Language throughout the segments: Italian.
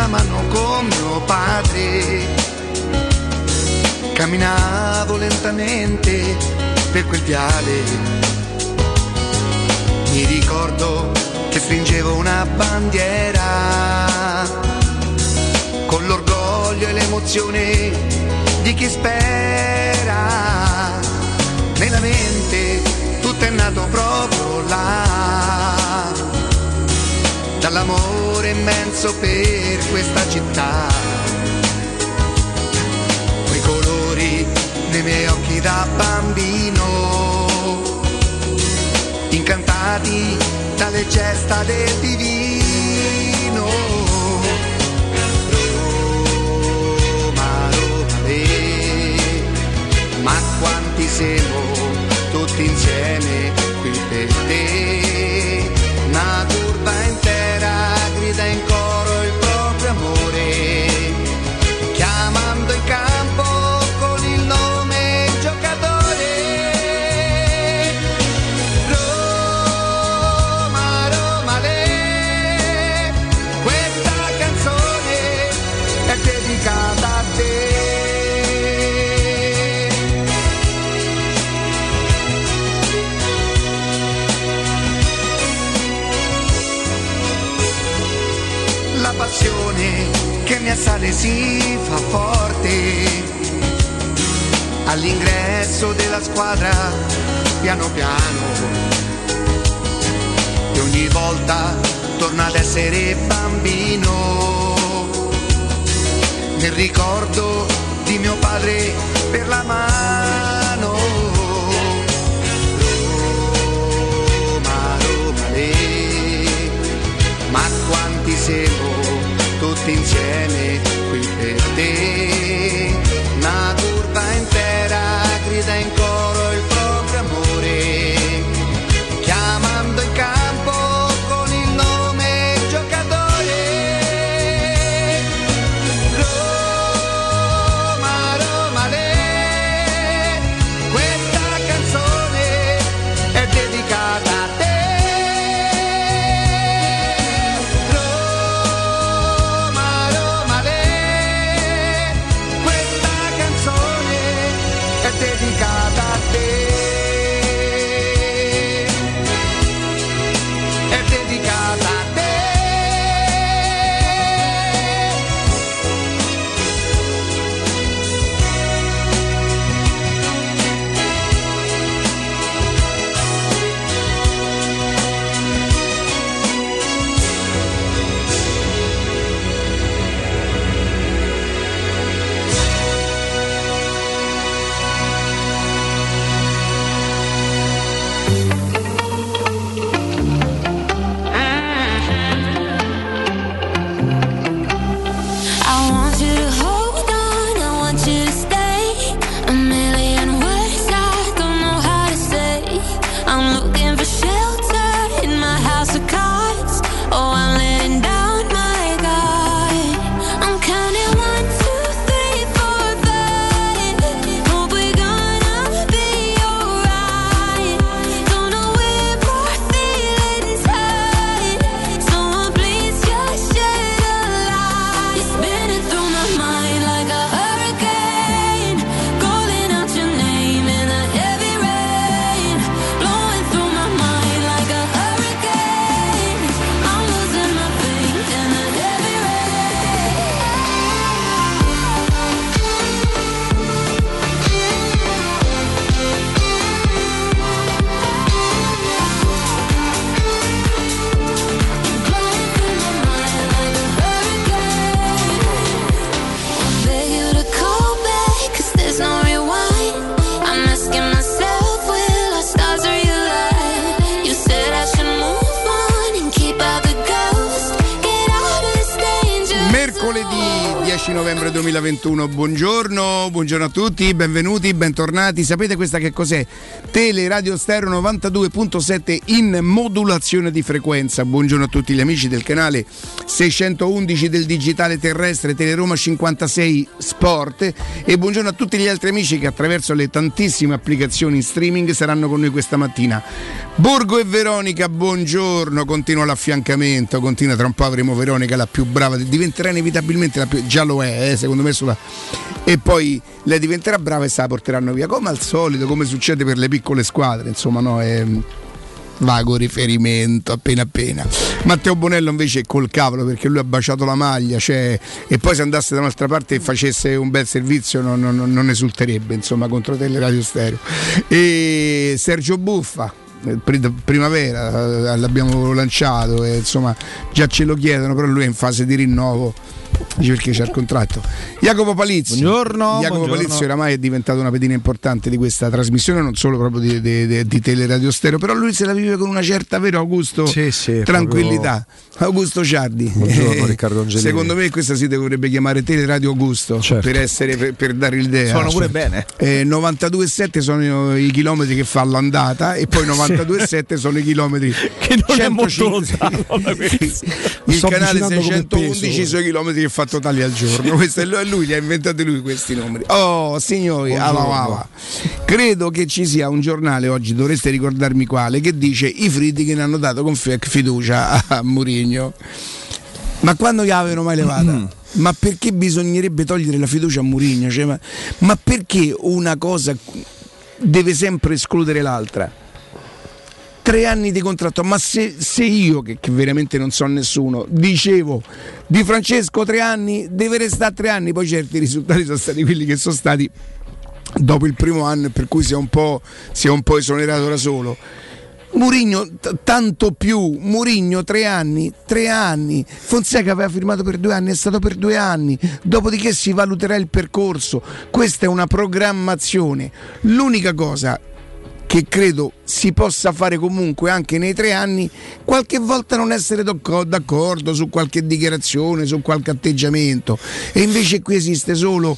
mano con mio padre. Camminavo lentamente per quel viale, mi ricordo che stringevo una bandiera con l'orgoglio e l'emozione di chi spera. Nella mente tutto è nato proprio là, dall'amore immenso per questa città. Quei colori nei miei occhi da bambino, incantati dalle gesta del divino. Roma, Roma, ma quanti siamo tutti insieme qui per te. Una curva intera grida in coro il proprio amore, chiamando in campo con il nome giocatore. Roma, Roma, questa canzone è dedicata a te. La passione che mi assale si fa forte all'ingresso della squadra, piano piano, e ogni volta torna ad essere bambino nel ricordo di mio padre per la mano. Roma, Roma, ma quanti siamo tutti insieme qui per te. Una curva intera grida in coro il proprio amore, chiamando in campo con il nome giocatore. Roma, Roma, questa canzone è dedicata a te. novembre 2021. Buongiorno a tutti, benvenuti, bentornati. Sapete questa che cos'è? Teleradio Stereo 92.7 in modulazione di frequenza. Buongiorno a tutti gli amici del canale 611 del digitale terrestre Teleroma 56 Sport, e buongiorno a tutti gli altri amici che attraverso le tantissime applicazioni in streaming saranno con noi questa mattina. Borgo e Veronica, buongiorno, continua l'affiancamento, continua, tra un po' avremo Veronica la più brava, diventerà inevitabilmente la più, già lo è, secondo me e poi lei diventerà brava e se la porteranno via come al solito, come succede per le piccole squadre, insomma, no, è vago riferimento appena. Matteo Bonello invece è col cavolo perché lui ha baciato la maglia, cioè, e poi se andasse da un'altra parte e facesse un bel servizio non esulterebbe, insomma, contro Teleradio Stereo. E Sergio Buffa, primavera, l'abbiamo lanciato e insomma già ce lo chiedono, però lui è in fase di rinnovo, dice perché c'è il contratto. Jacopo Palizzi, buongiorno. Palizzi oramai è diventato una pedina importante di questa trasmissione, non solo proprio di Teleradio Stereo, però lui se la vive con una certa, vero Augusto? Sì, tranquillità. Proprio... Augusto Ciardi, buongiorno Riccardo Angelini. Secondo me questa si dovrebbe chiamare Teleradio Augusto, certo, per dare l'idea. Suona pure bene. 92,7 sono i chilometri che fa l'andata e poi 92,7 sono i chilometri che non 105, è molto lontano da il canale 611 sono i chilometri che fa totali al giorno. Questo è lui, li ha inventati lui questi numeri. Oh signori, credo che ci sia un giornale oggi, dovreste ricordarmi quale, che dice i fritti che ne hanno dato con fiducia a Mourinho. Ma quando gli avevano mai levata? Ma perché bisognerebbe togliere la fiducia a Mourinho? Cioè, ma perché una cosa deve sempre escludere l'altra? 3 anni di contratto, ma se io, che veramente non so nessuno, dicevo Di Francesco 3 anni, deve restare 3 anni, poi certi risultati sono stati quelli che sono stati dopo il primo anno, per cui si è un po' esonerato da solo. Mourinho tanto più, Mourinho 3 anni, Fonseca aveva firmato per 2 anni, è stato per 2 anni, dopodiché si valuterà il percorso. Questa è una programmazione. L'unica cosa che credo si possa fare comunque anche nei 3 anni, qualche volta non essere d'accordo su qualche dichiarazione, su qualche atteggiamento, e invece qui esiste solo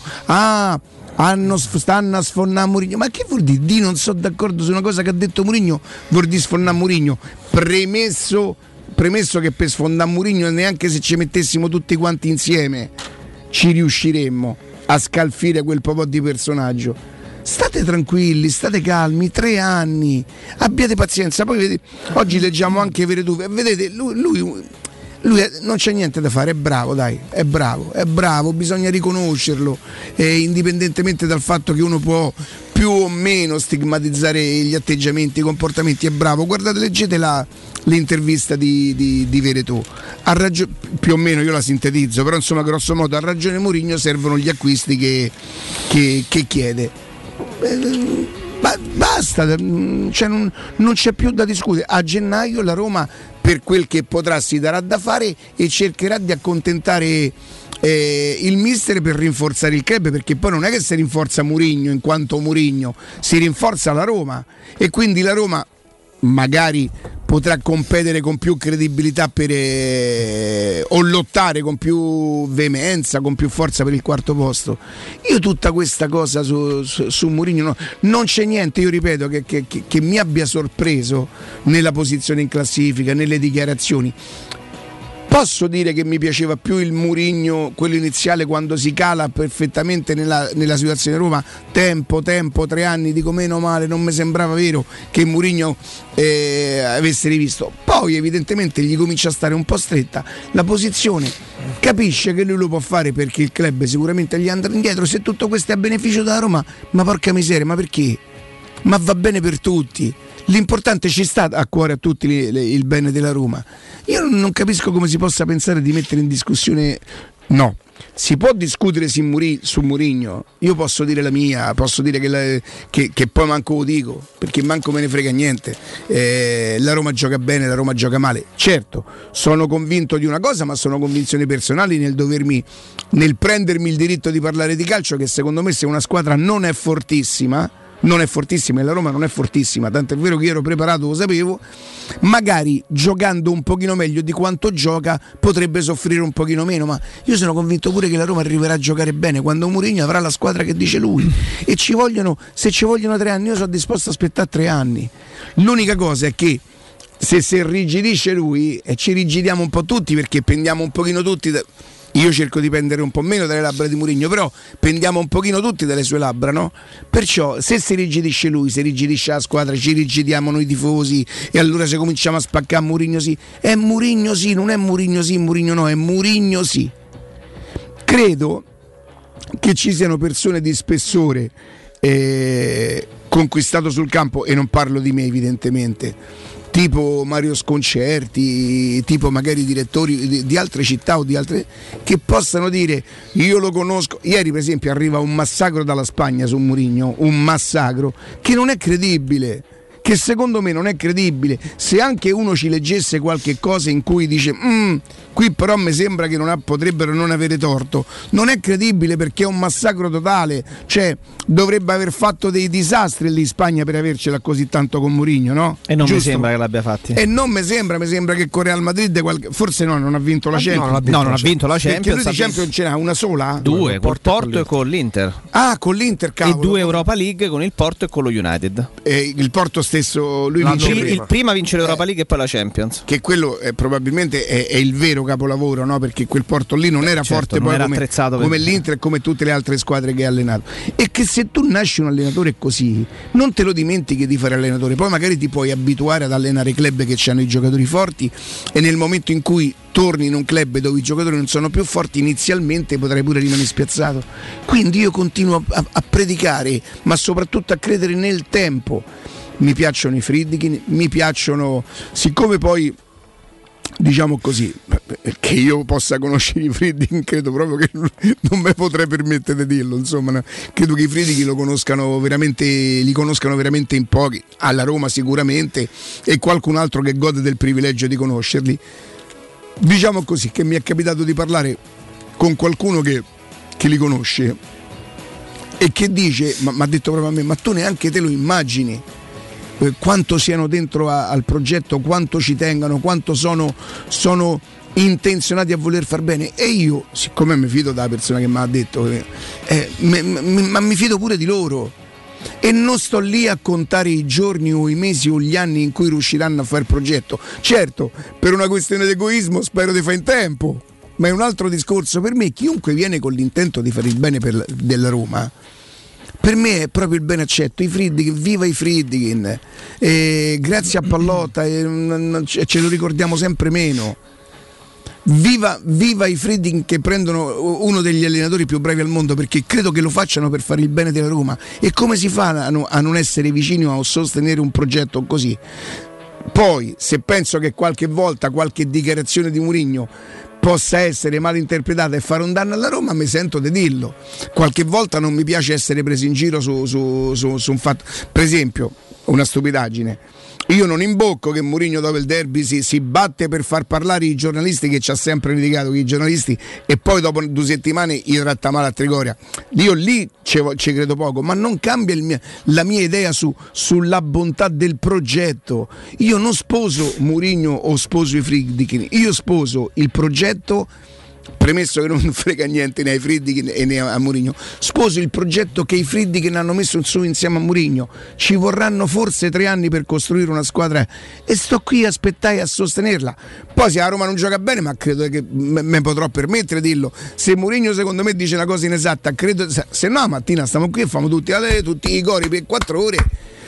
stanno a sfonnare Mourinho. Ma che vuol dire? Di non sono d'accordo su una cosa che ha detto Mourinho, vuol dire sfonnare Mourinho. Premesso che per sfondare Mourinho, neanche se ci mettessimo tutti quanti insieme ci riusciremmo a scalfire quel po' di personaggio. State tranquilli, state calmi, 3 anni, abbiate pazienza. Poi vedete, oggi leggiamo anche Veretù, vedete, lui non c'è niente da fare, è bravo, dai, è bravo, bisogna riconoscerlo, indipendentemente dal fatto che uno può più o meno stigmatizzare gli atteggiamenti, i comportamenti, è bravo. Guardate, leggete l'intervista di Veretù, più o meno io la sintetizzo, però insomma grosso modo ha ragione Mourinho, servono gli acquisti che chiede. Basta, cioè non c'è più da discutere. A gennaio la Roma, per quel che potrà, si darà da fare e cercherà di accontentare il mister per rinforzare il club, perché poi non è che si rinforza Mourinho in quanto Mourinho, si rinforza la Roma, e quindi la Roma magari potrà competere con più credibilità o lottare con più veemenza, con più forza per il 4º posto. Io tutta questa cosa su Mourinho non c'è niente, io ripeto, che mi abbia sorpreso nella posizione in classifica, nelle dichiarazioni. Posso dire che mi piaceva più il Mourinho, quello iniziale, quando si cala perfettamente nella situazione Roma, tempo, 3 anni, dico meno male, non mi sembrava vero che Mourinho avesse rivisto. Poi evidentemente gli comincia a stare un po' stretta la posizione, capisce che lui lo può fare perché il club sicuramente gli andrà indietro. Se tutto questo è a beneficio della Roma, ma porca miseria, ma perché? Ma va bene per tutti. L'importante, ci sta a cuore a tutti il bene della Roma. Io non capisco come si possa pensare di mettere in discussione. No, si può discutere su Mourinho, io posso dire la mia, posso dire che poi manco lo dico, perché manco me ne frega niente. La Roma gioca bene, la Roma gioca male. Certo, sono convinto di una cosa, ma sono convinzioni personali nel prendermi il diritto di parlare di calcio, che secondo me, se una squadra non è fortissima, non è fortissima e la Roma non è fortissima, tanto è vero che io ero preparato, lo sapevo, magari giocando un pochino meglio di quanto gioca potrebbe soffrire un pochino meno, ma io sono convinto pure che la Roma arriverà a giocare bene quando Mourinho avrà la squadra che dice lui, e se ci vogliono 3 anni io sono disposto a aspettare 3 anni. L'unica cosa è che se si irrigidisce lui, e ci rigidiamo un po' tutti perché pendiamo un pochino tutti io cerco di pendere un po' meno dalle labbra di Mourinho, però pendiamo un pochino tutti dalle sue labbra, no? Perciò se si rigidisce lui, se rigidisce la squadra, ci rigidiamo noi tifosi, e allora se cominciamo a spaccare Mourinho sì, è Mourinho sì, non è Mourinho sì, Mourinho no, è Mourinho sì. Credo che ci siano persone di spessore conquistato sul campo, e non parlo di me evidentemente, tipo Mario Sconcerti, tipo magari direttori di altre città o di altre, che possano dire io lo conosco. Ieri per esempio arriva un massacro dalla Spagna su Mourinho, un massacro che non è credibile, che secondo me non è credibile. Se anche uno ci leggesse qualche cosa in cui dice qui però mi sembra che potrebbero non avere torto, non è credibile, perché è un massacro totale, cioè dovrebbe aver fatto dei disastri lì in Spagna per avercela così tanto con Mourinho, no? E non Giusto? mi sembra che l'abbia fatti. E non mi sembra che con Real Madrid forse non ha vinto la Champions. Non ha vinto la Champions. Perché lui di Champions ce n'ha una sola? 2, col Porto e con l'Inter. Ah, con l'Inter, cavolo. E 2 Europa League con il Porto e con lo United. Il Porto stesso, lui vince il prima vince l'Europa League e poi la Champions. Che quello probabilmente è il vero capolavoro, no? Perché quel Porto lì non era forte, non poi era come l'Inter e come tutte le altre squadre che ha allenato. E che se tu nasci un allenatore così, non te lo dimentichi di fare allenatore, poi magari ti puoi abituare ad allenare club che hanno i giocatori forti, e nel momento in cui torni in un club dove i giocatori non sono più forti, inizialmente potrai pure rimanere spiazzato. Quindi io continuo a predicare, ma soprattutto a credere nel tempo. Mi piacciono i Friedkin, mi piacciono, siccome poi diciamo così, che io possa conoscere i Friedkin credo proprio che non me potrei permettere di dirlo, insomma, no? Credo che i Friedkin li conoscano veramente in pochi, alla Roma sicuramente, e qualcun altro che gode del privilegio di conoscerli. Diciamo così, che mi è capitato di parlare con qualcuno che li conosce e che dice, ma ha detto proprio a me, ma tu neanche te lo immagini quanto siano dentro al progetto, quanto ci tengano, quanto sono intenzionati a voler far bene. E io, siccome mi fido dalla persona che mi ha detto, ma mi fido pure di loro, e non sto lì a contare i giorni o i mesi o gli anni in cui riusciranno a fare il progetto. Certo, per una questione di egoismo spero di fare in tempo, ma è un altro discorso. Per me chiunque viene con l'intento di fare il bene della Roma, per me è proprio il bene accetto. I Friedkin, viva i Friedkin, grazie a Pallotta, ce lo ricordiamo sempre meno. Viva i Friedkin che prendono uno degli allenatori più bravi al mondo, perché credo che lo facciano per fare il bene della Roma. E come si fa a non essere vicino a sostenere un progetto così? Poi, se penso che qualche volta qualche dichiarazione di Mourinho possa essere mal interpretata e fare un danno alla Roma, mi sento di dirlo. Qualche volta non mi piace essere preso in giro su un fatto. Per esempio, una stupidaggine, io non imbocco che Mourinho dopo il derby si batte per far parlare i giornalisti, che ci ha sempre litigato con i giornalisti, e poi dopo 2 settimane gli tratta male a Trigoria. Io lì ci credo poco, ma non cambia la mia idea sulla bontà del progetto. Io non sposo Mourinho o sposo i Friedkin, io sposo il progetto, premesso che non frega niente né ai Friedkin e né a Mourinho, sposo il progetto che i Friedkin hanno messo su insieme a Mourinho. Ci vorranno forse 3 anni per costruire una squadra, e sto qui a aspettare a sostenerla. Poi se la Roma non gioca bene, ma credo che me potrò permettere di dirlo, se Mourinho secondo me dice una cosa inesatta, credo, se no mattina stiamo qui e famo tutti i cori per 4 ore.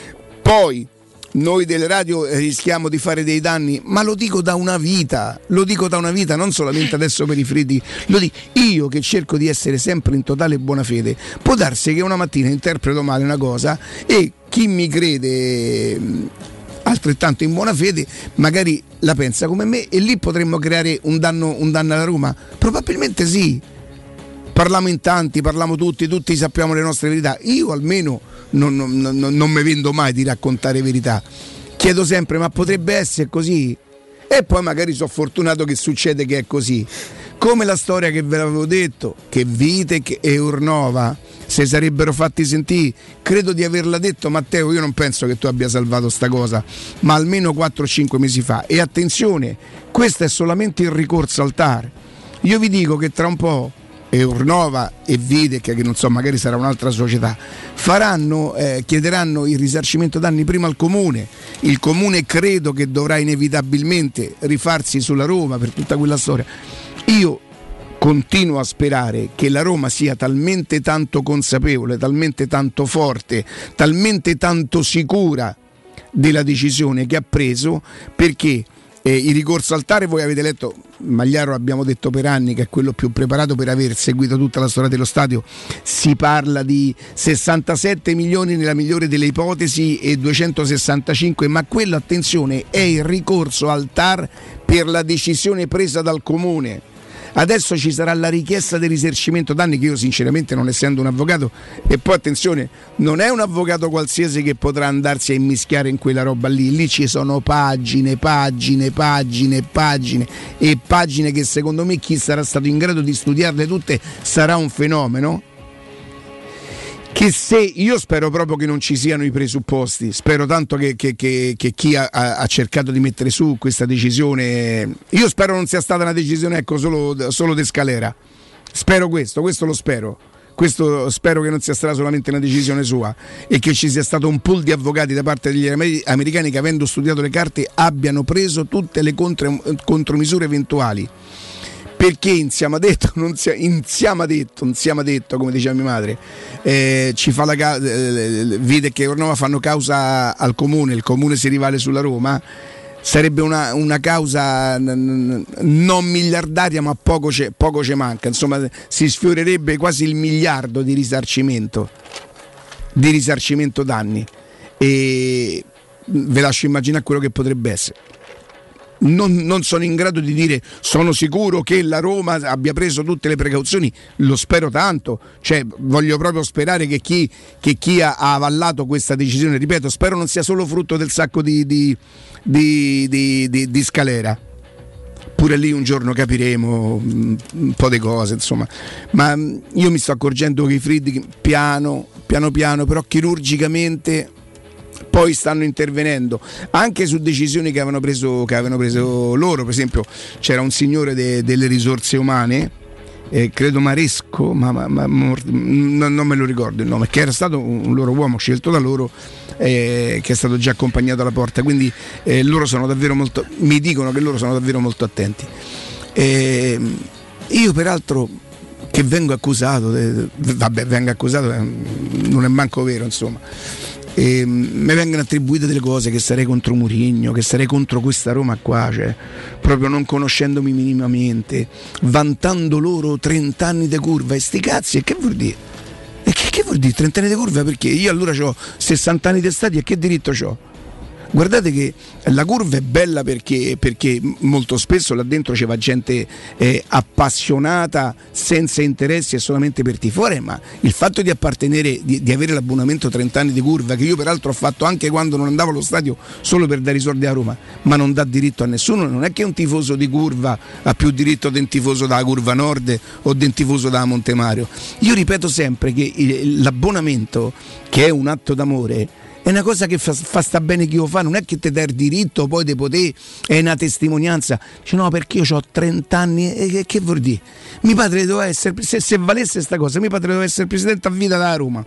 Poi noi delle radio rischiamo di fare dei danni, ma lo dico da una vita, non solamente adesso per i Friedkin, lo dico io che cerco di essere sempre in totale buona fede. Può darsi che una mattina interpreto male una cosa, e chi mi crede altrettanto in buona fede magari la pensa come me, e lì potremmo creare un danno alla Roma? Probabilmente sì. Parliamo in tanti, parliamo tutti sappiamo le nostre verità. Io almeno non mi vendo mai di raccontare verità. Chiedo sempre, ma potrebbe essere così? E poi magari sono fortunato che succede che è così. Come la storia che ve l'avevo detto, che Vitek e Urnova si sarebbero fatti sentire. Credo di averla detto, Matteo, io non penso che tu abbia salvato sta cosa, ma almeno 4-5 mesi fa. E attenzione, questo è solamente il ricorso al TAR. Io vi dico che tra un po' Urnova e Videc, che non so, magari sarà un'altra società, chiederanno il risarcimento danni prima al comune. Il comune credo che dovrà inevitabilmente rifarsi sulla Roma per tutta quella storia. Io continuo a sperare che la Roma sia talmente tanto consapevole, talmente tanto forte, talmente tanto sicura della decisione che ha preso, perché il ricorso al TAR, voi avete letto, Magliaro abbiamo detto per anni che è quello più preparato per aver seguito tutta la storia dello stadio. Si parla di 67 milioni nella migliore delle ipotesi e 265, ma quello, attenzione, è il ricorso al TAR per la decisione presa dal comune. Adesso ci sarà la richiesta del risarcimento danni, che io sinceramente, non essendo un avvocato, e poi attenzione, non è un avvocato qualsiasi che potrà andarsi a immischiare in quella roba lì ci sono pagine e pagine che secondo me chi sarà stato in grado di studiarle tutte sarà un fenomeno. Che se io spero proprio che non ci siano i presupposti, spero tanto che chi ha cercato di mettere su questa decisione, io spero non sia stata una decisione solo di Scalera, spero questo lo spero. Questo spero che non sia stata solamente una decisione sua e che ci sia stato un pool di avvocati da parte degli americani che, avendo studiato le carte, abbiano preso tutte le contromisure eventuali. Perché insieme a detto, come diceva mia madre, ci fa vede che Urnova fanno causa al comune, il comune si rivale sulla Roma, sarebbe una causa non miliardaria, ma poco ce manca, insomma si sfiorerebbe quasi il miliardo di risarcimento danni, e ve lascio immaginare quello che potrebbe essere. Non sono in grado di dire sono sicuro che la Roma abbia preso tutte le precauzioni, lo spero tanto, cioè voglio proprio sperare che chi ha avallato questa decisione, ripeto, spero non sia solo frutto del sacco di Scalera. Pure lì un giorno capiremo un po' di cose, insomma, ma io mi sto accorgendo che i Friedkin piano però chirurgicamente poi stanno intervenendo anche su decisioni che avevano preso loro. Per esempio c'era un signore delle risorse umane, credo Maresco, ma non me lo ricordo il nome, che era stato un loro uomo scelto da loro, che è stato già accompagnato alla porta, quindi loro sono davvero molto, mi dicono che loro sono davvero molto attenti. Io peraltro che vengo accusato non è manco vero, insomma. Mi vengono attribuite delle cose, che sarei contro Mourinho, che sarei contro questa Roma qua, cioè proprio non conoscendomi minimamente, vantando loro 30 anni di curva, e sti cazzi, e che vuol dire? E che vuol dire 30 anni di curva? Perché io allora ho 60 anni di stadio e che diritto ho? Guardate che la curva è bella perché molto spesso là dentro c'è gente appassionata, senza interessi e solamente per tifare, ma il fatto di appartenere, di avere l'abbonamento 30 anni di curva, che io peraltro ho fatto anche quando non andavo allo stadio solo per dare i soldi a Roma, ma non dà diritto a nessuno. Non è che un tifoso di curva ha più diritto di un tifoso dalla curva nord o di un tifoso da Montemario. Io ripeto sempre che l'abbonamento, che è un atto d'amore, è una cosa che fa sta bene chi lo fa, non è che ti dà il diritto poi di poter, è una testimonianza. Dice no, perché io ho 30 anni, e che vuol dire? Mio padre doveva essere, se valesse sta cosa, mio padre doveva essere presidente a vita da Roma,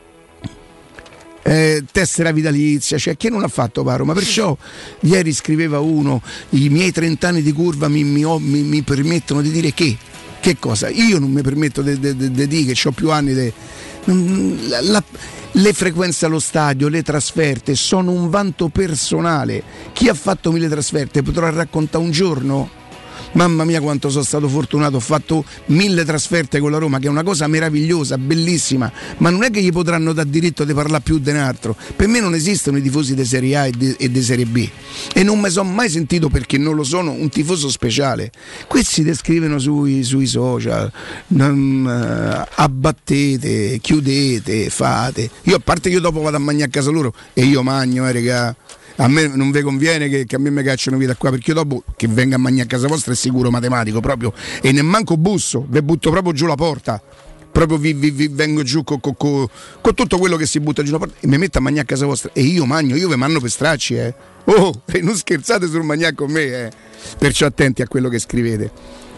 tessera vitalizia, cioè che non ha fatto a Roma. Perciò ieri scriveva uno, i miei 30 anni di curva mi permettono di dire che cosa? Io non mi permetto di dire che ho più anni le frequenze allo stadio, le trasferte sono un vanto personale. Chi ha fatto 1000 trasferte potrà raccontare un giorno: mamma mia quanto sono stato fortunato, ho fatto 1000 trasferte con la Roma, che è una cosa meravigliosa, bellissima, ma non è che gli potranno dar diritto di parlare più di un altro. Per me non esistono i tifosi di Serie A e di Serie B, e non mi sono mai sentito, perché non lo sono, un tifoso speciale. Questi descrivono sui social, abbattete, chiudete, fate. Io, a parte che io dopo vado a mangiare a casa loro e io magno, regà. A me non vi conviene che a me mi cacciano via da qua, perché io dopo che venga a mangiare a casa vostra è sicuro matematico proprio, e nemmanco busso, vi butto proprio giù la porta, proprio vi vengo giù con tutto quello che si butta giù la porta e mi metto a mangiare a casa vostra e io vi manno per stracci, oh, e non scherzate sul mangiare con me, perciò attenti a quello che scrivete,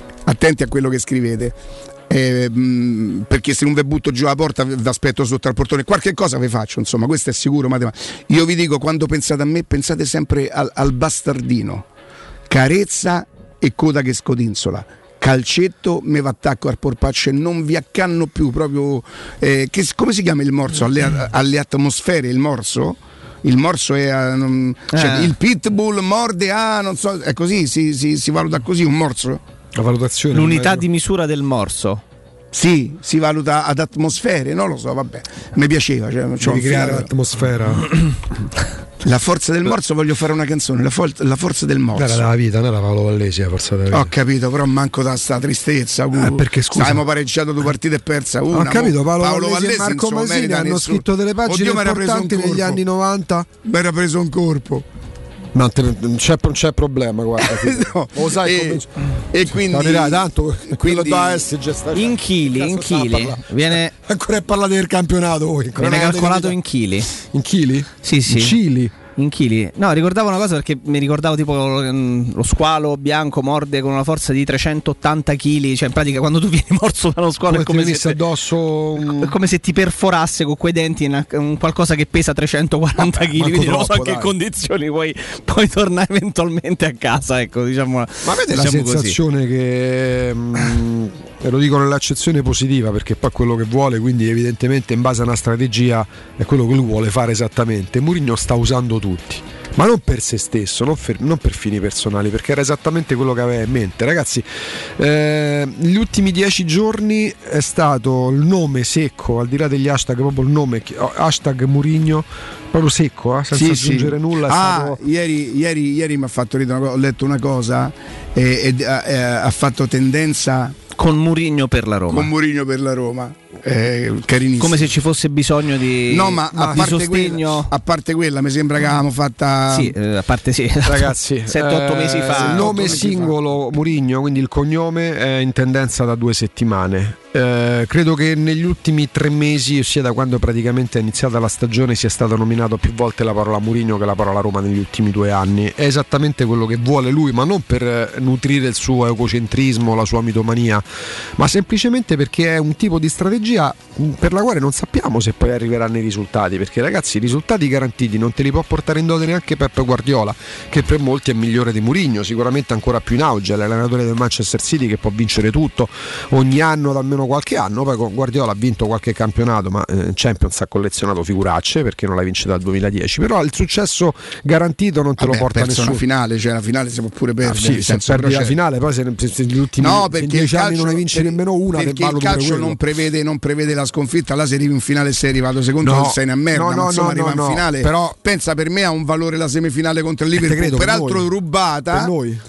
perché se non vi butto giù la porta vi aspetto sotto al portone, qualche cosa vi faccio, insomma, questo è sicuro. Io vi dico, quando pensate a me pensate sempre al bastardino, carezza e coda che scodinzola, calcetto, me attacco al porpaccio e non vi accanno più proprio, come si chiama il morso? Alle atmosfere il morso? Il morso è cioè, il pitbull morde non so, è così, si valuta così un morso? La valutazione, l'unità di misura del morso. Sì, si valuta ad atmosfere, non lo so, vabbè, mi piaceva, cioè, devi creare l'atmosfera. La forza del morso, voglio fare una canzone, la forza del morso. Era della vita, non era Paolo Vallesi la forza della vita. Ho capito, però manco da sta tristezza. Perché scusa, abbiamo pareggiato 2 partite e persa una. Ho capito, Paolo Vallesi e Marco Masini hanno scritto delle pagine importanti negli anni 90. Mi era preso un corpo. Non c'è problema, guarda. No, lo sai e quindi tanto quello da in chili viene ancora parlare del campionato viene calcolato in chili. In chili? Sì. Chili. In chili. No, ricordavo una cosa perché mi ricordavo tipo lo squalo bianco morde con una forza di 380 kg, cioè in pratica quando tu vieni morso dallo squalo come è come se addosso è come se ti perforasse con quei denti un qualcosa che pesa 340 kg, quindi non so a che condizioni puoi tornare eventualmente a casa, ecco, diciamo. Ma avete la sensazione così, che e lo dico nell'accezione positiva, perché poi quello che vuole, quindi evidentemente in base a una strategia è quello che lui vuole fare esattamente. Mourinho sta usando tutti, ma non per se stesso, non per fini personali, perché era esattamente quello che aveva in mente. Ragazzi, gli ultimi 10 giorni è stato il nome secco, al di là degli hashtag, proprio il nome hashtag Mourinho, proprio secco, senza aggiungere nulla. Stato... Ieri mi ha fatto ridere, ho letto una cosa e ha fatto tendenza con Mourinho per la Roma. Carinissimo. Come se ci fosse bisogno di, a di sostegno. A parte quella, mi sembra che avevamo fatta. Sì, a parte sì. Ragazzi, 7-8 mesi fa. Il nome singolo Mourinho, quindi il cognome, è in tendenza da 2 settimane. Credo che negli ultimi 3 mesi, ossia da quando praticamente è iniziata la stagione, sia stato nominato più volte la parola Mourinho che la parola Roma negli ultimi 2 anni. È esattamente quello che vuole lui, ma non per nutrire il suo egocentrismo, la sua mitomania, ma semplicemente perché è un tipo di strategia per la quale non sappiamo se poi arriveranno i risultati, perché ragazzi, i risultati garantiti non te li può portare in dote neanche Pep Guardiola, che per molti è migliore di Mourinho, sicuramente ancora più in auge, è l'allenatore del Manchester City che può vincere tutto ogni anno da almeno qualche anno. Poi con Guardiola ha vinto qualche campionato, ma Champions ha collezionato figuracce perché non l'ha vince dal 2010, però il successo garantito non te lo porta nessuno. La finale, cioè la finale si può pure perdere. Se perdi la finale, poi se negli ultimi 10 anni non ne vinci nemmeno una, perché il calcio non prevede la sconfitta. Là se arrivi in finale sei arrivato secondo, sei una merda, ma insomma arriva in finale. Però pensa, per me ha un valore la semifinale contro il Liverpool, peraltro rubata,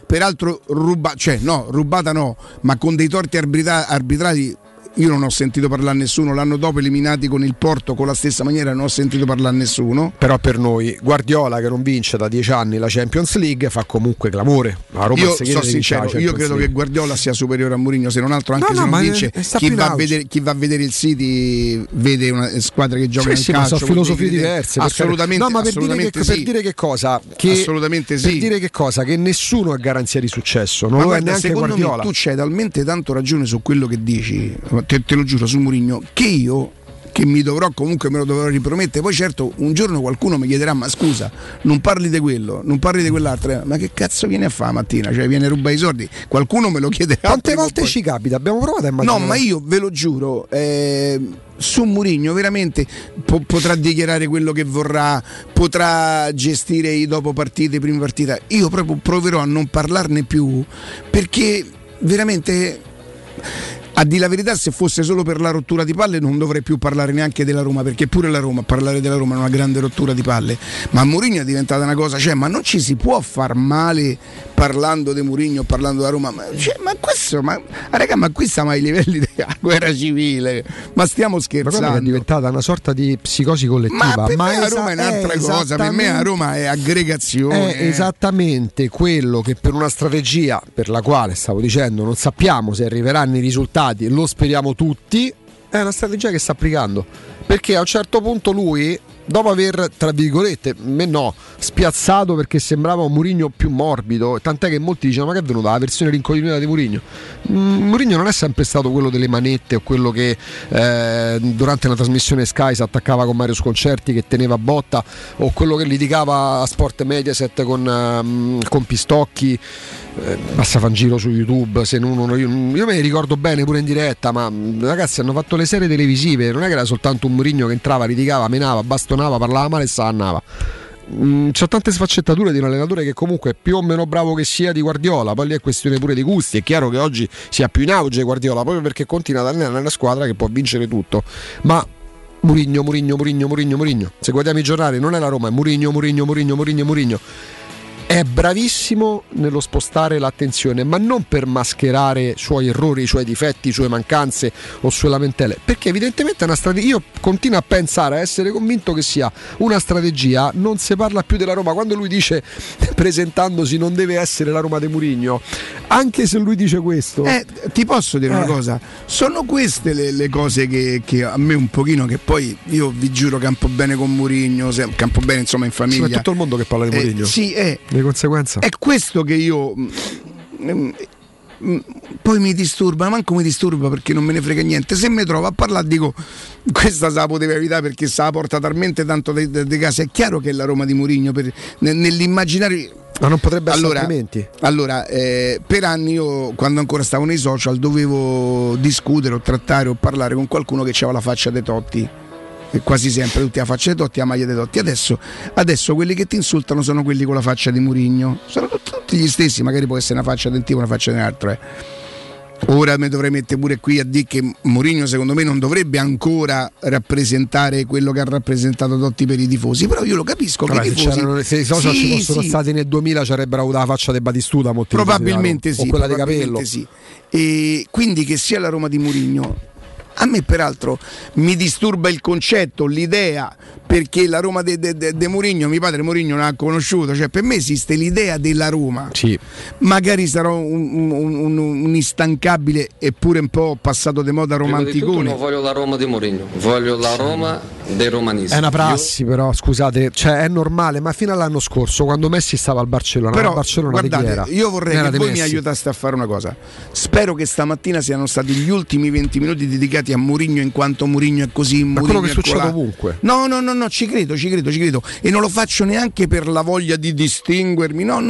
rubata no, ma con dei torti arbitrali. Io non ho sentito parlare a nessuno, l'anno dopo eliminati con il Porto con la stessa maniera, non ho sentito parlare a nessuno. Però per noi Guardiola, che non vince da 10 anni la Champions League, fa comunque clamore. La Roma, io sono sincero, io credo che Guardiola sia superiore a Mourinho, se non altro anche se non vince. Chi va a vedere il City vede una squadra che gioca nel calcio, ma sono filosofie diverse. Assolutamente. No, ma per dire che cosa? Assolutamente sì. Per dire che cosa? Che nessuno ha garanzia di successo, non lo è neanche Guardiola. Me tu c'hai talmente tanto ragione su quello che dici. Te lo giuro, su Mourinho, che io che me lo dovrò ripromettere. Poi certo un giorno qualcuno mi chiederà: ma scusa, non parli di quello, non parli di quell'altro, ma che cazzo viene a fare mattina? Cioè viene a rubare i soldi? Qualcuno me lo chiederà. Quante volte ci capita? Abbiamo provato a immaginare. No, ma io ve lo giuro, su Mourinho veramente potrà dichiarare quello che vorrà, potrà gestire i dopo partite, prime partite. Io proprio proverò a non parlarne più, perché veramente, a dire la verità, se fosse solo per la rottura di palle non dovrei più parlare neanche della Roma, perché pure la Roma, parlare della Roma è una grande rottura di palle, ma Mourinho è diventata una cosa, cioè, ma non ci si può far male parlando di Mourinho, parlando della Roma, ma qui stiamo ai livelli della guerra civile, ma stiamo scherzando. Ma è diventata una sorta di psicosi collettiva. Ma per me la Roma è un'altra cosa, per me la Roma è aggregazione. È esattamente quello che per una strategia per la quale, stavo dicendo, non sappiamo se arriveranno i risultati, lo speriamo tutti, è una strategia che sta applicando, perché a un certo punto lui, dopo aver, tra virgolette, spiazzato perché sembrava un Mourinho più morbido, tant'è che molti dicevano: ma che è venuta la versione rincoglionita di Mourinho? Mourinho non è sempre stato quello delle manette o quello che durante una trasmissione Sky si attaccava con Mario Sconcerti che teneva botta, o quello che litigava a Sport Mediaset con Pistocchi. Basta fa un giro su YouTube, se non, io me ne ricordo bene pure in diretta, ma ragazzi, hanno fatto le serie televisive, non è che era soltanto un Mourinho che entrava, litigava, menava, bastonava, parlava male e se andava. C'è tante sfaccettature di un allenatore che comunque è più o meno bravo che sia di Guardiola, poi lì è questione pure di gusti. È chiaro che oggi sia più in auge Guardiola proprio perché continua ad allenare una squadra che può vincere tutto, ma Mourinho, se guardiamo i giornali non è la Roma, è Mourinho. È bravissimo nello spostare l'attenzione, ma non per mascherare i suoi errori, i suoi difetti, le sue mancanze o sue lamentele, perché evidentemente è una strategia. Io continuo a pensare, a essere convinto che sia una strategia. Non si parla più della Roma. Quando lui dice, presentandosi, non deve essere la Roma di Mourinho, anche se lui dice questo, ti posso dire una cosa, sono queste le cose che a me un pochino, che poi io vi giuro campo bene con Mourinho, campo bene insomma in famiglia. Sì, è tutto il mondo che parla di Mourinho. Sì, di conseguenza è questo che io poi mi disturba, manco mi disturba perché non me ne frega niente. Se mi trovo a parlare dico questa se la poteva evitare perché se la porta talmente tanto dei casi. È chiaro che è la Roma di Mourinho nell'immaginario, ma non potrebbe essere altrimenti. Allora, per anni io, quando ancora stavo nei social, dovevo discutere o trattare o parlare con qualcuno che aveva la faccia dei Totti. E quasi sempre tutti la faccia dei Totti, la maglia dei Totti. Adesso quelli che ti insultano sono quelli con la faccia di Mourinho. Sono tutti gli stessi, magari può essere una faccia di un tipo, una faccia di un altro. Ora mi dovrei mettere pure qui a dire che Mourinho secondo me non dovrebbe ancora rappresentare quello che ha rappresentato Totti per i tifosi, però io lo capisco. Se i social ci fossero stati nel 2000 ci avrebbero avuto la faccia di Batistuta, molti probabilmente sì, o quella di Capello. Sì. E quindi che sia la Roma di Mourinho, a me peraltro mi disturba il concetto, l'idea, perché la Roma de Mourinho, mio padre Mourinho non ha conosciuto, cioè per me esiste l'idea della Roma, sì. Magari sarò un instancabile eppure un po' passato di moda romanticone. Non voglio la Roma di Mourinho, voglio la Roma dei romanisti. È una prassi però, scusate, cioè è normale, ma fino all'anno scorso quando Messi stava al Barcellona, però, Barcellona guardate, io vorrei che voi mi aiutaste a fare una cosa. Spero che stamattina siano stati gli ultimi 20 minuti dedicati a Mourinho, in quanto Mourinho è così, ma Mourinho quello che succede ovunque. No, ci credo e non lo faccio neanche per la voglia di distinguermi, no,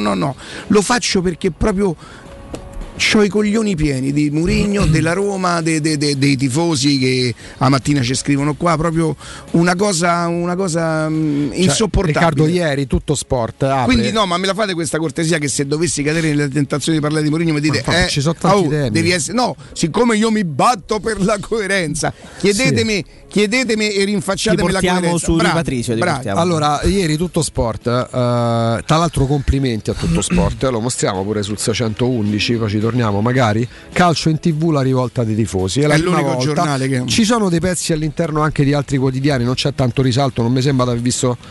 lo faccio perché proprio c'ho i coglioni pieni di Mourinho, della Roma, dei tifosi che a mattina ci scrivono qua, proprio una cosa insopportabile. Riccardo, ieri Tutto Sport apre. Quindi no, ma me la fate questa cortesia che se dovessi cadere nella tentazione di parlare di Mourinho mi dite ci sono tanti temi. Devi essere, no, siccome io mi batto per la coerenza, chiedetemi e rinfacciatemi la coerenza. Su Patrizio, allora, ieri Tutto Sport, tra l'altro complimenti a Tutto Sport, lo mostriamo pure sul 611, poi ci torniamo magari. Calcio in TV, la rivolta dei tifosi, è l'unico volta. Giornale che ci sono dei pezzi all'interno anche di altri quotidiani, non c'è tanto risalto, non mi sembra di aver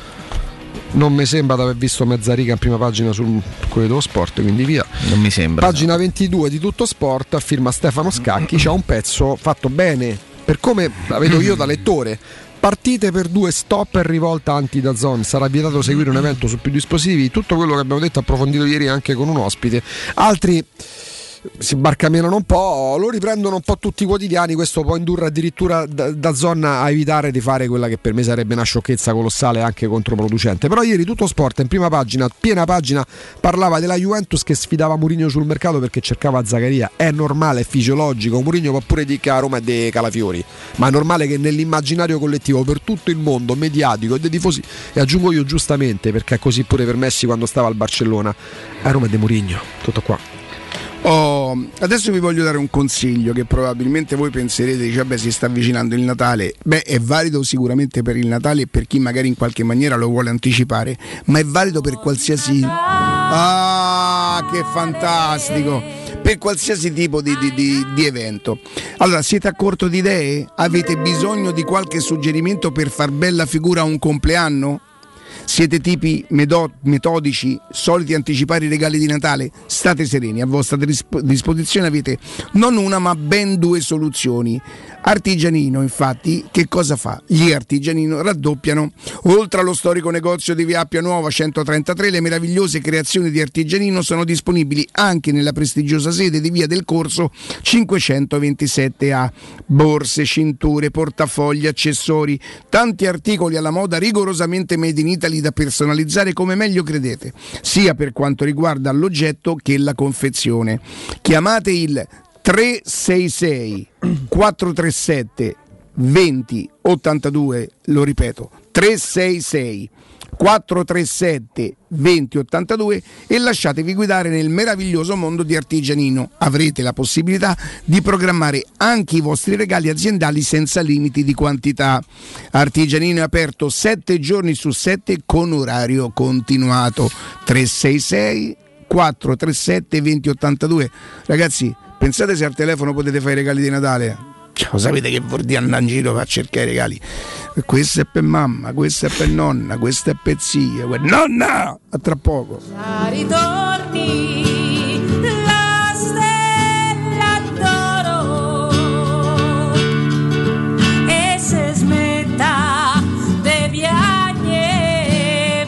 visto mezza riga in prima pagina sul quello dello sport, quindi via. Non mi sembra. Pagina 22 di Tutto Sport, firma Stefano Scacchi, c'è un pezzo fatto bene per come la vedo io da lettore. Partite per 2, stop e rivolta anti-DAZN, sarà vietato seguire un evento su più dispositivi. Tutto quello che abbiamo detto approfondito ieri anche con un ospite. Altri si barcamenano un po', lo riprendono un po' tutti i quotidiani. Questo può indurre addirittura DAZN a evitare di fare quella che per me sarebbe una sciocchezza colossale, anche controproducente. Però ieri Tutto Sport in prima pagina, piena pagina, parlava della Juventus che sfidava Mourinho sul mercato perché cercava Zaccaria. È normale, è fisiologico, Mourinho può pure dire che a Roma è dei Calafiori, ma è normale che nell'immaginario collettivo per tutto il mondo mediatico e dei tifosi, e aggiungo io giustamente perché è così pure per Messi quando stava al Barcellona, a Roma è di Mourinho. Tutto qua. Adesso vi voglio dare un consiglio che probabilmente voi penserete, dice, vabbè, si sta avvicinando il Natale. Beh, è valido sicuramente per il Natale e per chi magari in qualche maniera lo vuole anticipare, ma è valido per qualsiasi che fantastico, per qualsiasi tipo di evento. Allora, siete a corto di idee? Avete bisogno di qualche suggerimento per far bella figura a un compleanno? Siete tipi metodici, soliti anticipare i regali di Natale? State sereni, a vostra disposizione avete non una ma ben 2 soluzioni. Artigianino, infatti, che cosa fa? Gli Artigianino raddoppiano. Oltre allo storico negozio di Via Appia Nuova 133, le meravigliose creazioni di Artigianino sono disponibili anche nella prestigiosa sede di Via del Corso 527A. Borse, cinture, portafogli, accessori, tanti articoli alla moda rigorosamente made in Italy da personalizzare come meglio credete, sia per quanto riguarda l'oggetto che la confezione. Chiamate il 366 437 2082, lo ripeto, 366 437 2082 e lasciatevi guidare nel meraviglioso mondo di Artigianino. Avrete la possibilità di programmare anche i vostri regali aziendali senza limiti di quantità. Artigianino è aperto 7 giorni su 7 con orario continuato. 366 437 2082. Ragazzi, pensate se al telefono potete fare i regali di Natale. Ciao, sapete che vuol dire andare in giro a cercare i regali? Questo è per mamma, questo è per nonna, questo è per zia. Nonna! A tra poco. Ritorni la stella d'oro e se smetta de viaglie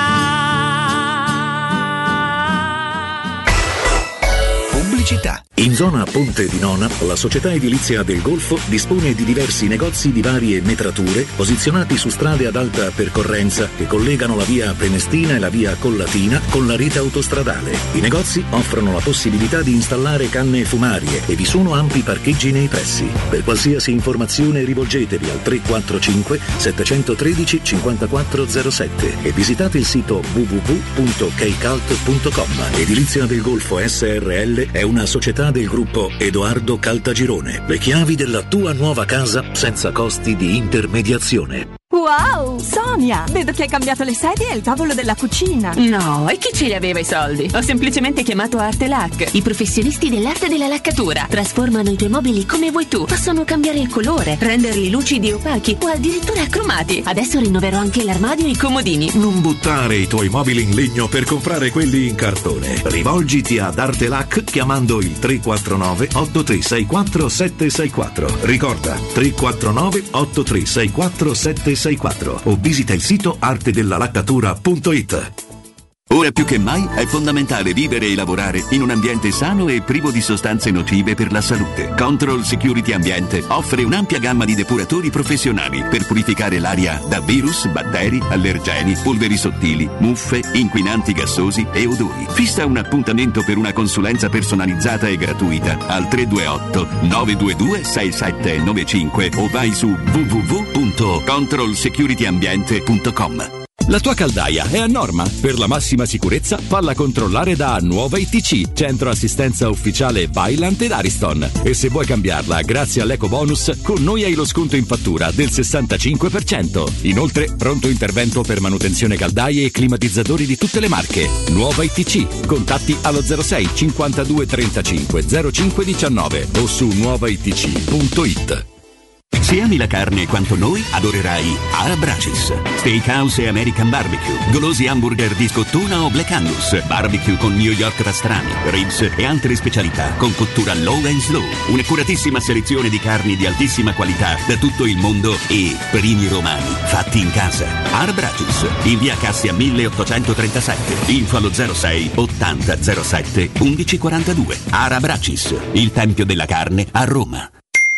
penà. Pubblicità. In zona Ponte di Nona, la società edilizia del Golfo dispone di diversi negozi di varie metrature posizionati su strade ad alta percorrenza che collegano la via Prenestina e la via Collatina con la rete autostradale. I negozi offrono la possibilità di installare canne fumarie e vi sono ampi parcheggi nei pressi. Per qualsiasi informazione rivolgetevi al 345 713 5407 e visitate il sito www.keicalt.com. Edilizia del Golfo SRL è una società del gruppo Edoardo Caltagirone. Le chiavi della tua nuova casa senza costi di intermediazione. Wow, Sonia, vedo che hai cambiato le sedie e il tavolo della cucina. No, e chi ce li aveva i soldi? Ho semplicemente chiamato Artelac, i professionisti dell'arte della laccatura. Trasformano i tuoi mobili come vuoi tu. Possono cambiare il colore, renderli lucidi o opachi o addirittura cromati. Adesso rinnoverò anche l'armadio e i comodini. Non buttare i tuoi mobili in legno per comprare quelli in cartone. Rivolgiti ad Artelac chiamando il 349 8364 764. Ricorda, 349 8364 764 o visita il sito artedellalaccatura.it. Ora più che mai è fondamentale vivere e lavorare in un ambiente sano e privo di sostanze nocive per la salute. Control Security Ambiente offre un'ampia gamma di depuratori professionali per purificare l'aria da virus, batteri, allergeni, polveri sottili, muffe, inquinanti gassosi e odori. Fissa un appuntamento per una consulenza personalizzata e gratuita al 328 922 6795 o vai su www.controlsecurityambiente.com. La tua caldaia è a norma? Per la massima sicurezza falla controllare da Nuova ITC, centro assistenza ufficiale Vaillant ed Ariston. E se vuoi cambiarla grazie all'eco bonus, con noi hai lo sconto in fattura del 65%. Inoltre, pronto intervento per manutenzione caldaie e climatizzatori di tutte le marche. Nuova ITC. Contatti allo 06 52 35 05 19 o su nuovaitc.it. Se ami la carne quanto noi, adorerai Arabracis. Steakhouse e American Barbecue, golosi hamburger di scottuna o Black Angus, barbecue con New York pastrami, ribs e altre specialità con cottura low and slow. Un'accuratissima selezione di carni di altissima qualità da tutto il mondo e primi romani fatti in casa. Arabracis, in via Cassia 1837. Info allo 06 80 07 1142. Arabracis, il tempio della carne a Roma.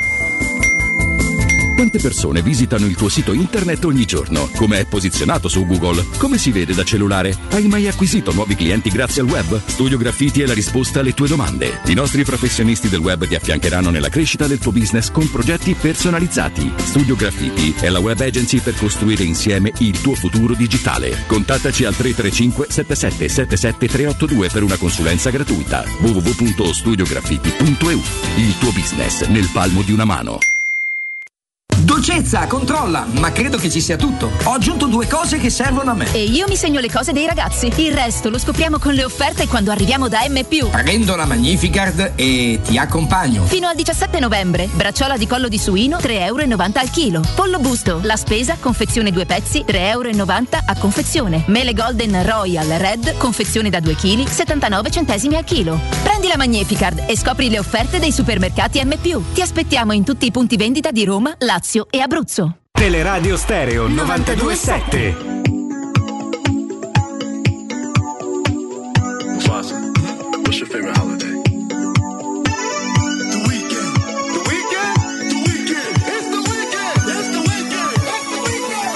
Quante persone visitano il tuo sito internet ogni giorno? Come è posizionato su Google? Come si vede da cellulare? Hai mai acquisito nuovi clienti grazie al web? Studio Graffiti è la risposta alle tue domande. I nostri professionisti del web ti affiancheranno nella crescita del tuo business con progetti personalizzati. Studio Graffiti è la web agency per costruire insieme il tuo futuro digitale. Contattaci al 335 77 77 382 per una consulenza gratuita. www.studiograffiti.eu. Il tuo business nel palmo di una mano. Dolcezza, controlla, ma credo che ci sia tutto. Ho aggiunto 2 cose che servono a me. E io mi segno le cose dei ragazzi. Il resto lo scopriamo con le offerte quando arriviamo da M+. Prendo la Magnificard e ti accompagno. Fino al 17 novembre. Bracciola di collo di suino, €3,90 al chilo. Pollo busto, la spesa, confezione 2 pezzi, €3,90 a confezione. Mele Golden Royal Red, confezione da 2 kg, 79 centesimi al chilo. Prendi la Magnificard e scopri le offerte dei supermercati M+. Ti aspettiamo in tutti i punti vendita di Roma, Lazio e Abruzzo. Teleradio Stereo 92.7. What's your favorite holiday? The weekend. The weekend? The weekend. It's the weekend. It's the weekend. It's the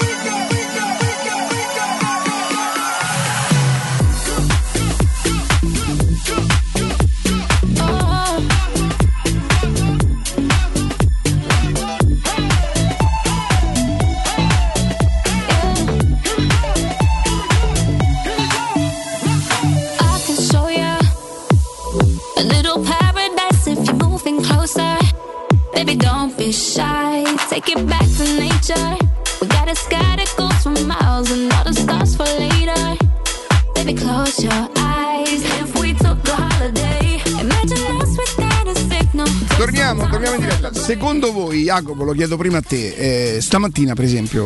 A little paradise if you're moving closer. Baby, don't be shy. Take it back to nature. We got a sky that goes for miles and all the stars for later. Baby, close your eyes. If we took a holiday, imagine us without a signal. Torniamo in diretta. Secondo voi, Jacopo, lo chiedo prima a te, stamattina per esempio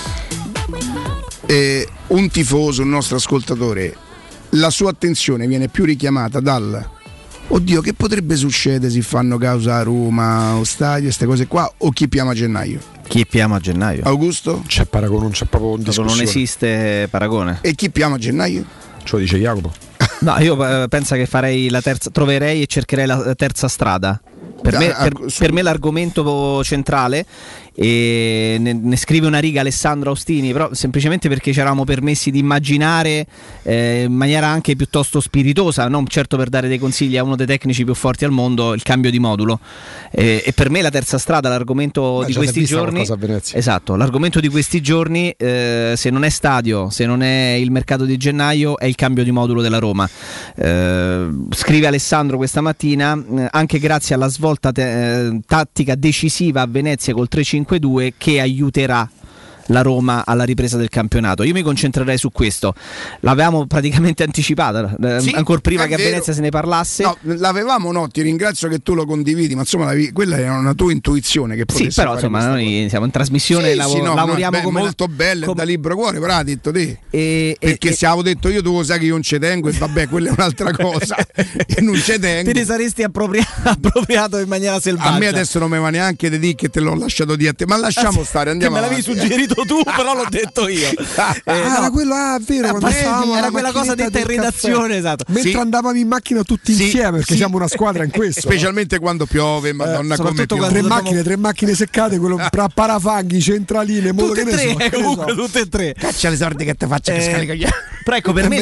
un tifoso, un nostro ascoltatore, la sua attenzione viene più richiamata dal oddio, che potrebbe succedere se fanno causa a Roma o stadio, queste cose qua, o chi piama a gennaio? Chi piama a gennaio? Augusto? C'è paragone, non c'è proprio discussione. Non esiste paragone. E chi piama a gennaio? Ce lo dice Jacopo. No, io penso che farei la terza, troverei e cercherei la terza strada. Per me l'argomento centrale, e ne scrive una riga Alessandro Austini, però semplicemente perché ci eravamo permessi di immaginare in maniera anche piuttosto spiritosa, non certo per dare dei consigli a uno dei tecnici più forti al mondo, il cambio di modulo, e per me la terza strada, l'argomento di questi giorni, esatto, l'argomento di questi giorni, se non è stadio, se non è il mercato di gennaio, è il cambio di modulo della Roma. Scrive Alessandro questa mattina, anche grazie alla svolta tattica decisiva a Venezia col 3-5-2 che aiuterà la Roma alla ripresa del campionato. Io mi concentrerei su questo. L'avevamo praticamente anticipata, sì, ancora prima che a Venezia se ne parlasse. No, l'avevamo, no, ti ringrazio che tu lo condividi, ma insomma quella era una tua intuizione che potesse sì, però insomma noi siamo in trasmissione, lavoriamo come molto bella, da libro cuore, però ha detto te. Perché se avevo detto io, tu sai che io non ci tengo, e vabbè, quella è un'altra cosa. E non ci tengo. Te ne saresti appropriato in maniera selvaggia. A me adesso non mi va neanche di dire che te l'ho lasciato di a te, ma lasciamo stare, andiamo che me l'avevi suggerito tu, però l'ho detto io. Era quello, vero, era quella cosa detta in redazione, esatto. Mentre andavamo in macchina tutti insieme, perché siamo una squadra in questo. Specialmente quando piove, madonna, come piove. Tre macchine seccate, quello parafanghi, centraline, tutte e tre, comunque tutte e tre. Caccia le sordi che te faccio che scarica. Però ecco, per me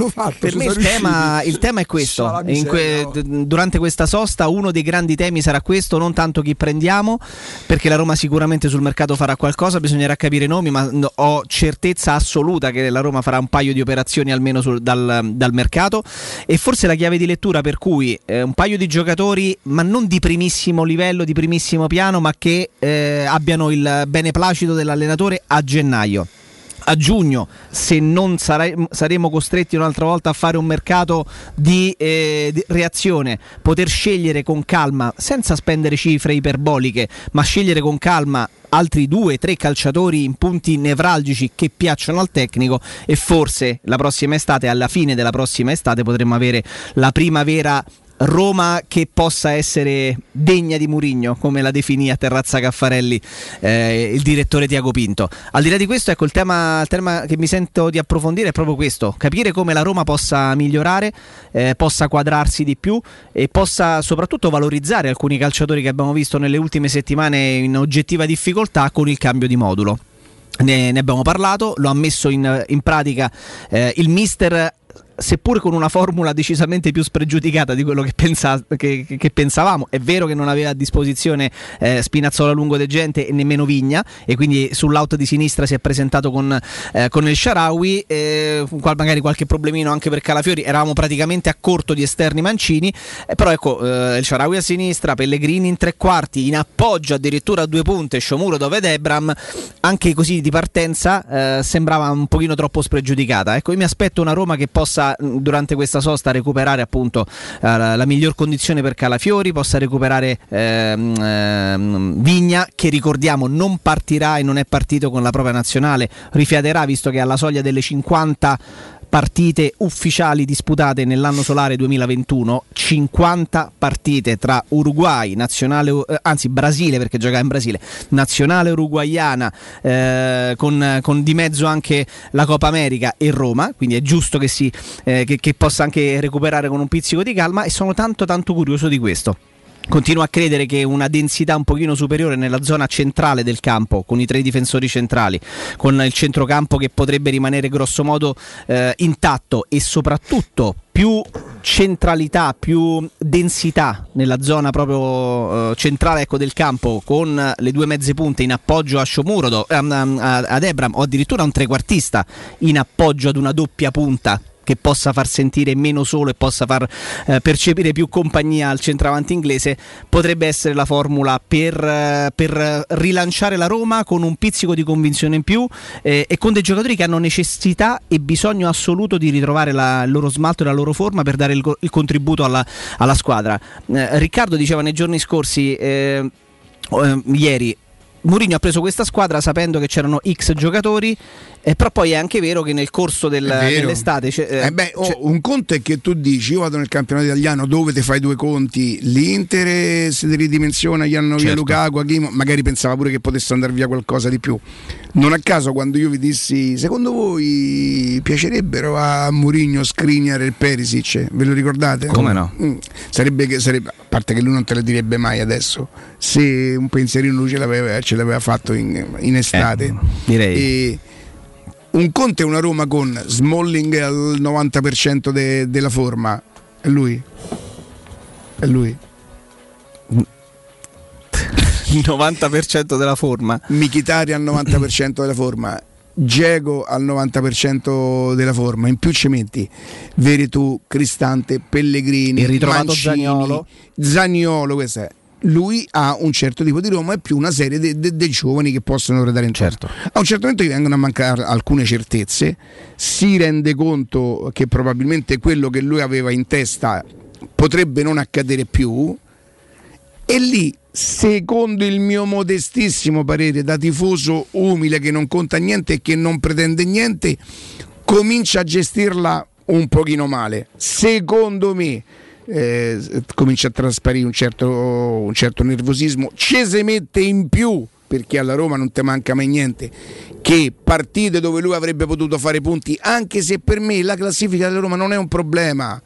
il tema è questo. Durante questa sosta uno dei grandi temi sarà questo, non tanto chi prendiamo, perché la Roma sicuramente sul mercato farà qualcosa, bisognerà capire i nomi, ma ho certezza assoluta che la Roma farà un paio di operazioni almeno dal mercato, e forse la chiave di lettura per cui un paio di giocatori, ma non di primissimo livello, di primissimo piano, ma che abbiano il beneplacito dell'allenatore a gennaio. A giugno, se non saremo costretti un'altra volta a fare un mercato di reazione, poter scegliere con calma, senza spendere cifre iperboliche, ma scegliere con calma altri 2-3 calciatori in punti nevralgici che piacciono al tecnico, e forse la prossima estate, alla fine della prossima estate, potremmo avere la primavera Roma che possa essere degna di Mourinho, come la definì a Terrazza Caffarelli il direttore Tiago Pinto. Al di là di questo, ecco, il tema che mi sento di approfondire è proprio questo: capire come la Roma possa migliorare, possa quadrarsi di più e possa soprattutto valorizzare alcuni calciatori che abbiamo visto nelle ultime settimane in oggettiva difficoltà con il cambio di modulo. Ne abbiamo parlato, lo ha messo in pratica il mister seppur con una formula decisamente più spregiudicata di quello che pensavamo. È vero che non aveva a disposizione Spinazzola, Lungo De Gente e nemmeno Vigna, e quindi sull'out di sinistra si è presentato con El Shaarawy, magari qualche problemino anche per Calafiori. Eravamo praticamente a corto di esterni mancini, però ecco, El Shaarawy a sinistra, Pellegrini in tre quarti, in appoggio addirittura a due punte Shomurodov ed Ebram, anche così di partenza sembrava un pochino troppo spregiudicata. Ecco, io mi aspetto una Roma che possa durante questa sosta recuperare appunto la miglior condizione per Calafiori, possa recuperare Vigna, che ricordiamo non partirà e non è partito con la propria nazionale, rifiaterà visto che alla soglia delle 50 partite ufficiali disputate nell'anno solare 2021, 50 partite tra Uruguay, Brasile, perché gioca in Brasile, nazionale uruguaiana, con di mezzo anche la Coppa America e Roma, quindi è giusto che che possa anche recuperare con un pizzico di calma, e sono tanto curioso di questo. Continuo a credere che una densità un pochino superiore nella zona centrale del campo, con i tre difensori centrali, con il centrocampo che potrebbe rimanere grosso modo intatto, e soprattutto più centralità, più densità nella zona proprio centrale del campo, con le due mezze punte in appoggio a Shomurodov, ad Ebram, o addirittura un trequartista in appoggio ad una doppia punta che possa far sentire meno solo e possa far percepire più compagnia al centravanti inglese, potrebbe essere la formula per rilanciare la Roma con un pizzico di convinzione in più, e con dei giocatori che hanno necessità e bisogno assoluto di ritrovare il loro smalto e la loro forma per dare il contributo alla squadra. Riccardo diceva nei giorni scorsi, ieri, Mourinho ha preso questa squadra sapendo che c'erano X giocatori, però poi è anche vero che nel corso dell'estate un conto è che tu dici: io vado nel campionato italiano dove ti fai due conti, l'Inter si ridimensiona, gli hanno via Lukaku, Hakim, magari pensava pure che potesse andare via qualcosa di più. Non a caso quando io vi dissi: secondo voi piacerebbero a Mourinho Skriniar e Perisic, ve lo ricordate? Come no? Sarebbe, a parte che lui non te lo direbbe mai adesso, se un pensierino lui ce l'aveva fatto in estate, direi. E un conto è una Roma con Smalling al 90% della forma, è lui il 90% della forma, Mkhitaryan al 90% della forma, Dzeko al 90% della forma, in più ci metti Veretù, Cristante, Pellegrini, il ritrovato Mancini, Zaniolo, questo è. Lui ha un certo tipo di Roma e più una serie dei giovani che possono redare intorno. Certo. A un certo momento gli vengono a mancare alcune certezze, si rende conto che probabilmente quello che lui aveva in testa potrebbe non accadere più, e lì, secondo il mio modestissimo parere da tifoso umile che non conta niente e che non pretende niente, comincia a gestirla un pochino male, secondo me. Comincia a trasparire un certo nervosismo, ci si mette in più, perché alla Roma non ti manca mai niente, che partite dove lui avrebbe potuto fare punti, anche se per me la classifica della Roma non è un problema,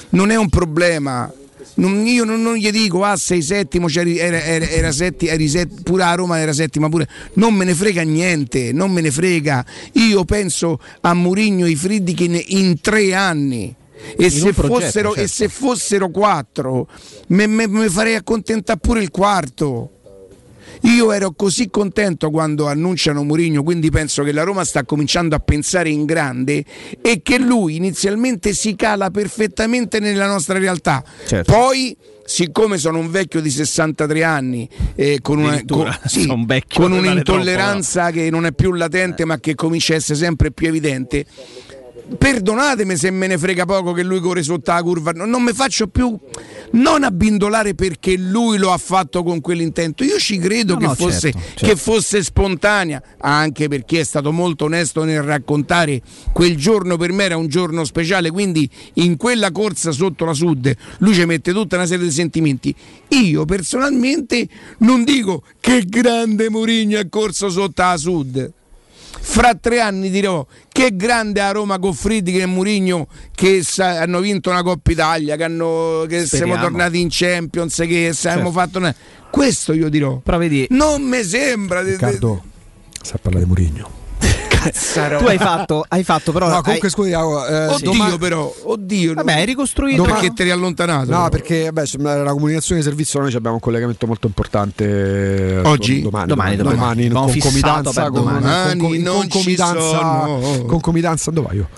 io non gli dico sei settimo, era settimo, pure a Roma era settima pure, non me ne frega niente, io penso a Mourinho e i Friedkin in 3 anni. E se fossero 4 me farei accontentare pure il quarto. Io ero così contento quando annunciano Mourinho, quindi penso che la Roma sta cominciando a pensare in grande e che lui inizialmente si cala perfettamente nella nostra realtà. Certo. Poi, siccome sono un vecchio di 63 anni con un'intolleranza che non è più latente ma che comincia a essere sempre più evidente, perdonatemi se me ne frega poco che lui corre sotto la curva, non mi faccio più non abbindolare perché lui lo ha fatto con quell'intento. Io ci credo che fosse spontanea, anche perché è stato molto onesto nel raccontare quel giorno. Per me era un giorno speciale, quindi in quella corsa sotto la Sud lui ci mette tutta una serie di sentimenti. Io personalmente non dico che grande Mourinho è corso sotto la Sud. Fra 3 anni dirò che grande a Roma con Friedkin e Mourinho, che hanno vinto una Coppa Italia, che siamo tornati in Champions, che abbiamo fatto questo io dirò. Però vedi, non mi sembra Riccardo sa parlare di Mourinho. Tu hai fatto però. No, comunque scusi, oddio. Vabbè, hai ricostruito. Perché te eri allontanato? No, perché la comunicazione di servizio noi abbiamo un collegamento molto importante oggi, domani in concomitanza. Dove vai io?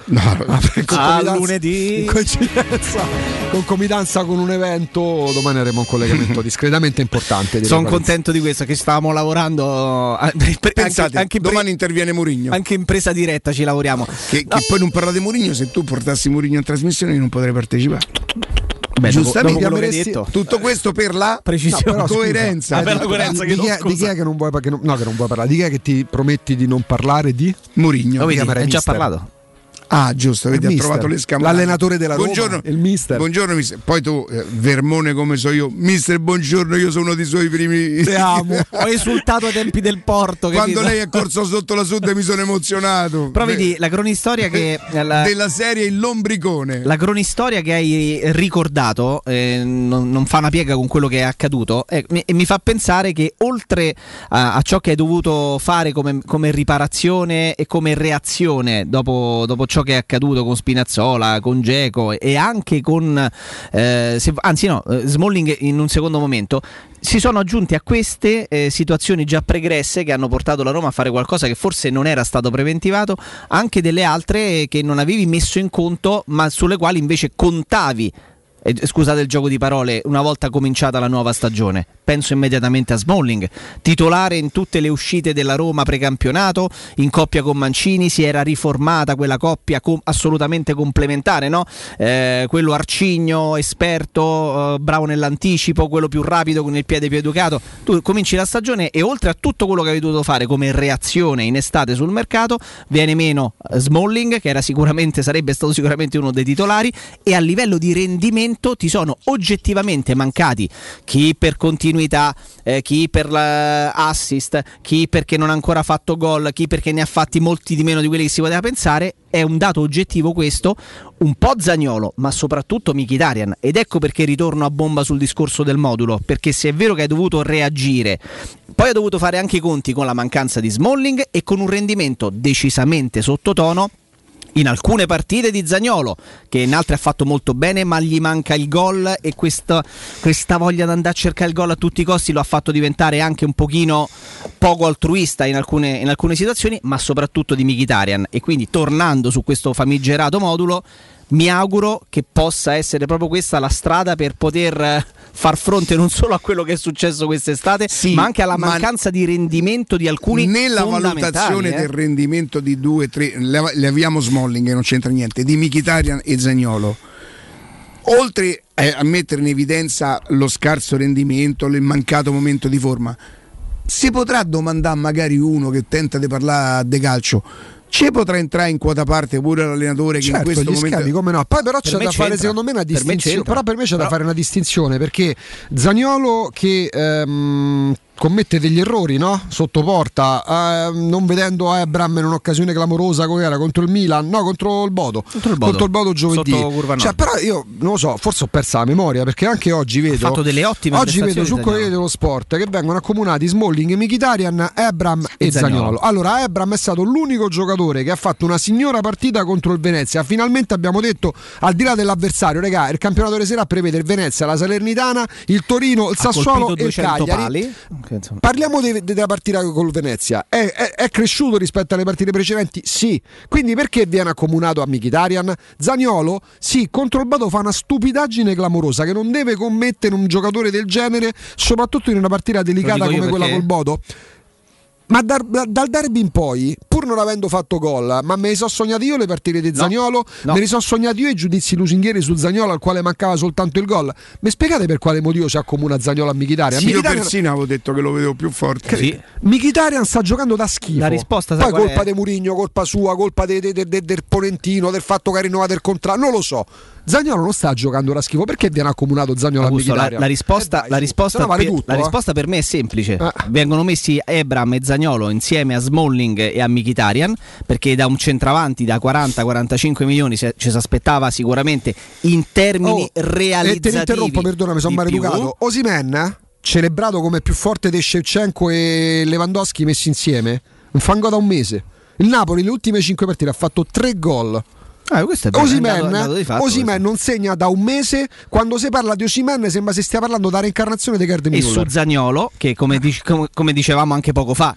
Lunedì. Concomitanza con un evento, domani avremo un collegamento discretamente importante. Sono contento di questo, che stavamo lavorando. Pensate, anche domani interviene Mourinho. Anche in presa diretta ci lavoriamo. Che poi non parla di Mourinho, se tu portassi Mourinho in trasmissione io non potrei partecipare. Beh, giustamente dopo detto. Tutto questo per la precisione, coerenza. Per la coerenza di chi è che non vuoi parlare? Di chi è che ti prometti di non parlare di Mourinho? Hai già parlato. Ah, giusto, vedi, ha trovato le scamate. L'allenatore della buongiorno, Roma, il mister. Buongiorno, mister. Poi tu, Vermone come so io, mister, buongiorno, io sono uno dei suoi primi. Te amo. Ho esultato ai tempi del Porto. Quando lei è corso sotto la sud mi sono emozionato. Però vedi, la cronistoria che della serie Il Lombricone. La cronistoria che hai ricordato non fa una piega con quello che è accaduto e mi fa pensare che oltre a ciò che hai dovuto fare come riparazione e come reazione dopo ciò che è accaduto con Spinazzola, con Dzeko e anche con Smalling in un secondo momento, si sono aggiunti a queste situazioni già pregresse che hanno portato la Roma a fare qualcosa che forse non era stato preventivato, anche delle altre che non avevi messo in conto ma sulle quali invece contavi. Scusate il gioco di parole, una volta cominciata la nuova stagione. Penso immediatamente a Smalling, titolare in tutte le uscite della Roma precampionato, in coppia con Mancini, si era riformata quella coppia assolutamente complementare, no? Quello arcigno, esperto, bravo nell'anticipo, quello più rapido con il piede più educato. Tu cominci la stagione e oltre a tutto quello che avevi dovuto fare come reazione in estate sul mercato, viene meno Smalling, che sarebbe stato sicuramente uno dei titolari, e a livello di rendimento ti sono oggettivamente mancati chi per continuità, chi per l'assist, chi perché non ha ancora fatto gol, chi perché ne ha fatti molti di meno di quelli che si poteva pensare. È un dato oggettivo questo, un po' Zaniolo ma soprattutto Mkhitaryan, ed ecco perché ritorno a bomba sul discorso del modulo, perché se è vero che hai dovuto reagire, poi hai dovuto fare anche i conti con la mancanza di Smalling e con un rendimento decisamente sottotono in alcune partite di Zaniolo, che in altre ha fatto molto bene, ma gli manca il gol e questa voglia di andare a cercare il gol a tutti i costi lo ha fatto diventare anche un pochino poco altruista in alcune situazioni, ma soprattutto di Mkhitaryan. E quindi, tornando su questo famigerato modulo, mi auguro che possa essere proprio questa la strada per poter far fronte non solo a quello che è successo quest'estate, ma anche alla mancanza di rendimento di alcuni nella valutazione del rendimento di 2-3. Leviamo Smalling che non c'entra niente, di Mkhitaryan e Zaniolo. Oltre a mettere in evidenza lo scarso rendimento, il mancato momento di forma, si potrà domandare magari uno che tenta di parlare de calcio, ci potrà entrare in quota parte pure l'allenatore che in questo momento schemi, come no. Poi però c'è da fare secondo me una distinzione, però per me c'è da fare una distinzione, perché Zaniolo che commette degli errori, no? Sotto porta, non vedendo Ebram in un'occasione clamorosa come era contro il Milan, no, contro il Bodo giovedì. Cioè, però io non lo so, forse ho persa la memoria, perché anche oggi vedo, ha fatto delle ottime vedo sul Corriere dello Sport che vengono accomunati Smalling, Mkhitaryan, Ebram e Zaniolo. Allora, Ebram è stato l'unico giocatore che ha fatto una signora partita contro il Venezia. Finalmente abbiamo detto, al di là dell'avversario, regà, il campionato di sera prevede il Venezia, la Salernitana, il Torino, il Sassuolo e il Cagliari. Parliamo della partita col Venezia. È cresciuto rispetto alle partite precedenti? Sì. Quindi perché viene accomunato a Mkhitaryan? Zaniolo? Sì, contro il Bodo fa una stupidaggine clamorosa che non deve commettere un giocatore del genere, soprattutto in una partita delicata come quella col Bodo. Ma dal derby in poi, pur non avendo fatto gol, ma me ne sono sognato io le partite di Zaniolo, me ne sono sognato io i giudizi lusinghieri su Zaniolo al quale mancava soltanto il gol. Mi spiegate per quale motivo si accomuna Zaniolo a Mkhitaryan? Sì, io persino avevo detto che lo vedevo più forte. Sì. Mkhitaryan sta giocando da schifo. La risposta poi colpa di Mourinho, colpa sua, colpa del Ponentino, del fatto che ha rinnovato il contratto, non lo so. Zaniolo non sta giocando da schifo, perché viene accomunato Zaniolo a Mkhitaryan? La risposta per me è semplice. Vengono messi Ebram e Zaniolo insieme a Smalling e a Mkhitaryan, perché da un centravanti da 40-45 milioni ci si aspettava sicuramente in termini realizzativi. E te interrompo, perdona, mi sono maleducato. Osimhen, celebrato come più forte di Shevchenko e Lewandowski messi insieme, un fango da un mese. Il Napoli le ultime 5 partite ha fatto 3 gol. Osimhen non segna da un mese. Quando si parla di Osimhen sembra si stia parlando della reincarnazione di Gerd Müller. E su Zaniolo, che come dicevamo anche poco fa,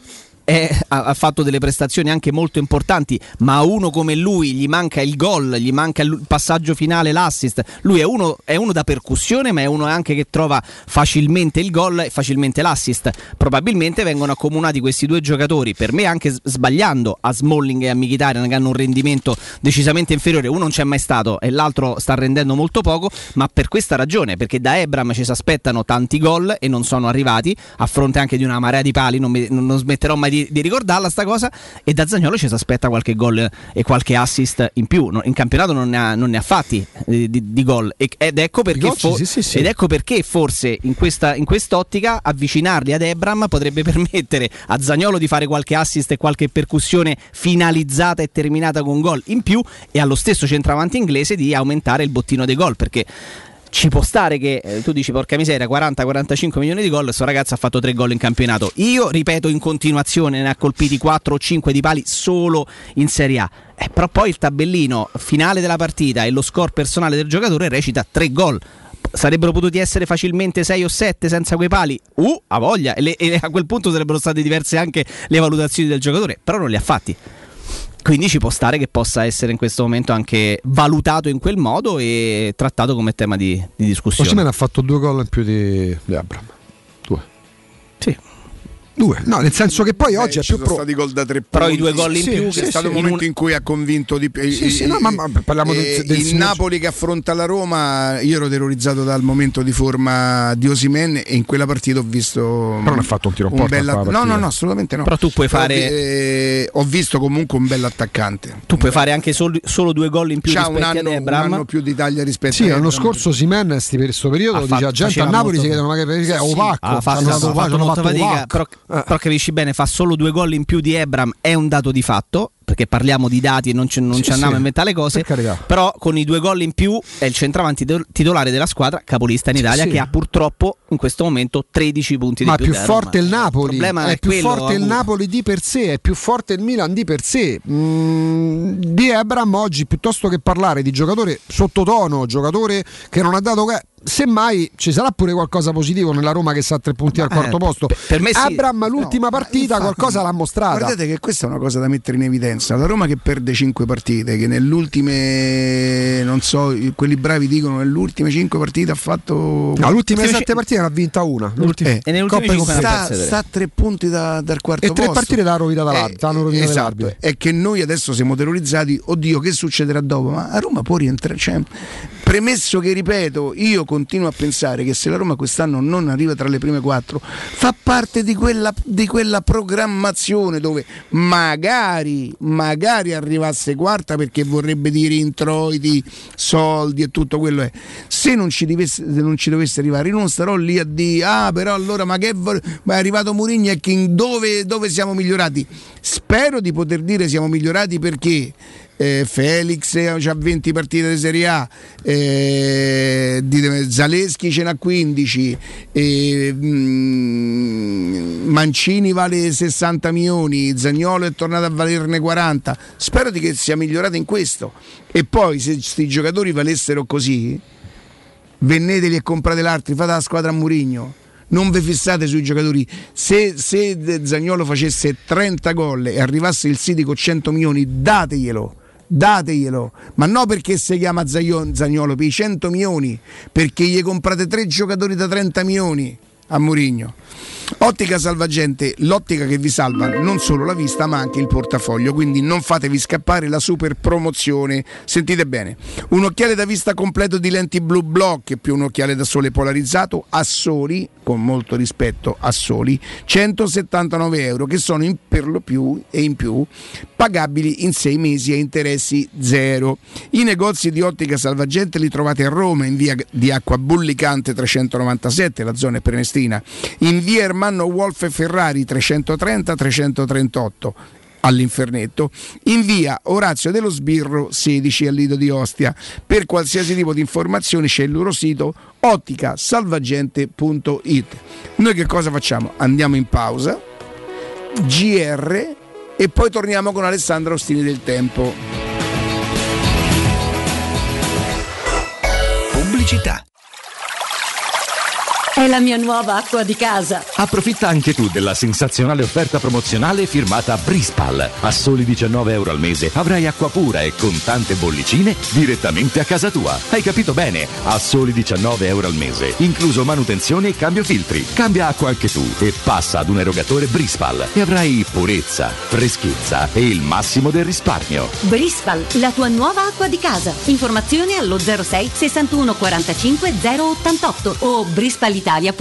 ha fatto delle prestazioni anche molto importanti, ma a uno come lui gli manca il gol, gli manca il passaggio finale, l'assist. Lui è uno da percussione, ma è uno anche che trova facilmente il gol e facilmente l'assist. Probabilmente vengono accomunati questi due giocatori, per me anche sbagliando, a Smalling e a Mkhitaryan, che hanno un rendimento decisamente inferiore. Uno non c'è mai stato e l'altro sta rendendo molto poco, ma per questa ragione, perché da Ebram ci si aspettano tanti gol e non sono arrivati, a fronte anche di una marea di pali. Non smetterò mai di ricordarla sta cosa. E da Zaniolo ci si aspetta qualche gol e qualche assist in più. In campionato non ne ha fatti di gol, ed ecco perché ed ecco perché forse in quest'ottica avvicinarli ad Ebram potrebbe permettere a Zaniolo di fare qualche assist e qualche percussione finalizzata e terminata con gol in più, e allo stesso centravanti inglese di aumentare il bottino dei gol, perché ci può stare che tu dici porca miseria 40-45 milioni di gol, questo ragazzo ha fatto 3 gol in campionato. Io ripeto in continuazione, ne ha colpiti 4 o 5 di pali solo in Serie A, però poi il tabellino finale della partita e lo score personale del giocatore recita 3 gol. Sarebbero potuti essere facilmente 6 o 7 senza quei pali, a voglia, e a quel punto sarebbero state diverse anche le valutazioni del giocatore, però non li ha fatti. Quindi ci può stare che possa essere in questo momento anche valutato in quel modo e trattato come tema di discussione. Osimhen ha fatto 2 gol in più di Ebram. 2. Sì. 2. No, nel senso che poi oggi è più sono stati gol da 3 punti. Però i 2 gol in più c'è stato un momento in cui ha convinto di più. Ma parliamo del Napoli che affronta la Roma. Io ero terrorizzato dal momento di forma di Osimhen e in quella partita ho visto. Però non ha fatto un tiro in porta. No, assolutamente no. Però tu puoi fare. Ho visto comunque un bell'attaccante. Tu puoi fare anche solo 2 gol in più rispetto ad Ebram. Un anno più d'Italia rispetto a l'anno scorso Osimhen in questo periodo dice gente a Napoli si chiedono ma che è opaco. Ha fatto molta fatica, però capisci bene, fa solo 2 gol in più di Ebram, è un dato di fatto, perché parliamo di dati e non ci andiamo a inventare le cose, però con i 2 gol in più è il centravanti titolare della squadra capolista in Italia, che ha purtroppo in questo momento 13 punti di più. Ma più forte il Napoli, è più forte il Napoli di per sé, è più forte il Milan di per sé. Di Ebram oggi, piuttosto che parlare di giocatore sottotono, giocatore che non ha dato semmai ci sarà pure qualcosa positivo nella Roma che sta a 3 punti al quarto posto. Per me sì. Abram l'ultima partita qualcosa l'ha mostrata. Guardate che questa è una cosa da mettere in evidenza. La Roma che perde 5 partite, che nell'ultime, non so, quelli bravi dicono nelle ultime 5 partite ha fatto. No, l'ultime 7 partite ne ha vinta una. E nelle ultime 5 sta a 3 punti dal quarto posto. E 3 partite da rovina esatto. È che noi adesso siamo terrorizzati. Oddio, che succederà dopo? Ma a Roma può rientrare. Premesso che, ripeto, io continuo a pensare che se la Roma quest'anno non arriva tra le prime 4 fa parte di quella programmazione dove magari arrivasse quarta, perché vorrebbe dire introiti, soldi e tutto quello è. Se non ci dovesse arrivare, io non starò lì a dire però allora ma è arrivato Mourinho e dove siamo migliorati. Spero di poter dire siamo migliorati perché Felix ha 20 partite di Serie A, Zaleschi ce n'ha 15, Mancini vale 60 milioni, Zaniolo è tornato a valerne 40. Spero che sia migliorato in questo. E poi se questi giocatori valessero così, vendeteli e comprate l'altri, fate la squadra a Mourinho. Non vi fissate sui giocatori. Se Zaniolo facesse 30 gol e arrivasse il City con 100 milioni, dateglielo, ma no perché si chiama Zaniolo per i 100 milioni, perché gli comprate 3 giocatori da 30 milioni a Mourinho. Ottica Salvagente, l'ottica che vi salva non solo la vista ma anche il portafoglio, quindi non fatevi scappare la super promozione. Sentite bene, un occhiale da vista completo di lenti Blue Block più un occhiale da sole polarizzato a soli, con molto rispetto, a soli 179 euro, che sono per lo più e in più pagabili in 6 mesi a interessi zero. I negozi di Ottica Salvagente li trovate a Roma in via di Acqua Bullicante 397, la zona è Prenestina, in via Ermanno Wolf e Ferrari 330-338 all'Infernetto, in via Orazio dello Sbirro 16 al Lido di Ostia. Per qualsiasi tipo di informazioni c'è il loro sito otticasalvagente.it. Noi che cosa facciamo? Andiamo in pausa, GR, e poi torniamo con Alessandro Ostini del Tempo. Pubblicità. È la mia nuova acqua di casa. Approfitta anche tu della sensazionale offerta promozionale firmata Brispal. A soli €19 al mese avrai acqua pura e con tante bollicine direttamente a casa tua. Hai capito bene? A soli €19 al mese, incluso manutenzione e cambio filtri. Cambia acqua anche tu e passa ad un erogatore Brispal e avrai purezza, freschezza e il massimo del risparmio. Brispal, la tua nuova acqua di casa. Informazioni allo 06 61 45 088 o brispalitalia.it.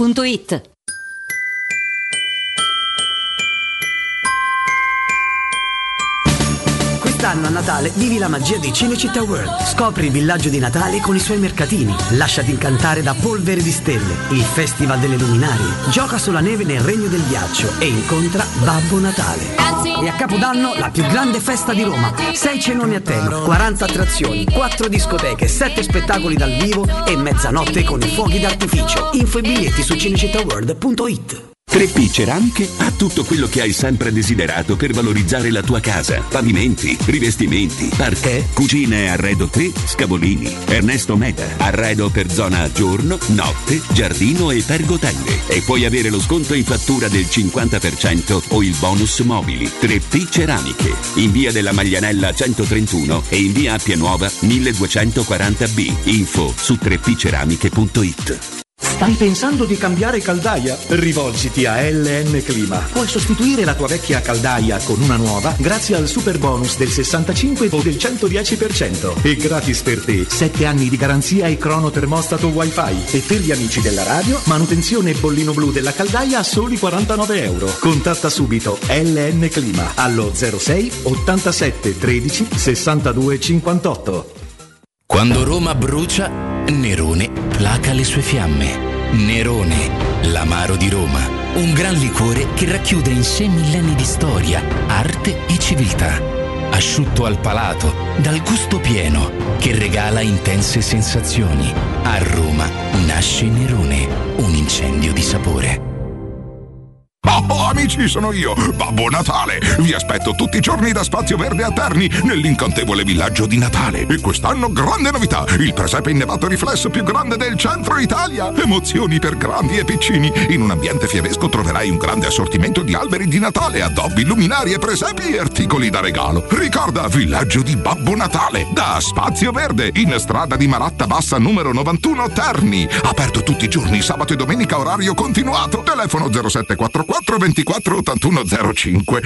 Quest'anno a Natale vivi la magia di Cinecittà World. Scopri il villaggio di Natale con i suoi mercatini. Lasciati incantare da Polvere di Stelle, il Festival delle Luminarie. Gioca sulla neve nel Regno del Ghiaccio e incontra Babbo Natale. E a Capodanno la più grande festa di Roma. 6 cenoni a tema, 40 attrazioni, 4 discoteche, 7 spettacoli dal vivo e mezzanotte con i fuochi d'artificio. Info e biglietti su cinecittàworld.it. 3P Ceramiche ha tutto quello che hai sempre desiderato per valorizzare la tua casa. Pavimenti, rivestimenti, parquet, cucina e arredo 3, Scavolini. Ernesto Meda, arredo per zona giorno, notte, giardino e pergotelle. E puoi avere lo sconto in fattura del 50% o il bonus mobili. 3P Ceramiche, in via della Maglianella 131 e in via Appia Nuova 1240B. Info su 3pceramiche.it. Stai pensando di cambiare caldaia? Rivolgiti a LN Clima. Puoi sostituire la tua vecchia caldaia con una nuova grazie al super bonus del 65 o del 110%. E gratis per te 7 anni di garanzia e cronotermostato wifi. E per gli amici della radio, manutenzione e bollino blu della caldaia a soli €49. Contatta subito LN Clima allo 06 87 13 62 58. Quando Roma brucia, Nerone placa le sue fiamme. Nerone, l'amaro di Roma. Un gran liquore che racchiude in sé millenni di storia, arte e civiltà. Asciutto al palato, dal gusto pieno, che regala intense sensazioni. A Roma nasce Nerone, un incendio di sapore. Oh, amici, sono io, Babbo Natale. Vi aspetto tutti i giorni da Spazio Verde a Terni, nell'incantevole villaggio di Natale. E quest'anno grande novità, il presepe innevato riflesso più grande del centro Italia. Emozioni per grandi e piccini. In un ambiente fiabesco troverai un grande assortimento di alberi di Natale, addobbi, luminarie, presepi e articoli da regalo. Ricorda, villaggio di Babbo Natale, da Spazio Verde, in strada di Maratta Bassa numero 91 Terni. Aperto tutti i giorni, sabato e domenica, orario continuato. Telefono 0744 24 81 05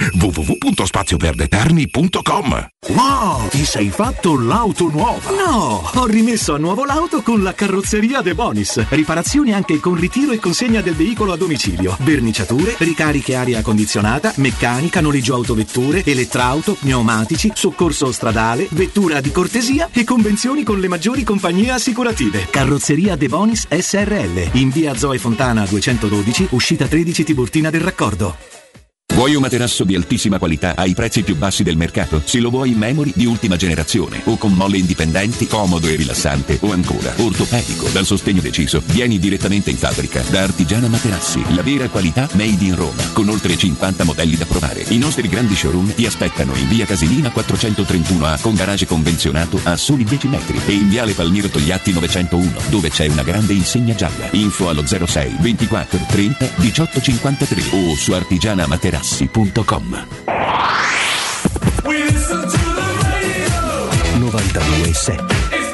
www.spazioverdeterni.com. Wow, ti sei fatto l'auto nuova? No, ho rimesso a nuovo l'auto con la carrozzeria De Bonis. Riparazioni anche con ritiro e consegna del veicolo a domicilio. Verniciature, ricariche aria condizionata, meccanica, noleggio autovetture, elettrauto, pneumatici, soccorso stradale, vettura di cortesia e convenzioni con le maggiori compagnie assicurative. Carrozzeria De Bonis SRL, in via Zoe Fontana 212, uscita 13 Tiburtina del Raccordo. Vuoi un materasso di altissima qualità ai prezzi più bassi del mercato? Se lo vuoi in memory di ultima generazione o con molle indipendenti, comodo e rilassante, o ancora ortopedico dal sostegno deciso, vieni direttamente in fabbrica da Artigiana Materassi, la vera qualità made in Roma, con oltre 50 modelli da provare. I nostri grandi showroom ti aspettano in via Casilina 431A con garage convenzionato a soli 10 metri e in viale Palmiro Togliatti 901 dove c'è una grande insegna gialla. Info allo 06 24 30 18 53 o su artigianamaterassi.com. 92.7.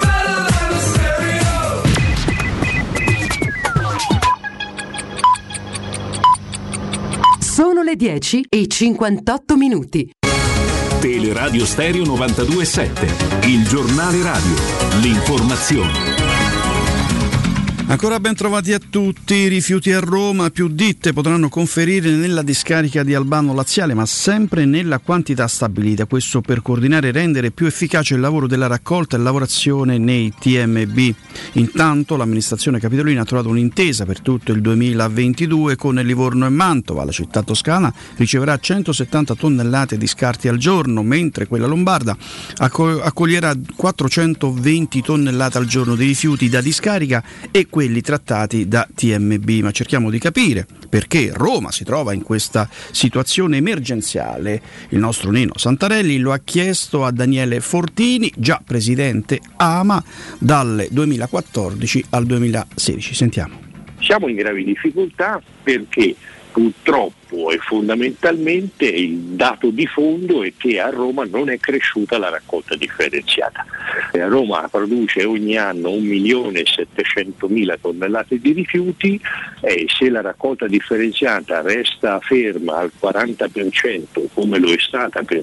Sono le 10:58. Teleradio Stereo 92.7, il giornale radio, l'informazione. Ancora ben trovati a tutti. I rifiuti a Roma, più ditte potranno conferire nella discarica di Albano Laziale, ma sempre nella quantità stabilita. Questo per coordinare e rendere più efficace il lavoro della raccolta e lavorazione nei TMB. Intanto l'amministrazione capitolina ha trovato un'intesa per tutto il 2022 con Livorno e Mantova. La città toscana riceverà 170 tonnellate di scarti al giorno, mentre quella lombarda accoglierà 420 tonnellate al giorno di rifiuti da discarica e quelli trattati da TMB. Ma cerchiamo di capire perché Roma si trova in questa situazione emergenziale. Il nostro Nino Santarelli lo ha chiesto a Daniele Fortini, già presidente AMA dal 2014 al 2016. Sentiamo. Siamo in gravi difficoltà perché purtroppo e fondamentalmente il dato di fondo è che a Roma non è cresciuta la raccolta differenziata. A Roma produce ogni anno 1.700.000 tonnellate di rifiuti e se la raccolta differenziata resta ferma al 40% come lo è stata per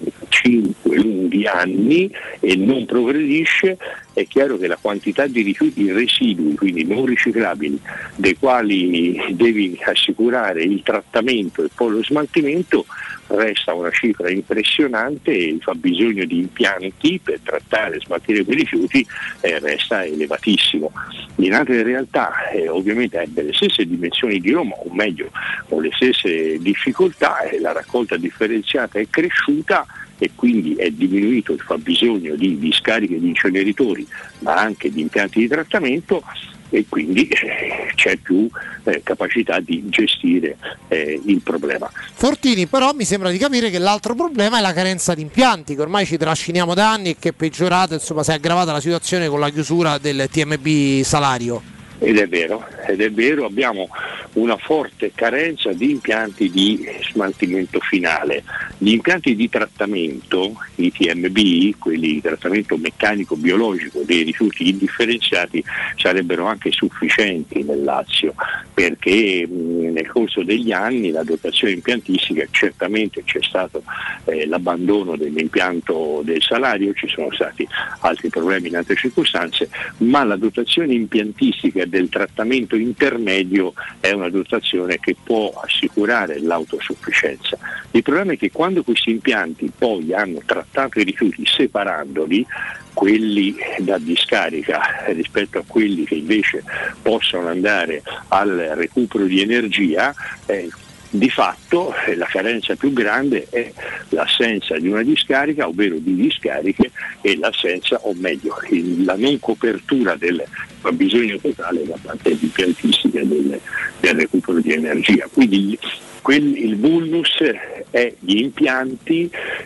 5 lunghi anni e non progredisce, è chiaro che la quantità di rifiuti residui, quindi non riciclabili, dei quali devi assicurare il trattamento e poi lo smaltimento, resta una cifra impressionante e il fabbisogno di impianti per trattare e smaltire quei rifiuti resta elevatissimo. In altre realtà ovviamente ha delle stesse dimensioni di Roma, o meglio con le stesse difficoltà, la raccolta differenziata è cresciuta e quindi è diminuito il fabbisogno di discariche di inceneritori ma anche di impianti di trattamento e quindi c'è più capacità di gestire il problema. Fortini, però mi sembra di capire che l'altro problema è la carenza di impianti, che ormai ci trasciniamo da anni e che è peggiorata, insomma si è aggravata la situazione con la chiusura del TMB Salario. Ed è vero, abbiamo una forte carenza di impianti di smaltimento finale. Gli impianti di trattamento, i TMB, quelli di trattamento meccanico-biologico dei rifiuti indifferenziati, sarebbero anche sufficienti nel Lazio, perché nel corso degli anni la dotazione impiantistica, certamente c'è stato l'abbandono dell'impianto del Salario, ci sono stati altri problemi in altre circostanze, ma la dotazione impiantistica del trattamento intermedio è una dotazione che può assicurare l'autosufficienza. Il problema è che quando questi impianti poi hanno trattato i rifiuti separandoli, quelli da discarica rispetto a quelli che invece possono andare al recupero di energia, di fatto la carenza più grande è l'assenza di una discarica, ovvero di discariche, e l'assenza, o meglio, la non copertura del fabbisogno totale da parte dell'impiantistica del recupero di energia. Quindi il vulnus è gli impianti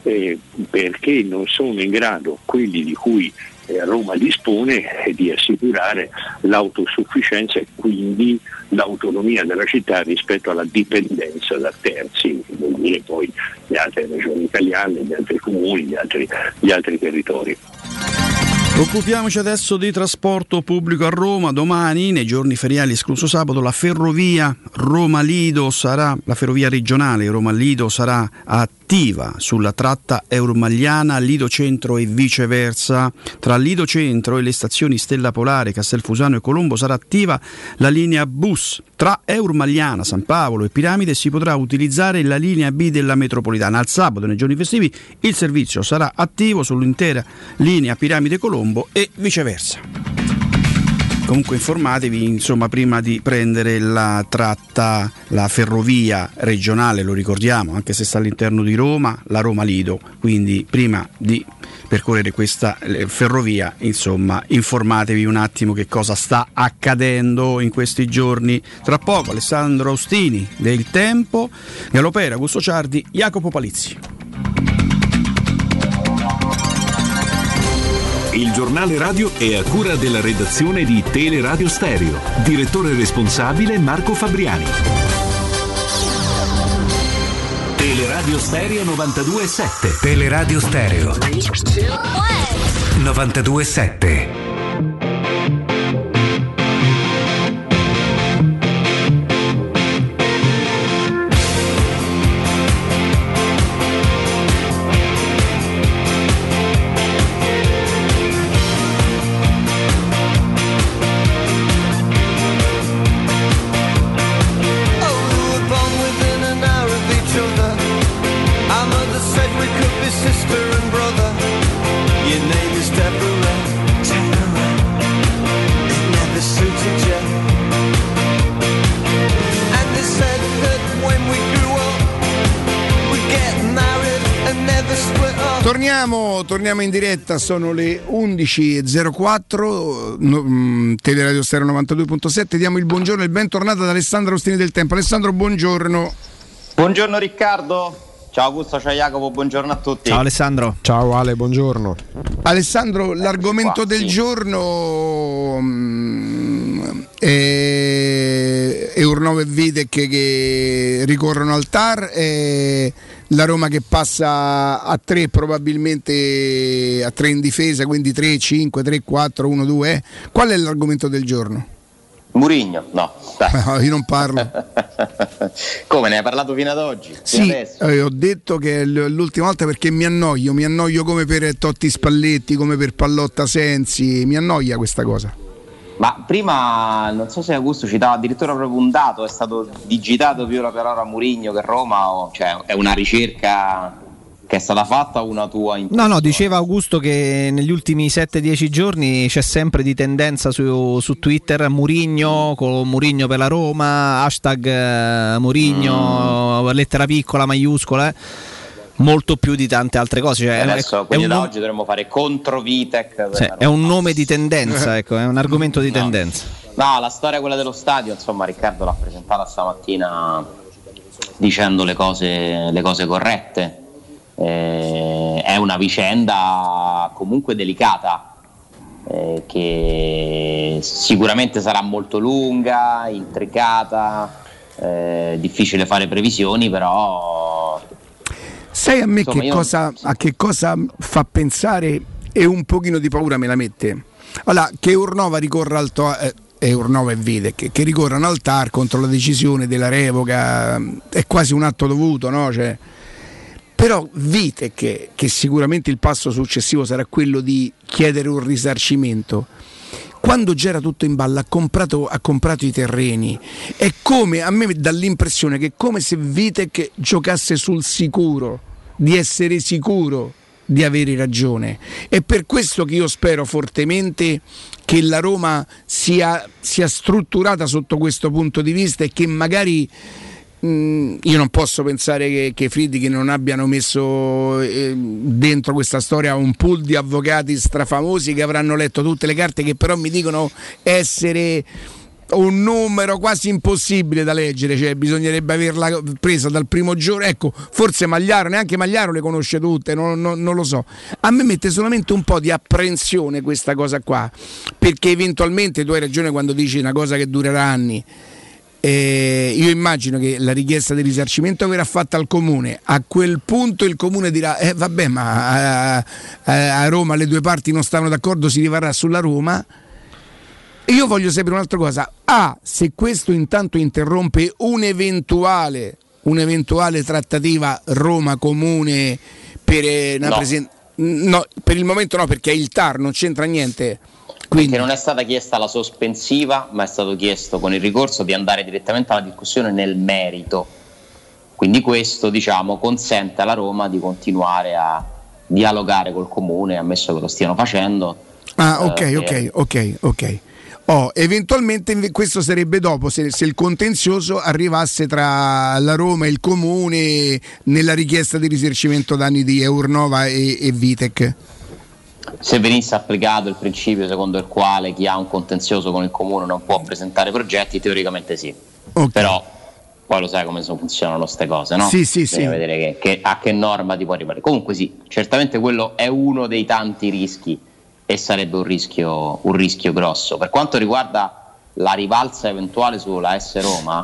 perché non sono in grado, quelli di cui Roma dispone, di assicurare l'autosufficienza e quindi l'autonomia della città rispetto alla dipendenza da terzi, vuol dire poi le altre regioni italiane, gli altri comuni, gli altri territori. Occupiamoci adesso di trasporto pubblico a Roma. Domani, nei giorni feriali escluso sabato, la ferrovia Roma-Lido la ferrovia regionale Roma-Lido sarà attiva sulla tratta euromagliana Lido Centro e viceversa. Tra Lido Centro e le stazioni Stella Polare, Castelfusano e Colombo sarà attiva la linea bus. Tra Euromagliana, San Paolo e Piramide si potrà utilizzare la linea B della metropolitana. Al sabato e nei giorni festivi il servizio sarà attivo sull'intera linea Piramide-Colombo e viceversa. Comunque informatevi, insomma, prima di prendere la tratta, la ferrovia regionale, lo ricordiamo, anche se sta all'interno di Roma, la Roma-Lido, quindi prima di percorrere questa ferrovia, insomma, informatevi un attimo che cosa sta accadendo in questi giorni. Tra poco Alessandro Austini del Tempo, Galopera, Augusto Ciardi, Jacopo Palizzi. Il giornale radio è a cura della redazione di Teleradio Stereo. Direttore responsabile Marco Fabriani. Teleradio Stereo 92.7. Teleradio Stereo 92.7. Sister and brother, your name is Deborah. Torniamo in diretta, sono le 11.04, Teleradio Stereo 92.7, diamo il buongiorno e il bentornato ad Alessandro Ostini del Tempo. Alessandro, buongiorno. Buongiorno Riccardo, ciao Augusto, ciao Jacopo, buongiorno a tutti. Ciao Alessandro. Ciao Ale, buongiorno. Alessandro, l'argomento del giorno è Urnova e Vitek che ricorrono al TAR, la Roma che passa a 3, probabilmente a 3 in difesa, quindi 3-5, 3-4, 1-2. Qual è l'argomento del giorno? Mourinho, no, dai. Io non parlo. Come, ne hai parlato fino ad oggi? Sì, ho detto che è l'ultima volta perché mi annoio come per Totti Spalletti, come per Pallotta Sensi, mi annoia questa cosa. Ma prima, non so se Augusto citava addirittura proprio un dato, è stato digitato più la parola Mourinho che Roma, o cioè è una ricerca che è stata fatta o una tua intuizione? No, diceva Augusto che negli ultimi 7-10 giorni c'è sempre di tendenza su Twitter Mourinho, con Mourinho per la Roma, hashtag Mourinho, lettera piccola, maiuscola, molto più di tante altre cose. Cioè, adesso, quindi da oggi dovremmo fare contro Vitek. Sì, è un nome di tendenza, ecco, è un argomento di tendenza. No, la storia quella dello stadio, insomma, Riccardo l'ha presentata stamattina dicendo le cose corrette. È una vicenda comunque delicata, che sicuramente sarà molto lunga, intricata, difficile fare previsioni, però sai a me insomma, a che cosa fa pensare e un pochino di paura me la mette? Allora, che Urnova ricorra al Urnova e Vitek che ricorrano al TAR contro la decisione della revoca è quasi un atto dovuto, no? Cioè, però Vitek, che sicuramente il passo successivo sarà quello di chiedere un risarcimento, quando c'era tutto in ballo ha comprato i terreni. È come, a me dà l'impressione che è come se Vitek giocasse sul sicuro, di essere sicuro di avere ragione. È per questo che io spero fortemente che la Roma sia strutturata sotto questo punto di vista e che magari io non posso pensare che Friedrich non abbiano messo dentro questa storia un pool di avvocati strafamosi che avranno letto tutte le carte, che però mi dicono essere un numero quasi impossibile da leggere, cioè bisognerebbe averla presa dal primo giorno. Ecco, forse Magliaro, neanche Magliaro le conosce tutte, non lo so. A me mette solamente un po' di apprensione questa cosa qua, perché eventualmente tu hai ragione quando dici una cosa che durerà anni. Io immagino che la richiesta di risarcimento verrà fatta al comune, a quel punto il comune dirà vabbè, ma a Roma le due parti non stavano d'accordo, si rivarrà sulla Roma. E io voglio sapere un'altra cosa: se questo intanto interrompe un'eventuale trattativa Roma-Comune per no, per il momento no, perché è il TAR, non c'entra niente. Quindi. Perché non è stata chiesta la sospensiva, ma è stato chiesto con il ricorso di andare direttamente alla discussione nel merito. Quindi questo, diciamo, consente alla Roma di continuare a dialogare col comune, ammesso che lo stiano facendo. Ok. Eventualmente questo sarebbe dopo, se il contenzioso arrivasse tra la Roma e il comune nella richiesta di risarcimento danni di Urnova e Vitek. Se venisse applicato il principio secondo il quale chi ha un contenzioso con il comune non può presentare progetti, teoricamente sì. Okay. Però poi lo sai come funzionano queste cose, no? Sì. Bisogna vedere a che norma ti può arrivare. Comunque sì, certamente quello è uno dei tanti rischi e sarebbe un rischio grosso. Per quanto riguarda la rivalsa eventuale sulla AS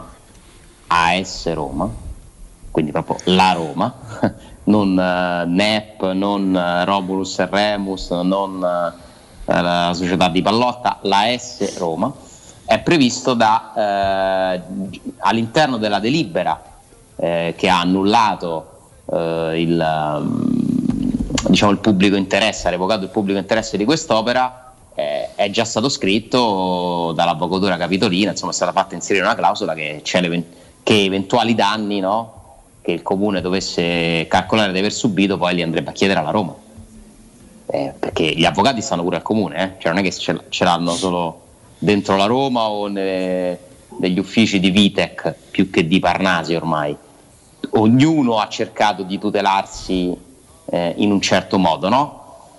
Roma, quindi proprio la Roma, non NEP, non Robulus e Remus, non la società di Pallotta, la AS Roma, è previsto all'interno della delibera che ha annullato il pubblico interesse, ha revocato il pubblico interesse di quest'opera. È già stato scritto dall'avvocatura capitolina, insomma è stata fatta inserire una clausola che eventuali danni, no, che il comune dovesse calcolare di aver subito poi li andrebbe a chiedere alla Roma, perché gli avvocati stanno pure al comune, cioè non è che ce l'hanno solo dentro la Roma o negli uffici di Vitek più che di Parnasi. Ormai ognuno ha cercato di tutelarsi in un certo modo, no?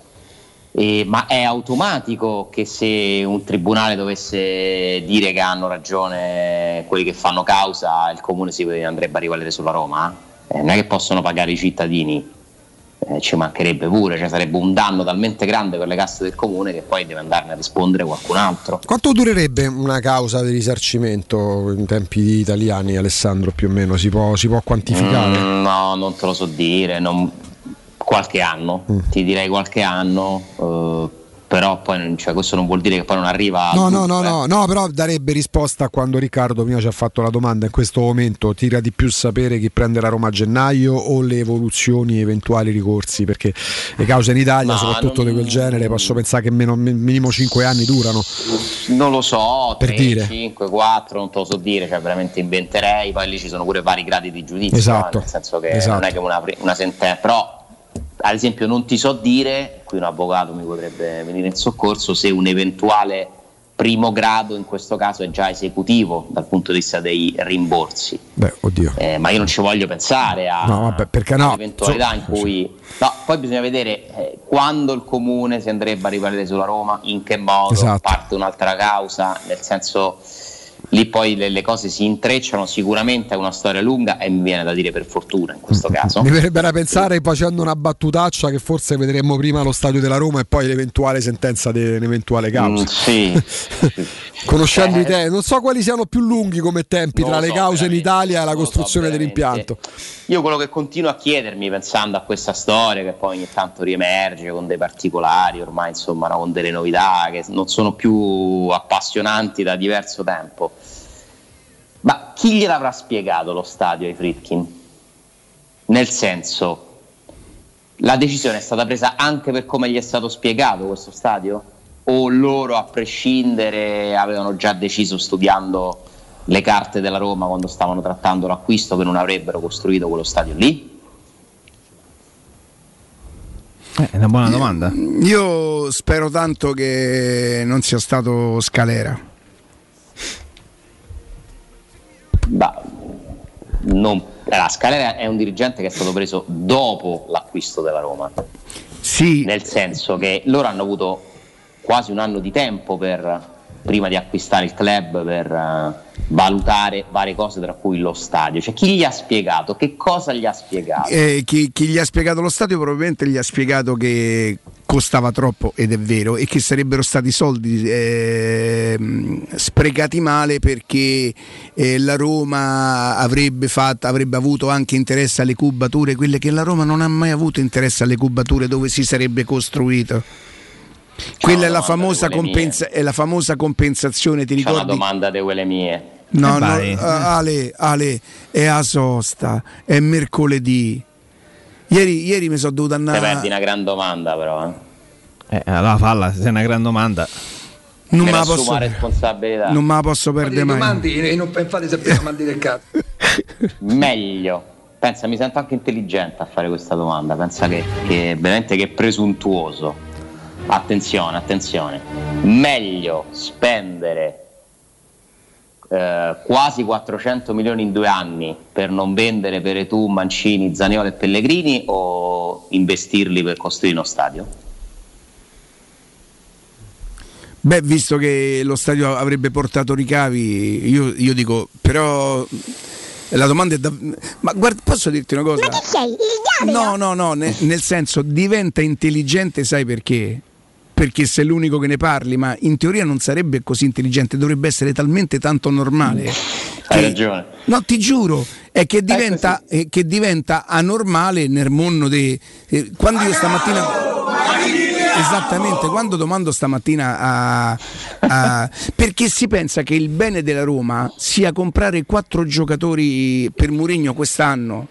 Ma è automatico che se un tribunale dovesse dire che hanno ragione quelli che fanno causa, il comune si andrebbe a rivalere sulla Roma? Non è che possono pagare i cittadini, ci mancherebbe pure, cioè sarebbe un danno talmente grande per le casse del comune che poi deve andarne a rispondere qualcun altro. Quanto durerebbe una causa di risarcimento in tempi italiani, Alessandro, più o meno? Si può quantificare? No, non te lo so dire, qualche anno, ti direi qualche anno, però poi questo non vuol dire che poi non arriva. No, però darebbe risposta a quando Riccardo prima ci ha fatto la domanda. In questo momento tira di più sapere chi prende la Roma a gennaio o le evoluzioni, eventuali ricorsi, perché le cause in Italia, soprattutto di quel genere, posso pensare che minimo 5 anni durano. Non lo so, per 3, dire. 5, 4, non te lo so dire, cioè veramente inventerei, poi lì ci sono pure vari gradi di giudizio, esatto, nel senso che non è che una sentenza, però ad esempio non ti so dire, qui un avvocato mi potrebbe venire in soccorso, se un eventuale primo grado in questo caso è già esecutivo dal punto di vista dei rimborsi. Beh, oddio. Ma io non ci voglio pensare all'eventualità in cui poi bisogna vedere quando il comune si andrebbe a rivalere sulla Roma, in che modo, parte un'altra causa, nel senso lì poi le cose si intrecciano, sicuramente è una storia lunga e mi viene da dire per fortuna in questo caso. Mi verrebbe da pensare, facendo una battutaccia, che forse vedremo prima lo stadio della Roma e poi l'eventuale sentenza di un'eventuale causa. Conoscendo i te, non so quali siano più lunghi come tempi tra le cause in Italia e la costruzione dell'impianto. Io quello che continuo a chiedermi, pensando a questa storia che poi ogni tanto riemerge con dei particolari, ormai insomma, con delle novità che non sono più appassionanti da diverso tempo, ma chi gliel'avrà spiegato lo stadio ai Friedkin? Nel senso, la decisione è stata presa anche per come gli è stato spiegato questo stadio? O loro, a prescindere, avevano già deciso, studiando le carte della Roma quando stavano trattando l'acquisto, che non avrebbero costruito quello stadio lì? È una buona domanda. Io spero tanto che non sia stato Scalera. Scalera è un dirigente che è stato preso dopo l'acquisto della Roma. Sì. Nel senso che loro hanno avuto quasi un anno di tempo prima di acquistare il club, per valutare varie cose, tra cui lo stadio. Cioè, chi gli ha spiegato? Che cosa gli ha spiegato? Chi gli ha spiegato lo stadio probabilmente gli ha spiegato che costava troppo, ed è vero, e che sarebbero stati soldi sprecati male, perché la Roma avrebbe avuto anche interesse alle cubature, quelle che la Roma non ha mai avuto interesse alle cubature dove si sarebbe costruito. Quella è la famosa compensazione, ti ricordi? C'è una domanda di quelle mie. No, Ale, è a sosta, è mercoledì. Ieri mi sono dovuto andare. Te perdi una gran domanda, però. Allora falla, se è una gran domanda. Non me la posso responsabilità. Non me la posso perdere mai. Domandi e non fate sempre domande del cazzo. Meglio. Pensa, mi sento anche intelligente a fare questa domanda. Pensa che veramente che è presuntuoso. Attenzione. Meglio spendere quasi 400 milioni in 2 anni per non vendere Veretù, Mancini, Zaniolo e Pellegrini, o investirli per costruire uno stadio? Beh, visto che lo stadio avrebbe portato ricavi, io dico, però la domanda è ma guarda, posso dirti una cosa? Ma che sei? Il diavolo? No, nel senso, diventa intelligente, sai perché? Perché sei l'unico che ne parli, ma in teoria non sarebbe così intelligente, dovrebbe essere talmente tanto normale. Hai ragione. No, ti giuro, è che diventa anormale nel mondo quando io stamattina. Esattamente, quando domando stamattina perché si pensa che il bene della Roma sia comprare 4 giocatori per Mourinho quest'anno.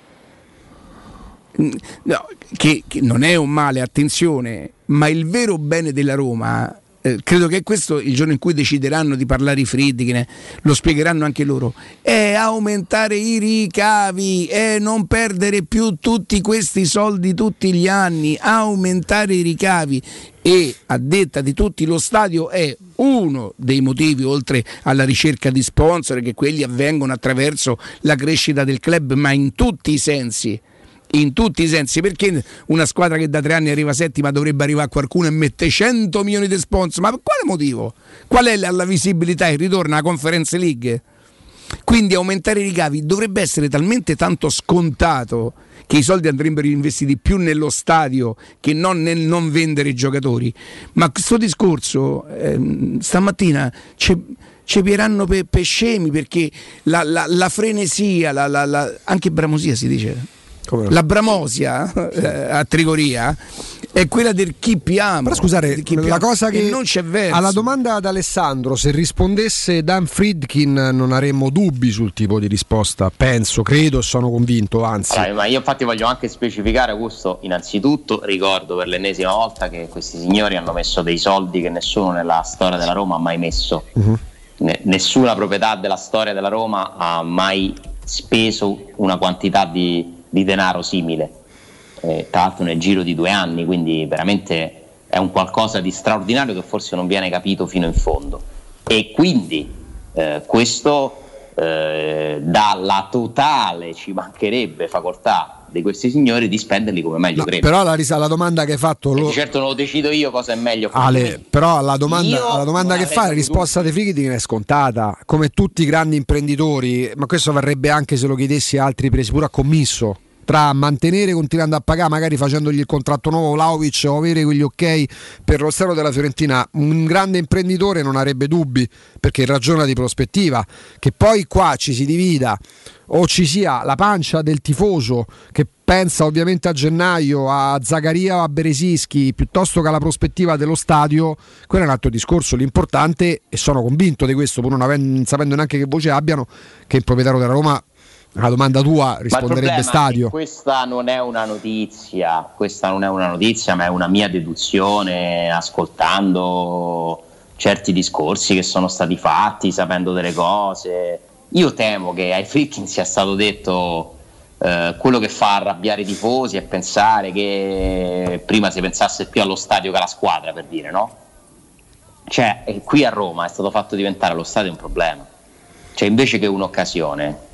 No, che non è un male, attenzione, ma il vero bene della Roma, credo che questo, il giorno in cui decideranno di parlare i Friedkin, lo spiegheranno anche loro, è aumentare i ricavi, è non perdere più tutti questi soldi tutti gli anni, aumentare i ricavi. E a detta di tutti lo stadio è uno dei motivi, oltre alla ricerca di sponsor, che quelli avvengono attraverso la crescita del club, ma in tutti i sensi. in tutti i sensi. Perché una squadra che da 3 anni arriva settima dovrebbe arrivare a qualcuno e mette 100 milioni di sponsor? Ma per quale motivo? Qual è la visibilità? Il ritorno alla Conference League? Quindi aumentare i ricavi dovrebbe essere talmente tanto scontato che i soldi andrebbero investiti più nello stadio che non nel non vendere i giocatori. Ma questo discorso stamattina ci pieranno per scemi, perché la frenesia, anche bramosia si dice, la bramosia a Trigoria è quella del chi piama. Però scusate, la cosa che non c'è verso. Alla domanda ad Alessandro, se rispondesse Dan Friedkin non avremmo dubbi sul tipo di risposta, credo, sono convinto, anzi. Ma io infatti voglio anche specificare, Augusto, innanzitutto ricordo per l'ennesima volta che questi signori hanno messo dei soldi che nessuno nella storia della Roma ha mai messo. Nessuna proprietà della storia della Roma ha mai speso una quantità di denaro simile, tra l'altro nel giro di 2 anni, quindi veramente è un qualcosa di straordinario che forse non viene capito fino in fondo, e quindi questo dà la totale, ci mancherebbe, facoltà di questi signori di spenderli come meglio credo. Però la domanda che hai fatto di certo non lo decido io cosa è meglio. Però alla domanda che fa la risposta di Friedkin è scontata, come tutti i grandi imprenditori, ma questo varrebbe anche se lo chiedessi a altri presi pure a commisso, tra mantenere continuando a pagare, magari facendogli il contratto nuovo Vlahovic, o avere quegli ok per lo stadio della Fiorentina. Un grande imprenditore non avrebbe dubbi, perché ragiona di prospettiva. Che poi qua ci si divida o ci sia la pancia del tifoso che pensa ovviamente a gennaio, a Zagaria o a Beresischi, piuttosto che alla prospettiva dello stadio, quello è un altro discorso. L'importante, e sono convinto di questo, pur non sapendo neanche che voce abbiano, che il proprietario della Roma, la domanda tua, risponderebbe stadio. Questa non è una notizia, ma è una mia deduzione, ascoltando certi discorsi che sono stati fatti, sapendo delle cose. Io temo che ai Friedkin sia stato detto quello che fa arrabbiare i tifosi è pensare che prima si pensasse più allo stadio che alla squadra, per dire, no? Cioè, qui a Roma è stato fatto diventare lo stadio un problema, cioè invece che un'occasione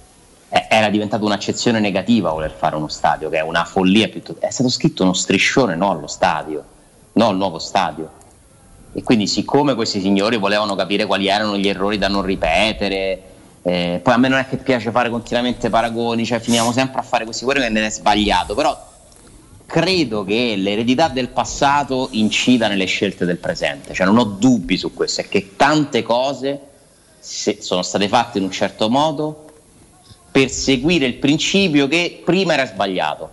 era diventata un'accezione negativa voler fare uno stadio, che è una follia. È stato scritto uno striscione no allo stadio, no al nuovo stadio, e quindi siccome questi signori volevano capire quali erano gli errori da non ripetere, poi a me non è che piace fare continuamente paragoni, cioè finiamo sempre a fare questi quello che ne è sbagliato, però credo che l'eredità del passato incida nelle scelte del presente, cioè non ho dubbi su questo, è che tante cose sono state fatte in un certo modo per seguire il principio che prima era sbagliato.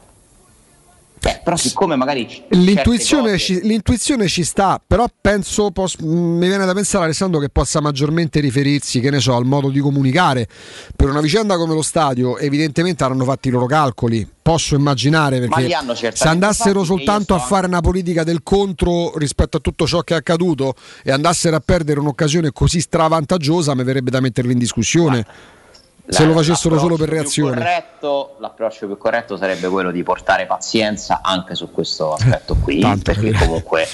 Però siccome magari l'intuizione ci sta, però penso mi viene da pensare, Alessandro, che possa maggiormente riferirsi, che ne so, al modo di comunicare. Per una vicenda come lo stadio evidentemente avranno fatto i loro calcoli, posso immaginare, perché se andassero soltanto a fare una politica del contro rispetto a tutto ciò che è accaduto e andassero a perdere un'occasione così stravantaggiosa, mi verrebbe da metterli in discussione. Se lo facessero solo per reazione. L'approccio più corretto sarebbe quello di portare pazienza anche su questo aspetto qui, perché comunque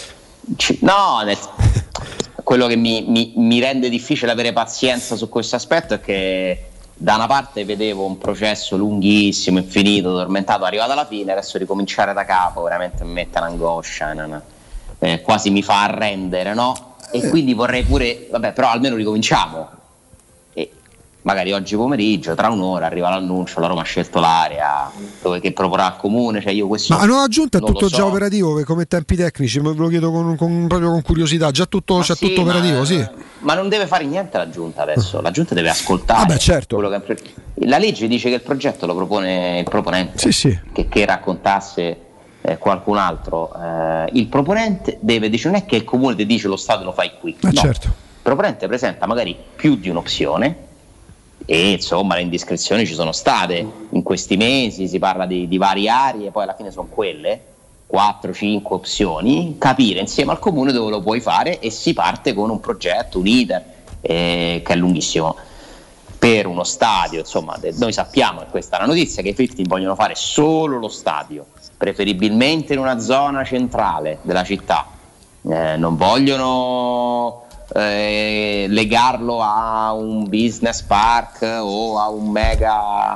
quello che mi rende difficile avere pazienza su questo aspetto è che da una parte vedevo un processo lunghissimo, infinito, tormentato, arrivato alla fine, adesso ricominciare da capo veramente mi mette un'angoscia, quasi mi fa arrendere, no? E quindi vorrei pure, però almeno ricominciamo. Magari oggi pomeriggio, tra un'ora, arriva l'annuncio, la Roma ha scelto l'area che proporrà al comune, cioè io questo. Ma la nuova giunta è tutto già operativo come tempi tecnici, me lo chiedo proprio con curiosità, già tutto tutto operativo, sì. Ma non deve fare niente la giunta adesso, la giunta deve ascoltare. Certo. Quello che la legge dice che il progetto lo propone il proponente, sì. Che raccontasse qualcun altro. Il proponente dice, non è che il comune ti dice lo Stato lo fai qui, no. Certo. Il proponente presenta magari più di un'opzione. E insomma le indiscrezioni ci sono state in questi mesi, si parla di varie aree, poi alla fine sono quelle 4-5 opzioni, capire insieme al comune dove lo puoi fare, e si parte con un progetto, un iter che è lunghissimo per uno stadio. Insomma, noi sappiamo, e questa è la notizia, che i Friedkin vogliono fare solo lo stadio, preferibilmente in una zona centrale della città, non vogliono legarlo a un business park o a un mega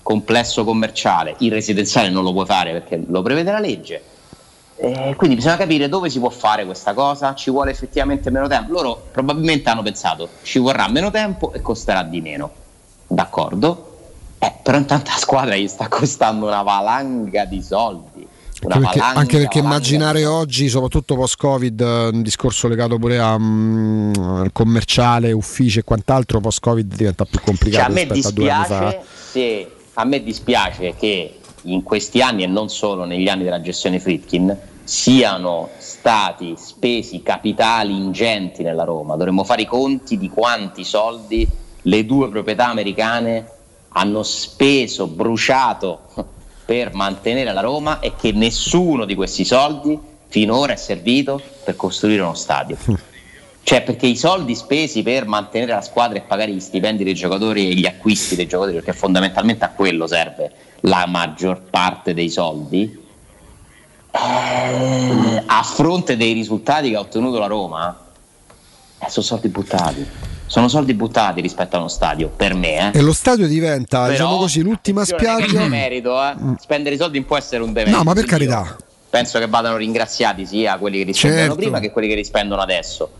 complesso commerciale, il residenziale non lo puoi fare perché lo prevede la legge. Quindi bisogna capire dove si può fare questa cosa, ci vuole effettivamente meno tempo. Loro probabilmente hanno pensato ci vorrà meno tempo e costerà di meno, d'accordo, però intanto la squadra gli sta costando una valanga di soldi, anche perché immaginare oggi, soprattutto post-Covid, un discorso legato pure al commerciale, uffici e quant'altro, post-Covid diventa più complicato rispetto a 2 anni fa. A me dispiace che in questi anni, e non solo negli anni della gestione Friedkin, siano stati spesi capitali ingenti nella Roma. Dovremmo fare i conti di quanti soldi le 2 proprietà americane hanno speso, bruciato per mantenere la Roma, e che nessuno di questi soldi finora è servito per costruire uno stadio. Cioè, perché i soldi spesi per mantenere la squadra e pagare gli stipendi dei giocatori e gli acquisti dei giocatori, perché fondamentalmente a quello serve la maggior parte dei soldi, a fronte dei risultati che ha ottenuto la Roma, sono soldi buttati. Sono soldi buttati rispetto a uno stadio, per me. E lo stadio diventa, però, diciamo così, l'ultima spiaggia. Demerito, spendere i soldi non può essere un demerito. No, ma per carità. Penso che vadano ringraziati sia quelli che rispondevano prima che quelli che rispendono adesso.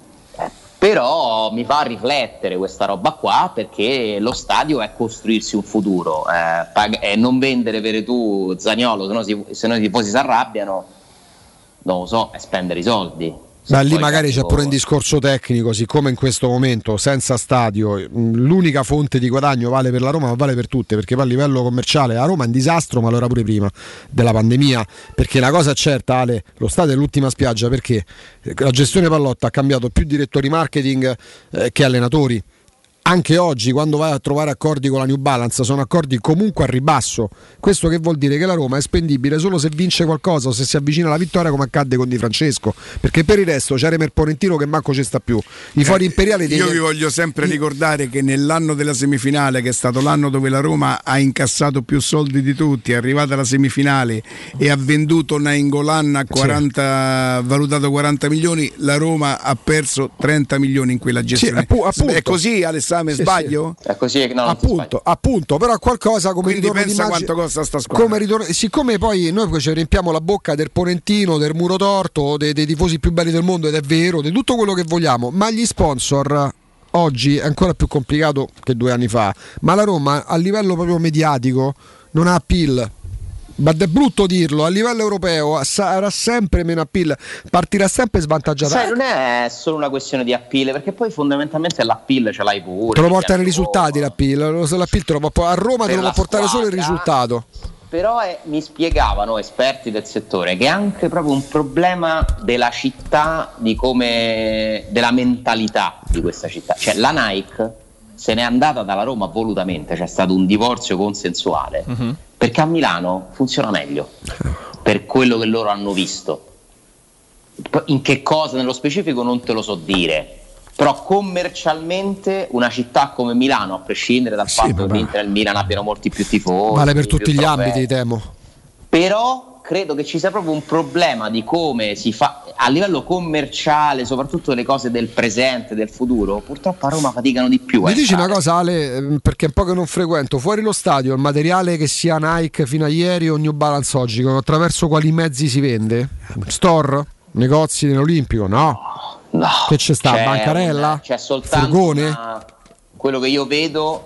Però mi fa riflettere questa roba qua, perché lo stadio è costruirsi un futuro, e non vendere Veretù, Zaniolo, se no i tifosi si arrabbiano, non lo so, è spendere i soldi. Ma lì magari c'è pure un discorso tecnico, siccome in questo momento senza stadio l'unica fonte di guadagno vale per la Roma, ma vale per tutte, perché poi a livello commerciale la Roma è un disastro, ma lo era pure prima della pandemia, perché una cosa è certa, Ale, lo stadio è l'ultima spiaggia, perché la gestione Pallotta ha cambiato più direttori marketing che allenatori. Anche oggi, quando vai a trovare accordi con la New Balance, sono accordi comunque a ribasso. Questo che vuol dire che la Roma è spendibile solo se vince qualcosa o se si avvicina alla vittoria, come accadde con Di Francesco, perché per il resto c'era il Ponentino che manco ci sta più. I fuori imperiali io vi voglio sempre ricordare che nell'anno della semifinale, che è stato l'anno dove la Roma ha incassato più soldi di tutti, è arrivata alla semifinale e ha venduto Nainggolan a 40, valutato 40 milioni, la Roma ha perso 30 milioni in quella gestione. È così, Alessandro? Sbaglio? È così, no, appunto, però qualcosa come quindi pensa quanto costa sta squadra. Siccome poi noi ci riempiamo la bocca del Ponentino, del muro torto, dei tifosi più belli del mondo, ed è vero, di tutto quello che vogliamo, ma gli sponsor oggi è ancora più complicato che 2 anni fa, ma la Roma a livello proprio mediatico non ha appeal. Ma è brutto dirlo, a livello europeo avrà sempre meno appeal, partirà sempre svantaggiata. Sai, non è solo una questione di appeal, perché poi fondamentalmente l'appeal ce l'hai pure. Te lo portano i risultati l'appeal te lo può, a Roma te lo può portare solo il risultato. Però mi spiegavano esperti del settore che è anche proprio un problema della città, della mentalità di questa città. Cioè la Nike se n'è andata dalla Roma volutamente, c'è stato un divorzio consensuale, perché a Milano funziona meglio, per quello che loro hanno visto. In che cosa nello specifico non te lo so dire, però commercialmente una città come Milano, a prescindere dal fatto che l'Inter e il Milan abbiano molti più tifosi, vale per tutti gli ambiti, temo. Però credo che ci sia proprio un problema di come si fa a livello commerciale, soprattutto le cose del presente, del futuro. Purtroppo a Roma faticano di più. Mi dici una cosa, Ale, perché è un po' che non frequento, fuori lo stadio, il materiale che sia Nike fino a ieri o New Balance oggi, attraverso quali mezzi si vende? Store? Negozi dell'Olimpico? No. Che c'è sta? Bancarella? C'è soltanto furgone? Quello che io vedo,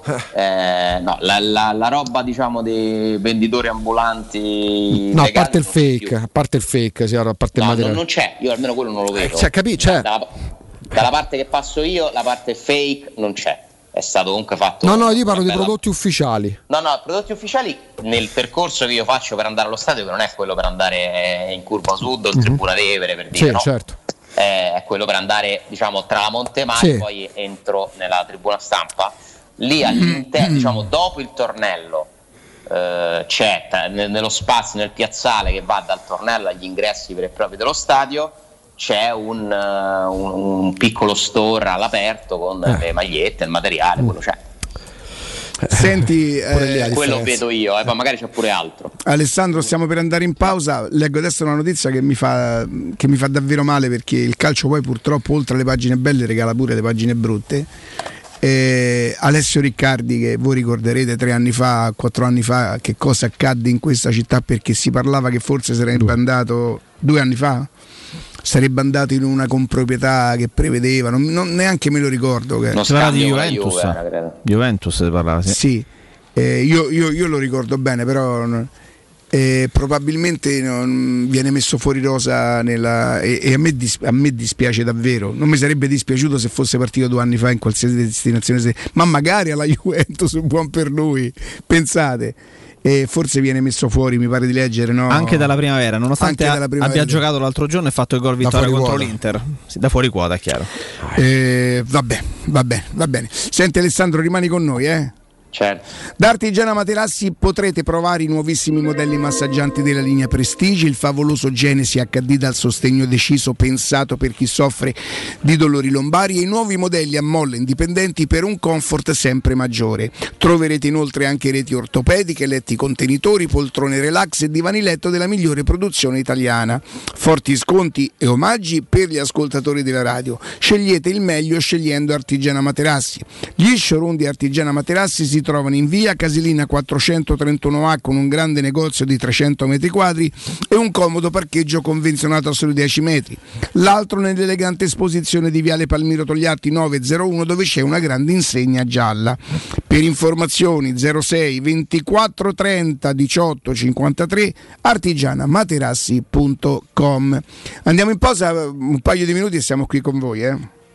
la roba, diciamo, dei venditori ambulanti. No, a parte il fake, a parte il materiale. Non c'è, io almeno quello non lo vedo. C'è. Dalla parte che passo io, la parte fake non c'è. È stato comunque fatto. No, io parlo di prodotti ufficiali. No, prodotti ufficiali nel percorso che io faccio per andare allo stadio, che non è quello per andare in Curva Sud o in Tribuna Tevere, per dire, sì, no? Certo. È quello per andare, diciamo, tra la Montemagno, sì. Poi entro nella tribuna stampa. Lì all'interno, diciamo, dopo il tornello, c'è nello spazio, nel piazzale che va dal tornello agli ingressi veri e propri dello stadio, c'è un piccolo store all'aperto con le magliette, il materiale, quello c'è. Senti, quello vedo io, ma magari c'è pure altro. Alessandro, stiamo per andare in pausa. Leggo adesso una notizia che mi fa davvero male, perché il calcio poi purtroppo oltre alle pagine belle regala pure le pagine brutte. Alessio Riccardi, che voi ricorderete 4 anni fa che cosa accadde in questa città, perché si parlava che forse sarebbe andato 2 anni fa, sarebbe andato in una comproprietà che prevedeva, non neanche me lo ricordo, che si parla di Juventus si parlava, sì. Io lo ricordo bene, però probabilmente viene messo fuori rosa e a me dispiace davvero. Non mi sarebbe dispiaciuto se fosse partito 2 anni fa in qualsiasi destinazione, ma magari alla Juventus, buon per lui, pensate. Forse viene messo fuori, mi pare di leggere, no? Anche dalla primavera, nonostante abbia giocato l'altro giorno e fatto il gol vittoria contro l'Inter. Sì, da fuori quota, è chiaro. Va bene. Senti Alessandro, rimani con noi, Certo. Da Artigiana Materassi potrete provare i nuovissimi modelli massaggianti della linea Prestige, il favoloso Genesi HD dal sostegno deciso, pensato per chi soffre di dolori lombari, e i nuovi modelli a molle indipendenti per un comfort sempre maggiore. Troverete inoltre anche reti ortopediche, letti contenitori, poltrone relax e divani letto della migliore produzione italiana. Forti sconti e omaggi per gli ascoltatori della radio. Scegliete il meglio scegliendo Artigiana Materassi. Gli showroom di Artigiana Materassi si trovano in via Casilina 431A, con un grande negozio di 300 metri quadri e un comodo parcheggio convenzionato a soli 10 metri. L'altro nell'elegante esposizione di viale Palmiro Togliatti 901, dove c'è una grande insegna gialla. Per informazioni 06 24 30 18 53 artigianamaterassi.com. Andiamo in pausa un paio di minuti e siamo qui con voi.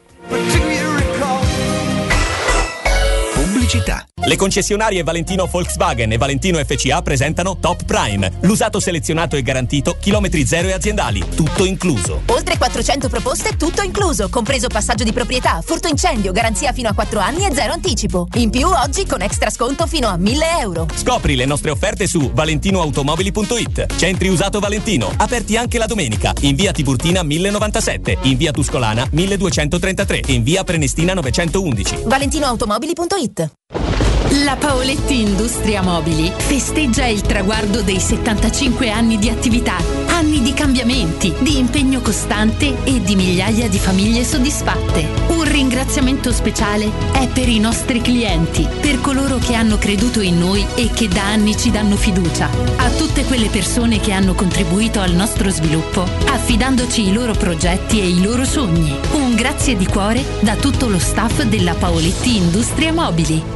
Pubblicità. Le concessionarie Valentino Volkswagen e Valentino FCA presentano Top Prime, l'usato selezionato e garantito, chilometri zero e aziendali, tutto incluso. Oltre 400 proposte, tutto incluso, compreso passaggio di proprietà, furto incendio, garanzia fino a 4 anni e 0 anticipo. In più oggi con extra sconto fino a 1.000 euro. Scopri le nostre offerte su valentinoautomobili.it. Centri usato Valentino, aperti anche la domenica, in via Tiburtina 1097, in via Tuscolana 1233 e in via Prenestina 911. valentinoautomobili.it. La Paoletti Industria Mobili festeggia il traguardo dei 75 anni di attività, anni di cambiamenti, di impegno costante e di migliaia di famiglie soddisfatte. Un ringraziamento speciale è per i nostri clienti, per coloro che hanno creduto in noi e che da anni ci danno fiducia, a tutte quelle persone che hanno contribuito al nostro sviluppo, affidandoci i loro progetti e i loro sogni. Un grazie di cuore da tutto lo staff della Paoletti Industria Mobili.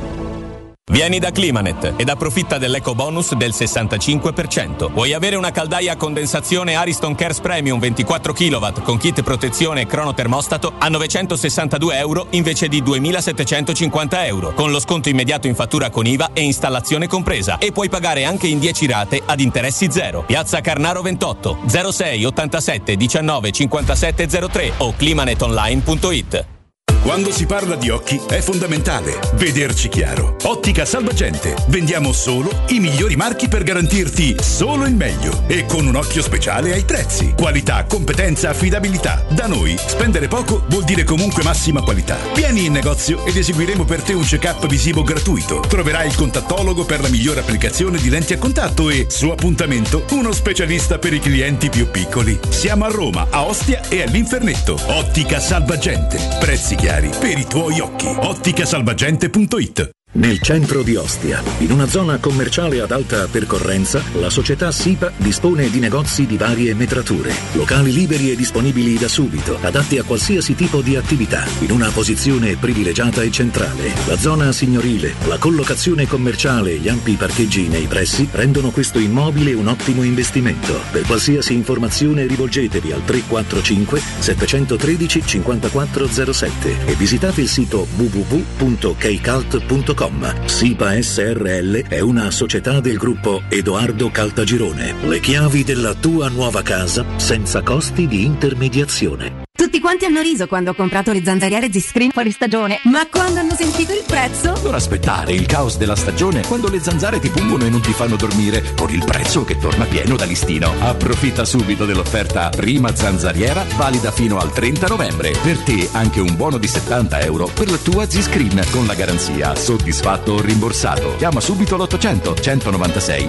Vieni da Climanet ed approfitta dell'eco bonus del 65%. Vuoi avere una caldaia a condensazione Ariston Cares Premium 24 kW con kit protezione e cronotermostato a 962 euro invece di 2.750 euro, con lo sconto immediato in fattura con IVA e installazione compresa, e puoi pagare anche in 10 rate ad interessi zero. Piazza Carnaro 28 06 87 19 57 03 o climanetonline.it. Quando si parla di occhi è fondamentale vederci chiaro. Ottica Salvagente. Vendiamo solo i migliori marchi per garantirti solo il meglio e con un occhio speciale ai prezzi. Qualità, competenza, affidabilità. Da noi spendere poco vuol dire comunque massima qualità. Vieni in negozio ed eseguiremo per te un check-up visivo gratuito. Troverai il contattologo per la migliore applicazione di lenti a contatto e, su appuntamento, uno specialista per i clienti più piccoli. Siamo a Roma, a Ostia e all'Infernetto. Ottica Salvagente. Prezzi chiari per i tuoi occhi. Otticasalvagente.it. Nel centro di Ostia, in una zona commerciale ad alta percorrenza, la società SIPA dispone di negozi di varie metrature, locali liberi e disponibili da subito, adatti a qualsiasi tipo di attività, in una posizione privilegiata e centrale. La zona signorile, la collocazione commerciale e gli ampi parcheggi nei pressi rendono questo immobile un ottimo investimento. Per qualsiasi informazione rivolgetevi al 345 713 5407 e visitate il sito www.keicalt.com. SIPA SRL è una società del gruppo Edoardo Caltagirone. Le chiavi della tua nuova casa senza costi di intermediazione. Tutti quanti hanno riso quando ho comprato le zanzariere Z-Screen fuori stagione, ma quando hanno sentito il prezzo? Non aspettare il caos della stagione quando le zanzare ti pungono e non ti fanno dormire, con il prezzo che torna pieno da listino. Approfitta subito dell'offerta prima zanzariera, valida fino al 30 novembre. Per te anche un buono di 70 euro per la tua Z-Screen con la garanzia soddisfatto o rimborsato. Chiama subito l'800 196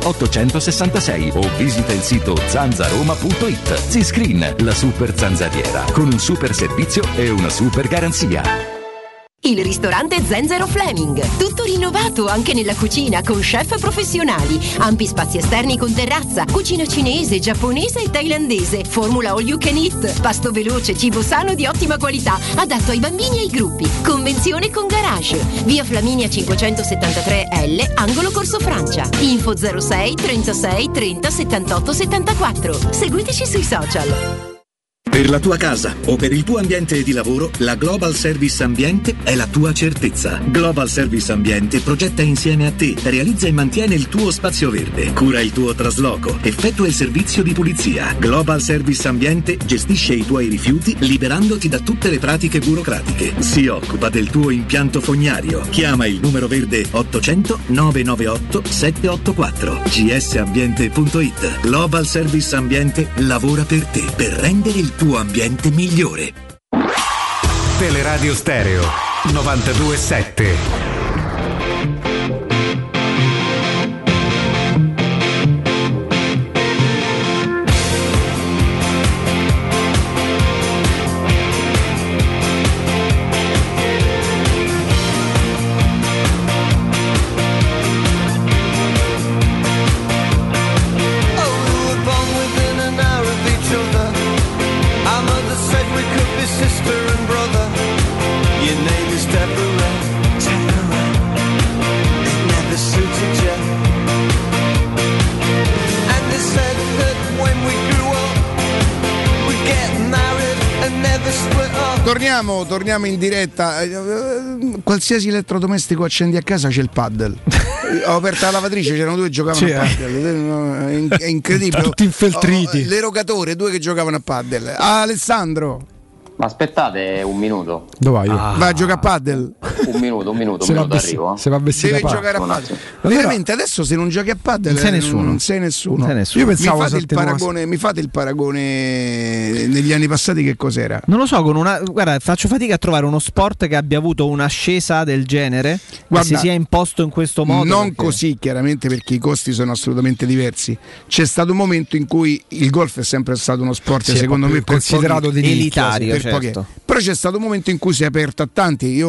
866 o visita il sito zanzaroma.it. Z-Screen, la super zanzariera con un super servizio e una super garanzia. Il ristorante Zenzero Fleming, tutto rinnovato anche nella cucina con chef professionali, ampi spazi esterni con terrazza, cucina cinese, giapponese e thailandese, formula all you can eat, pasto veloce, cibo sano di ottima qualità, adatto ai bambini e ai gruppi, convenzione con garage, via Flaminia 573L, angolo Corso Francia, info 06 36 30 78 74, seguiteci sui social. Per la tua casa o per il tuo ambiente di lavoro, la Global Service Ambiente è la tua certezza. Global Service Ambiente progetta insieme a te, realizza e mantiene il tuo spazio verde, cura il tuo trasloco, effettua il servizio di pulizia. Global Service Ambiente gestisce i tuoi rifiuti liberandoti da tutte le pratiche burocratiche. Si occupa del tuo impianto fognario. Chiama il numero verde 800 998 784. gsambiente.it. Global Service Ambiente lavora per te, per rendere il tuo ambiente migliore. Teleradio Stereo 92.7. Torniamo in diretta. Qualsiasi elettrodomestico accendi a casa c'è il paddle. Ho aperto la lavatrice, c'erano due che giocavano a paddle. È incredibile. Tutti infeltriti. L'erogatore, due che giocavano a paddle. Alessandro. Ma aspettate un minuto. Dove vai? Vai a giocare a paddle? Un minuto arrivo. Se va vestito deve giocare a paddle. Veramente adesso se non giochi a paddle non sei nessuno. Io pensavo mi fate il paragone negli anni passati che cos'era? Non lo so, guarda, faccio fatica a trovare uno sport che abbia avuto un'ascesa del genere, guarda, che si sia imposto in questo modo. Non così, chiaramente, perché i costi sono assolutamente diversi. C'è stato un momento in cui il golf è sempre stato uno sport secondo me considerato di elitario, certo. Però c'è stato un momento in cui si è aperto a tanti. Io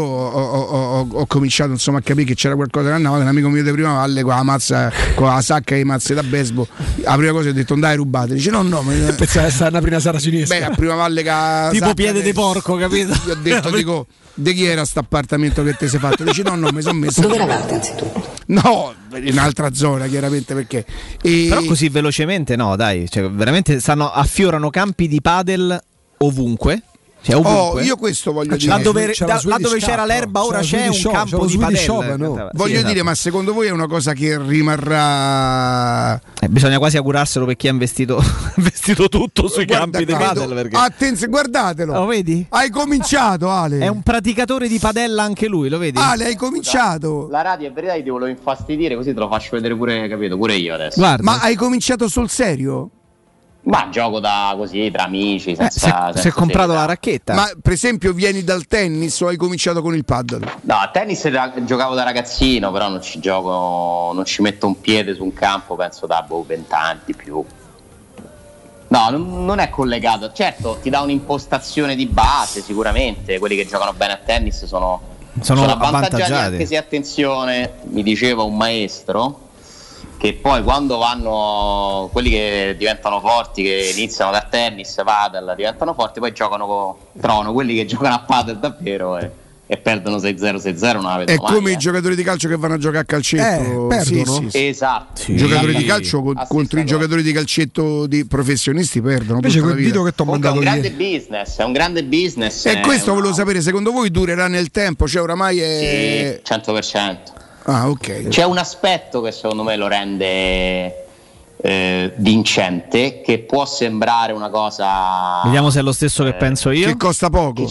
ho cominciato insomma a capire che c'era qualcosa che andava. Un amico mio di Prima Valle con la mazza, con la sacca di mazze da baseball, la prima cosa ho detto dai rubate, dice no pensavo essere una prima sera cinese, a Prima Valle tipo piede di porco, capito? Gli ho detto di chi era sto appartamento che te sei fatto? Dice no mi sono messo dove eravate anzitutto? No, in un'altra zona chiaramente, perché però così velocemente no dai, cioè veramente affiorano campi di padel ovunque. Io questo voglio dire. Là dove c'era l'erba ora c'è un campo di padel. No? Voglio dire, ma secondo voi è una cosa che rimarrà? Bisogna quasi augurarselo per chi ha investito tutto sui campi di padel. Perché... Attenzione, guardatelo. Lo vedi? Hai cominciato, Ale. È un praticatore di padella anche lui, lo vedi? Ale, hai cominciato. La radio è verità, ti volevo infastidire, così te lo faccio vedere pure io adesso. Guarda. Ma hai cominciato sul serio? Ma gioco da così tra amici, senza si è comprato la racchetta. Ma per esempio vieni dal tennis o hai cominciato con il paddle? No, a tennis giocavo da ragazzino, però non ci metto un piede su un campo, penso da 20 anni più. No, non è collegato. Certo, ti dà un'impostazione di base, sicuramente. Quelli che giocano bene a tennis sono avvantaggiati, anche se, attenzione, mi diceva un maestro, che poi quando vanno quelli che diventano forti, che iniziano da tennis, padel, diventano forti, poi trovano quelli che giocano a padel davvero e perdono 6-0, 6-0, non la vedo è mai, come i giocatori di calcio che vanno a giocare a calcetto, perdono? Sì. Esatto, i giocatori di calcio contro i giocatori di calcetto di professionisti perdono. Invece quel video che ti ho mandato è un grande business e questo volevo sapere, secondo voi durerà nel tempo? Cioè oramai è 100%. Ah, ok. C'è un aspetto che secondo me lo rende vincente, che può sembrare una cosa. Vediamo se è lo stesso che penso io. Che costa poco.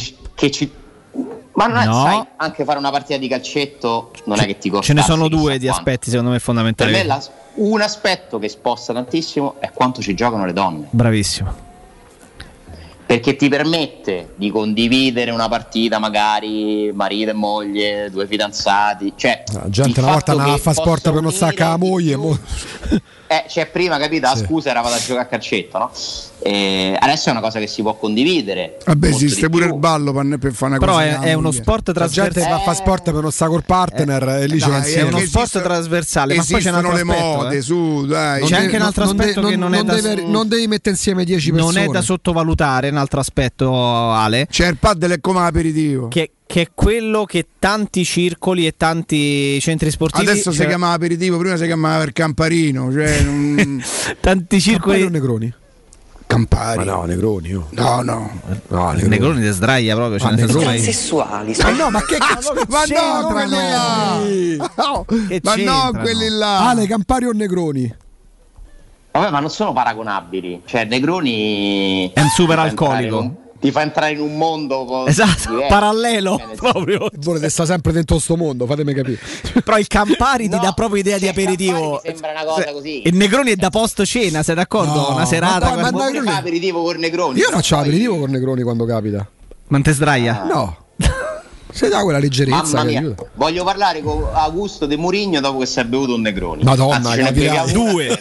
Ma non è, sai, anche fare una partita di calcetto non è che ti costa. Ce ne sono due di aspetti secondo me fondamentali. Per me un aspetto che sposta tantissimo è quanto ci giocano le donne. Bravissimo. Perché ti permette di condividere una partita, magari marito e moglie, due fidanzati. Cioè, la gente una volta andava a fare sport per non stare con la moglie. Cioè prima, capito? Sì. Scusa, eravate a giocare a calcetto, no? Adesso è una cosa che si può condividere. Vabbè, esiste pure il ballo per fare una però cosa. È uno sport trasversale. La gente fa sport per non sta col partner e lì è uno sport trasversale. Ma poi c'è un altro le mode, su, dai. C'è anche un altro aspetto che non devi mettere insieme 10 persone. Non è da sottovalutare. Un altro aspetto, Ale. C'è il paddle è come aperitivo. Che è quello che tanti circoli e tanti centri sportivi. Adesso si chiama aperitivo, prima si chiamava il camparino. Cioè tanti circoli. Campari o Negroni? Campari. Ma no, Negroni. No, Negroni ti sdraia proprio. Cioè Negroni sessuali. Ma no, ma che cazzo? Ma no, quelli là. Ma no, quelli là. Ale, Campari o Negroni? Vabbè, ma non sono paragonabili. Cioè, Negroni è un super alcolico. Ti fa entrare in un mondo diverso, parallelo proprio. Volete sta sempre dentro sto mondo, fatemi capire. Però il Campari ti dà proprio idea di aperitivo. Sembra una cosa così. E Negroni è da post cena, sei d'accordo? No, una serata. Ma non fa aperitivo con Negroni. Io faccio aperitivo con Negroni quando capita. Ma te sdraia? No. Se dà quella leggerezza. Mamma mia. Voglio parlare con Augusto De Murigno dopo che si è bevuto un Negroni. Madonna, due.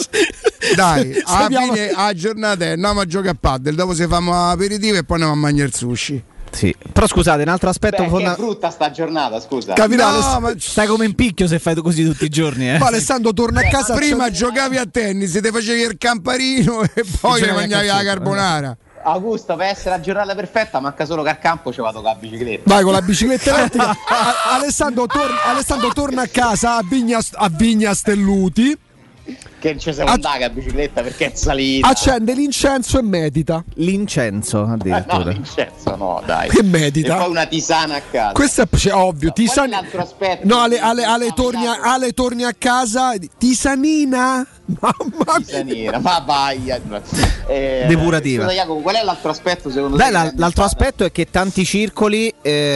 Dai, alla fine a giornata andiamo a giocare a paddle, dopo se famo aperitivo e poi andiamo a mangiare il sushi. Sì. Però scusate, un altro aspetto che è brutta sta giornata, scusa. No, ma stai come in picchio se fai così tutti i giorni, Ma Alessandro torna a casa. Prima giocavi a tennis, te facevi il camparino e poi ne mangiavi la carbonara. Augusto, per essere la giornata perfetta manca solo che al campo ci vado con la bicicletta. Vai con la bicicletta elettrica. Alessandro torna a casa a Vigna Stelluti. Che ci siamo andati a bicicletta perché è salita. Accende l'incenso e medita. L'incenso addirittura. No, l'incenso no, dai. Che medita? E poi una tisana a casa. Questo è ovvio. Tisana. Qual è l'altro aspetto? No, Ale torni a casa. Tisanina. Mamma mia. Tisanina, ma vai. Depurativa. Scusa, Jacopo, qual è l'altro aspetto secondo te? L'altro aspetto è che tanti circoli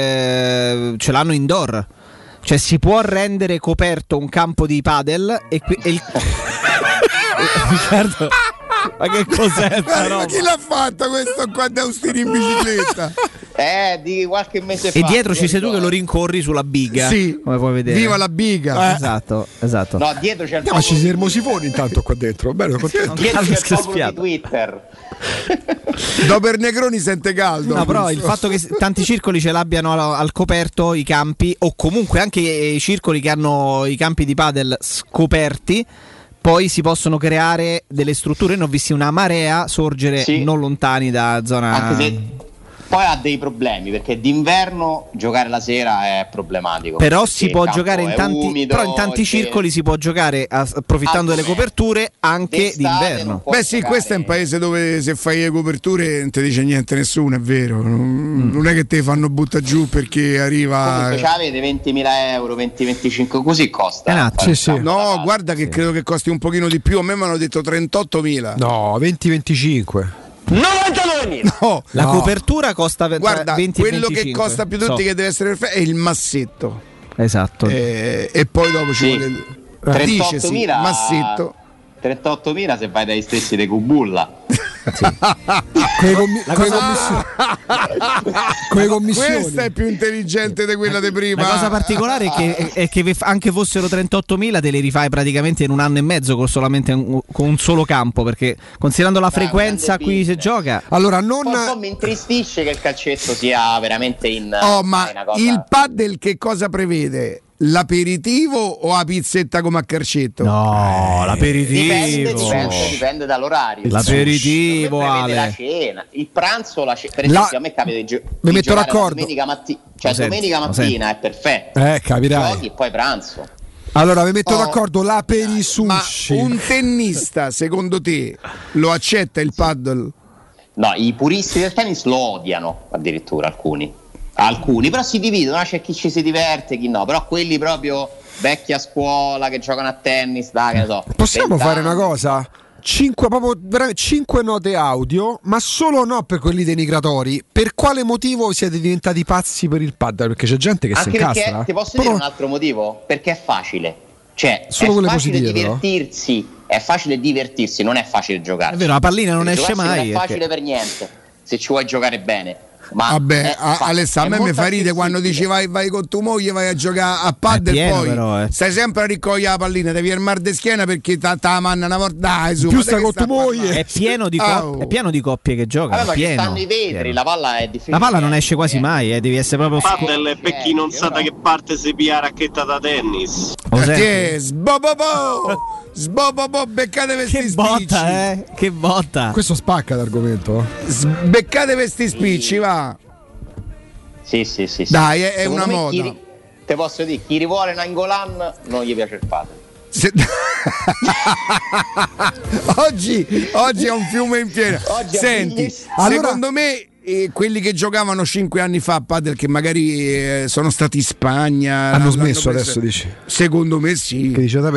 ce l'hanno indoor. Cioè si può rendere coperto un campo di padel Riccardo, ma che cos'è? Ma chi l'ha fatta questo qua da Austini in bicicletta? Di qualche mese fa. E dietro ci sei tu che lo rincorri sulla biga. Sì, come puoi vedere. Viva la biga. Esatto. No, dietro c'è il ma ci siamo Mosifoni intanto qua dentro. Bello, contento. Dietro c'è il popolo di Twitter. Dopo il Negroni sente caldo. No, però il fatto che tanti circoli ce l'abbiano al coperto i campi, o comunque anche i circoli che hanno i campi di padel scoperti, poi si possono creare delle strutture. Ne ho visti una marea sorgere non lontani da zona. Anche se poi ha dei problemi perché d'inverno giocare la sera è problematico. Però si può giocare in tanti circoli si può giocare approfittando delle coperture anche d'inverno. Beh sì, questo è un paese dove se fai le coperture non ti dice niente nessuno, è vero. Non è che te fanno butta giù perché arriva. Comunque avete 20.000 euro, 20-25, così costa. No, guarda che credo che costi un pochino di più. A me mi hanno detto 38.000. No, 20-25. 92.000. No, la copertura costa 20. Guarda, 20, quello 25. che costa più tutti che deve essere perfetto è il massetto. Esatto. E poi dopo ci vuole 38.000 massetto. 38.000 se vai dai stessi dei Cubulla. Commissioni. Questa è più intelligente di quella di prima. La cosa particolare è che anche fossero 38.000 te le rifai praticamente in un anno e mezzo solamente con un solo campo, perché considerando la frequenza a cui si gioca. Allora Un po' mi intristisce che il calcetto sia veramente in ma una cosa... il paddle che cosa prevede? L'aperitivo o la pizzetta come a Carcetto? No, l'aperitivo. Dipende dall'orario. L'aperitivo, Ale. La cena, il pranzo, la cena. Per esempio, a me capita di mi metto d'accordo. Domenica mattina è perfetto. Capirai. Giochi e poi pranzo. Allora vi metto d'accordo, l'aperisushi. Ma un tennista, secondo te, lo accetta il paddle? No, i puristi del tennis lo odiano, addirittura alcuni, però si dividono, c'è chi ci si diverte, chi no, però quelli proprio vecchi a scuola che giocano a tennis, dai, che ne so. Possiamo fare una cosa? 5 note audio, ma solo no per quelli denigratori. Per quale motivo siete diventati pazzi per il paddle? Perché c'è gente che si incastra. Perché ti posso dire un altro motivo? Perché è facile. Cioè, solo è facile divertirsi, è facile divertirsi, non è facile giocare. È vero, la pallina non esce mai. Non è facile per niente, se ci vuoi giocare bene. Vabbè, Alessandro, a me mi fa ridere quando dici vai con tua moglie, vai a giocare a padel, poi però, stai sempre a ricogliere la pallina, devi armare de schiena perché la manna una volta. Dai, su, più sta con tua moglie. È pieno di coppie che giocano. Allora, che stanno i vetri, la palla è difficile. La palla non esce quasi mai, devi essere proprio padel è per chi non sa da che parte si pia la racchetta da tennis. Sbobobo, beccate questi spicci. Che botta. Questo spacca l'argomento. Beccate questi spicci, va. Sì. Dai, è una moda. Te posso dire, chi rivuole Nangolan non gli piace il padel. Oggi è un fiume in piena. Senti, secondo me quelli che giocavano 5 anni fa a padel, che magari sono stati in Spagna, hanno smesso adesso, dici? Secondo me sì. Che dice,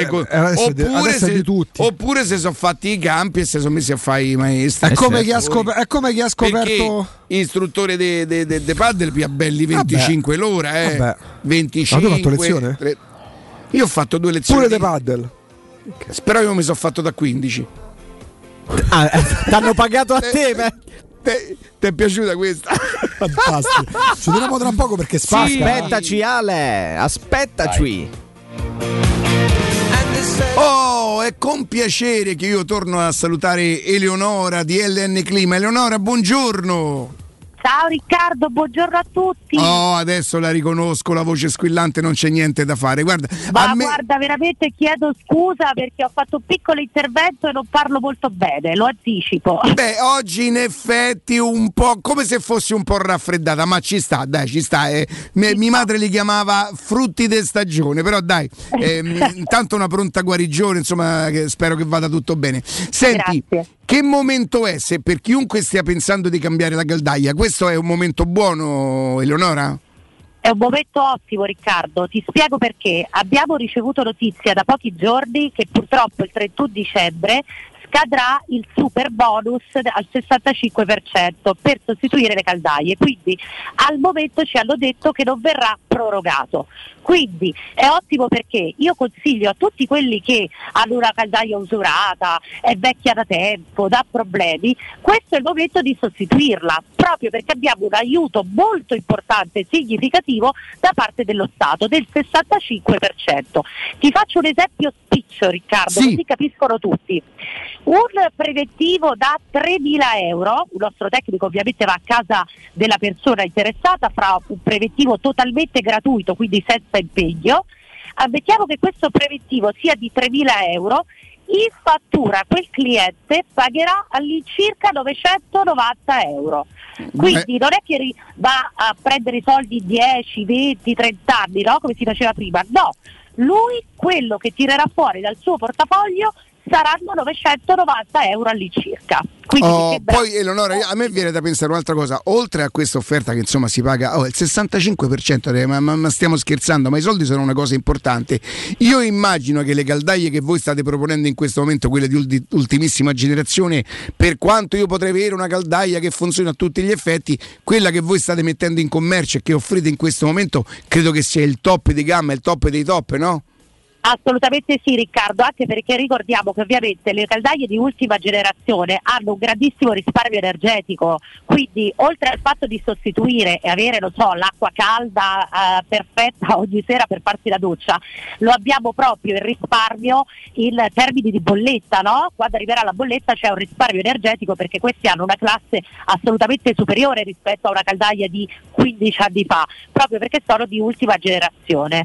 oppure se sono fatti i campi e si sono messi a fare i maestri. È come chi ha scoperto istruttore de padel più belli 25 l'ora, 25. Ma tu hai fatto lezione? Io ho fatto 2 lezioni pure di padel. Però io mi sono fatto da 15. T'hanno pagato a te, Ti è piaciuta questa? Fantastico. Ci vediamo tra poco perché spacca. Sì, aspettaci, Ale, aspettaci. Oh, è con piacere che io torno a salutare Eleonora di LN Clima. Eleonora, buongiorno. Ciao Riccardo, buongiorno a tutti. Oh, adesso la riconosco, la voce squillante, non c'è niente da fare. Guarda, guarda, veramente chiedo scusa perché ho fatto un piccolo intervento e non parlo molto bene, lo anticipo. Beh, oggi in effetti un po' come se fossi un po' raffreddata, ma ci sta. Mia madre li chiamava frutti de stagione, però dai, intanto una pronta guarigione, insomma, spero che vada tutto bene. Senti, grazie. Che momento è, se per chiunque stia pensando di cambiare la caldaia? Questo è un momento buono, Eleonora? È un momento ottimo, Riccardo, ti spiego perché. Abbiamo ricevuto notizia da pochi giorni che purtroppo il 31 dicembre scadrà il super bonus al 65% per sostituire le caldaie, quindi al momento ci hanno detto che non verrà prorogato. Quindi è ottimo perché io consiglio a tutti quelli che hanno una caldaia usurata, è vecchia da tempo, dà problemi, questo è il momento di sostituirla, proprio perché abbiamo un aiuto molto importante e significativo da parte dello Stato del 65%. Ti faccio un esempio spiccio, Riccardo, così capiscono tutti. Un preventivo da 3.000 euro, il nostro tecnico ovviamente va a casa della persona interessata, fra un preventivo totalmente gratuito, quindi senza impegno. Ammettiamo che questo preventivo sia di 3.000 euro, in fattura quel cliente pagherà all'incirca 990 euro. Quindi non è che va a prendere i soldi 10, 20, 30 anni, no? Come si faceva prima, no. Lui quello che tirerà fuori dal suo portafoglio saranno 990 euro all'incirca. Poi Eleonora, a me viene da pensare un'altra cosa, oltre a questa offerta che insomma si paga il 65%, ma stiamo scherzando, ma i soldi sono una cosa importante. Io immagino che le caldaie che voi state proponendo in questo momento, quelle di ultimissima generazione, per quanto io potrei avere una caldaia che funziona a tutti gli effetti, quella che voi state mettendo in commercio e che offrite in questo momento credo che sia il top di gamma, il top dei top, no? Assolutamente sì, Riccardo, anche perché ricordiamo che ovviamente le caldaie di ultima generazione hanno un grandissimo risparmio energetico, quindi oltre al fatto di sostituire e avere, l'acqua calda perfetta ogni sera per farsi la doccia, lo abbiamo proprio il risparmio in termini di bolletta, no? Quando arriverà la bolletta c'è un risparmio energetico perché questi hanno una classe assolutamente superiore rispetto a una caldaia di 15 anni fa, proprio perché sono di ultima generazione.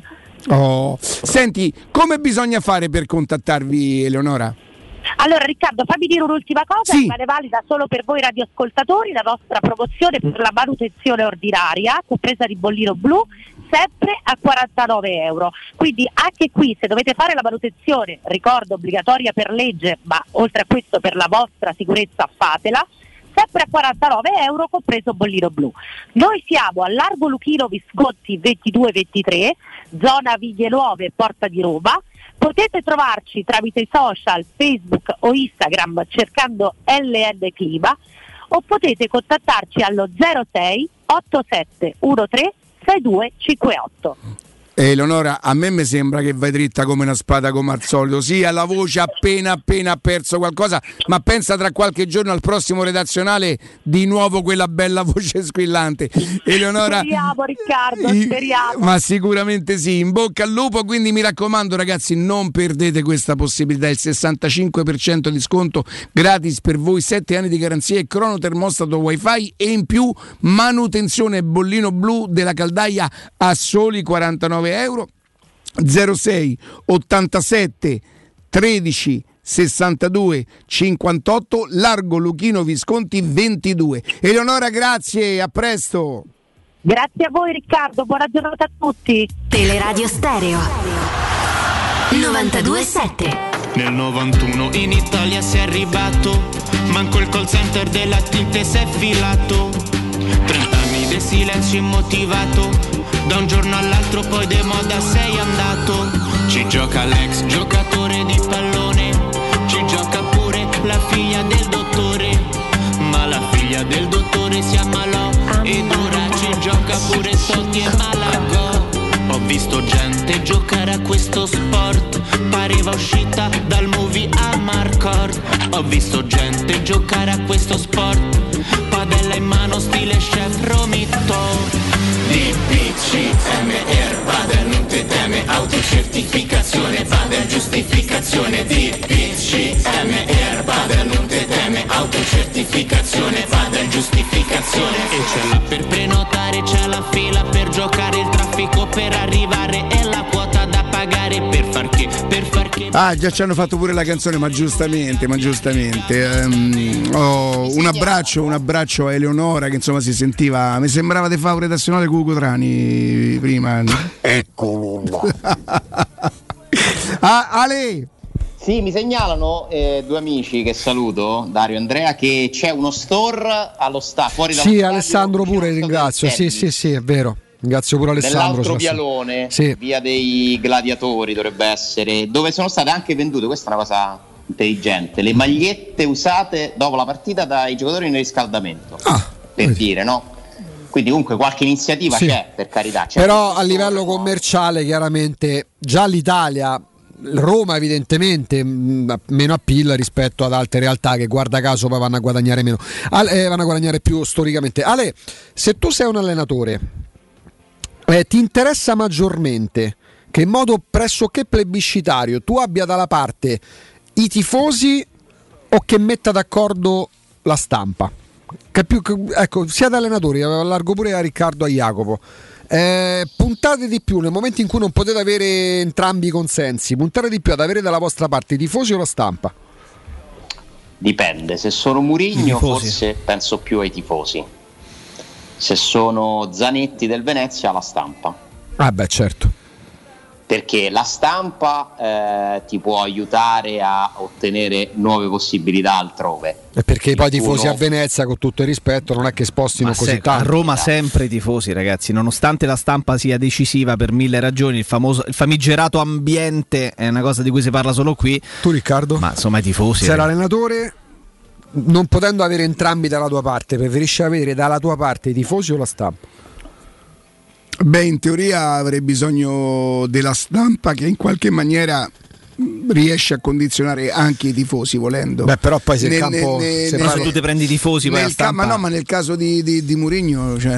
Senti, come bisogna fare per contattarvi, Eleonora? Allora Riccardo, fammi dire un'ultima cosa, rimane valida solo per voi radioascoltatori la nostra promozione per la manutenzione ordinaria, compresa di bollino blu, sempre a 49 euro. Quindi anche qui, se dovete fare la manutenzione, ricordo obbligatoria per legge, ma oltre a questo per la vostra sicurezza fatela, sempre a 49 euro compreso bollino blu. Noi siamo a Largo Luchino Visconti 22-23, zona Viglie Nuove, Porta di Roma. Potete trovarci tramite i social, Facebook o Instagram cercando LN Clima, o potete contattarci allo 06 87 13 6258. Eleonora, a me mi sembra che vai dritta come una spada come al solito. Sì, alla voce appena ha perso qualcosa, ma pensa tra qualche giorno al prossimo redazionale di nuovo quella bella voce squillante. Eleonora, speriamo Riccardo, speriamo. Ma sicuramente sì, in bocca al lupo. Quindi mi raccomando ragazzi, non perdete questa possibilità, il 65% di sconto gratis per voi, 7 anni di garanzia e cronotermostato wifi e in più manutenzione bollino blu della caldaia a soli 49 euro. 06 87 13 62 58 Largo Luchino Visconti 22. Eleonora, grazie, a presto. Grazie a voi Riccardo, buona giornata a tutti. Teleradio Stereo 92.7. Nel 91 in Italia si è arrivato, manco il call center della Tinte si è filato. 30 anni di silenzio immotivato, da un giorno all'altro poi de moda sei andato. Ci gioca l'ex giocatore di pallone, ci gioca pure la figlia del dottore, ma la figlia del dottore si ammalò ed ora ci gioca pure Totti e Malagò. Ho visto gente giocare a questo sport, pareva uscita dal movie Amarcord. Ho visto gente giocare a questo sport, padella in mano stile chef Romito. DPCMR, Bader non te teme, autocertificazione, Bader giustificazione. DPCMR, Bader non te teme, autocertificazione, Bader giustificazione. E c'è la per prenotare, c'è la fila per giocare, il traffico per arrivare e la quota da pagare per far che. Ah, già ci hanno fatto pure la canzone, ma giustamente. Un abbraccio a Eleonora che insomma si sentiva, mi sembrava di fare un redazionale con Ugo Trani prima. Eccomi. Ale. Sì, mi segnalano due amici che saluto, Dario e Andrea, che c'è uno store allo fuori dallo stadio. Sì, Alessandro pure ringrazio. Sì, è vero. Ringrazio pure Alessandro. Nell'altro vialone, sì. Via dei Gladiatori dovrebbe essere, dove sono state anche vendute, questa è una cosa intelligente, le magliette usate dopo la partita dai giocatori nel riscaldamento, per dire, no? Quindi comunque qualche iniziativa c'è, per carità. Però a livello commerciale chiaramente già l'Italia, Roma evidentemente meno appeal rispetto ad altre realtà che guarda caso poi vanno a guadagnare meno, vanno a guadagnare più storicamente. Ale, se tu sei un allenatore, ti interessa maggiormente che in modo pressoché plebiscitario tu abbia dalla parte i tifosi o che metta d'accordo la stampa? Ecco, siate allenatori, allargo pure a Riccardo e a Jacopo. Puntate di più nel momento in cui non potete avere entrambi i consensi, puntate di più ad avere dalla vostra parte i tifosi o la stampa? Dipende, se sono Mourinho forse penso più ai tifosi, se sono Zanetti del Venezia la stampa. Ah beh, certo, perché la stampa ti può aiutare a ottenere nuove possibilità altrove. E perché poi i tifosi a Venezia, con tutto il rispetto, non è che spostino così tanto. A Roma sempre i tifosi, ragazzi, nonostante la stampa sia decisiva per mille ragioni, il famigerato ambiente è una cosa di cui si parla solo qui. Tu Riccardo? Ma insomma i tifosi. Sei l'allenatore, non potendo avere entrambi dalla tua parte, preferisci avere dalla tua parte i tifosi o la stampa? Beh, in teoria avrei bisogno della stampa che in qualche maniera riesce a condizionare anche i tifosi volendo. Beh, però poi se il campo se tu ti prendi i tifosi poi la stampa... ma nel caso di Mourinho, cioè,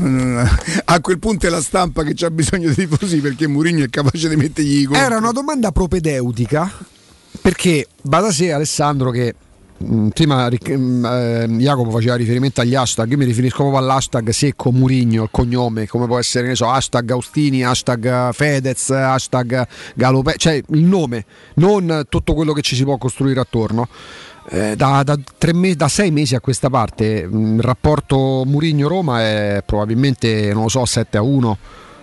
a quel punto è la stampa che c'ha bisogno dei tifosi, perché Mourinho è capace di mettergli i conti. Era una domanda propedeutica, perché va da sé, Alessandro, che prima Jacopo faceva riferimento agli hashtag, io mi riferisco proprio all'hashtag secco Mourinho, il cognome, come può essere, ne so, hashtag Austini, hashtag Fedez, hashtag Galopè, cioè il nome, non tutto quello che ci si può costruire attorno. Da 6 mesi a questa parte il rapporto Mourinho-Roma è probabilmente, non lo so, 7-1.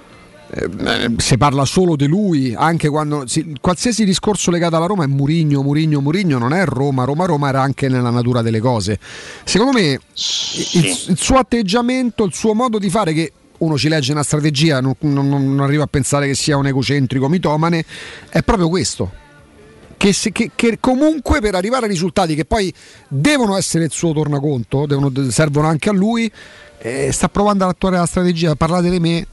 Si parla solo di lui, anche quando qualsiasi discorso legato alla Roma è Mourinho, non è Roma era anche nella natura delle cose. Secondo me il suo atteggiamento, il suo modo di fare, che uno ci legge una strategia, non arriva a pensare che sia un egocentrico mitomane, è proprio questo, che comunque per arrivare a risultati che poi devono essere il suo tornaconto, servono anche a lui, sta provando ad attuare la strategia, parlate di me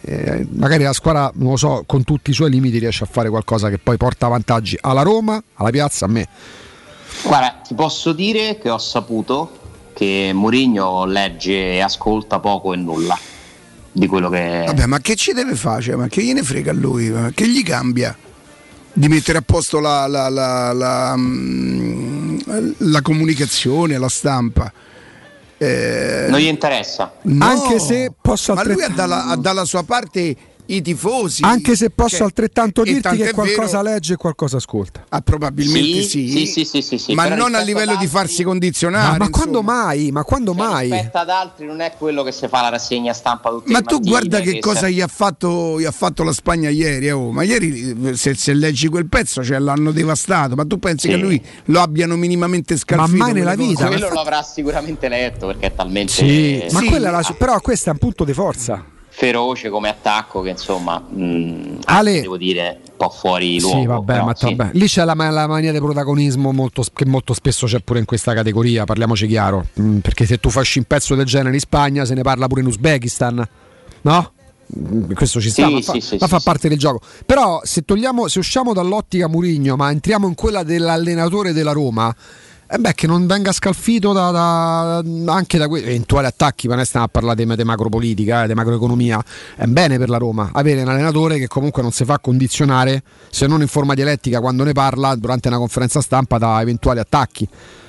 magari la squadra, non lo so, con tutti i suoi limiti riesce a fare qualcosa che poi porta vantaggi alla Roma, alla piazza, a me. Guarda, ti posso dire che ho saputo che Mourinho legge e ascolta poco e nulla di quello che... Vabbè, ma che ci deve fare? Cioè, ma che gliene frega a lui? Che gli cambia? Di mettere a posto la comunicazione, la stampa? Non gli interessa. No, anche se posso ma lui ha dalla sua parte i tifosi. Anche se posso altrettanto dirti che è qualcosa vero, legge e qualcosa ascolta. Probabilmente sì. Ma non a livello di farsi condizionare. Ma quando mai? Ma quando mai? Rispetto ad altri non è quello che si fa la rassegna stampa tutte le Ma tu mattine, guarda che cosa gli ha fatto la Spagna ieri. Ma ieri se leggi quel pezzo, cioè, l'hanno devastato. Ma tu pensi che lui lo abbiano minimamente scalfito? Ma mai nella vita. Quello lo avrà sicuramente letto, perché è talmente... Sì, ma quella però questo è un punto di forza. Feroce come attacco, che insomma Ale, devo dire un po' fuori luogo. Sì, vabbè, ma vabbè. Lì c'è la mania di protagonismo che molto spesso c'è pure in questa categoria, parliamoci chiaro, perché se tu fasci un pezzo del genere in Spagna se ne parla pure in Uzbekistan, no? Questo ci sta, ma fa parte del gioco. Però se usciamo dall'ottica Mourinho, ma entriamo in quella dell'allenatore della Roma, che non venga scalfito anche da eventuali attacchi, ma noi stiamo a parlare di macropolitica, di macroeconomia. È bene per la Roma avere un allenatore che comunque non si fa condizionare, se non in forma dialettica, quando ne parla durante una conferenza stampa, da eventuali attacchi.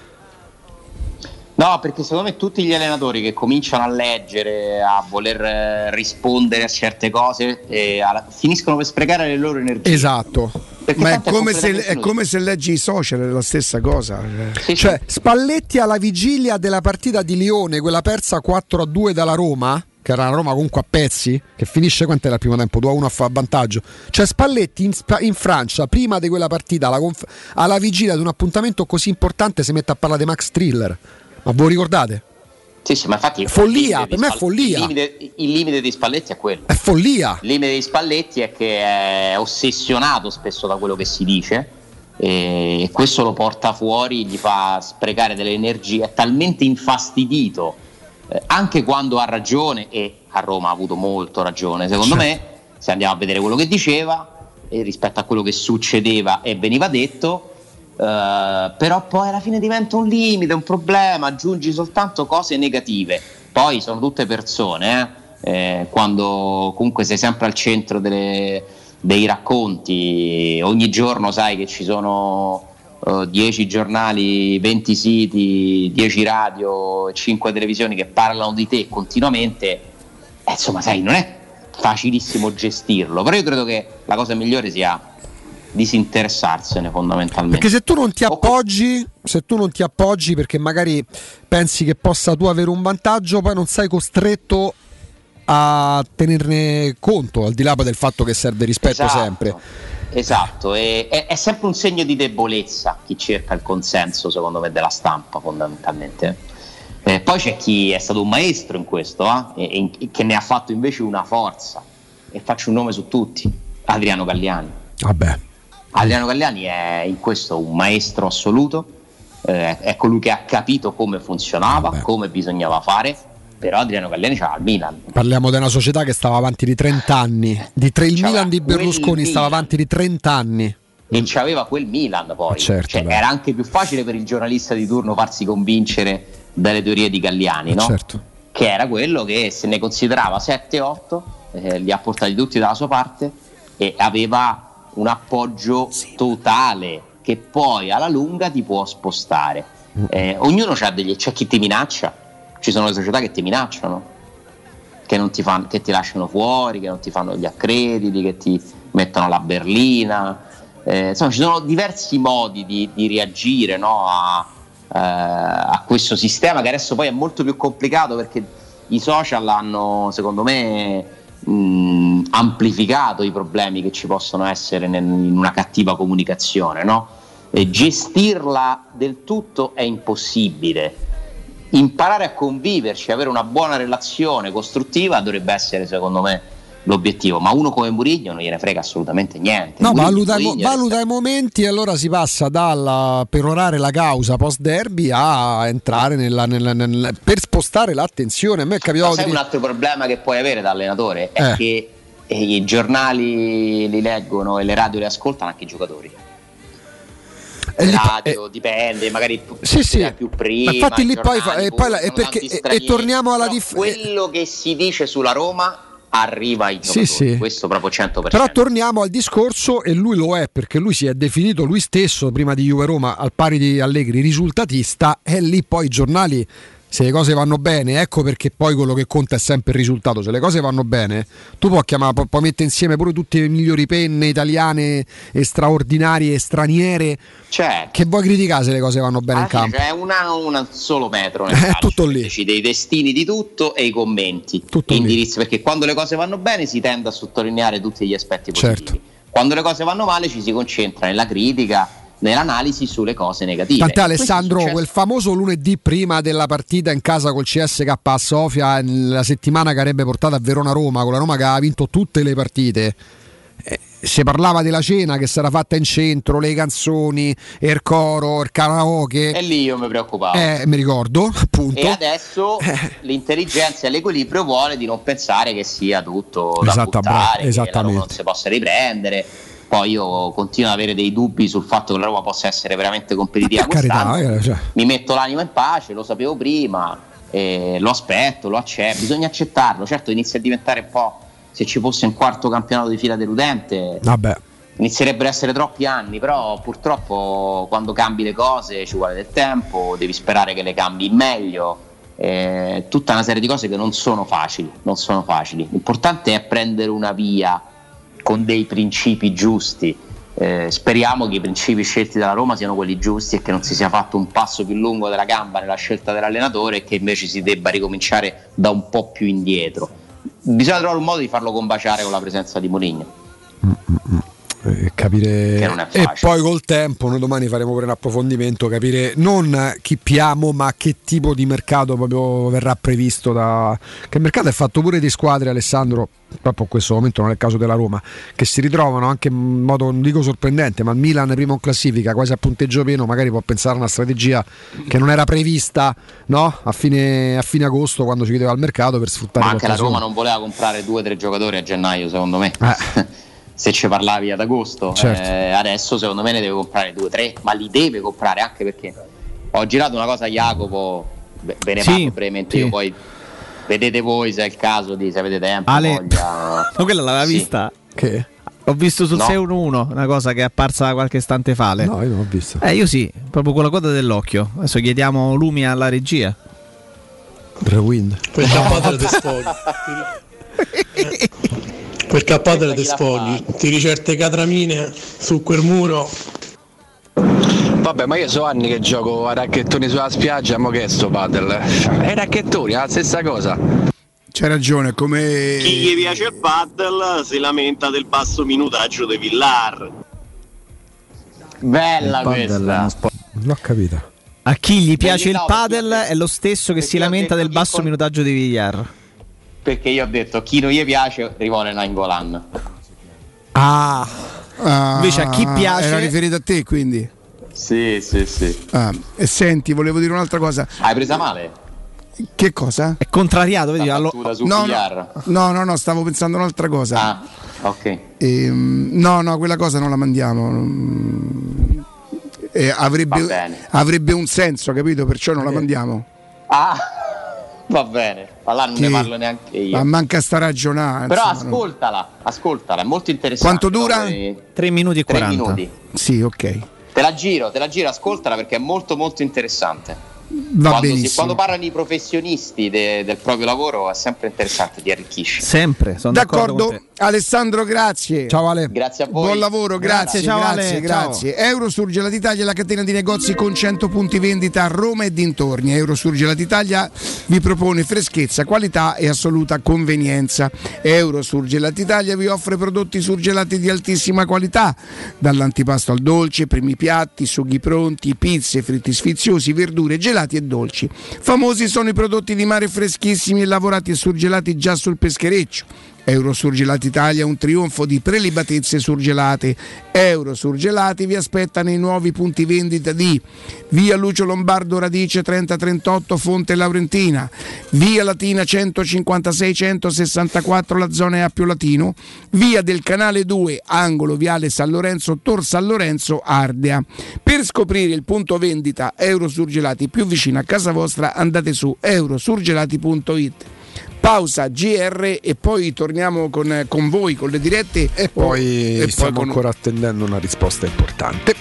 No, perché secondo me tutti gli allenatori che cominciano a leggere, a voler rispondere a certe cose, finiscono per sprecare le loro energie. Esatto. Ma è come se leggi i social, è la stessa cosa. Cioè, Spalletti alla vigilia della partita di Lione, quella persa 4-2 dalla Roma, che era la Roma comunque a pezzi, che finisce, quant'era il primo tempo? 2-1 a vantaggio. Cioè Spalletti in Francia, prima di quella partita, alla vigilia di un appuntamento così importante, si mette a parlare di Max Thriller. Ma voi ricordate? Sì, ma infatti follia, per me è follia. Il limite di Spalletti è quello. È follia. Il limite di Spalletti è che è ossessionato spesso da quello che si dice, e questo lo porta fuori, gli fa sprecare delle energie, è talmente infastidito, anche quando ha ragione, e a Roma ha avuto molto ragione secondo me, se andiamo a vedere quello che diceva e rispetto a quello che succedeva e veniva detto. Però poi alla fine diventa un limite, un problema, aggiungi soltanto cose negative. Poi sono tutte persone, quando comunque sei sempre al centro dei racconti, ogni giorno sai che ci sono 10 giornali, 20 siti, 10 radio, 5 televisioni che parlano di te continuamente, insomma sai, non è facilissimo gestirlo, però io credo che la cosa migliore sia disinteressarsene fondamentalmente, perché se tu non ti appoggi perché magari pensi che possa tu avere un vantaggio, poi non sei costretto a tenerne conto, al di là del fatto che serve rispetto, sempre. Esatto, è sempre un segno di debolezza chi cerca il consenso, secondo me, della stampa fondamentalmente. Poi c'è chi è stato un maestro in questo, che ne ha fatto invece una forza, e faccio un nome su tutti: Adriano Galliani. Adriano Galliani è in questo un maestro assoluto, è colui che ha capito come funzionava, come bisognava fare, però Adriano Galliani c'era al Milan. Parliamo di una società che stava avanti di 30 anni, il Milan di Berlusconi stava avanti di 30 anni. E c'aveva quel Milan poi, era anche più facile per il giornalista di turno farsi convincere dalle teorie di Galliani, no? Che era quello che se ne considerava 7-8, li ha portati tutti dalla sua parte e aveva un appoggio totale che poi alla lunga ti può spostare. Ognuno c'è chi ti minaccia, ci sono le società che ti minacciano, che ti lasciano fuori, che non ti fanno gli accrediti, che ti mettono la berlina, insomma ci sono diversi modi di reagire, no, a questo sistema, che adesso poi è molto più complicato perché i social hanno, secondo me, amplificato i problemi che ci possono essere in una cattiva comunicazione, no? Gestirla del tutto è impossibile. Imparare a conviverci, avere una buona relazione costruttiva dovrebbe essere, secondo me, l'obiettivo, ma uno come Mourinho non gliene frega assolutamente niente. No, valuta i momenti, e allora si passa dalla perorare la causa post derby a entrare per spostare l'attenzione. A me è capitato un altro problema che puoi avere da allenatore è che e i giornali li leggono e le radio le ascoltano anche i giocatori. Radio dipende, magari più prima. Ma infatti lì poi e torniamo alla differenza. Quello che si dice sulla Roma arriva ai giocatori, questo proprio 100%. Però torniamo al discorso, e lui lo è, perché lui si è definito lui stesso prima di Juve Roma, al pari di Allegri, risultatista, e lì poi i giornali, se le cose vanno bene, ecco perché poi quello che conta è sempre il risultato. Se le cose vanno bene, tu puoi mettere insieme pure tutte le migliori penne italiane e straordinarie e straniere, che vuoi criticare se le cose vanno bene in campo? C'è un solo metro nel calcio, tutto lì. Decide i destini di tutto e i commenti, tutto indirizzi, perché quando le cose vanno bene si tende a sottolineare tutti gli aspetti positivi. Quando le cose vanno male ci si concentra nella critica, nell'analisi sulle cose negative. Tant'è, Alessandro, quel famoso lunedì prima della partita in casa col CSK a Sofia, la settimana che avrebbe portato a Verona-Roma, con la Roma che aveva vinto tutte le partite, si parlava della cena che sarà fatta in centro, le canzoni, il coro, il karaoke, e lì io mi preoccupavo, mi ricordo, appunto. E adesso l'intelligenza e l'equilibrio vuole di non pensare che sia tutto da buttare, che la Roma non si possa riprendere. Poi io continuo ad avere dei dubbi sul fatto che la Roma possa essere veramente competitiva quest'anno. Mi metto l'anima in pace, lo sapevo prima, lo aspetto, lo accetto, bisogna accettarlo. Certo, inizia a diventare un po', se ci fosse un quarto campionato di fila deludente, inizierebbero a essere troppi anni, però purtroppo quando cambi le cose ci vuole del tempo, devi sperare che le cambi in meglio, tutta una serie di cose che non sono facili. L'importante è prendere una via con dei principi giusti, speriamo che i principi scelti dalla Roma siano quelli giusti e che non si sia fatto un passo più lungo della gamba nella scelta dell'allenatore e che invece si debba ricominciare da un po' più indietro. Bisogna trovare un modo di farlo combaciare con la presenza di Mourinho. Capire, che non è e poi col tempo noi domani faremo pure un approfondimento, capire non chi piamo ma che tipo di mercato proprio verrà previsto che il mercato è fatto pure di squadre, Alessandro, proprio in questo momento non è il caso della Roma, che si ritrovano anche in modo, non dico sorprendente, ma il Milan primo in classifica quasi a punteggio pieno, magari può pensare a una strategia che non era prevista, no? a fine agosto, quando si chiudeva il mercato, per sfruttare ma anche l'occasione. La Roma non voleva comprare 2 o 3 giocatori a gennaio, secondo me. Se ci parlavi ad agosto, adesso secondo me ne deve comprare 2 o 3, ma li deve comprare, anche perché ho girato una cosa a Jacopo, ve ne parlo brevemente io, poi vedete voi se è il caso, se avete tempo, voglia. Ma quella l'aveva vista? Che? Ho visto sul 611 una cosa che è apparsa qualche istante fa. No, io non ho visto. Io sì, proprio con la coda dell'occhio. Adesso chiediamo lumi alla regia. Rewind. Quel cappotto dei sfogli. Quel cappotto dei sfogli. Tiri certe catramine su quel muro. Vabbè, ma io so anni che gioco a racchettoni sulla spiaggia, mo che è sto padel? E racchettoni, è la stessa cosa. C'hai ragione, come chi gli piace il padel si lamenta del basso minutaggio dei Villar. Bella questa. Non l'ho capita. A chi gli piace il padel è lo stesso che si lamenta del basso minutaggio di Villar. Perché io ho detto chi non gli piace rimane Nainggolan. Invece a chi piace era riferito a te, quindi. Sì. E senti, volevo dire un'altra cosa. Hai presa male? Che cosa? È contrariato, vedi? No, stavo pensando a un'altra cosa. Ok. No, quella cosa non la mandiamo. Avrebbe un senso, capito? Perciò non la mandiamo. Va bene, allora non ne parlo neanche io. Ma manca sta ragionare. Però ascoltala, è molto interessante. Quanto dura? 3 minuti e 40. 3 minuti. Sì, ok. Te la giro, ascoltala perché è molto molto interessante. Quando parlano i professionisti del proprio lavoro è sempre interessante, ti arricchisce. Sempre, sono d'accordo. Alessandro, grazie. Ciao Ale. Grazie a voi. Buon lavoro, grazie. Ciao Ale. Grazie. Eurosurgelati Italia è la catena di negozi con 100 punti vendita a Roma e dintorni. Eurosurgelati Italia vi propone freschezza, qualità e assoluta convenienza. Eurosurgelati Italia vi offre prodotti surgelati di altissima qualità, dall'antipasto al dolce, primi piatti, sughi pronti, pizze, fritti sfiziosi, verdure, gelati e dolci. Famosi sono i prodotti di mare freschissimi e lavorati e surgelati già sul peschereccio. Eurosurgelati Italia, un trionfo di prelibatezze surgelate. Eurosurgelati vi aspetta nei nuovi punti vendita di via Lucio Lombardo Radice 3038 Fonte Laurentina, via Latina 156 164 la zona è a Pio Latino, via del Canale 2 angolo viale San Lorenzo Tor San Lorenzo Ardea. Per scoprire il punto vendita Eurosurgelati più vicino a casa vostra andate su eurosurgelati.it. Pausa GR e poi torniamo con voi, con le dirette e poi stiamo ancora attendendo una risposta importante.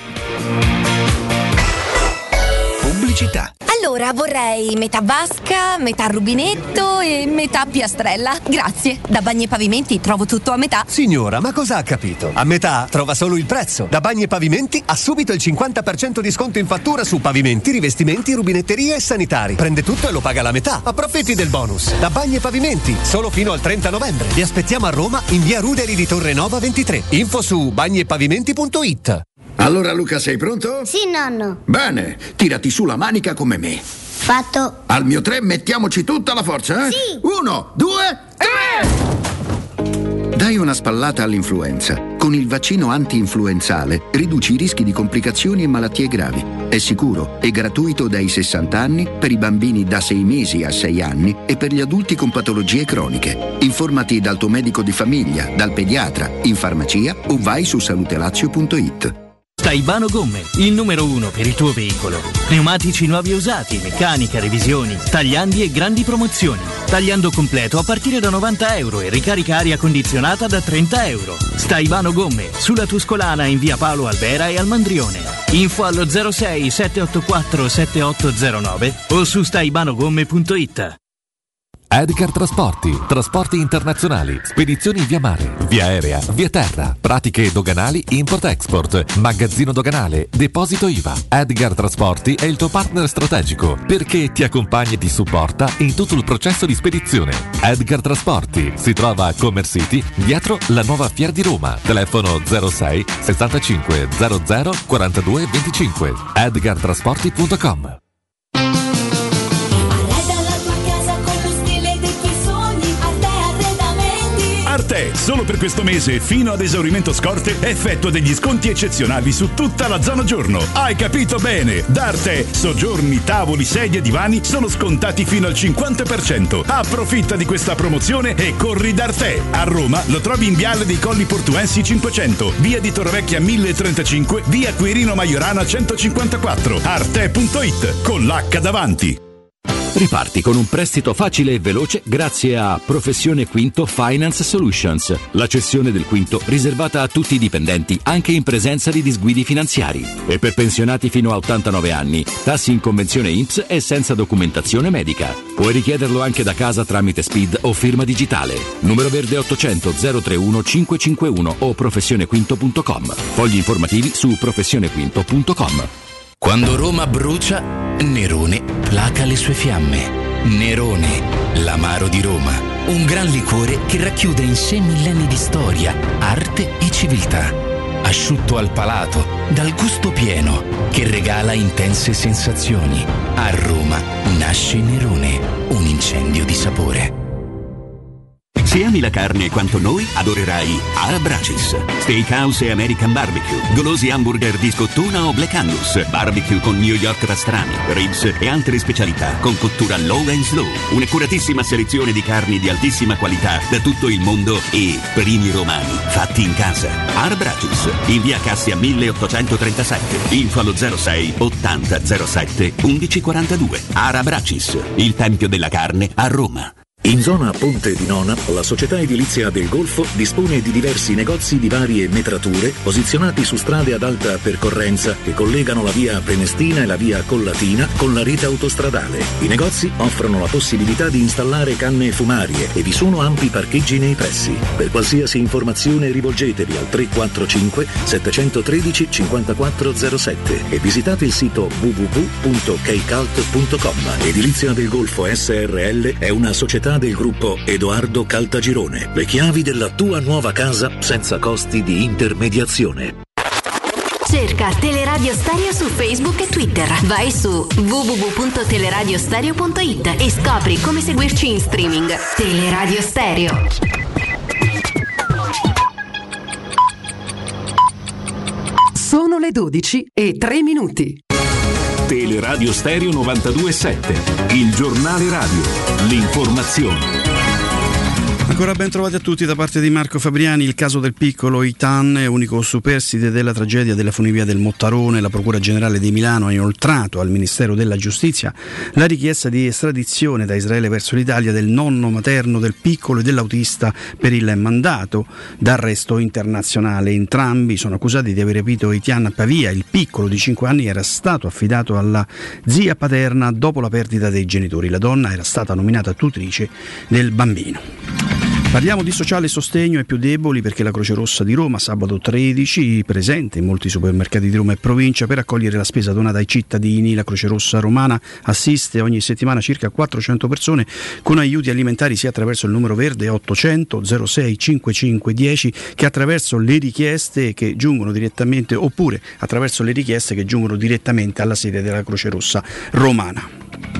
Pubblicità. Allora vorrei metà vasca, metà rubinetto e metà piastrella. Grazie. Da Bagni e Pavimenti trovo tutto a metà. Signora, ma cosa ha capito? A metà trova solo il prezzo. Da Bagni e Pavimenti ha subito il 50% di sconto in fattura su pavimenti, rivestimenti, rubinetterie e sanitari. Prende tutto e lo paga la metà. Approfitti del bonus. Da Bagni e Pavimenti, solo fino al 30 novembre. Vi aspettiamo a Roma in via Ruderi di Torre Nova 23. Info su bagniepavimenti.it. Allora Luca, sei pronto? Sì, nonno. Bene, tirati su la manica come me. Fatto. Al mio 3 mettiamoci tutta la forza, eh? Sì. 1, 2, 3! Dai una spallata all'influenza. Con il vaccino anti-influenzale riduci i rischi di complicazioni e malattie gravi. È sicuro e gratuito dai 60 anni per i bambini da 6 mesi a 6 anni e per gli adulti con patologie croniche. Informati dal tuo medico di famiglia, dal pediatra, in farmacia o vai su salutelazio.it. Staibano Gomme, il numero 1 per il tuo veicolo. Pneumatici nuovi e usati, meccanica, revisioni, tagliandi e grandi promozioni. Tagliando completo a partire da €90 e ricarica aria condizionata da €30. Staibano Gomme, sulla Tuscolana in via Paolo Albera e al Mandrione. Info allo 06 784 7809 o su staibanogomme.it. Edgar Trasporti internazionali, spedizioni via mare, via aerea, via terra, pratiche doganali, import-export, magazzino doganale, deposito IVA. Edgar Trasporti è il tuo partner strategico perché ti accompagna e ti supporta in tutto il processo di spedizione. Edgar Trasporti si trova a Commerce City, dietro la nuova Fiera di Roma. Telefono 06 65 00 42 25. edgartrasporti.com. Arte, solo per questo mese fino ad esaurimento scorte effettua degli sconti eccezionali su tutta la zona giorno. Hai capito bene? Da Arte, soggiorni, tavoli, sedie e divani sono scontati fino al 50%. Approfitta di questa promozione e corri da Arte. A Roma lo trovi in Viale dei Colli Portuensi 500, via di Torrevecchia 1035, via Quirino Maiorana 154. Arte.it con l'H davanti. Riparti con un prestito facile e veloce grazie a Professione Quinto Finance Solutions, la cessione del quinto riservata a tutti i dipendenti anche in presenza di disguidi finanziari. E per pensionati fino a 89 anni, tassi in convenzione INPS e senza documentazione medica. Puoi richiederlo anche da casa tramite SPID o firma digitale. Numero verde 800 031 551 o professionequinto.com. Fogli informativi su professionequinto.com. Quando Roma brucia, Nerone placa le sue fiamme. Nerone, l'amaro di Roma. Un gran liquore che racchiude in sé millenni di storia, arte e civiltà. Asciutto al palato, dal gusto pieno, che regala intense sensazioni. A Roma nasce Nerone, un incendio di sapore. Se ami la carne quanto noi, adorerai Arab Racis. Steakhouse e American Barbecue, golosi hamburger di scottuna o Black Angus, barbecue con New York pastrami, ribs e altre specialità con cottura low and slow. Un'accuratissima selezione di carni di altissima qualità da tutto il mondo e primi romani fatti in casa. Arab Racis, in via Cassia 1837. Info allo 06 80 07 1142. Arab Racis, il tempio della carne a Roma. In zona Ponte di Nona, la società edilizia del Golfo dispone di diversi negozi di varie metrature posizionati su strade ad alta percorrenza che collegano la via Prenestina e la via Collatina con la rete autostradale. I negozi offrono la possibilità di installare canne fumarie e vi sono ampi parcheggi nei pressi. Per qualsiasi informazione rivolgetevi al 345 713 5407 e visitate il sito www.kcalt.com. Edilizia del Golfo SRL è una società del gruppo Edoardo Caltagirone. Le chiavi della tua nuova casa senza costi di intermediazione. Cerca Teleradio Stereo su Facebook e Twitter. Vai su www.teleradiostereo.it e scopri come seguirci in streaming. Teleradio Stereo. Sono le 12:03. Teleradio Stereo 92.7, il giornale radio, l'informazione. Ancora ben trovati a tutti da parte di Marco Fabriani. Il caso del piccolo Itan, unico superstite della tragedia della funivia del Mottarone. La Procura Generale di Milano ha inoltrato al Ministero della Giustizia la richiesta di estradizione da Israele verso l'Italia del nonno materno del piccolo e dell'autista per il mandato d'arresto internazionale. Entrambi sono accusati di aver rapito Itan a Pavia. Il piccolo di 5 anni era stato affidato alla zia paterna dopo la perdita dei genitori. La donna era stata nominata tutrice del bambino. Parliamo di sociale sostegno ai più deboli, perché la Croce Rossa di Roma sabato 13 presente in molti supermercati di Roma e provincia per accogliere la spesa donata ai cittadini. La Croce Rossa romana assiste ogni settimana circa 400 persone con aiuti alimentari, sia attraverso il numero verde 800 06 55 10 che attraverso le richieste che giungono direttamente, oppure attraverso le richieste che giungono direttamente alla sede della Croce Rossa romana.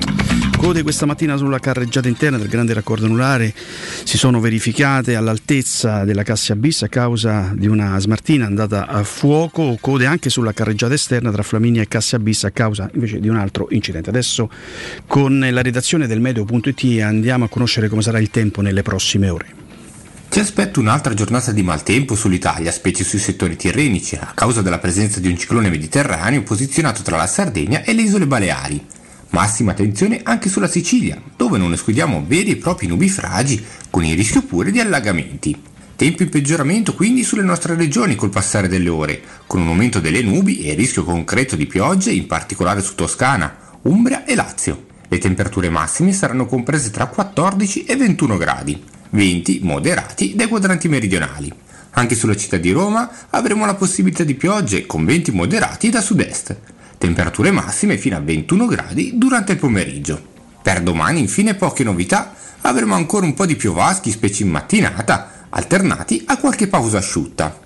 Code questa mattina sulla carreggiata interna del grande raccordo anulare si sono verificate all'altezza della Cassia Bis a causa di una smartina andata a fuoco. Code anche sulla carreggiata esterna tra Flaminia e Cassia Bis a causa invece di un altro incidente. Adesso con la redazione del Meteo.it andiamo a conoscere come sarà il tempo nelle prossime ore. Ci aspetta un'altra giornata di maltempo sull'Italia, specie sui settori tirrenici, a causa della presenza di un ciclone mediterraneo posizionato tra la Sardegna e le isole Baleari. Massima attenzione anche sulla Sicilia, dove non escludiamo veri e propri nubifragi, con il rischio pure di allagamenti. Tempo in peggioramento quindi sulle nostre regioni col passare delle ore, con un aumento delle nubi e il rischio concreto di piogge, in particolare su Toscana, Umbria e Lazio. Le temperature massime saranno comprese tra 14 e 21 gradi, venti moderati dai quadranti meridionali. Anche sulla città di Roma avremo la possibilità di piogge con venti moderati da sud-est. Temperature massime fino a 21 gradi durante il pomeriggio. Per domani infine poche novità, avremo ancora un po' di piovaschi, specie in mattinata, alternati a qualche pausa asciutta.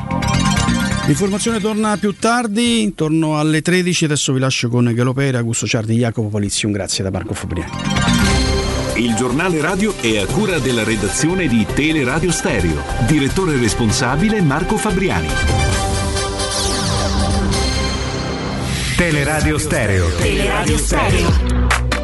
L'informazione torna più tardi, intorno alle 13. Adesso vi lascio con Galopera, Augusto Ciardi, Jacopo Palizzi. Un grazie da Marco Fabriani. Il giornale radio è a cura della redazione di Teleradio Stereo. Direttore responsabile Marco Fabriani. Teleradio Stereo. Teleradio Stereo.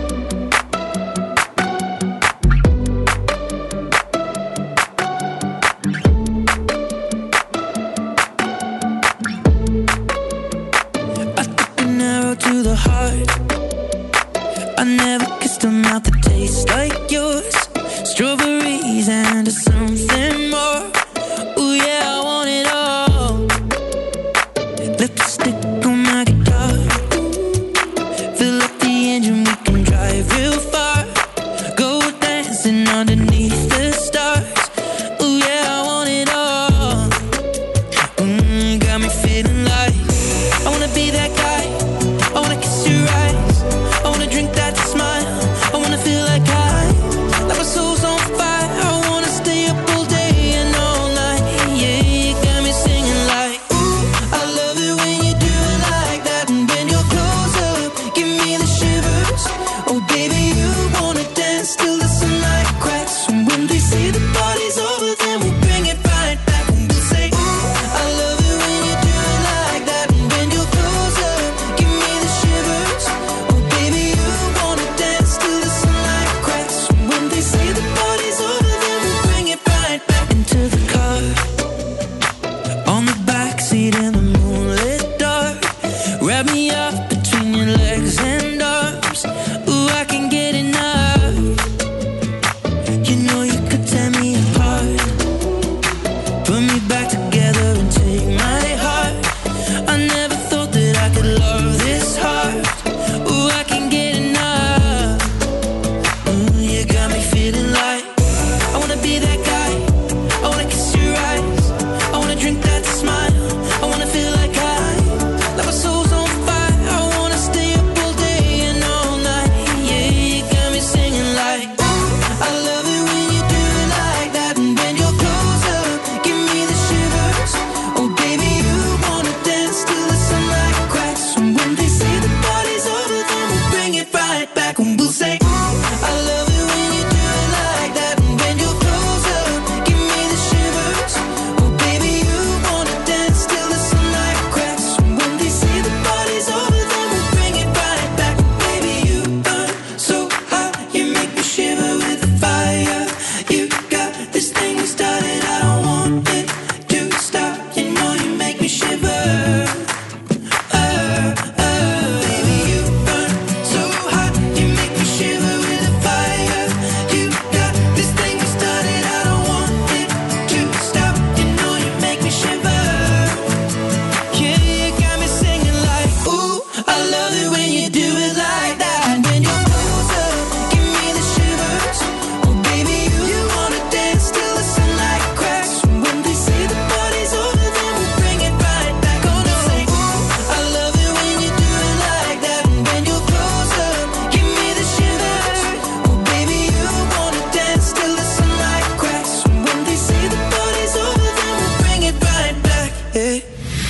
To the heart, I never kissed a mouth that tastes like yours. Strawberries and something more. Ooh yeah, I want it all. Lipstick on my guitar. Fill up the engine, we can drive real far. Go dancing underneath the stars. Ooh yeah, I want it all. Got me feeling like I wanna be that guy. I wanna kiss your eyes, I wanna drink that smile, I wanna feel like my soul's on fire, I wanna stay up all day and all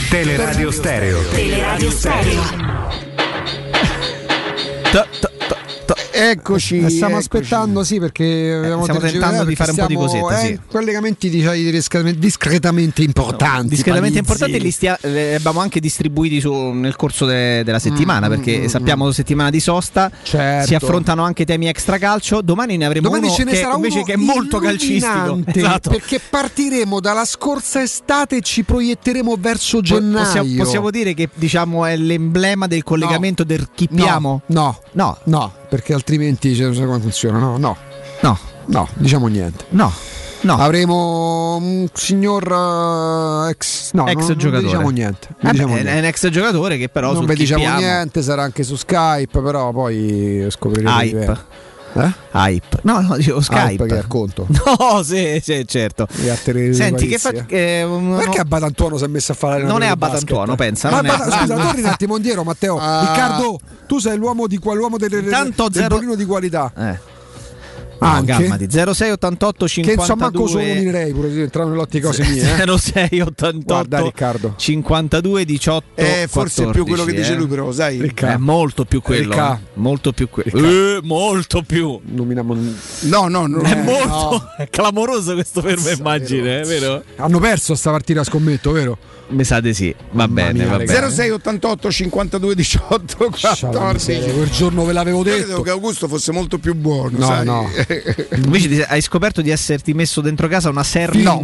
Teleradio Stereo. Teleradio Stereo. Eccoci. Stiamo aspettando, sì, perché abbiamo stiamo tentando di fare un po' di cosette, sì. Collegamenti discretamente importanti. Discretamente importanti li abbiamo anche distribuiti nel corso della settimana, perché sappiamo settimana di sosta, certo. Si affrontano anche temi extracalcio. Domani ne avremo uno ce ne che sarà invece uno che è molto calcistico, esatto. Perché partiremo dalla scorsa estate e ci proietteremo verso gennaio. Possiamo dire che, diciamo, è l'emblema del collegamento del chippiamo? No, perché altrimenti non so come funziona. No, diciamo niente. No. Avremo un signor ex giocatore. Non diciamo niente. È un ex giocatore che però non vi diciamo niente, sarà anche su Skype, però poi scopriremo. Hype. No, dicevo Skype. Che racconto. No, sì, certo. Senti, che fa. Perché a Batantuono si è messo a fare? Non è a Batantuono, pensa. Scusa, torni un attimo indietro, Matteo. Riccardo, tu sei l'uomo del bolino di qualità. Calmati. 0688 52 che insomma manco solo unirei pure se entrano nell'ottica cose mie. 0688 guarda Riccardo 52 18 forse 14, è più quello che dice lui, però sai è molto più quello, molto più molto più non è molto è clamoroso questo per me, immagine, vero? Hanno perso sta partita, scommetto, vero? Mi sa di sì, va bene. 0688 52 18 14. Quel giorno ve l'avevo detto. Credo che Augusto fosse molto più buono. No. Invece hai scoperto di esserti messo dentro casa una serra.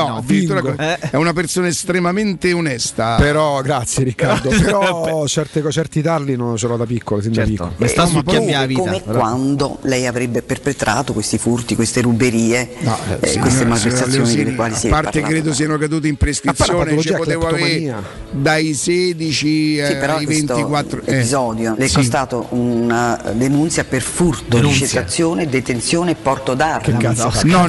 È una persona estremamente onesta. Però grazie Riccardo. Però certi tarli non ce l'ho da piccolo, sin da piccolo. Mi sta succhiando la vita. Come quando lei avrebbe perpetrato questi furti, queste ruberie, queste malversazioni delle quali si è parlato. A parte credo siano caduti in prescrizione. Potevo avere dai 16 ai 24 episodio. Le è costato una denunzia per furto, ricettazione, detenzione e porto d'arma. Che cazzo? No,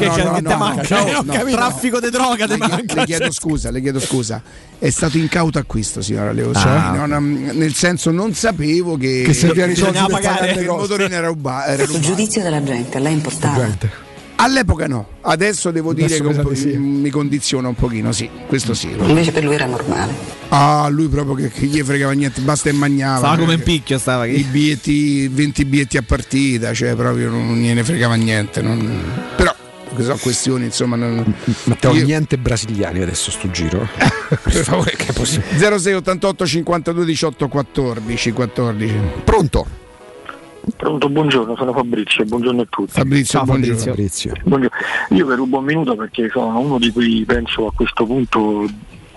traffico di droga. Le chiedo scusa. È stato incauto acquisto, signora Leoncini. Nel senso, non sapevo che serviva risolvere per pagare il motorino era rubato. Il giudizio della gente, a lei importava? All'epoca no, adesso devo dire che mi condiziona un pochino, sì, questo sì. Invece per lui era normale. Lui proprio che gli fregava niente, basta e magnava. Stava come in picchio, stava. I biglietti, 20 biglietti a partita, cioè proprio non gliene fregava niente. Però sono questioni, insomma. Matteo, niente brasiliani adesso sto giro. Per favore, che è possibile. 0688 52 18 14. Pronto? Pronto, buongiorno, sono Fabrizio, buongiorno a tutti. Fabrizio. Buongiorno. Io vi rubo un minuto perché sono uno di cui penso a questo punto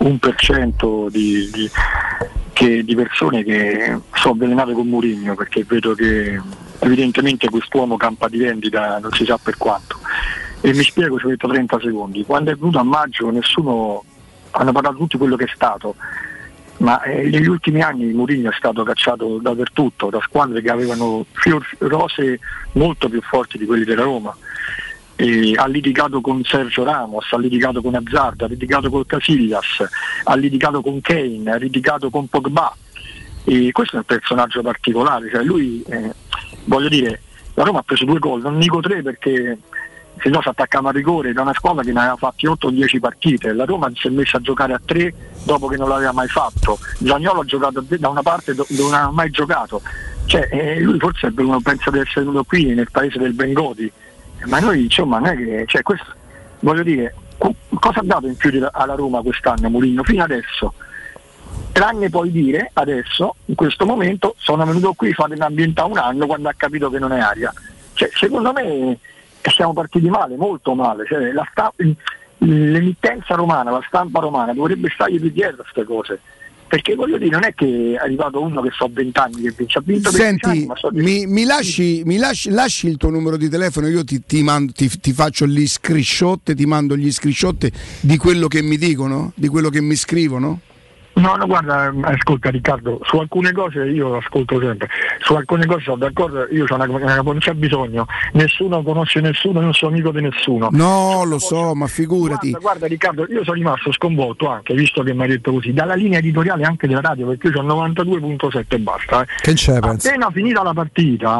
1% di persone che sono avvelenate con Mourinho, perché vedo che evidentemente quest'uomo campa di vendita non si sa per quanto. E mi spiego, ci ho detto 30 secondi. Quando è venuto a maggio hanno parlato tutti quello che è stato. Ma negli ultimi anni Mourinho è stato cacciato dappertutto, da squadre che avevano rose molto più forti di quelli della Roma. Ha litigato con Sergio Ramos, ha litigato con Hazard, ha litigato con Casillas, ha litigato con Kane, ha litigato con Pogba. E questo è un personaggio particolare, cioè lui, voglio dire, la Roma ha preso 2 gol, non dico 3 perché se no si attaccava a rigore da una squadra che ne aveva fatti 8 o 10 partite. La Roma si è messa a giocare a 3 dopo che non l'aveva mai fatto. Zaniolo ha giocato da una parte dove non ha mai giocato, cioè lui forse pensa di essere venuto qui nel paese del Bengodi, ma noi insomma non è che, cioè, questo, voglio dire, cosa ha dato in più alla Roma quest'anno Mourinho fino adesso? Tranne poi dire adesso, in questo momento, sono venuto qui, fatemi ambientare un anno, quando ha capito che non è aria. Cioè, secondo me siamo partiti male, molto male, cioè, l'emittenza romana, la stampa romana dovrebbe stargli più dietro a queste cose, perché voglio dire, non è che è arrivato uno che so 20 anni che vince, ha vinto 20 anni, ma so mi lasci il tuo numero di telefono, io ti faccio gli screenshot, ti mando gli screenshot di quello che mi dicono, di quello che mi scrivono. No, guarda, ascolta Riccardo, su alcune cose io ascolto sempre, su alcune cose sono d'accordo, io non c'è bisogno, nessuno conosce nessuno, non sono amico di nessuno. No, lo so, ma figurati. Guarda Riccardo, io sono rimasto sconvolto anche, visto che mi hai detto così, dalla linea editoriale anche della radio, perché io ho 92.7 e basta. Che c'è, penso? Appena finita la partita,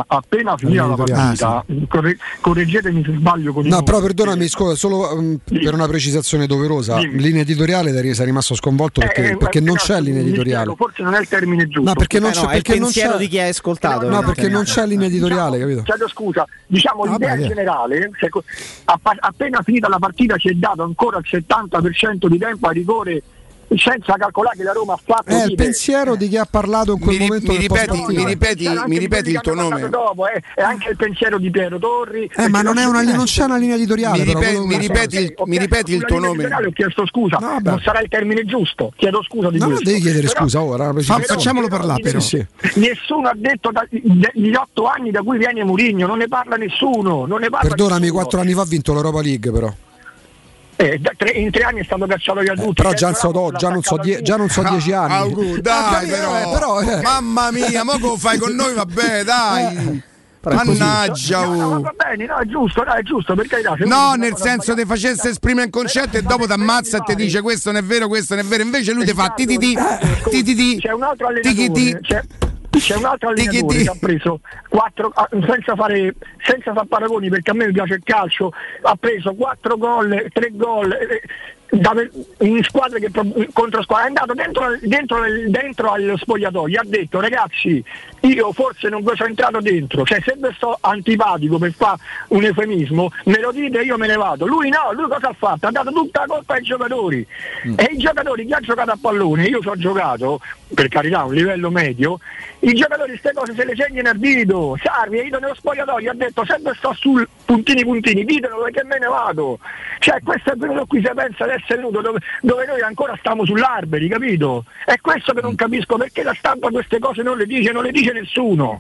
correggetemi se sbaglio con no, però perdonami, scusa, solo per una precisazione doverosa, linea editoriale sei rimasto sconvolto perché non c'è linea editoriale. Forse non è il termine giusto. No, perché non c'è, è il pensiero di chi ha ascoltato. No, perché non c'è linea editoriale, capito? Chiedo scusa, l'idea generale, appena finita la partita si è dato ancora il 70% di tempo a rigore, senza calcolare che la Roma ha fatto il pensiero di chi ha parlato in quel momento. Mi ripeti il tuo nome. Dopo, è anche il pensiero di Piero Torri. Ma non c'è una linea editoriale. Mi ripeti il tuo nome. Ho chiesto scusa, non sarà il termine giusto. Chiedo scusa di questo. No, devi chiedere scusa ora. Facciamolo parlare però. Nessuno ha detto gli 8 anni da cui viene Mourinho, non ne parla nessuno. Perdonami, 4 anni fa ha vinto l'Europa League però. In 3 anni è stato cacciato via tutti. Però già non so 10 anni. Dai, però. Mamma mia, mo che fai con noi, vabbè, dai. Mannaggia, va bene, è giusto, per carità. No, nel senso ti facesse esprimere un concetto e dopo ti ammazza e ti dice questo non è vero, invece lui ti fa ti. C'è un altro allenatore. C'è un altro allenatore che ha preso 4 senza fare paragoni, perché a me mi piace il calcio, ha preso 4 gol, 3 gol in squadre che contro squadre, è andato dentro allo spogliatoio, ha detto ragazzi io forse non vi sono entrato dentro, cioè se vi sto antipatico, per fare un eufemismo, me lo dite, io me ne vado. Lui cosa ha fatto? Ha dato tutta la colpa ai giocatori e i giocatori, chi ha giocato a pallone, io ci ho giocato per carità a un livello medio, i giocatori queste cose se le segnano al dito. Sarri è ido nello spogliatoio, ha detto sempre sto sul puntini, ditelo perché me ne vado. Cioè questo è venuto qui, se pensa di essere venuto dove noi ancora stiamo sull'alberi, capito? È questo che non capisco, perché la stampa queste cose non le dice nessuno.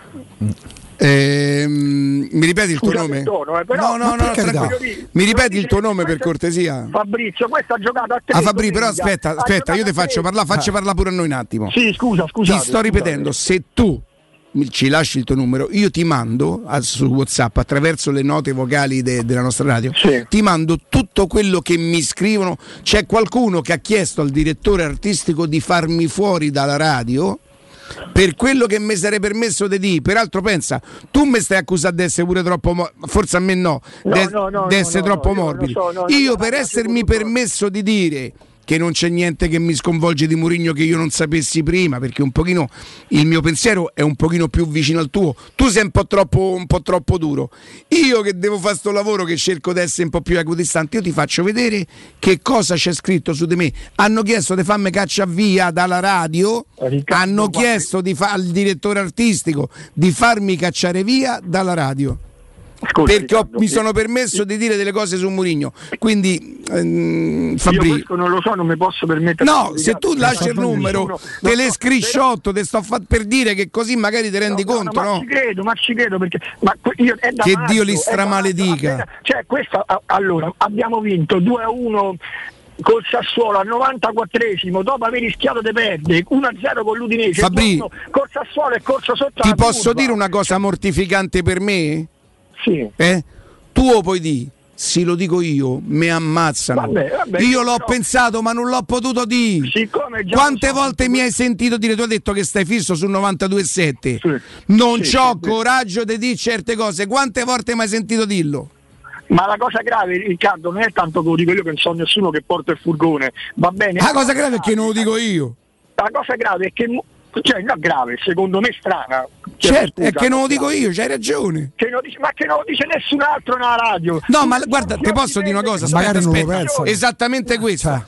Mi ripeti il tuo nome? No, mi ripeti il tuo nome per cortesia? Fabrizio, questa giocata a 3. Fabrizio, però aspetta, io ti faccio parlare, facci parlare pure a noi un attimo. Sì, scusa. Ti sto ripetendo, se tu ci lasci il tuo numero, io ti mando su WhatsApp attraverso le note vocali della nostra radio, ti mando tutto quello che mi scrivono. C'è qualcuno che ha chiesto al direttore artistico di farmi fuori dalla radio per quello che mi sarei permesso di dire. Peraltro pensa, tu mi stai accusando di essere pure troppo forse a me di essere troppo morbido. Io per essermi permesso di dire che non c'è niente che mi sconvolge di Mourinho che io non sapessi prima, perché un pochino il mio pensiero è un pochino più vicino al tuo. Tu sei un po' troppo duro. Io che devo fare sto lavoro, che cerco di essere un po' più equidistante, io ti faccio vedere che cosa c'è scritto su di me. Hanno chiesto di farmi caccia via dalla radio, hanno chiesto al direttore artistico di farmi cacciare via dalla radio. Perché mi sono permesso di dire delle cose su Mourinho, quindi Fabrizio, io questo non lo so, non mi posso permettere. No, se tu lasci il numero, te le screenshot, te sto per dire che così magari ti rendi conto, no? Ma ci credo perché io è da che maggio, Dio li stramaledica. Cioè questa, allora abbiamo vinto 2-1 col Sassuolo al 94esimo, dopo aver rischiato di perdere 1-0 con l'Udinese. Fabrizio, col Sassuolo è corso sotto. Ti posso dire una cosa mortificante per me? Sì. Tu puoi dire, sì, lo dico io, mi ammazzano. Vabbè, io l'ho pensato ma non l'ho potuto dire. Quante volte mi hai sentito dire, tu hai detto che stai fisso sul 92,7, non c'ho coraggio di dire certe cose, quante volte mi hai sentito dirlo? Ma la cosa grave, Riccardo, non è tanto che lo dico io, che non so nessuno che porta il furgone, va bene? La cosa grave è che non lo dico io. La cosa grave è che, cioè non grave, secondo me strana. Certo, è che non lo dico io, c'hai ragione. Ma che non lo dice nessun altro nella radio. No, ma guarda, ti posso dire una cosa, aspetta. Esattamente questa.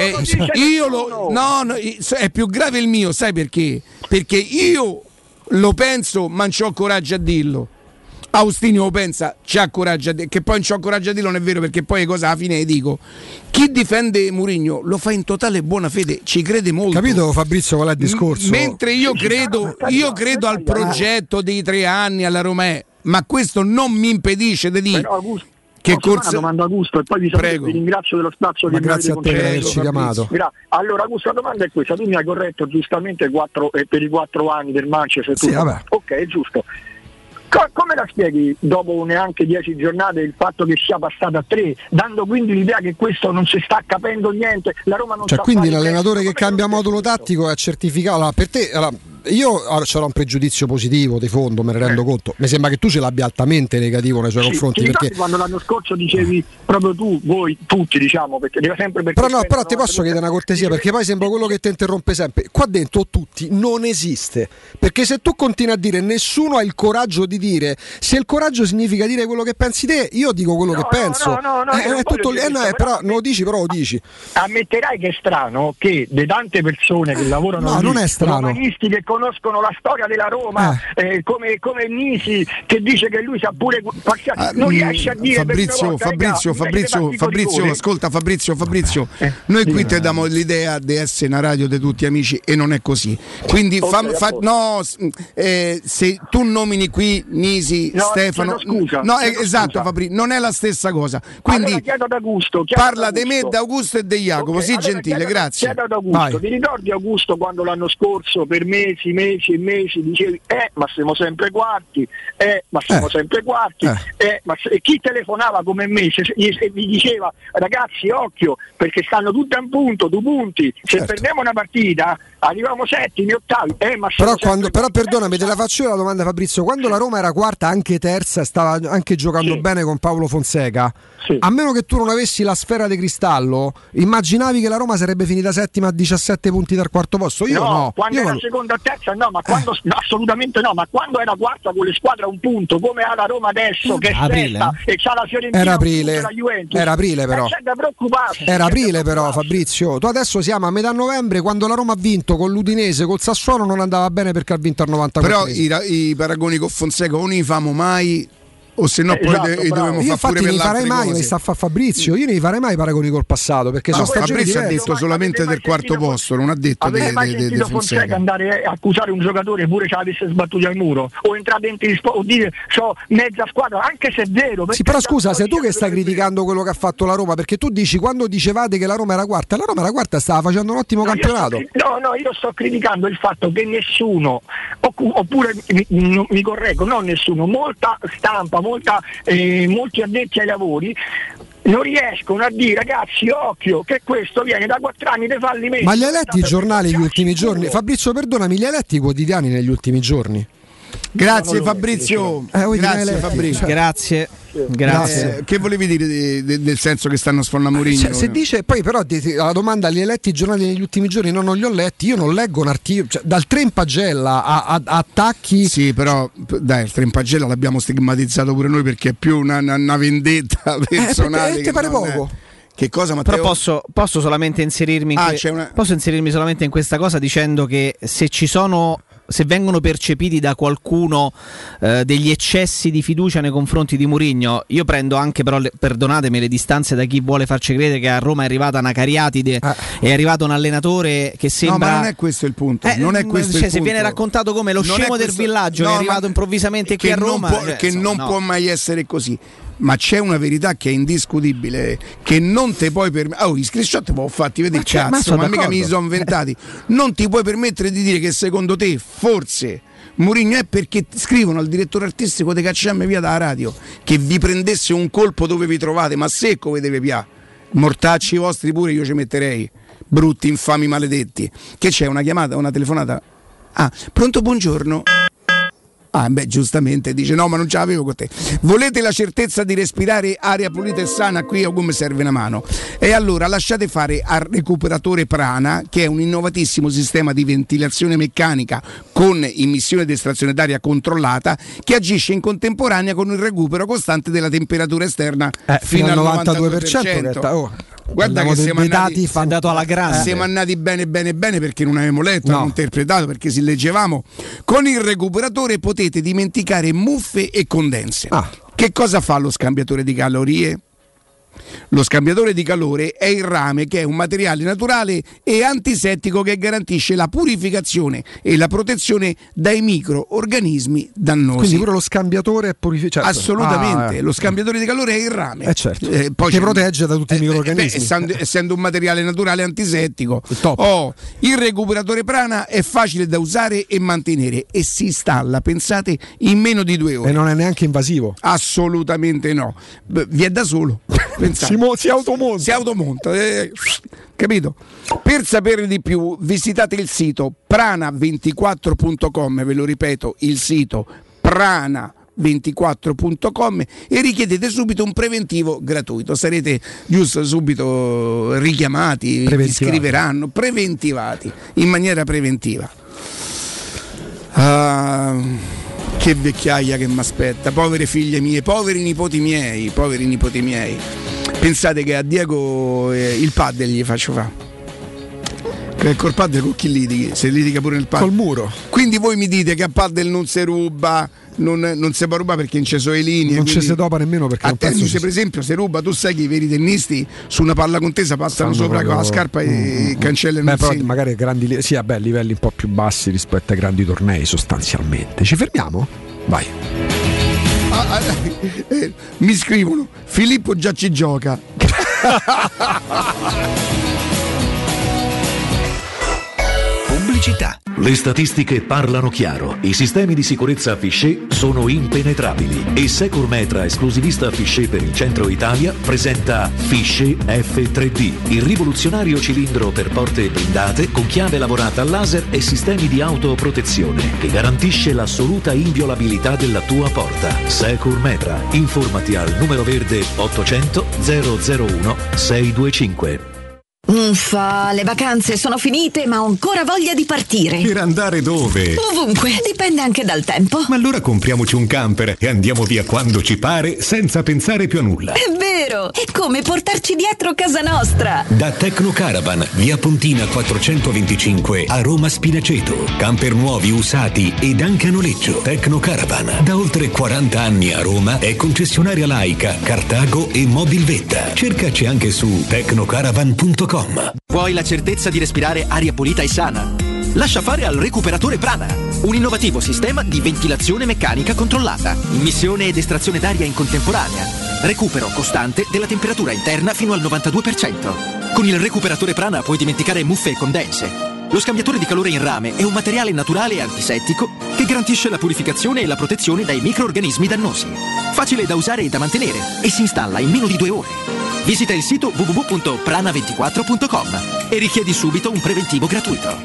È più grave il mio, sai perché? Perché io lo penso, ma non c'ho coraggio a dirlo. Austino lo pensa, c'ha coraggio a dirlo, che poi non c'ho coraggio a dirlo, non è vero, perché poi cosa alla fine dico. Chi difende Mourinho lo fa in totale buona fede, ci crede molto. Capito Fabrizio qual è il discorso? Mentre io credo al progetto dei 3 anni alla Roma, ma questo non mi impedisce di dire che corsa. Domanda Augusto e poi vi ringrazio dello spazio che mi avete concesso. Grazie a te per averci chiamato. Allora Augusto, la domanda è questa, tu mi hai corretto giustamente per i 4 anni del Manchester. Sì, vabbè. Ok, è giusto. Come la spieghi dopo neanche 10 giornate il fatto che sia passata a 3, dando quindi l'idea che questo non si sta capendo niente, la Roma non quindi l'allenatore che cambia modulo tattico è certificato. Allora, per te io c'era un pregiudizio positivo di fondo, me ne rendo conto. Mi sembra che tu ce l'abbia altamente negativo nei suoi confronti. Perché quando l'anno scorso dicevi proprio tu, voi tutti, diciamo, perché deve sempre però ti posso chiedere una cortesia, perché poi sembra quello che ti interrompe sempre. Qua dentro tutti non esiste, perché se tu continui a dire nessuno ha il coraggio di dire, se il coraggio significa dire quello che pensi te, io dico quello che penso. Però non lo dici, però lo dici. Ammetterai che è strano che le tante persone che lavorano non è strano, romanisti che conoscono la storia della Roma, come Nisi che dice che lui sa pure non riesce a dire Fabrizio, ascolta Fabrizio, noi qui ti diamo l'idea di essere una radio di tutti amici e non è così, quindi se tu nomini qui Nisi, Stefano, esatto Fabrizio, non è la stessa cosa, quindi allora chiedo ad Augusto, parla di me, di Augusto e di Jacopo, sii gentile, grazie. Chiedo ad Augusto, ti ricordi Augusto quando l'anno scorso per mesi e mesi dicevi ma siamo sempre quarti, e chi telefonava come me e vi diceva ragazzi occhio perché stanno tutti a un punto, 2 punti, se perdiamo una partita arriviamo settimi, ottavi, però perdonami, te la faccio io la domanda, Fabrizio. Quando la Roma era quarta, anche terza, stava anche giocando bene con Paolo Fonseca, a meno che tu non avessi la sfera di cristallo, immaginavi che la Roma sarebbe finita settima a 17 punti dal quarto posto? Io no. Quando era seconda a terza quando assolutamente no, ma quando era quarta con le squadre a un punto, come ha la Roma adesso che è sesta e c'ha la Fiorentina, era aprile, la Juventus, era aprile però, c'è da preoccuparsi, era aprile però Fabrizio, tu adesso siamo a metà novembre, quando la Roma ha vinto con l'Udinese, col Sassuolo non andava bene perché ha vinto al 94. Però i paragoni con Fonseca non li famo mai, o se no poi dobbiamo fare pure per le altre cose. Mi sta a fa Fabrizio, io ne farei mai paragoni col passato, perché sono stagioni diverse. Fabrizio ha detto solamente del quarto posto, non ha detto avete mai sentito Fonseca andare a accusare un giocatore pure se l'avesse sbattuto al muro, o entrare dentro o dire so mezza squadra, anche se è vero. Sì, però scusa, sei tu che stai criticando quello che ha fatto la Roma, perché tu dici quando dicevate che la Roma era quarta stava facendo un ottimo campionato. Io sto criticando il fatto che nessuno, oppure mi correggo, non nessuno, molta stampa, molti addetti ai lavori non riescono a dire ragazzi occhio che questo viene da 4 anni di fallimento. Ma li hai letti i giornali negli ultimi giorni? Fabrizio, perdonami, li hai letti i quotidiani negli ultimi giorni? Grazie Fabrizio. Grazie Fabrizio. Grazie. Che volevi dire del senso che stanno sfondando Mourinho? Se dice poi però la domanda, li hai letti i giornali negli ultimi giorni? No, non li ho letti, io non leggo un articolo, dal Trempagella a attacchi. Sì, però dai, il Trempagella l'abbiamo stigmatizzato pure noi perché è più una vendetta personale. Ti pare poco? Che cosa, Matteo? Però posso solamente inserirmi posso inserirmi solamente in questa cosa dicendo che se vengono percepiti da qualcuno degli eccessi di fiducia nei confronti di Mourinho, io prendo anche, però perdonatemi, le distanze da chi vuole farci credere che a Roma è arrivata una cariatide, è arrivato un allenatore che sembra... No, ma non è questo il punto, non è questo il punto. Se viene raccontato come lo scemo del villaggio che è arrivato improvvisamente qui a Roma, non può mai essere così. Ma c'è una verità che è indiscutibile, che non ti puoi permettere. Gli screenshot può fatti vedere cazzo, ma mica mi sono inventati. Non ti puoi permettere di dire che secondo te forse Mourinho è perché scrivono al direttore artistico di cacciarmi via dalla radio che vi prendesse un colpo dove vi trovate, ma secco vedete via. Mortacci vostri pure io ci metterei. Brutti, infami, maledetti. Che c'è una chiamata, una telefonata? Pronto, buongiorno. Giustamente dice no, ma non ce l'avevo con te. Volete la certezza di respirare aria pulita e sana? Qui o come serve una mano. E allora lasciate fare al recuperatore Prana, che è un innovatissimo sistema di ventilazione meccanica con immissione ed estrazione d'aria controllata che agisce in contemporanea con il recupero costante della temperatura esterna fino al 92%. Guarda che siamo andati andato alla grande. Siamo andati bene perché non avevamo letto, non interpretato, perché si leggevamo. Con il recuperatore potete dimenticare muffe e condense. Che cosa fa lo scambiatore di calorie? Lo scambiatore di calore è il rame, che è un materiale naturale e antisettico che garantisce la purificazione e la protezione dai microorganismi dannosi. Quindi pure lo scambiatore è purificato? Assolutamente, lo scambiatore di calore è il rame. Certo. Poi che protegge da tutti i microorganismi. Essendo un materiale naturale antisettico. Il recuperatore Prana è facile da usare e mantenere e si installa, pensate, in meno di 2 ore. E non è neanche invasivo? Assolutamente no. Vi è da solo. Si automonta. capito? Per sapere di più visitate il sito prana24.com, ve lo ripeto, il sito prana24.com e richiedete subito un preventivo gratuito. Sarete giusto subito richiamati, vi scriveranno, preventivati in maniera preventiva. Che vecchiaia che mi aspetta, povere figlie mie, poveri nipoti miei. Pensate che a Diego il padel gli faccio fare. Col padel con chi litighi? Se litiga pure nel padel. Col muro. Quindi voi mi dite che a padel non si ruba, non si può rubare perché non ci sono le linee. Non ci si dopa nemmeno perché a tennis, per esempio, se ruba, tu sai che i veri tennisti su una palla contesa passano sopra con la scarpa e cancellano. Però magari grandi, sì, vabbè, livelli un po' più bassi rispetto ai grandi tornei sostanzialmente. Ci fermiamo? Vai. Mi scrivono, Filippo già ci gioca. Pubblicità. Le statistiche parlano chiaro. I sistemi di sicurezza Fichet sono impenetrabili e Securmetra, esclusivista Fichet per il centro Italia, presenta Fichet F3D, il rivoluzionario cilindro per porte blindate con chiave lavorata a laser e sistemi di autoprotezione che garantisce l'assoluta inviolabilità della tua porta. Securmetra. Informati al numero verde 800 001 625. Uffa, le vacanze sono finite, ma ho ancora voglia di partire. Per andare dove? Ovunque, dipende anche dal tempo. Ma allora compriamoci un camper e andiamo via quando ci pare, senza pensare più a nulla. È vero, è come portarci dietro casa nostra. Da Tecnocaravan, via Pontina 425 a Roma Spinaceto. Camper nuovi, usati ed anche a noleggio. Tecnocaravan, da oltre 40 anni a Roma, è concessionaria Laica, Cartago e Mobilvetta. Cercaci anche su tecnocaravan.com. Vuoi la certezza di respirare aria pulita e sana? Lascia fare al recuperatore Prana, un innovativo sistema di ventilazione meccanica controllata, immissione ed estrazione d'aria in contemporanea, recupero costante della temperatura interna fino al 92%. Con il recuperatore Prana puoi dimenticare muffe e condense. Lo scambiatore di calore in rame è un materiale naturale e antisettico che garantisce la purificazione e la protezione dai microrganismi dannosi. Facile da usare e da mantenere e si installa in meno di 2 ore. Visita il sito www.prana24.com e richiedi subito un preventivo gratuito.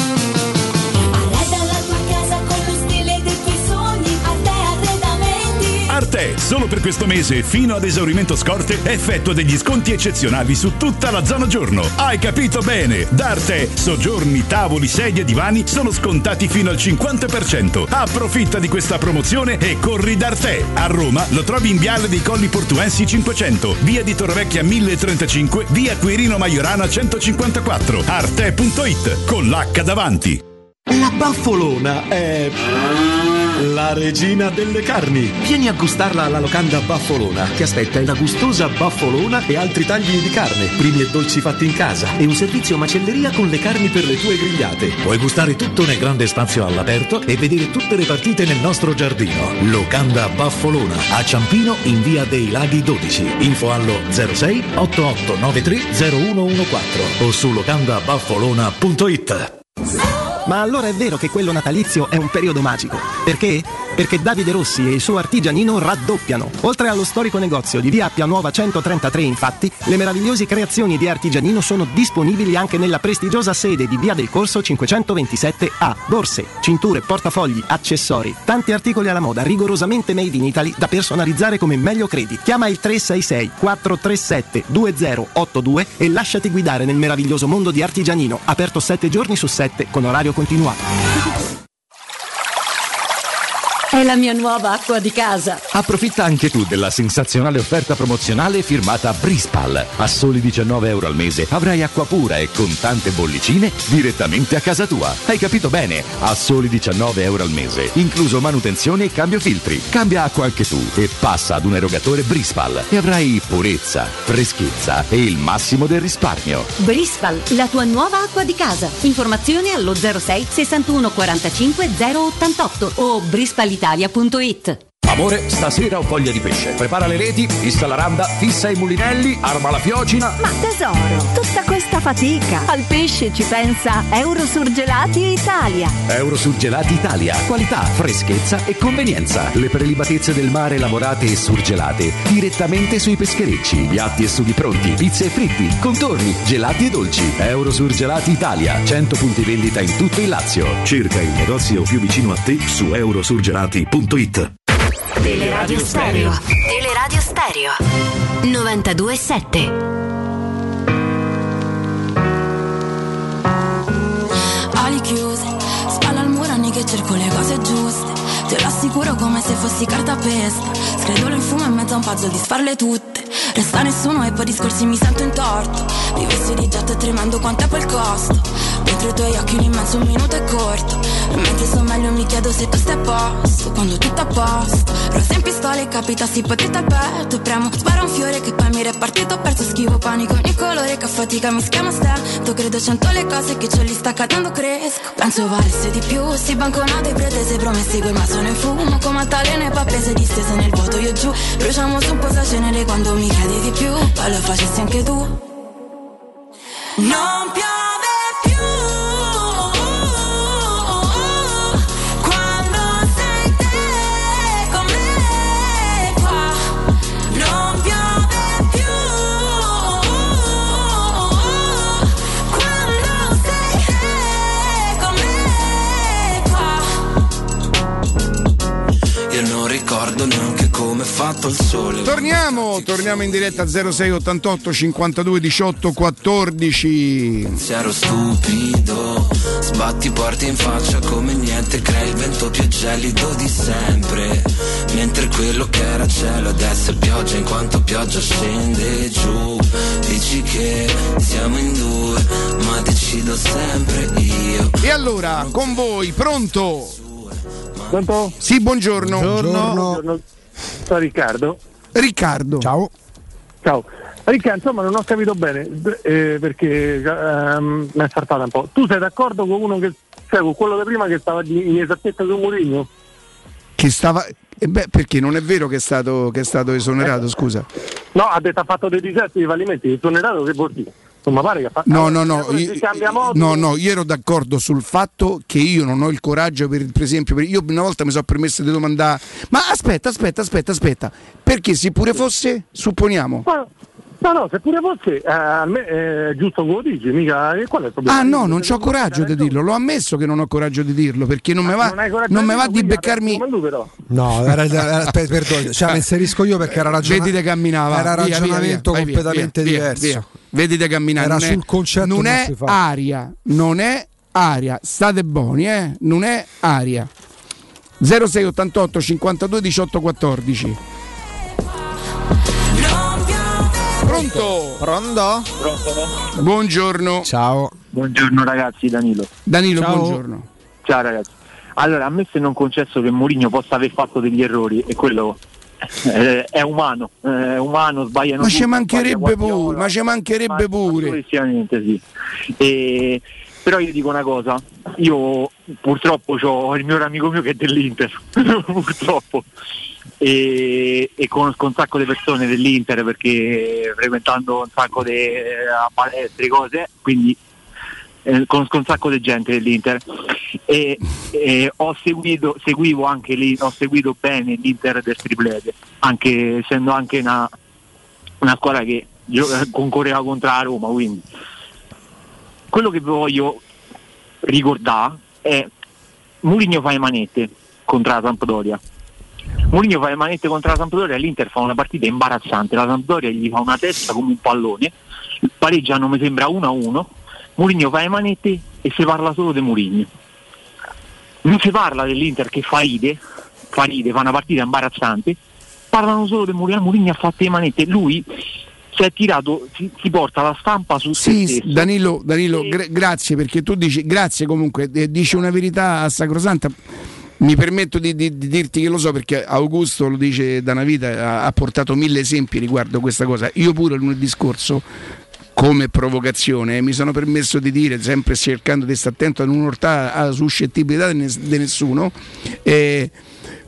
Arte, solo per questo mese fino ad esaurimento scorte effettua degli sconti eccezionali su tutta la zona giorno. Hai capito bene? Da Arte, soggiorni, tavoli, sedie, divani sono scontati fino al 50%. Approfitta di questa promozione e corri da Arte. A Roma lo trovi in Viale dei Colli Portuensi 500, via di Torrevecchia 1035, via Quirino Maiorana 154. Arte.it con l'H davanti. La Baffolona è la regina delle carni. Vieni a gustarla alla locanda Baffolona. Ti aspetta una gustosa baffolona e altri tagli di carne, primi e dolci fatti in casa e un servizio macelleria con le carni per le tue grigliate. Puoi gustare tutto nel grande spazio all'aperto e vedere tutte le partite nel nostro giardino. Locanda Baffolona a Ciampino in via dei Laghi 12. Info allo 06 8893 0114 o su locandabaffolona.it. Ma allora è vero che quello natalizio è un periodo magico. Perché? Perché Davide Rossi e il suo Artigianino raddoppiano. Oltre allo storico negozio di via Appia Nuova 133, infatti, le meravigliose creazioni di Artigianino sono disponibili anche nella prestigiosa sede di via del Corso 527A. Borse, cinture, portafogli, accessori, tanti articoli alla moda rigorosamente made in Italy da personalizzare come meglio credi. Chiama il 366 437 2082 e lasciati guidare nel meraviglioso mondo di Artigianino, aperto 7 giorni su 7 con orario continuato. È la mia nuova acqua di casa. Approfitta anche tu della sensazionale offerta promozionale firmata Brispal. A soli 19 euro al mese avrai acqua pura e con tante bollicine direttamente a casa tua. Hai capito bene? A soli 19 euro al mese, incluso manutenzione e cambio filtri. Cambia acqua anche tu e passa ad un erogatore Brispal e avrai purezza, freschezza e il massimo del risparmio. Brispal, la tua nuova acqua di casa. Informazioni allo 06 61 45 088 o brispalitalia.it. Amore, stasera ho voglia di pesce. Prepara le reti, fissa la randa, fissa i mulinelli, arma la fiocina. Ma tesoro, tutta questa fatica. Al pesce ci pensa Eurosurgelati Italia. Eurosurgelati Italia. Qualità, freschezza e convenienza. Le prelibatezze del mare lavorate e surgelate direttamente sui pescherecci. Piatti e sughi pronti, pizze e fritti, contorni, gelati e dolci. Eurosurgelati Italia. 100 punti vendita in tutto il Lazio. Cerca il negozio più vicino a te su eurosurgelati.it. Teleradio Stereo. Teleradio Stereo 92.7. Ali chiuse, spalla al muro anni che cerco le cose giuste. Te lo assicuro come se fossi cartapesta. Scredolo in fumo in mezzo a un puzzle di sfarle tutte. Resta nessuno e poi discorsi mi sento in torto. Vivessi di getto e tremando quanto è quel costo. Dentro i tuoi occhi l'immenso un minuto è corto. E mentre sto meglio mi chiedo se tu stai a posto. Quando tutto a posto, rosa in pistola e capitassi potete al petto. E premo, spara un fiore che poi mi è partito. Ho perso schivo panico ogni colore che a fatica mi schiama stento. Credo cento le cose che ce li sta cadendo cresco. Penso valesse di più, si banconate pretese promessi quel ma sono in fumo. Come altalene pappese distese nel vuoto io giù. Bruciamo su un po' sa cenere quando mi chiedi di più. Poi lo facessi anche tu. Non piove più quando sei te con me qua. Non piove più quando sei te con me qua. Io non ricordo neanche come è fatto il sole. Torniamo in diretta 0688 52 18 14. Pensiero stupido, sbatti porti in faccia come niente, crei il vento più gelido di sempre. Mentre quello che era cielo adesso è pioggia, in quanto pioggia scende giù. Dici che siamo in due, ma decido sempre io. E allora, con voi, pronto? Pronto? Sì, buongiorno. Buongiorno. Sono Riccardo. Ciao. Riccardo, insomma non ho capito bene perché mi è saltata un po'. Tu sei d'accordo con uno che, cioè con quello di prima che stava in esattezza su Mourinho? Che stava perché non è vero che è stato esonerato, scusa. No, ha detto ha fatto dei disastri, dei fallimenti, esonerato che vuol dire? Insomma, pare che ha fatto. No, io ero d'accordo sul fatto che io non ho il coraggio per esempio, io una volta mi sono permesso di domandare, ma aspetta, perché se pure fosse, supponiamo. No, se pure fosse, a me è giusto come lo dici, mica qual è il problema? Ah no, non c'ho coraggio di dirlo, l'ho ammesso che non ho coraggio di dirlo, perché non mi va di beccarmi. No, perdone, cioè mi inserisco io perché era Vedi te camminava. Era ragionamento completamente diverso. Vedi te camminare. Era sul concetto. Non è aria, state buoni, non è aria. 0688 52 18 14. Pronto? Buongiorno. Ciao. Buongiorno ragazzi, Danilo. Ciao. Buongiorno. Ciao ragazzi. Allora, a me se non concesso che Mourinho possa aver fatto degli errori, e quello è umano, sbagliano. Ma ci mancherebbe pure. Sì. Però io dico una cosa, io purtroppo ho il mio amico mio che è dell'Inter, purtroppo. E conosco un sacco di persone dell'Inter perché frequentando un sacco di palestre, cose, quindi conosco un sacco di gente dell'Inter e ho seguito bene l'Inter del Triplete, anche essendo anche una squadra che concorreva contro la Roma, quindi quello che voglio ricordare è Mourinho fa le manette contro la Sampdoria. Mourinho fa le manette contro la Sampdoria e l'Inter fa una partita imbarazzante, la Sampdoria gli fa una testa come un pallone, pareggiano mi sembra 1-1, Mourinho fa le manette e si parla solo di Mourinho, non si parla dell'Inter che fa una partita imbarazzante, parlano solo di Mourinho. Mourinho ha fatto le manette, lui si è tirato, si porta la stampa su se stesso. Danilo, grazie, perché tu dici, grazie comunque, dici una verità sacrosanta. Mi permetto di dirti che lo so perché Augusto lo dice da una vita, ha portato 1000 esempi riguardo questa cosa. Io pure lunedì scorso, come provocazione, mi sono permesso di dire, sempre cercando di stare attento a non urtare alla suscettibilità di nessuno,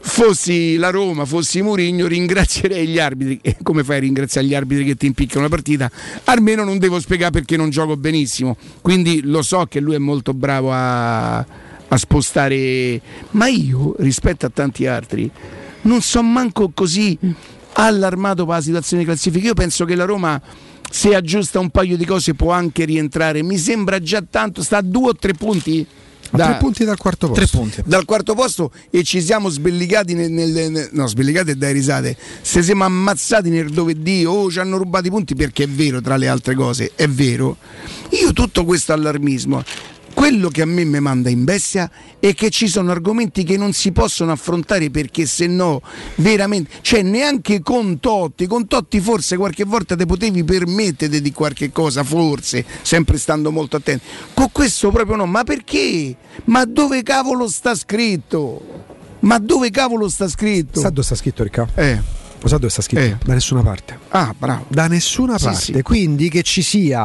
fossi la Roma, fossi Mourinho, ringrazierei gli arbitri. Come fai a ringraziare gli arbitri che ti impicchiano una partita? Almeno non devo spiegare perché non gioco benissimo. Quindi lo so che lui è molto bravo a spostare, ma io rispetto a tanti altri non so manco così allarmato per la situazione di classifica. Io penso che la Roma, se aggiusta un paio di cose, può anche rientrare. Mi sembra già tanto, sta a 2 o 3 punti. 3 punti dal quarto posto. 3 punti dal quarto posto, e ci siamo sbellicati no, sbellicati e dai risate, se siamo ammazzati nel dove Dio ci hanno rubato i punti, perché è vero, tra le altre cose è vero. Io tutto questo allarmismo, quello che a me mi manda in bestia è che ci sono argomenti che non si possono affrontare, perché se no veramente, cioè neanche con Totti forse qualche volta te potevi permettere di qualche cosa, forse, sempre stando molto attenti. Con questo proprio no. Ma perché? Ma dove cavolo sta scritto? Sa dove sta scritto, Ricca? Lo sa dove sta scritto? Da nessuna parte. Ah, bravo. Da nessuna parte. Sì. Quindi che ci sia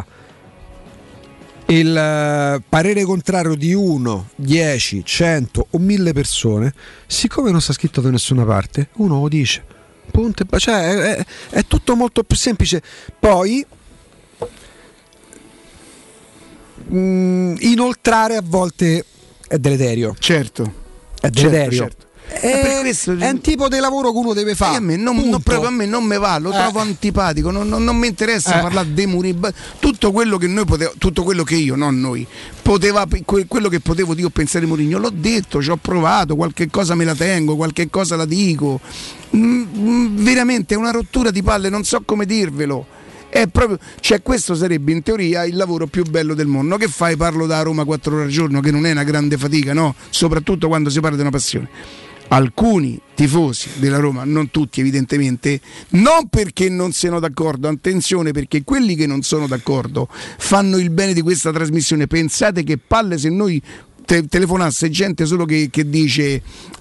il parere contrario di 1, 10, 100 o 1000 persone, siccome non sta scritto da nessuna parte, uno lo dice, punto, cioè è tutto molto più semplice. Poi inoltrare a volte è deleterio. Certo. È deleterio. Certo. Per questo, è un tipo di lavoro che uno deve fare. A me non me va, lo trovo antipatico, non mi interessa parlare di Mourinho. Tutto quello che tutto quello che io, non noi, quello che potevo dire o pensare di Mourinho, l'ho detto, ci ho provato, qualche cosa me la tengo, qualche cosa la dico. Veramente è una rottura di palle, non so come dirvelo. È proprio, cioè, questo sarebbe in teoria il lavoro più bello del mondo. Che fai? Parlo da Roma 4 ore al giorno, che non è una grande fatica, no? Soprattutto quando si parla di una passione. Alcuni tifosi della Roma, non tutti evidentemente, non perché non siano d'accordo, attenzione, perché quelli che non sono d'accordo fanno il bene di questa trasmissione. Pensate che palle se noi telefonasse gente solo che dice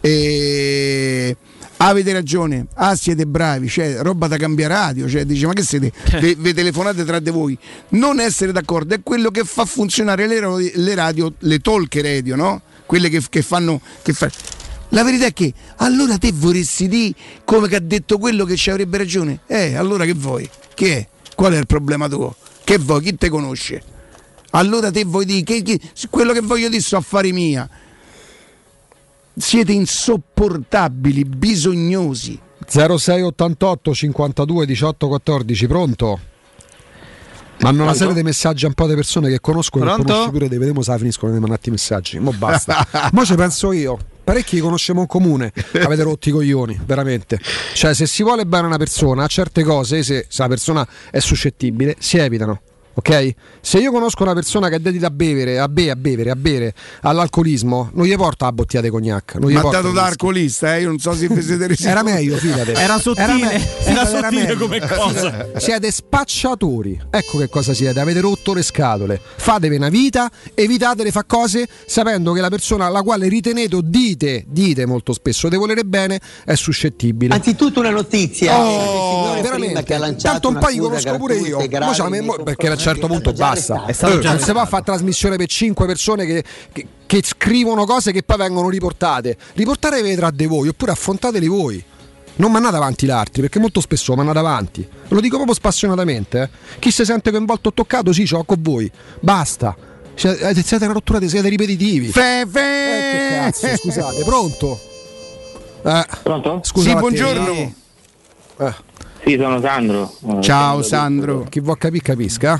avete ragione, siete bravi, cioè roba da cambiare radio, cioè dice ma che siete, vi telefonate tra di voi. Non essere d'accordo è quello che fa funzionare le radio, le talk radio, no? Quelle che fanno. La verità è che allora te vorresti dire come che ha detto quello che ci avrebbe ragione? Allora che vuoi? Che è? Qual è il problema tuo? Che vuoi? Chi te conosce? Allora te vuoi dire che quello che voglio dire so affari mia. Siete insopportabili, bisognosi. 0688 52 18 14, pronto? Hanno una serie di messaggi a un po' di persone che conosco, che conosci pure, vedremo se finiscono di mandarti i messaggi. Mo basta. Mo ci penso io. Parecchi conosciamo in comune, avete rotti i coglioni, veramente. Cioè, se si vuole bene una persona, a certe cose, se la persona è suscettibile, si evitano. Ok? Se io conosco una persona che è dedita a bere, all'alcolismo, non gli porta la bottiglia di cognac. Ma dato da alcolista, io non so se vi siete resi. Era meglio, fidate. Era sottile come cosa. Siete spacciatori. Ecco che cosa siete. Avete rotto le scatole. Fatevi una vita, evitate di fare cose sapendo che la persona alla quale ritenete o dite molto spesso di volere bene è suscettibile. Anzitutto una notizia. Veramente. Che ha tanto un po' li conosco pure io. Perché a un certo punto basta. Non si può fare trasmissione per 5 persone che scrivono cose che poi vengono riportate. Riportatevi tra di voi, oppure affrontateli voi. Non mandate avanti l'altri, perché molto spesso mandate avanti. Lo dico proprio spassionatamente. Chi si sente coinvolto o toccato, sì, ce l'ho con voi. Basta. Siete una rottura, siete ripetitivi. Che cazzo, scusate, pronto? Pronto? Scusa, sì, buongiorno. Sì, sono Sandro. Ciao Sandro. Chi vuol capire capisca?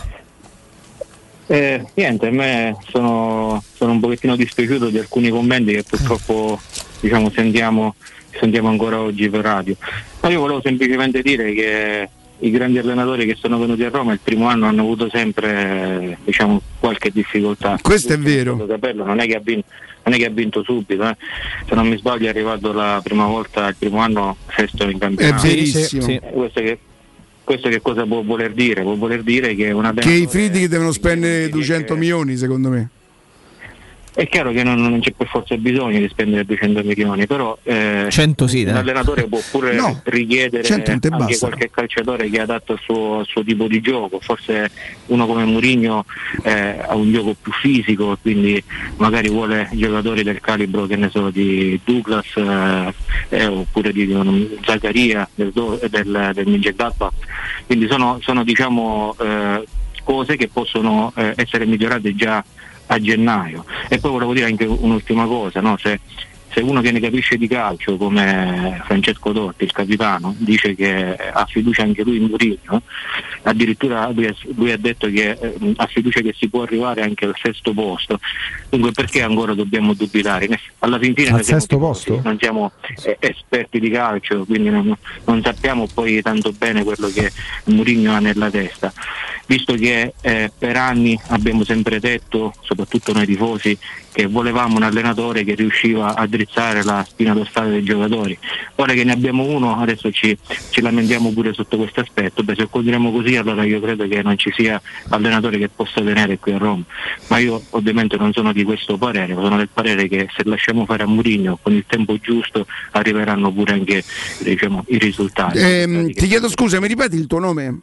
Niente, a me sono un pochettino dispiaciuto di alcuni commenti che purtroppo sentiamo ancora oggi per radio. Ma io volevo semplicemente dire che i grandi allenatori che sono venuti a Roma il primo anno hanno avuto sempre qualche difficoltà. Questo è vero. Non è che ha vinto subito, se non mi sbaglio è arrivato la prima volta il primo anno sesto in campionato. È verissimo. Sì. Questo che cosa può voler dire? Può voler dire che i Friedrich devono spendere 200 milioni secondo me. È chiaro che non c'è per forza bisogno di spendere 200 milioni, però 100 sì, l'allenatore può pure richiedere anche qualche calciatore che è adatto al suo tipo di gioco. Forse uno come Mourinho ha un gioco più fisico, quindi magari vuole giocatori del calibro, che ne so, di Douglas oppure di Zaccaria del Mönchengladbach. Quindi sono diciamo cose che possono essere migliorate già a gennaio. E poi volevo dire anche un'ultima cosa, no? Se uno che ne capisce di calcio come Francesco Totti, il capitano, dice che ha fiducia anche lui in Mourinho, addirittura lui ha detto che ha fiducia che si può arrivare anche al 6° posto, dunque perché ancora dobbiamo dubitare? Alla fine al 6° posto? Non siamo esperti di calcio, quindi non sappiamo poi tanto bene quello che Mourinho ha nella testa, visto che per anni abbiamo sempre detto, soprattutto noi tifosi, che volevamo un allenatore che riusciva a drizzare la spina dorsale dei giocatori. Ora che ne abbiamo uno, adesso ci lamentiamo pure sotto questo aspetto. Se continuiamo così, allora io credo che non ci sia allenatore che possa tenere qui a Roma, ma io ovviamente non sono di questo parere, ma sono del parere che se lasciamo fare a Mourinho, con il tempo giusto arriveranno pure anche i risultati. Ti chiedo scusa, mi ripeti il tuo nome?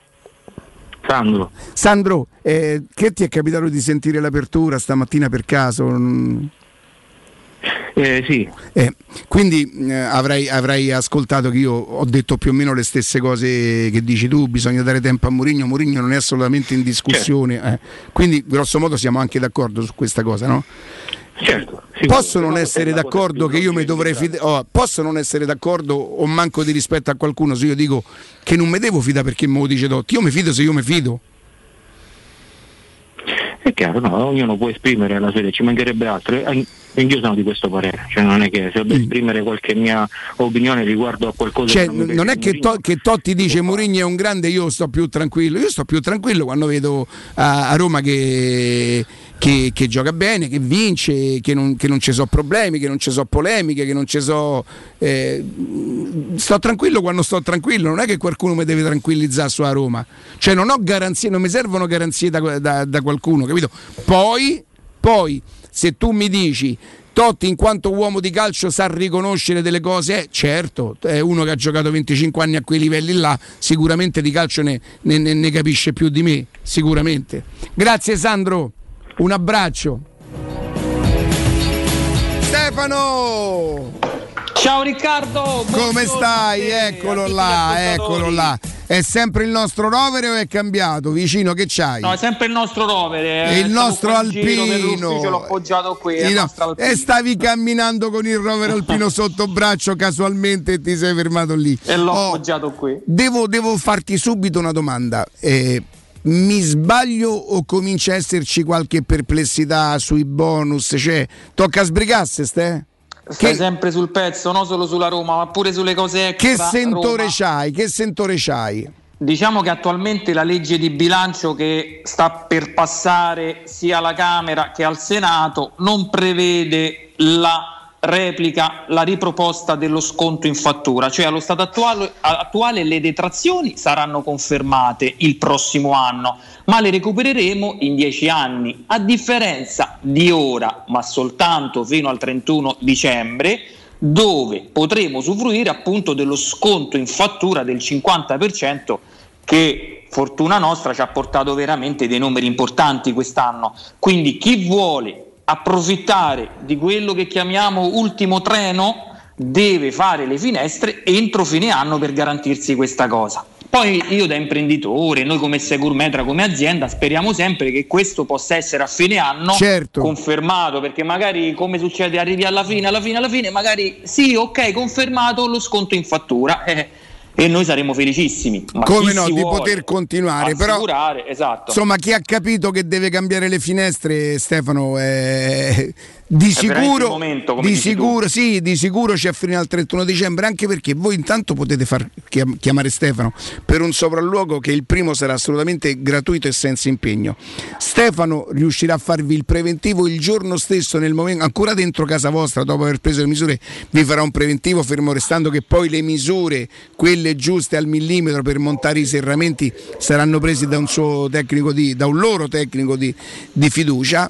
Sandro, che ti è capitato di sentire l'apertura stamattina per caso? Sì. Quindi avrai ascoltato che io ho detto più o meno le stesse cose che dici tu, bisogna dare tempo a Mourinho non è assolutamente in discussione, certo. Quindi grosso modo siamo anche d'accordo su questa cosa, no? Certo. Posso non essere d'accordo che io mi dovrei posso non essere d'accordo o manco di rispetto a qualcuno se io dico che non mi devo fidare perché me lo dice Totti. Io mi fido se io mi fido. È chiaro, no, ognuno può esprimere la sua idea, ci mancherebbe altro. Io sono di questo parere, cioè non è che se devo esprimere qualche mia opinione riguardo a qualcosa, cioè, non è che Totti dice Mourinho è un grande, io sto più tranquillo quando vedo a Roma che gioca bene, che vince, che non ci sono problemi, che non ci sono polemiche, che non ci sono sto tranquillo quando sto tranquillo, non è che qualcuno mi deve tranquillizzare su a Roma, cioè non ho garanzie, non mi servono garanzie da qualcuno, capito? Poi se tu mi dici Totti in quanto uomo di calcio sa riconoscere delle cose, certo, è uno che ha giocato 25 anni a quei livelli là, sicuramente di calcio ne capisce più di me, sicuramente. Grazie Sandro, un abbraccio. Stefano! Ciao Riccardo! Come stai? Eccolo là. È sempre il nostro rovere o è cambiato? Vicino che c'hai? No, è sempre il nostro rovere. Il nostro alpino. L'ho appoggiato qui. E stavi camminando con il rovere alpino sotto braccio casualmente e ti sei fermato lì. E l'ho appoggiato qui. Devo farti subito una domanda. Mi sbaglio o comincia a esserci qualche perplessità sui bonus? Cioè, tocca sbrigarsi, Ste? Stai sempre sul pezzo, non solo sulla Roma, ma pure sulle cose extra. Che sentore c'hai? Diciamo che attualmente la legge di bilancio che sta per passare sia alla Camera che al Senato non prevede la riproposta dello sconto in fattura, cioè allo stato attuale le detrazioni saranno confermate il prossimo anno, ma le recupereremo in 10 anni, a differenza di ora, ma soltanto fino al 31 dicembre, dove potremo usufruire appunto dello sconto in fattura del 50%, che fortuna nostra ci ha portato veramente dei numeri importanti quest'anno. Quindi chi vuole approfittare di quello che chiamiamo ultimo treno deve fare le finestre entro fine anno per garantirsi questa cosa. Poi io da imprenditore, noi come Securmetra, come azienda, speriamo sempre che questo possa essere a fine anno confermato, perché magari come succede arrivi alla fine, magari sì, ok, confermato lo sconto in fattura, e noi saremo felicissimi. Ma come no, di poter continuare, però esatto. Insomma, chi ha capito che deve cambiare le finestre, Stefano, di sicuro ci affina al 31 dicembre, anche perché voi intanto potete far chiamare Stefano per un sopralluogo che il primo sarà assolutamente gratuito e senza impegno. Stefano riuscirà a farvi il preventivo il giorno stesso, nel momento ancora dentro casa vostra, dopo aver preso le misure vi farà un preventivo, fermo restando che poi le misure, quelle giuste al millimetro per montare i serramenti, saranno presi da un loro tecnico di fiducia.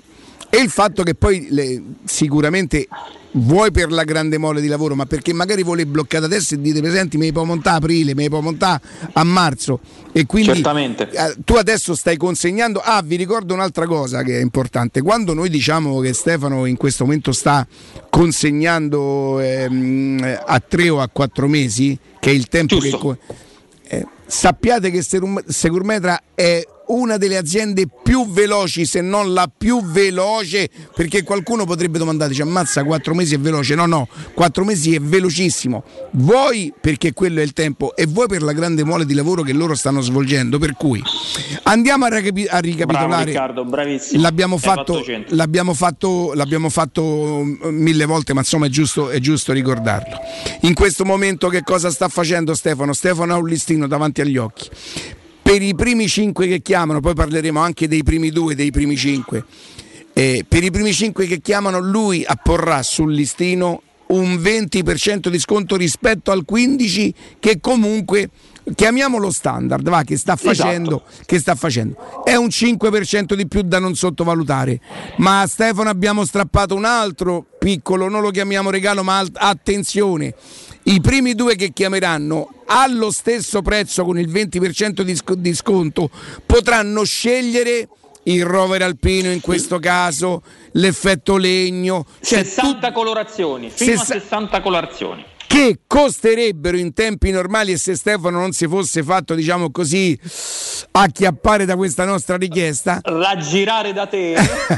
E il fatto che poi sicuramente vuoi per la grande mole di lavoro, ma perché magari voi le bloccate adesso e dite presenti me ne può montare a aprile, me ne può montare a marzo, e quindi certamente tu adesso stai consegnando. Vi ricordo un'altra cosa che è importante: quando noi diciamo che Stefano in questo momento sta consegnando a 3 o a 4 mesi, che è il tempo giusto, che sappiate che Securmetra è una delle aziende più veloci, se non la più veloce, perché qualcuno potrebbe domandare, dice ammazza 4 mesi è veloce. No, 4 mesi è velocissimo, vuoi perché quello è il tempo e vuoi per la grande mole di lavoro che loro stanno svolgendo. Per cui andiamo a ricapitolare. Bravo Riccardo, bravissimo. L'abbiamo fatto 1000 volte, ma insomma è giusto ricordarlo. In questo momento che cosa sta facendo Stefano? Stefano ha un listino davanti agli occhi. Per i primi 5 che chiamano, poi parleremo anche dei primi 2, dei primi 5. Per i primi 5 che chiamano, lui apporrà sul listino un 20% di sconto rispetto al 15% che comunque chiamiamolo standard, che sta facendo. È un 5% di più da non sottovalutare. Ma a Stefano abbiamo strappato un altro piccolo, non lo chiamiamo regalo, ma attenzione. I primi 2 che chiameranno allo stesso prezzo con il 20% di sconto potranno scegliere il rover alpino, in questo caso l'effetto legno, 60 colorazioni, fino a 60 colorazioni, che costerebbero in tempi normali, e se Stefano non si fosse fatto, diciamo così, acchiappare da questa nostra richiesta, raggirare da te,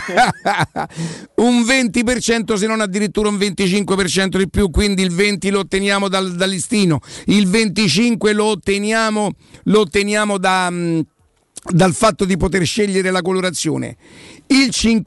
un 20%, se non addirittura un 25% di più. Quindi il 20 lo otteniamo dal listino, il 25 lo otteniamo dal fatto di poter scegliere la colorazione. Il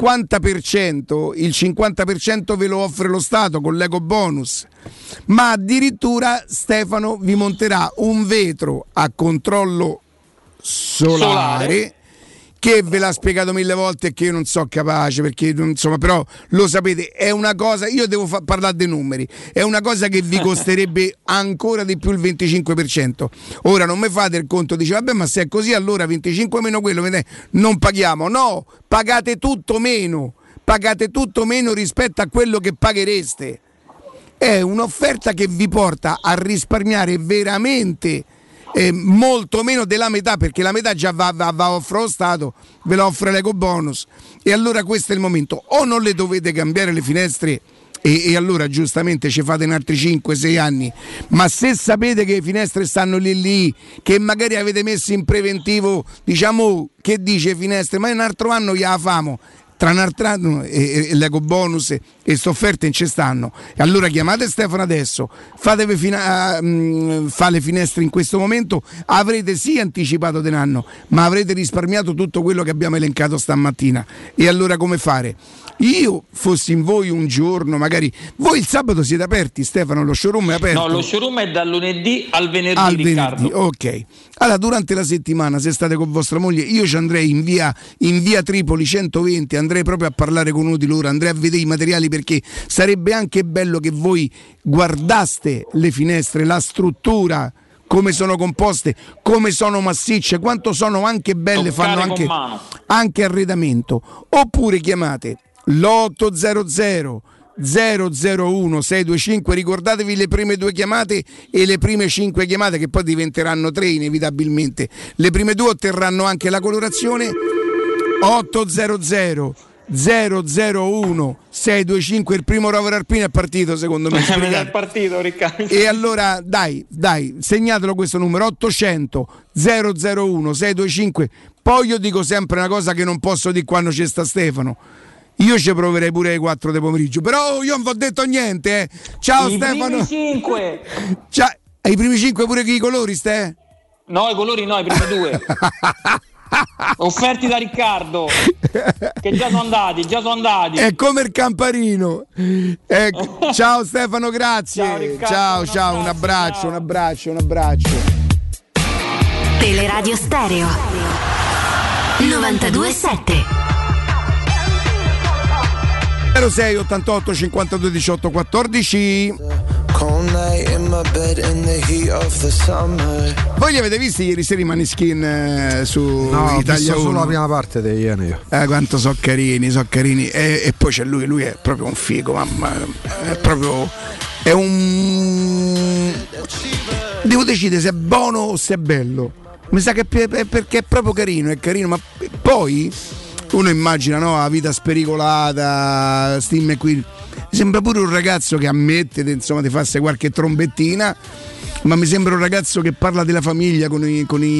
50% ve lo offre lo Stato con l'eco bonus, ma addirittura Stefano vi monterà un vetro a controllo solare che ve l'ha spiegato 1000 volte e che io non so capace, perché insomma, però lo sapete, è una cosa, io devo parlare dei numeri, è una cosa che vi costerebbe ancora di più il 25%. Ora non mi fate il conto, dice vabbè, ma se è così allora 25 meno quello non paghiamo. No, pagate tutto meno rispetto a quello che paghereste. È un'offerta che vi porta a risparmiare veramente molto meno della metà, perché la metà già va offre lo Stato, ve la offre l'eco bonus, e allora questo è il momento: o non le dovete cambiare le finestre e allora giustamente ci fate in altri 5-6 anni, ma se sapete che le finestre stanno lì, che magari avete messo in preventivo, diciamo, che dice finestre, ma in un altro anno gliela famo, tra un altro anno l'eco bonus e queste offerte non ci stanno, e allora chiamate Stefano adesso, fatevi fa le finestre in questo momento, avrete sì anticipato di un anno, ma avrete risparmiato tutto quello che abbiamo elencato stamattina. E allora come fare? Io fossi in voi un giorno, magari voi il sabato siete aperti, Stefano, lo showroom è aperto? No, lo showroom è dal lunedì al venerdì, Riccardo. Ok, allora durante la settimana, se state con vostra moglie, io ci andrei in via Tripoli 120, andrei proprio a parlare con uno di loro, andrei a vedere i materiali, perché sarebbe anche bello che voi guardaste le finestre, la struttura, come sono composte, come sono massicce, quanto sono anche belle, fanno anche arredamento. Oppure chiamate l'800 001 625, ricordatevi le prime 2 chiamate e le prime 5 chiamate, che poi diventeranno 3 inevitabilmente. Le prime 2 otterranno anche la colorazione. 800 001 625, il primo rover alpino è partito, secondo me. È partito, Riccardo. E allora dai, segnatelo questo numero, 800 001 625. Poi io dico sempre una cosa che non posso dire quando c'è sta Stefano: io ci proverei pure alle 4 del pomeriggio, però io non vi ho detto niente, Ciao Stefano. I primi 5. I primi 5 pure i colori, Ste? No, i colori no, i primi 2. Offerti da Riccardo, che già sono andati. È come il Camparino. Ciao Stefano, grazie. Ciao Riccardo, ciao, un abbraccio. Teleradio Stereo 92.7 06 88 52 18 14. night in my bed in the heat of the summer. Voi li avete visti ieri sera i Maneskin su Italia 1? Solo la prima parte dei ieri io. Quanto so carini. E poi c'è lui è proprio un figo, mamma. È un... Devo decidere se è buono o se è bello. Mi sa che perché è proprio carino, ma poi uno immagina, no, la vita spericolata, Steve McQueen. Mi sembra pure un ragazzo che ammette, insomma, di farsi qualche trombettina, ma mi sembra un ragazzo che parla della famiglia con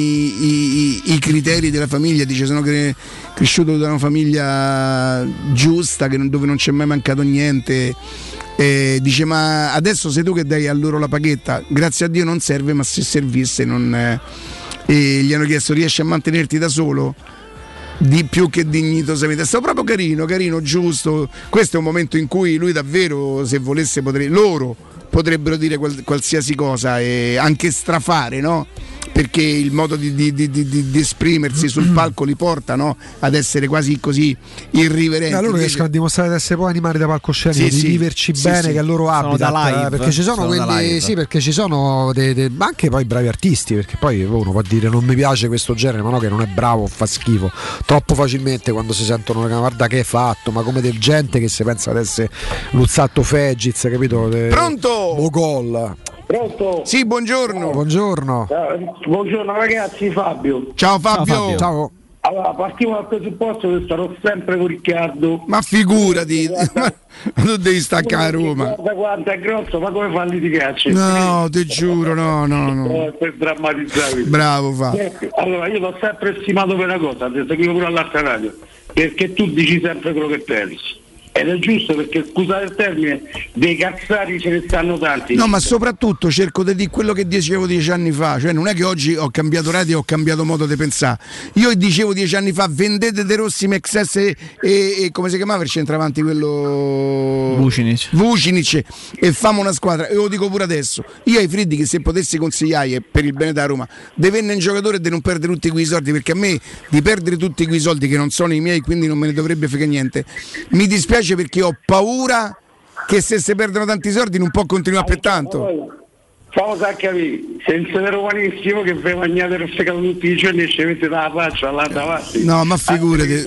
i criteri della famiglia. Dice: sono cresciuto da una famiglia giusta, dove non c'è mai mancato niente. Dice: ma adesso sei tu che dai a loro la paghetta? Grazie a Dio non serve, ma se servisse non... E gli hanno chiesto: riesci a mantenerti da solo? Di più che dignitosamente. Sto proprio carino, giusto. Questo è un momento in cui lui davvero, se volesse, loro potrebbero dire qualsiasi cosa e anche strafare, no? Perché il modo di esprimersi sul palco li porta, no? Ad essere quasi così irriverenti. Loro riescono a dimostrare di essere poi animali da palcoscenico, di viverci bene, che è il loro habitat, perché ci sono quelli, perché ci sono anche poi bravi artisti, perché poi uno può dire non mi piace questo genere, ma no, che non è bravo, fa schifo troppo facilmente quando si sentono guarda che hai fatto, ma come del gente che si pensa ad essere Luzzatto Fegiz, capito? Pronto? Bogol. Pronto? Sì, buongiorno. Buongiorno ragazzi, Fabio. Ciao Fabio. Ciao. Allora, partiamo dal presupposto che starò sempre con Riccardo. Ma figurati, ma tu devi staccare a Roma. Guarda quanto è grosso, ma come fa a litigare? No, ti giuro, no. Per drammatizzare. Bravo Fabio. Allora, io l'ho sempre stimato per una cosa, ti seguivo pure all'altra radio, perché tu dici sempre quello che pensi. Ed è giusto, perché, scusate il termine, dei cazzari ce ne stanno tanti. No, ma soprattutto cerco di dire quello che dicevo 10 anni fa. Cioè non è che oggi ho cambiato radio e ho cambiato modo di pensare. Io dicevo 10 anni fa: vendete De Rossi, Mexes e come si chiamava il centravanti quello? Vucinic, e famo una squadra. E lo dico pure adesso. Io ai Friddi, che se potessi consigliare per il bene da Roma, di vendere un giocatore e di non perdere tutti quei soldi, perché a me di perdere tutti quei soldi che non sono i miei, quindi non me ne dovrebbe fregare niente, mi dispiace, perché ho paura che se si perdono tanti soldi non può continuare per tanto. Cosa capire? Senza vero umanissimo che ve mangiate rossecato tutti i giorni e ci mettete la faccia là davanti. No, ma figurati,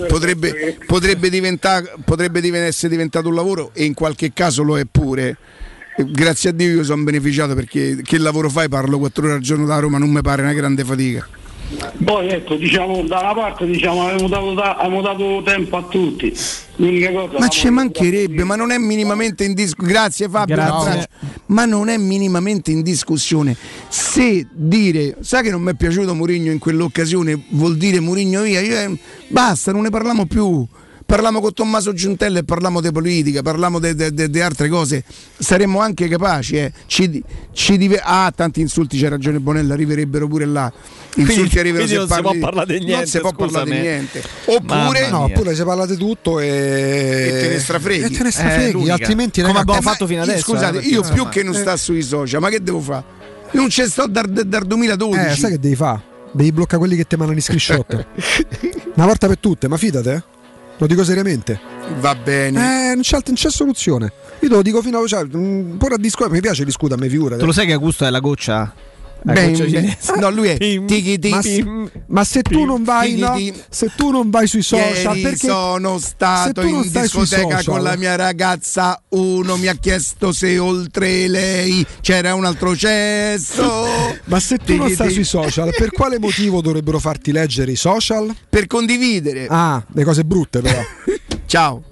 potrebbe essere diventato un lavoro, e in qualche caso lo è pure. Grazie a Dio io sono beneficiato, perché che lavoro fai? Parlo 4 ore al giorno da Roma, non mi pare una grande fatica. Poi ecco, diciamo, da una parte abbiamo dato tempo a tutti. L'unica cosa, ma ci mancherebbe, ma non è minimamente in discussione. Grazie Fabio. Grazie. Ma non è minimamente in discussione. Se dire, sai che non mi è piaciuto Mourinho in quell'occasione, vuol dire Mourinho via, basta, non ne parliamo più. Parliamo con Tommaso Giuntella e parliamo di politica, parliamo di altre cose, saremmo anche capaci. Tanti insulti, c'è ragione Bonella, arriverebbero pure là. Insulti arrivano, se non si può parlare di niente. Non si può parlare di niente. Oppure se parlate tutto e te ne strafreghi. Altrimenti come abbiamo fatto fino adesso. Scusate, io più che non sta sui social, ma che devo fare? Non c'è sto dal 2012. Sai che devi fare? Devi bloccare quelli che ti mandano i screenshot. Una volta per tutte, ma fidate, lo dico seriamente. Va bene. Non c'è soluzione. Io te lo dico fino a pure a discutere. Mi piace discutere, a me figurate. Tu lo sai che Augusto è la goccia? No, lui è ma se tu non vai se tu non vai sui social, ieri perché sono stato in discoteca con la mia ragazza, uno mi ha chiesto se oltre lei c'era un altro cesso. Ma se tu non stai sui social, per quale motivo dovrebbero farti leggere i social? Per condividere. Le cose brutte però. Ciao.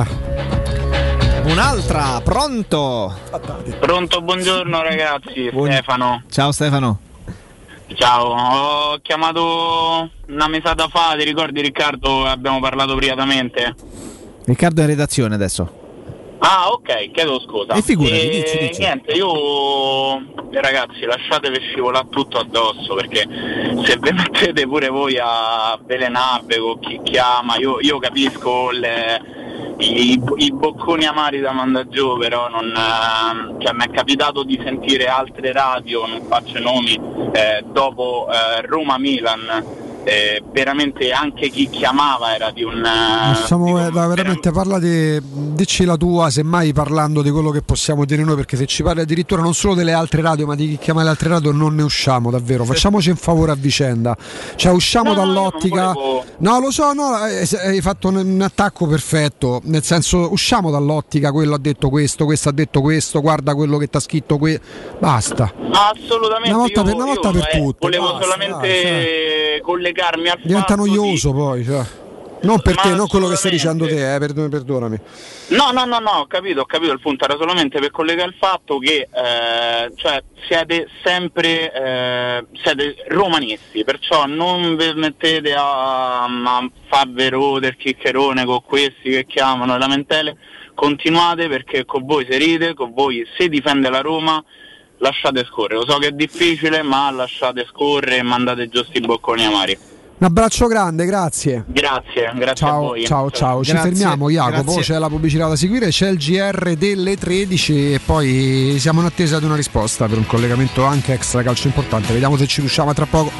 Un'altra, pronto, buongiorno ragazzi. Stefano. Ciao Stefano. Ciao, ho chiamato una mesata fa, ti ricordi Riccardo? Abbiamo parlato privatamente. Riccardo è in redazione adesso. Ah, ok, chiedo scusa. E figurati, dici. Niente, io ragazzi, lasciatevi scivolare tutto addosso, perché se vi mettete pure voi a velenarvi con chi chiama, io capisco i bocconi amari da mandare giù, però non, mi è capitato di sentire altre radio, non faccio nomi, dopo Roma-Milan, veramente anche chi chiamava era di un veramente dici la tua, semmai parlando di quello che possiamo dire noi, perché se ci parli addirittura non solo delle altre radio ma di chi chiama le altre radio non ne usciamo davvero, facciamoci un favore a vicenda, cioè usciamo dall'ottica no lo so, hai fatto un attacco perfetto, nel senso usciamo dall'ottica quello ha detto questo ha detto questo, guarda quello che t'ha scritto basta, assolutamente, una volta per tutte volevo solamente collegarmi al diventa fatto noioso poi, cioè. Non per te, non quello che stai dicendo te, perdonami. No, ho capito il punto, era solamente per collegare il fatto che cioè siete sempre siete romanisti, perciò non vi mettete a farvi rodere il chiccherone con questi che chiamano lamentele, continuate, perché con voi si ride, con voi si difende la Roma, lasciate scorrere, lo so che è difficile, ma lasciate scorrere e mandate giusto i bocconi amari. Un abbraccio grande, grazie. Grazie ciao, a voi. Ciao. Ci fermiamo, Jacopo, c'è la pubblicità da seguire, c'è il GR delle 13 e poi siamo in attesa di una risposta per un collegamento anche extra calcio importante. Vediamo se ci riusciamo tra poco.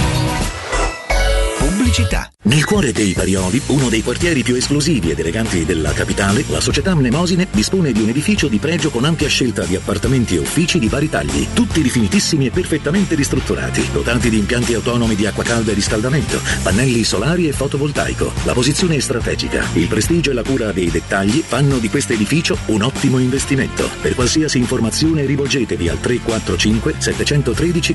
Pubblicità. Nel cuore dei Parioli, uno dei quartieri più esclusivi ed eleganti della capitale, la società Mnemosine dispone di un edificio di pregio con ampia scelta di appartamenti e uffici di vari tagli, tutti rifinitissimi e perfettamente ristrutturati, dotati di impianti autonomi di acqua calda e riscaldamento, pannelli solari e fotovoltaico. La posizione è strategica, il prestigio e la cura dei dettagli fanno di questo edificio un ottimo investimento. Per qualsiasi informazione rivolgetevi al 345 713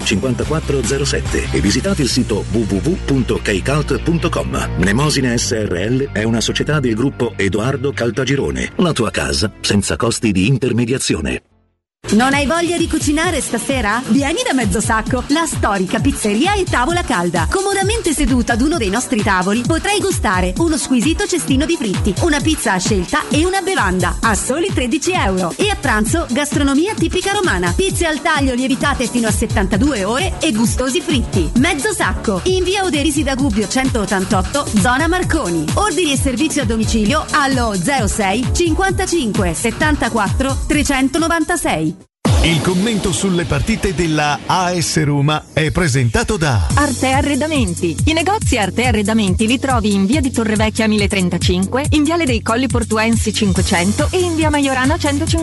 5407 e visitate il sito www.kcult.com. Mnemosine SRL è una società del gruppo Edoardo Caltagirone. La tua casa senza costi di intermediazione. Non hai voglia di cucinare stasera? Vieni da Mezzosacco, la storica pizzeria e tavola calda. Comodamente seduta ad uno dei nostri tavoli potrai gustare uno squisito cestino di fritti, una pizza a scelta e una bevanda a soli €13. E a pranzo gastronomia tipica romana, pizze al taglio lievitate fino a 72 ore e gustosi fritti. Mezzosacco, in via Oderisi da Gubbio 188, zona Marconi. Ordini e servizio a domicilio allo 06 55 74 396. Il commento sulle partite della AS Roma è presentato da Arte Arredamenti. I negozi Arte Arredamenti li trovi in via di Torrevecchia 1035, in viale dei Colli Portuensi 500 e in via Maiorana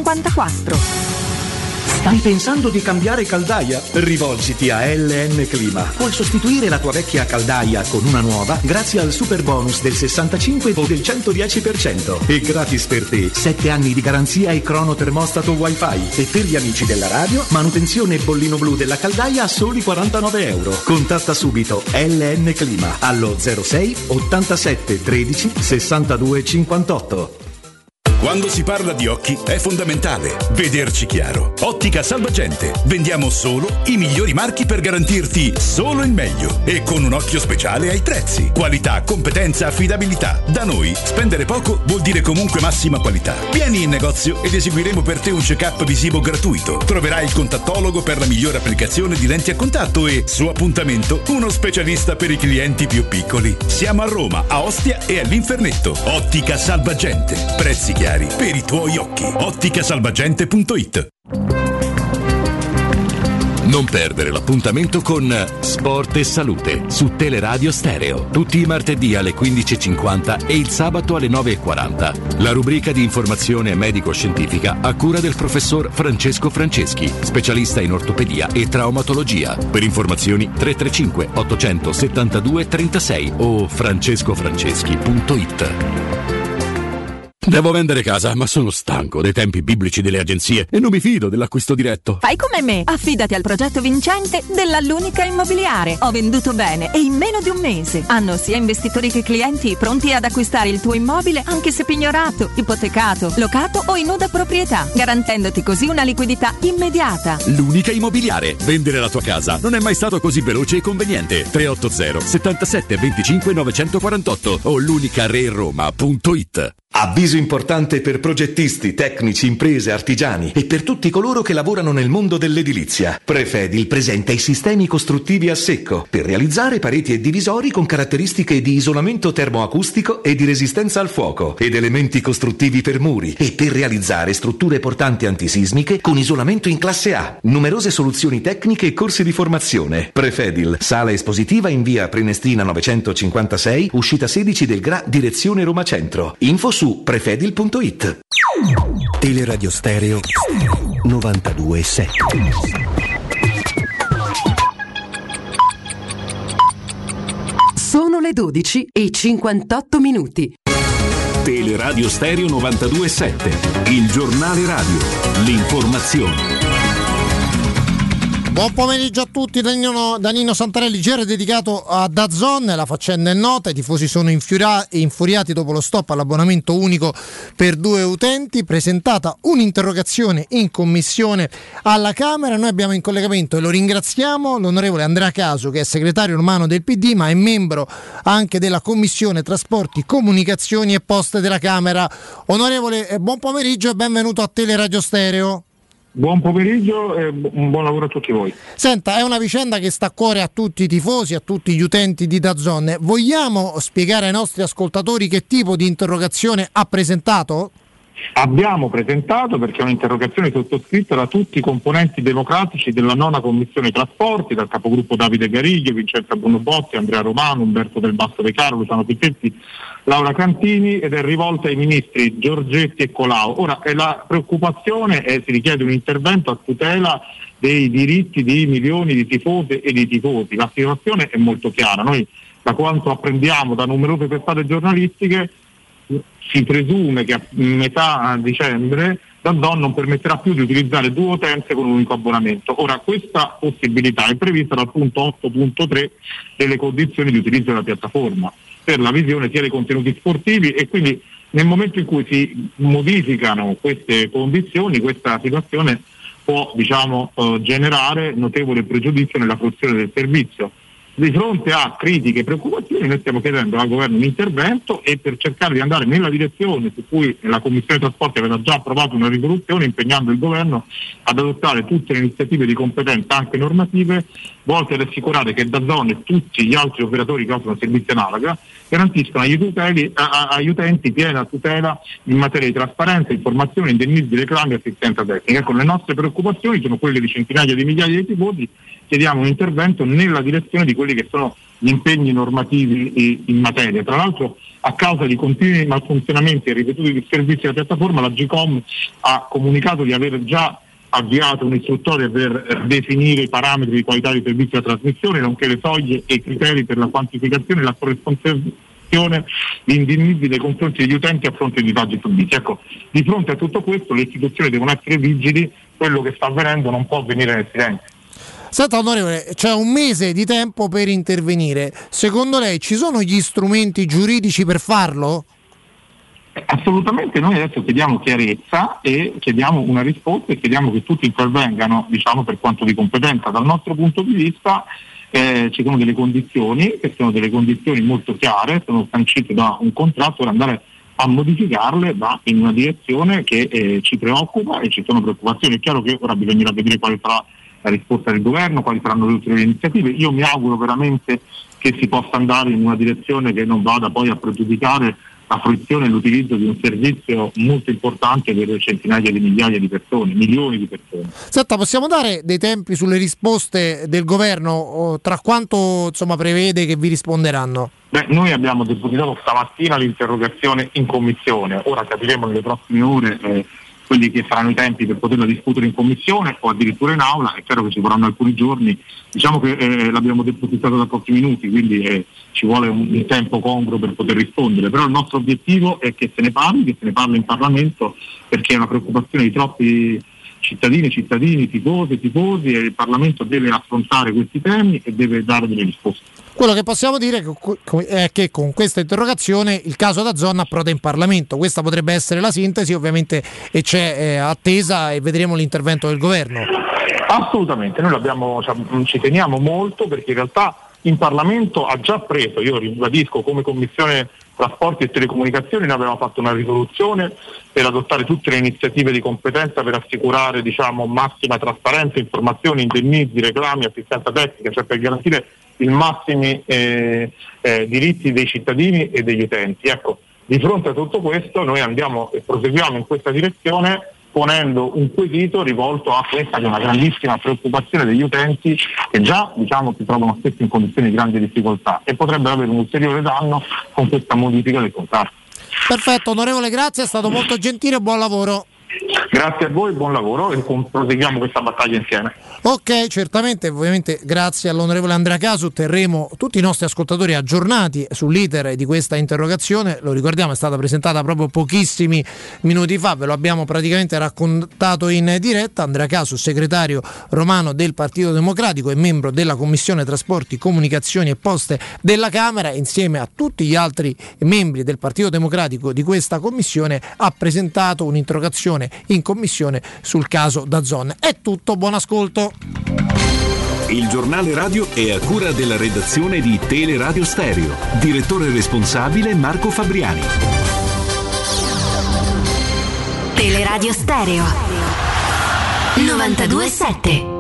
154. Stai pensando di cambiare caldaia? Rivolgiti a LN Clima. Puoi sostituire la tua vecchia caldaia con una nuova grazie al super bonus del 65 o del 110%. E gratis per te 7 anni di garanzia e cronotermostato wifi. E per gli amici della radio, manutenzione bollino blu della caldaia a soli €49. Contatta subito LN Clima allo 06 87 13 62 58. Quando si parla di occhi è fondamentale vederci chiaro. Ottica Salvagente. Vendiamo solo i migliori marchi per garantirti solo il meglio e con un occhio speciale ai prezzi. Qualità, competenza, affidabilità. Da noi spendere poco vuol dire comunque massima qualità. Vieni in negozio ed eseguiremo per te un check-up visivo gratuito. Troverai il contattologo per la migliore applicazione di lenti a contatto e, su appuntamento, uno specialista per i clienti più piccoli. Siamo a Roma, a Ostia e all'Infernetto. Ottica Salvagente. Prezzi chiari per i tuoi occhi. Otticasalvagente.it. Non perdere l'appuntamento con Sport e Salute su Teleradio Stereo, tutti i martedì alle 15.50 e il sabato alle 9.40. La rubrica di informazione medico-scientifica a cura del professor Francesco Franceschi, specialista in ortopedia e traumatologia. Per informazioni 335 872 36 o francescofranceschi.it. Devo vendere casa, ma sono stanco dei tempi biblici delle agenzie e non mi fido dell'acquisto diretto. Fai come me, affidati al progetto vincente della L'Unica Immobiliare. Ho venduto bene e in meno di un mese. Hanno sia investitori che clienti pronti ad acquistare il tuo immobile anche se pignorato, ipotecato, locato o in nuda proprietà, garantendoti così una liquidità immediata. L'Unica Immobiliare. Vendere la tua casa non è mai stato così veloce e conveniente. 380 77 25 948 o l'unicareroma.it. Avviso importante per progettisti, tecnici, imprese, artigiani e per tutti coloro che lavorano nel mondo dell'edilizia. Prefedil presenta i sistemi costruttivi a secco per realizzare pareti e divisori con caratteristiche di isolamento termoacustico e di resistenza al fuoco ed elementi costruttivi per muri e per realizzare strutture portanti antisismiche con isolamento in classe A. Numerose soluzioni tecniche e corsi di formazione. Prefedil, sala espositiva in via Prenestina 956, uscita 16 del GRA, direzione Roma Centro. Info su prefedil.it. Teleradio Stereo 92.7. Sono le 12:58. Teleradio Stereo 92.7, il giornale radio, l'informazione. Buon pomeriggio a tutti da Nino Santarelli. Giro dedicato a DAZN, la faccenda è nota, i tifosi sono infuriati dopo lo stop all'abbonamento unico per 2 utenti, presentata un'interrogazione in commissione alla Camera. Noi abbiamo in collegamento, e lo ringraziamo, l'onorevole Andrea Caso, che è segretario romano del PD ma è membro anche della Commissione Trasporti, Comunicazioni e Poste della Camera. Onorevole, buon pomeriggio e benvenuto a Teleradio Stereo. Buon pomeriggio e un buon lavoro a tutti voi. Senta, è una vicenda che sta a cuore a tutti i tifosi, a tutti gli utenti di DAZN. Vogliamo spiegare ai nostri ascoltatori che tipo di interrogazione ha presentato? Abbiamo presentato, perché è un'interrogazione sottoscritta da tutti i componenti democratici della 9ª Commissione Trasporti, dal capogruppo Davide Gariglio, Vincenzo Bruno Botti, Andrea Romano, Umberto Del Basso De Caro, Luciano Pittetti, Laura Cantini, ed è rivolta ai ministri Giorgetti e Colau. Ora, la preoccupazione è si richiede un intervento a tutela dei diritti di milioni di tifose e di tifosi. La situazione è molto chiara. Noi, da quanto apprendiamo da numerose testate giornalistiche, si presume che a metà dicembre DAZN non permetterà più di utilizzare 2 utenze con un unico abbonamento. Ora, questa possibilità è prevista dal punto 8.3 delle condizioni di utilizzo della piattaforma per la visione sia dei contenuti sportivi, e quindi nel momento in cui si modificano queste condizioni, questa situazione può generare notevole pregiudizio nella fruizione del servizio. Di fronte a critiche e preoccupazioni noi stiamo chiedendo al governo un intervento, e per cercare di andare nella direzione su cui la Commissione Trasporti aveva già approvato una risoluzione impegnando il governo ad adottare tutte le iniziative di competenza anche normative volte ad assicurare che DAZN e tutti gli altri operatori che offrono servizi analoga garantiscono agli utenti piena tutela in materia di trasparenza, informazione, indennizzi, reclami e assistenza tecnica. Ecco, le nostre preoccupazioni sono quelle di centinaia di migliaia di tifosi. Chiediamo un intervento nella direzione di quelli che sono gli impegni normativi in materia. Tra l'altro, a causa di continui malfunzionamenti e ripetuti disservizi della piattaforma, la GCOM ha comunicato di aver già avviato un'istruttoria per definire i parametri di qualità di servizio della trasmissione, nonché le soglie e i criteri per la quantificazione e la corrispondenza di indennizzi nei confronti degli utenti a fronte di disagi subiti. Ecco, di fronte a tutto questo le istituzioni devono essere vigili, quello che sta avvenendo non può avvenire nel silenzio. Senta onorevole, c'è un mese di tempo per intervenire. Secondo lei ci sono gli strumenti giuridici per farlo? Assolutamente, noi adesso chiediamo chiarezza e chiediamo una risposta, e chiediamo che tutti intervengano per quanto di competenza. Dal nostro punto di vista ci sono delle condizioni che sono delle condizioni molto chiare, sono sancite da un contratto, per andare a modificarle va in una direzione che ci preoccupa, e ci sono preoccupazioni. È chiaro che ora bisognerà vedere quale sarà la risposta del governo, quali saranno le ulteriori iniziative. Io mi auguro veramente che si possa andare in una direzione che non vada poi a pregiudicare la fruizione e l'utilizzo di un servizio molto importante per centinaia di migliaia di persone, milioni di persone. Senta, possiamo dare dei tempi sulle risposte del governo? Tra quanto prevede che vi risponderanno? Noi abbiamo depositato stamattina l'interrogazione in commissione, ora capiremo nelle prossime ore quelli che saranno i tempi per poterla discutere in commissione o addirittura in aula. È chiaro che ci vorranno alcuni giorni, diciamo che l'abbiamo depositato da pochi minuti, quindi ci vuole un tempo congruo per poter rispondere, però il nostro obiettivo è che se ne parli in Parlamento, perché è una preoccupazione di troppi cittadini, tifosi, e il Parlamento deve affrontare questi temi e deve dare delle risposte. Quello che possiamo dire è che con questa interrogazione il caso DAZN approda in Parlamento. Questa potrebbe essere la sintesi, ovviamente, e c'è attesa e vedremo l'intervento del governo. Assolutamente, noi ci teniamo molto, perché in realtà in Parlamento ha già preso, io ribadisco come Commissione trasporti e telecomunicazioni noi abbiamo fatto una risoluzione per adottare tutte le iniziative di competenza per assicurare massima trasparenza, informazioni, indennizzi, reclami, assistenza tecnica, cioè per garantire i massimi diritti dei cittadini e degli utenti. Ecco, di fronte a tutto questo noi andiamo e proseguiamo in questa direzione ponendo un quesito rivolto a questa che è una grandissima preoccupazione degli utenti che già si trovano spesso in condizioni di grande difficoltà e potrebbero avere un ulteriore danno con questa modifica del contratto. Perfetto, onorevole, grazie, è stato molto gentile, buon lavoro. Grazie a voi, buon lavoro e proseguiamo questa battaglia insieme. Ok, certamente, ovviamente grazie all'onorevole Andrea Casu terremo tutti i nostri ascoltatori aggiornati sull'iter di questa interrogazione. Lo ricordiamo, è stata presentata proprio pochissimi minuti fa, ve lo abbiamo praticamente raccontato in diretta. Andrea Casu, segretario romano del Partito Democratico e membro della Commissione Trasporti, Comunicazioni e Poste della Camera, insieme a tutti gli altri membri del Partito Democratico di questa commissione, ha presentato un'interrogazione in commissione sul caso DAZN. È tutto, buon ascolto. Il giornale radio è a cura della redazione di Teleradio Stereo. Direttore responsabile Marco Fabriani. Teleradio Stereo 92.7.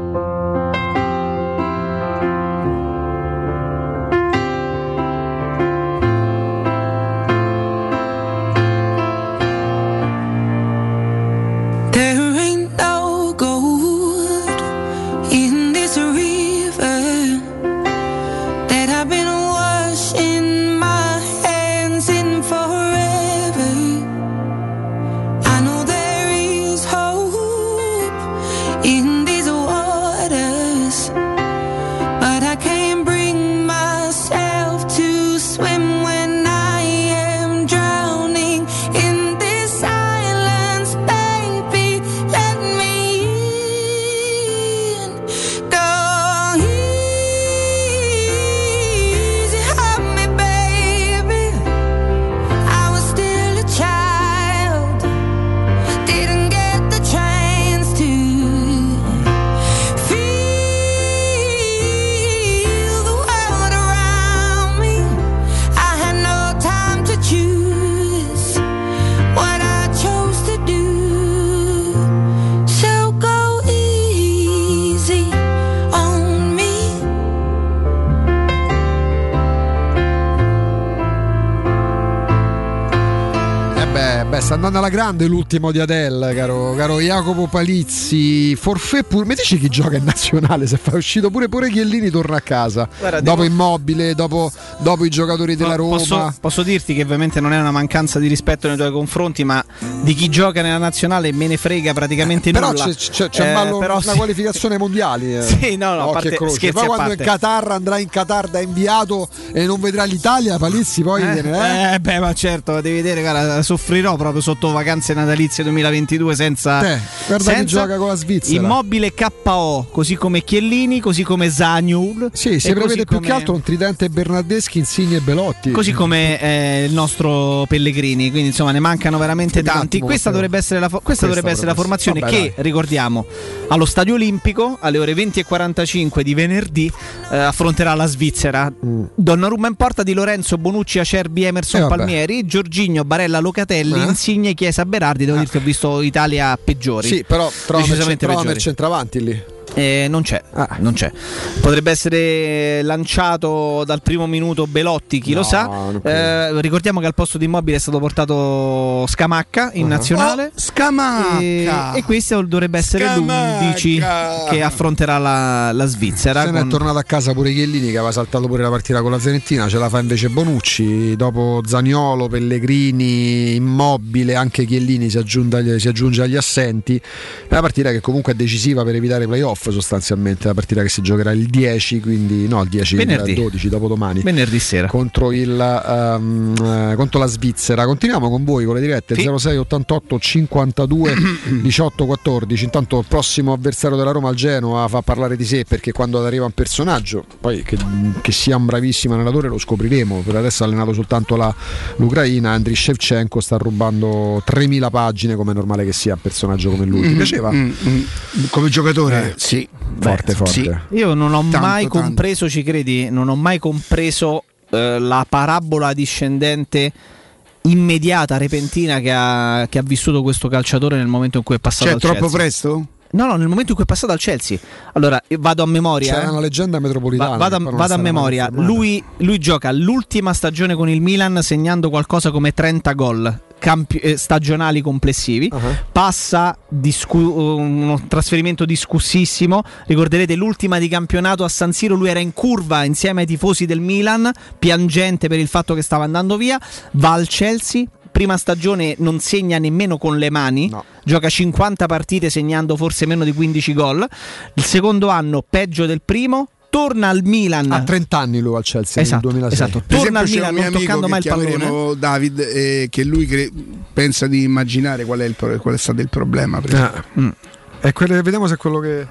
Sta andando alla grande l'ultimo di Adele, caro Jacopo Palizzi. Forfè pure. Mi dici chi gioca in nazionale? Se fa uscito pure Chiellini torna a casa. Guarda, dopo Immobile, dopo i giocatori della Roma. Posso dirti che ovviamente non è una mancanza di rispetto nei tuoi confronti, ma di chi gioca nella nazionale me ne frega praticamente nulla. Però c'è una qualificazione mondiale. Sì, no, a parte, poi quando in Qatar andrà in Qatar da inviato e non vedrà l'Italia, Palizzi poi viene. Ma certo, devi vedere, guarda, soffrirò proprio sotto vacanze natalizie 2022 senza chi gioca con la Svizzera. Immobile, KO, così come Chiellini, così come Zaniol. Sì, si prevede più che altro un tridente Bernardeschi, Insigne e Belotti. Così come il nostro Pellegrini, quindi insomma ne mancano veramente tanti. Questa dovrebbe essere la formazione che, ricordiamo, allo Stadio Olimpico alle ore 20:45 di venerdì affronterà la Svizzera. Donnarumma in porta, Di Lorenzo, Bonucci, Acerbi, Emerson, Palmieri, Giorginio, Barella, Locatelli, Insigne, Chiesa, Berardi. Devo dire che ho visto Italia peggiori. Sì, però trova il centravanti lì. Non c'è. Potrebbe essere lanciato dal primo minuto Belotti, chi lo sa. Ricordiamo che al posto di Immobile è stato portato Scamacca in nazionale. Scamacca! E questo dovrebbe essere l'11 che affronterà la Svizzera. Se ne è tornato a casa pure Chiellini, che aveva saltato pure la partita con la Fiorentina. Ce la fa invece Bonucci. Dopo Zaniolo, Pellegrini, Immobile, anche Chiellini si aggiunge agli assenti. È una partita che comunque è decisiva per evitare i playoff. Sostanzialmente la partita che si giocherà il 10, quindi il 10, il 12 dopodomani, venerdì sera, contro la Svizzera. Continuiamo con voi con le dirette 06 88 52 18 14. Intanto il prossimo avversario della Roma, al Genoa, fa parlare di sé, perché quando arriva un personaggio, poi che sia un bravissimo allenatore lo scopriremo. Per adesso ha allenato soltanto l'Ucraina. Andriy Shevchenko sta rubando 3000 pagine, come è normale che sia un personaggio come lui. Ti piaceva? Come giocatore? Sì, forte. Sì. Io non ho mai compreso, ci credi? Non ho mai compreso la parabola discendente immediata, repentina che ha vissuto questo calciatore nel momento in cui è passato al Chelsea. Troppo presto? No, nel momento in cui è passato al Chelsea. Allora, vado a memoria. C'è una leggenda metropolitana. Vado a memoria. Lui gioca l'ultima stagione con il Milan segnando qualcosa come 30 gol stagionali complessivi. Passa uno trasferimento discussissimo. Ricorderete l'ultima di campionato a San Siro, lui era in curva insieme ai tifosi del Milan, piangente per il fatto che stava andando via. Va al Chelsea. Prima stagione non segna nemmeno con le mani, gioca 50 partite segnando forse meno di 15 gol. Il secondo anno peggio del primo, torna al Milan. A 30 anni lui al Chelsea, esatto, nel 2006. Esatto. Torna al Milan non toccando mai il pallone. David, che lui pensa di immaginare qual è stato il problema. E vediamo se è quello che...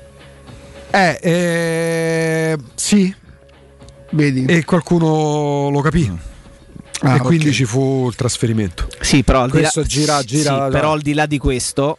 sì. Vedi? E qualcuno lo capì. E quindi ci fu il trasferimento. Sì, però questo gira. Però al di là di questo,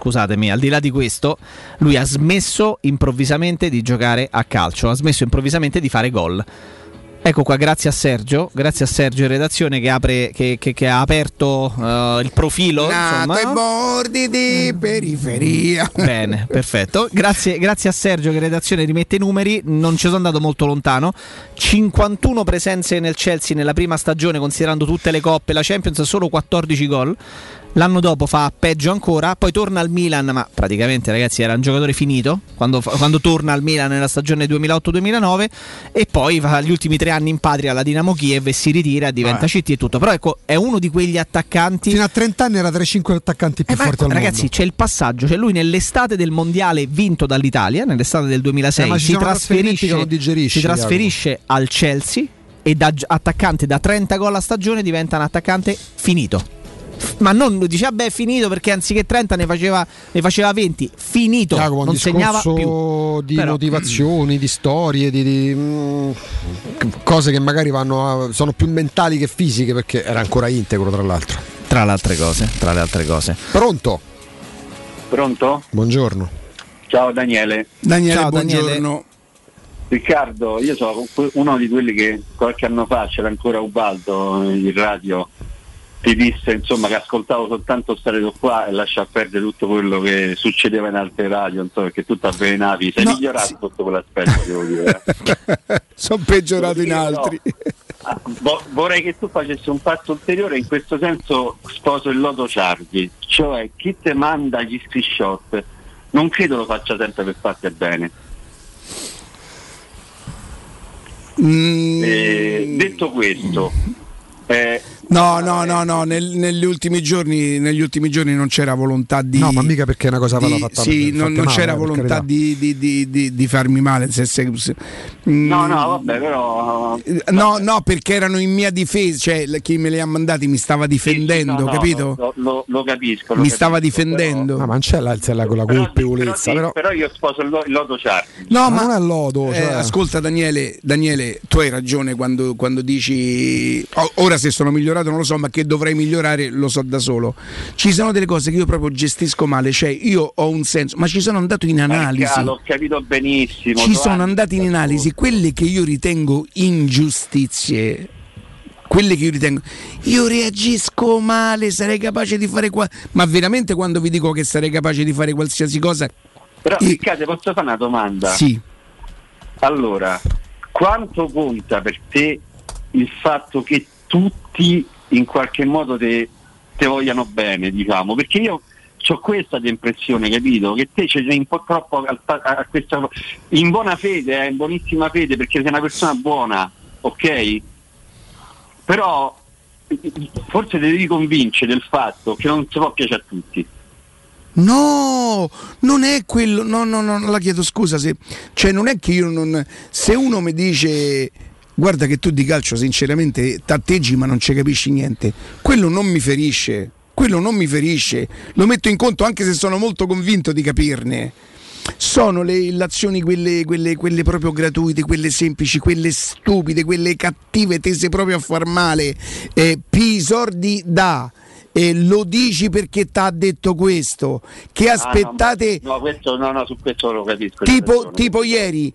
lui ha smesso improvvisamente di giocare a calcio, ha smesso improvvisamente di fare gol. Ecco qua, grazie a Sergio in redazione che ha aperto il profilo. Nato ai bordi di periferia. Bene, perfetto. Grazie a Sergio che in redazione rimette i numeri. Non ci sono andato molto lontano. 51 presenze nel Chelsea nella prima stagione, considerando tutte le coppe, la Champions, solo 14 gol. L'anno dopo fa peggio ancora, poi torna al Milan, ma praticamente, ragazzi, era un giocatore finito quando torna al Milan nella stagione 2008-2009, e poi fa gli ultimi 3 anni in patria alla Dinamo Kiev e si ritira, diventa CT e tutto. Però ecco, è uno di quegli attaccanti. Fino a 30 anni era tra i 5 attaccanti più forti al mondo. Ragazzi, c'è il passaggio, cioè lui nell'estate del mondiale vinto dall'Italia, nell'estate del 2006, si trasferisce al Chelsea e da attaccante da 30 gol a stagione diventa un attaccante finito. Ma non dice è finito perché anziché 30 ne faceva 20, finito, non segnava più. Di motivazioni, di storie, di cose che magari sono più mentali che fisiche, perché era ancora integro tra le altre cose. Pronto? Buongiorno. Ciao Daniele. Ciao, buongiorno. Riccardo, io sono uno di quelli che qualche anno fa, c'era ancora Ubaldo in radio, ti disse insomma che ascoltavo soltanto sta radio qua e lascia perdere tutto quello che succedeva in altre radio, insomma, perché tu ti avvelenavi. Sei migliorato sotto quell'aspetto, devo dire. Sono peggiorato in altri. Vorrei che tu facessi un passo ulteriore, in questo senso sposo il lodo Ciardi, cioè chi te manda gli screenshot non credo lo faccia sempre per farti bene. Detto questo, no, negli ultimi giorni non c'era volontà di... No, ma mica perché è una cosa fatta. Sì, non c'era volontà di farmi male. Vabbè, però... No, perché erano in mia difesa, cioè chi me li ha mandati mi stava difendendo, capito? Lo capisco. Stava difendendo. Però... No, ma non c'è la colpevolezza. Però io sposo il lodo Ciardi. No, ma non è lodo. Ascolta Daniele, tu hai ragione quando dici... Ora se sono migliorato non lo so, ma che dovrei migliorare lo so da solo. Ci sono delle cose che io proprio gestisco male, cioè io ho un senso, ma ci sono andato in analisi. L'ho capito benissimo. Ci sono andati in analisi quelle che io ritengo ingiustizie. Io reagisco male, sarei capace di fare ma veramente quando vi dico che sarei capace di fare qualsiasi cosa. Però Riccardo, posso fare una domanda? Sì. Allora, quanto conta per te il fatto che tutti in qualche modo te vogliano bene, diciamo? Perché io ho questa impressione, capito? Che te ci sei un po' troppo a questa, in buona fede, in buonissima fede, perché sei una persona buona, ok? Però forse devi convincere del fatto che non si può piacere a tutti. No, non è quello. No, la chiedo scusa cioè non è che io non. Se uno mi dice guarda che tu di calcio sinceramente t'atteggi ma non ci capisci niente, quello non mi ferisce, lo metto in conto anche se sono molto convinto di capirne. Sono le illazioni quelle proprio gratuite, quelle semplici, quelle stupide, quelle cattive, tese proprio a far male, pisordi da lo dici perché t'ha detto questo, che aspettate su questo lo capisco, tipo ieri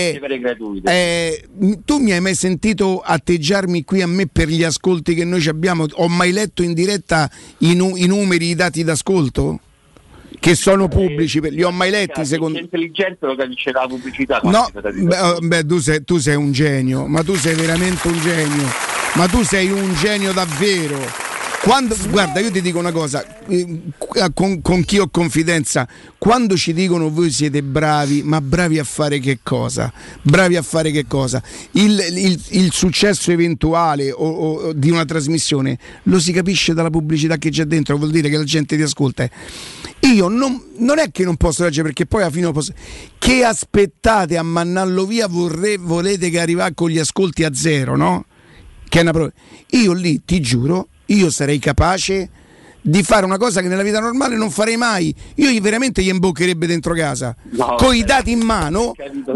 tu mi hai mai sentito atteggiarmi qui a me per gli ascolti che noi abbiamo? Ho mai letto in diretta i numeri, i dati d'ascolto? Che sono pubblici, li ho mai letti secondo intelligente lo capisce la pubblicità. No, tu sei un genio, ma tu sei veramente un genio, ma tu sei un genio davvero. Guarda, io ti dico una cosa, con chi ho confidenza, quando ci dicono voi siete bravi, ma bravi a fare che cosa? Bravi a fare che cosa? Il successo eventuale o di una trasmissione lo si capisce dalla pubblicità che c'è dentro, vuol dire che la gente ti ascolta. Io non è che non posso leggere, perché poi alla fine che aspettate a mannarlo via, volete che arriva con gli ascolti a zero, no? Che è una io lì ti giuro, io sarei capace di fare una cosa che nella vita normale non farei mai. Io veramente gli imboccherebbe dentro casa, con i dati in mano,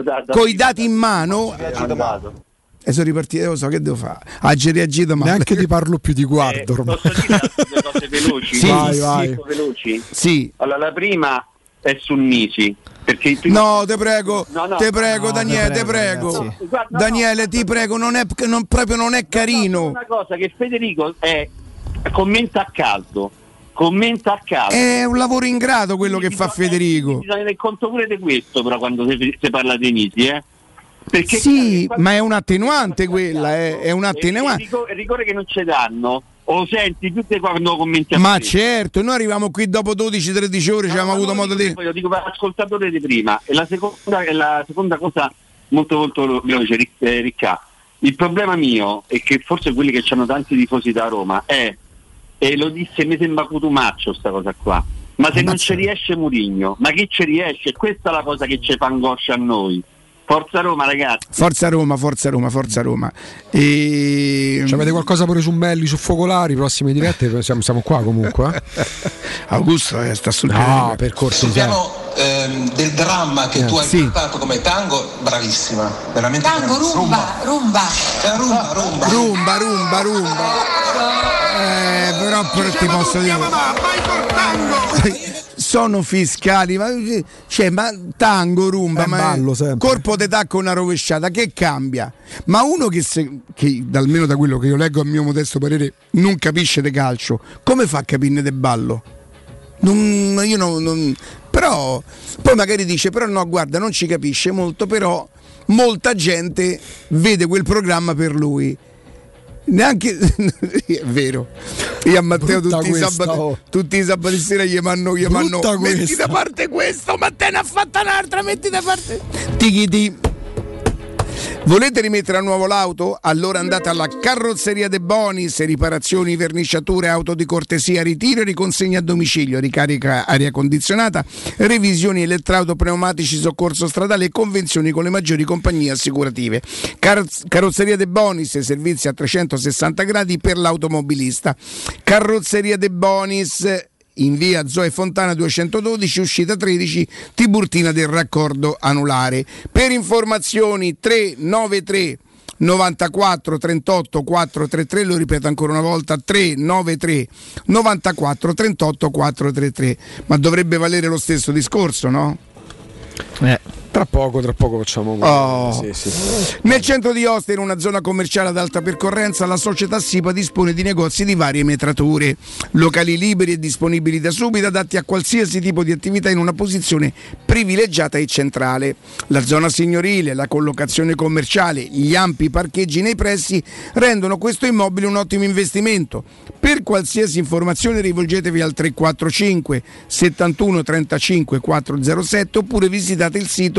e sono ripartito, lo so che devo fare. Oggi reagito male. Neanche ti parlo più di guardo. Posso dire due cose veloci? Sì, vai. Veloci? Sì. Allora, la prima è sul Nisi. Perché no, te prego, Daniele, te prego. Sì. Guarda, Daniele, ti prego, non è carino. Una cosa che Federico commenta a caldo. È un lavoro ingrato quello che fa Federico. Bisogna tenere conto pure di questo, però, quando si parla di Nisi, Perché sì, ma è un attenuante quella, è un attenuante. Il rigore che non ci danno, o senti tutte quando commenti. Ma certo, noi arriviamo qui dopo 12-13 ore, ci abbiamo avuto modo di. Lo dico per l'ascoltatore di prima. E la seconda cosa molto molto veloce, Ricca. Il problema mio è che forse quelli che hanno tanti tifosi da Roma e lo disse, mi sembra Cutumaccio sta cosa qua. Ma se non ci riesce Mourinho, ma chi ci riesce? Questa è la cosa che ci fa angoscia a noi. Forza Roma, ragazzi. Forza Roma. E avete qualcosa pure su Melli, su Focolari, prossime dirette? Siamo qua comunque. Augusto sta sul no, per cortesia. Parliamo del dramma che tu hai portato come tango, bravissima. Veramente tango, rumba. Però ti posso dire. Vai col tango! Sono fiscali, ma tango, rumba, ma corpo di tacco, una rovesciata, che cambia? Ma uno che almeno da quello che io leggo, a mio modesto parere, non capisce di calcio, come fa a capirne del ballo? Però poi magari dice, però no, guarda, non ci capisce molto, però molta gente vede quel programma per lui. Neanche è vero, io a Matteo tutti i sabati sera gli manno metti da parte questo, ma te ne ha fatta un'altra, metti da parte Tichiti. Volete rimettere a nuovo l'auto? Allora andate alla Carrozzeria De Bonis, riparazioni, verniciature, auto di cortesia, ritiro e riconsegna a domicilio, ricarica aria condizionata, revisioni elettrauto, pneumatici, soccorso stradale e convenzioni con le maggiori compagnie assicurative. Carrozzeria De Bonis, servizi a 360 gradi per l'automobilista. Carrozzeria De Bonis, in via Zoe Fontana 212, uscita 13, Tiburtina del raccordo anulare. Per informazioni 393 94 38 433, lo ripeto ancora una volta, 393 94 38 433. Ma dovrebbe valere lo stesso discorso, no? Tra poco facciamo sì. Nel centro di Ostia, in una zona commerciale ad alta percorrenza, la società SIPA dispone di negozi di varie metrature, locali liberi e disponibili da subito, adatti a qualsiasi tipo di attività in una posizione privilegiata e centrale. La zona signorile, la collocazione commerciale, gli ampi parcheggi nei pressi rendono questo immobile un ottimo investimento. Per qualsiasi informazione rivolgetevi al 345 71 35 407 oppure visitate il sito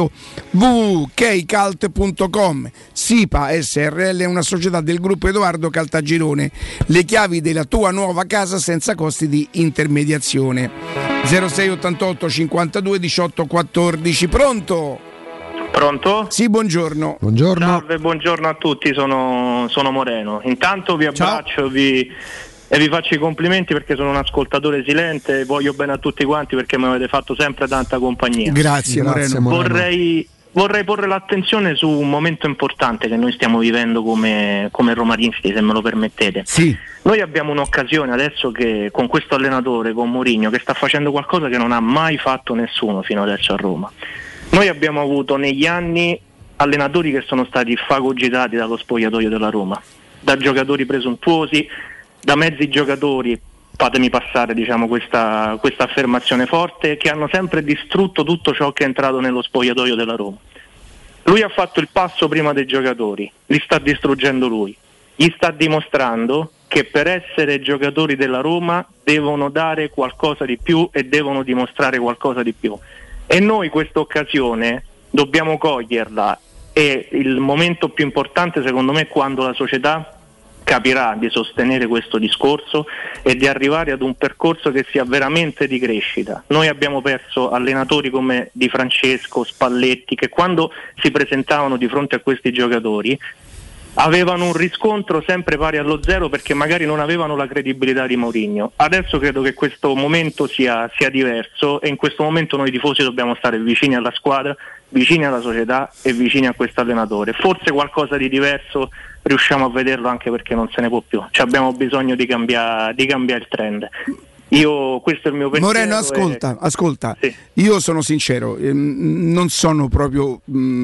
www.keicalt.com. SIPA SRL è una società del gruppo Edoardo Caltagirone. Le chiavi della tua nuova casa senza costi di intermediazione. 0688 52 18 14. Pronto? Sì, buongiorno. Salve, buongiorno a tutti, sono Moreno. Intanto vi abbraccio e vi faccio i complimenti perché sono un ascoltatore silente, voglio bene a tutti quanti perché mi avete fatto sempre tanta compagnia. Grazie Moreno. vorrei porre l'attenzione su un momento importante che noi stiamo vivendo come romanisti, se me lo permettete. Sì. Noi abbiamo un'occasione adesso che con questo allenatore, con Mourinho, che sta facendo qualcosa che non ha mai fatto nessuno fino adesso a Roma. Noi abbiamo avuto negli anni allenatori che sono stati fagocitati dallo spogliatoio della Roma, da giocatori presuntuosi, da mezzi giocatori, fatemi passare questa affermazione forte, che hanno sempre distrutto tutto ciò che è entrato nello spogliatoio della Roma. Lui ha fatto il passo prima dei giocatori, li sta distruggendo lui, gli sta dimostrando che per essere giocatori della Roma devono dare qualcosa di più e devono dimostrare qualcosa di più, e noi questa occasione dobbiamo coglierla. E il momento più importante secondo me è quando la società capirà di sostenere questo discorso e di arrivare ad un percorso che sia veramente di crescita. Noi abbiamo perso allenatori come Di Francesco, Spalletti, che quando si presentavano di fronte a questi giocatori avevano un riscontro sempre pari allo zero, perché magari non avevano la credibilità di Mourinho. Adesso credo che questo momento sia diverso, e in questo momento noi tifosi dobbiamo stare vicini alla squadra, vicini alla società e vicini a questo allenatore. Forse qualcosa di diverso riusciamo a vederlo, anche perché non se ne può più. Abbiamo bisogno di cambiare il trend. Questo è il mio pensiero. Moreno, ascolta. Sì. Io sono sincero, non sono proprio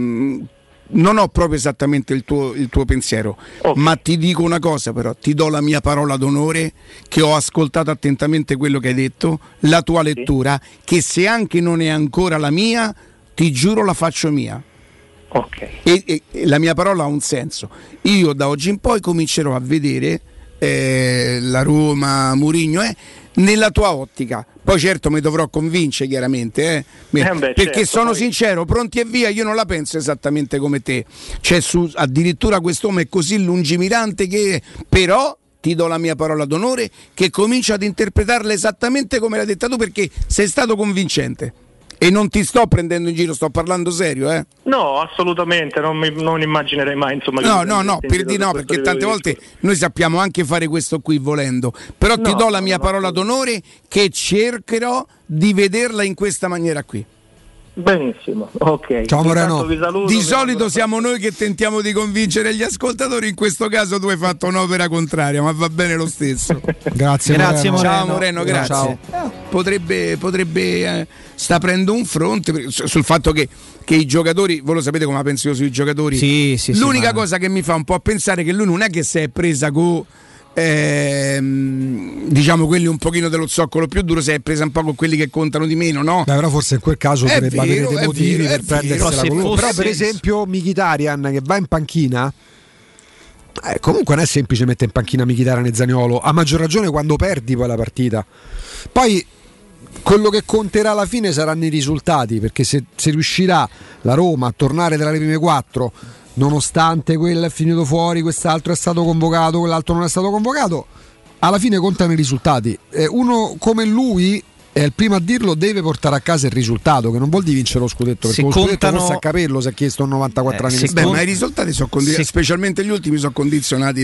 non ho proprio esattamente il tuo pensiero, okay. Ma ti dico una cosa, però ti do la mia parola d'onore che ho ascoltato attentamente quello che hai detto, la tua lettura, che se anche non è ancora la mia, ti giuro la faccio mia. Okay. E la mia parola ha un senso. Io da oggi in poi comincerò a vedere la Roma, Mourinho nella tua ottica. Poi certo mi dovrò convincere chiaramente perché sono sincero, pronti e via, io non la penso esattamente come te. Addirittura quest'uomo è così lungimirante che però ti do la mia parola d'onore che comincio ad interpretarla esattamente come l'hai detta tu, perché sei stato convincente. E non ti sto prendendo in giro, sto parlando serio, No, assolutamente, non immaginerei mai, insomma. No, perché tante volte noi sappiamo anche fare questo qui volendo, però ti do la mia parola d'onore che cercherò di vederla in questa maniera qui. Benissimo, ok. Ciao Moreno. Di solito siamo noi che tentiamo di convincere gli ascoltatori, in questo caso tu hai fatto un'opera contraria, ma va bene lo stesso. Grazie Moreno. Ciao Moreno, grazie. Ciao. Potrebbe sta aprendo un fronte sul fatto che i giocatori, voi lo sapete come la penso io sui giocatori. Sì, l'unica cosa che mi fa un po' pensare che lui non è che si è presa con diciamo quelli un pochino dello zoccolo più duro, si è presa un po' con quelli che contano di meno, no? Però forse in quel caso dovrebbe avere dei motivi per prendersela con lui. Però per esempio Mkhitaryan che va in panchina, comunque non è semplice mettere in panchina Mkhitaryan e Zaniolo, a maggior ragione quando perdi poi la partita. Poi quello che conterà alla fine saranno i risultati, perché se riuscirà la Roma a tornare tra le prime 4, nonostante quello è finito fuori, quest'altro è stato convocato, quell'altro non è stato convocato, alla fine contano i risultati. Uno come lui è il primo a dirlo, deve portare a casa il risultato, che non vuol dire vincere lo scudetto, perché lo scudetto forse a capello si è chiesto 94 anni fa. Ma i risultati sono specialmente gli ultimi sono condizionati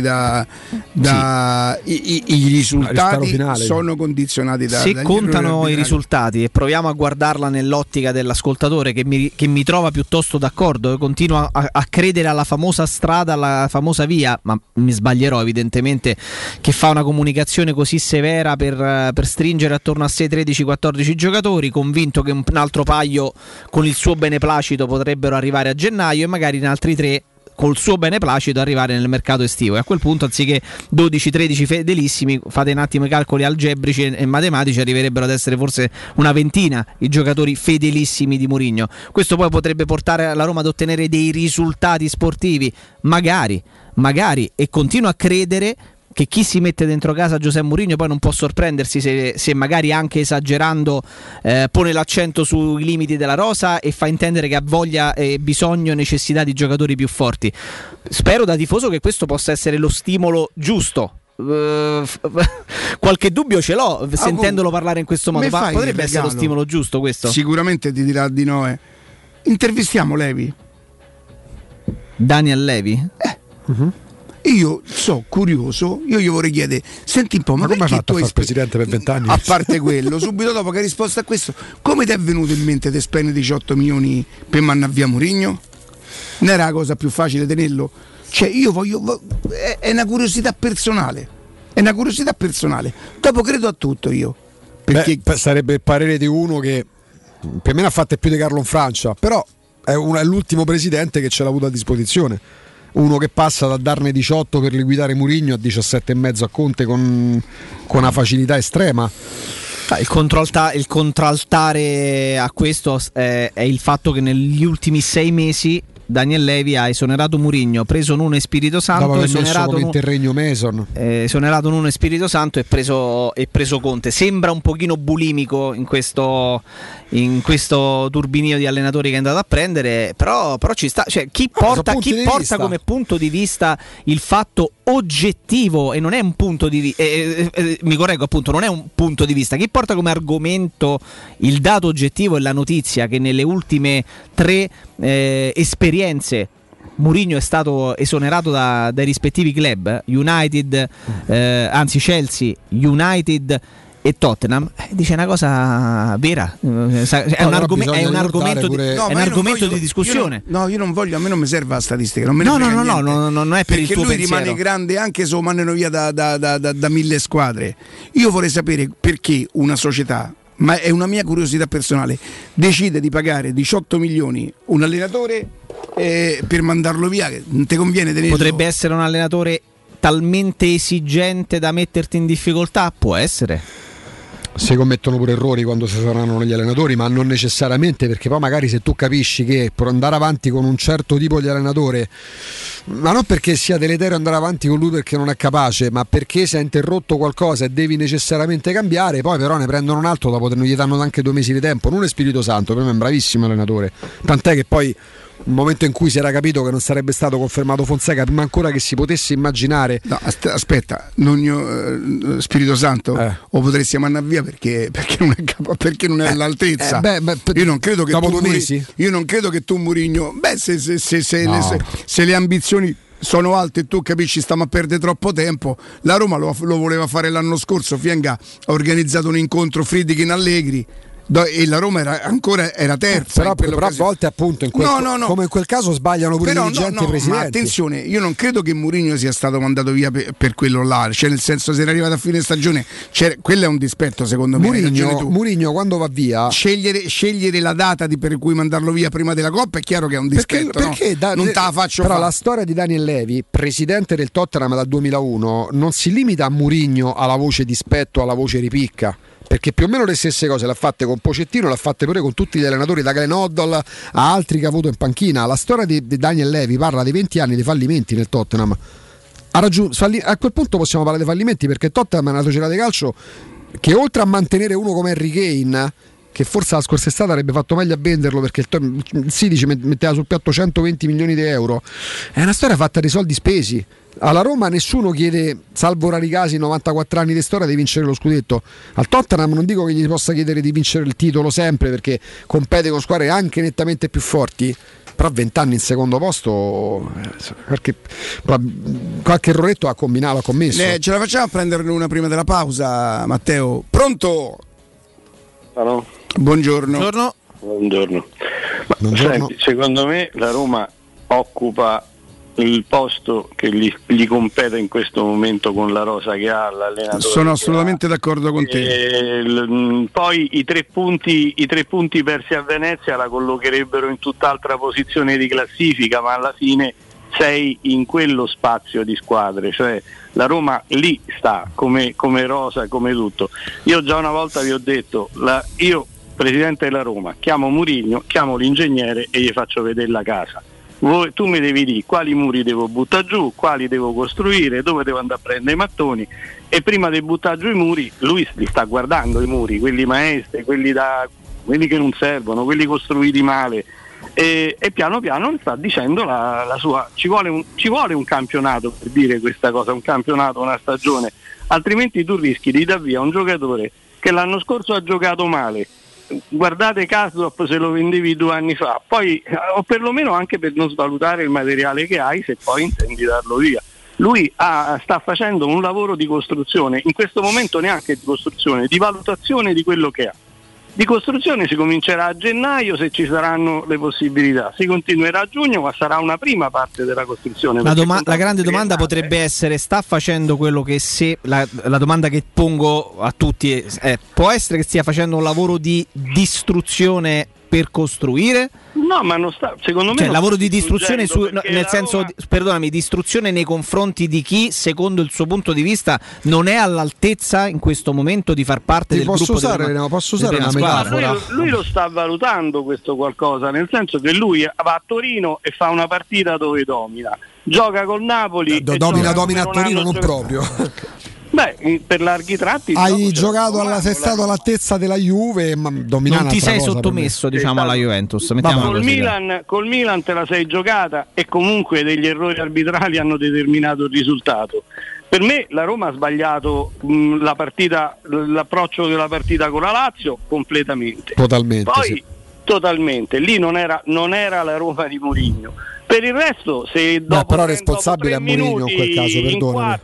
i risultati finale, sono condizionati se contano i risultati, e proviamo a guardarla nell'ottica dell'ascoltatore che mi trova piuttosto d'accordo, continua a credere alla famosa strada, alla famosa via, ma mi sbaglierò evidentemente, che fa una comunicazione così severa per stringere attorno a sé 13-14 giocatori, convinto che un altro paio con il suo beneplacito potrebbero arrivare a gennaio e magari in altri 3 col suo beneplacito arrivare nel mercato estivo, e a quel punto anziché 12-13 fedelissimi, fate un attimo i calcoli algebrici e matematici, arriverebbero ad essere forse una ventina i giocatori fedelissimi di Mourinho. Questo poi potrebbe portare la Roma ad ottenere dei risultati sportivi, magari, e continuo a credere che chi si mette dentro casa Giuseppe Mourinho poi non può sorprendersi se magari anche esagerando pone l'accento sui limiti della rosa e fa intendere che ha voglia, bisogno e necessità di giocatori più forti. Spero da tifoso che questo possa essere lo stimolo giusto. Qualche dubbio ce l'ho sentendolo parlare in questo modo, ma potrebbe essere lo stimolo giusto questo? Sicuramente ti dirà di no. Intervistiamo Levi, Daniel Levi? Io so curioso, io gli vorrei chiedere, senti un po', ma come hai fatto a fare presidente per 20 anni? A parte quello, subito dopo che hai risposto a questo, come ti è venuto in mente di spendere 18 milioni per mandare via Mourinho? Non era la cosa più facile tenerlo? Cioè io voglio, è una curiosità personale, dopo credo a tutto io. Perché sarebbe il parere di uno che per me ne ha fatte più di Carlo in Francia, però è l'ultimo presidente che ce l'ha avuto a disposizione. Uno che passa da darne 18 per liquidare Mourinho a 17,5 a Conte con una facilità estrema. Il contraltare a questo è il fatto che negli ultimi 6 mesi Daniel Levy ha esonerato Mourinho, preso Nuno e Spirito Santo, esonerato in terreno Mason, esonerato Nuno e Spirito Santo e preso Conte. Sembra un pochino bulimico in questo turbinio di allenatori che è andato a prendere, però ci sta, cioè chi porta come punto di vista il fatto oggettivo, e non è un punto di vista, mi correggo appunto, non è un punto di vista, chi porta come argomento il dato oggettivo e la notizia che nelle ultime 3 esperienze Mourinho è stato esonerato dai rispettivi club, United, Chelsea, United e Tottenham, dice una cosa vera, è un argomento di discussione. Io non voglio, a me non mi serve la statistica, non me ne non è per il tuo lui pensiero. Rimane grande anche se lo mandano via da 1000 squadre. Io vorrei sapere perché una società, ma è una mia curiosità personale, decide di pagare 18 milioni un allenatore per mandarlo via. Non ti conviene tenerlo? Potrebbe essere un allenatore talmente esigente da metterti in difficoltà? Può essere. Si commettono pure errori quando si saranno gli allenatori, ma non necessariamente, perché poi magari se tu capisci che per andare avanti con un certo tipo di allenatore, ma non perché sia deleterio andare avanti con lui perché non è capace, ma perché si è interrotto qualcosa e devi necessariamente cambiare, poi però ne prendono un altro dopo, gli danno anche 2 mesi di tempo. Non è Spirito Santo, per me è un bravissimo allenatore, tant'è che poi un momento in cui si era capito che non sarebbe stato confermato Fonseca, prima ancora che si potesse immaginare. No, aspetta, Spirito Santo o potresti mandare via perché non è all'altezza. Io non credo che dopo 2 mesi? Io non credo che tu Mourinho, se le ambizioni sono alte e tu capisci stiamo a perdere troppo tempo. La Roma lo voleva fare l'anno scorso, Fienga ha organizzato un incontro Friedkin Allegri e la Roma era terza, però a volte appunto come in quel caso sbagliano pure i dirigenti e i presidenti. Ma attenzione, io non credo che Mourinho sia stato mandato via per quello là, cioè nel senso, se era arrivato a fine stagione, quello è un dispetto secondo me. Mourinho quando va via, scegliere la data per cui mandarlo via prima della Coppa è chiaro che è un dispetto, perché non te la faccio però fare. La storia di Daniel Levy, presidente del Tottenham dal 2001, non si limita a Mourinho, alla voce dispetto, alla voce ripicca, perché più o meno le stesse cose l'ha fatte con Pochettino, l'ha fatte pure con tutti gli allenatori, da Glenn Hoddle a altri che ha avuto in panchina. La storia di Daniel Levy parla di 20 anni di fallimenti nel Tottenham. A quel punto possiamo parlare di fallimenti, perché Tottenham è una società di calcio che, oltre a mantenere uno come Harry Kane, che forse la scorsa estate avrebbe fatto meglio a venderlo perché il Sidici metteva sul piatto 120 milioni di euro, è una storia fatta di soldi spesi. Alla Roma nessuno chiede, salvo rari casi, 94 anni di storia, di vincere lo scudetto. Al Tottenham non dico che gli possa chiedere di vincere il titolo sempre, perché compete con squadre anche nettamente più forti, però 20 anni in secondo posto, qualche erroretto ha commesso. Ce la facciamo a prenderne una prima della pausa, Matteo? Pronto? Allora. Buongiorno. Senti, secondo me la Roma occupa il posto che gli compete in questo momento con la rosa che ha, l'allenatore. Sono assolutamente d'accordo con te. Poi i 3 punti persi a Venezia la collocherebbero in tutt'altra posizione di classifica, ma alla fine sei in quello spazio di squadre, cioè la Roma lì sta come rosa, come tutto. Io già una volta vi ho detto, io presidente della Roma chiamo Mourinho, chiamo l'ingegnere e gli faccio vedere la casa. Tu mi devi dire quali muri devo buttare giù, quali devo costruire, dove devo andare a prendere i mattoni, e prima di buttare giù i muri lui li sta guardando, i muri, quelli maestri, quelli che non servono, quelli costruiti male, e piano piano sta dicendo la sua. Ci vuole un campionato per dire questa cosa, un campionato, una stagione, altrimenti tu rischi di dar via un giocatore che l'anno scorso ha giocato male. Guardate Kasdorp, se lo vendevi 2 anni fa, poi o perlomeno anche per non svalutare il materiale che hai, se poi intendi darlo via. lui sta facendo un lavoro di costruzione, in questo momento neanche di costruzione, di valutazione di quello che ha. Di costruzione si comincerà a gennaio se ci saranno le possibilità, si continuerà a giugno, ma sarà una prima parte della costruzione. La grande domanda potrebbe essere: sta facendo quello che la domanda che pongo a tutti è: può essere che stia facendo un lavoro di distruzione per costruire? No, ma non sta, secondo me, cioè, lavoro di distruzione nel senso Roma... perdonami, distruzione nei confronti di chi, secondo il suo punto di vista, non è all'altezza in questo momento di far parte del gruppo. Posso usare una metafora? Lui lo sta valutando questo qualcosa, nel senso che lui va a Torino e fa una partita dove domina, gioca col Napoli domina a Torino non proprio. Beh, per larghi tratti hai giocato sei stato all'altezza della Juve, ma non ti sei sottomesso, diciamo, alla Juventus. Col Milan te la sei giocata e comunque degli errori arbitrali hanno determinato il risultato. Per me la Roma ha sbagliato la partita, l'approccio della partita con la Lazio completamente. Totalmente. Poi sì. Totalmente, lì non era la Roma di Mourinho. Per il resto, se dopo però responsabile è Mourinho in quel caso, perdonami.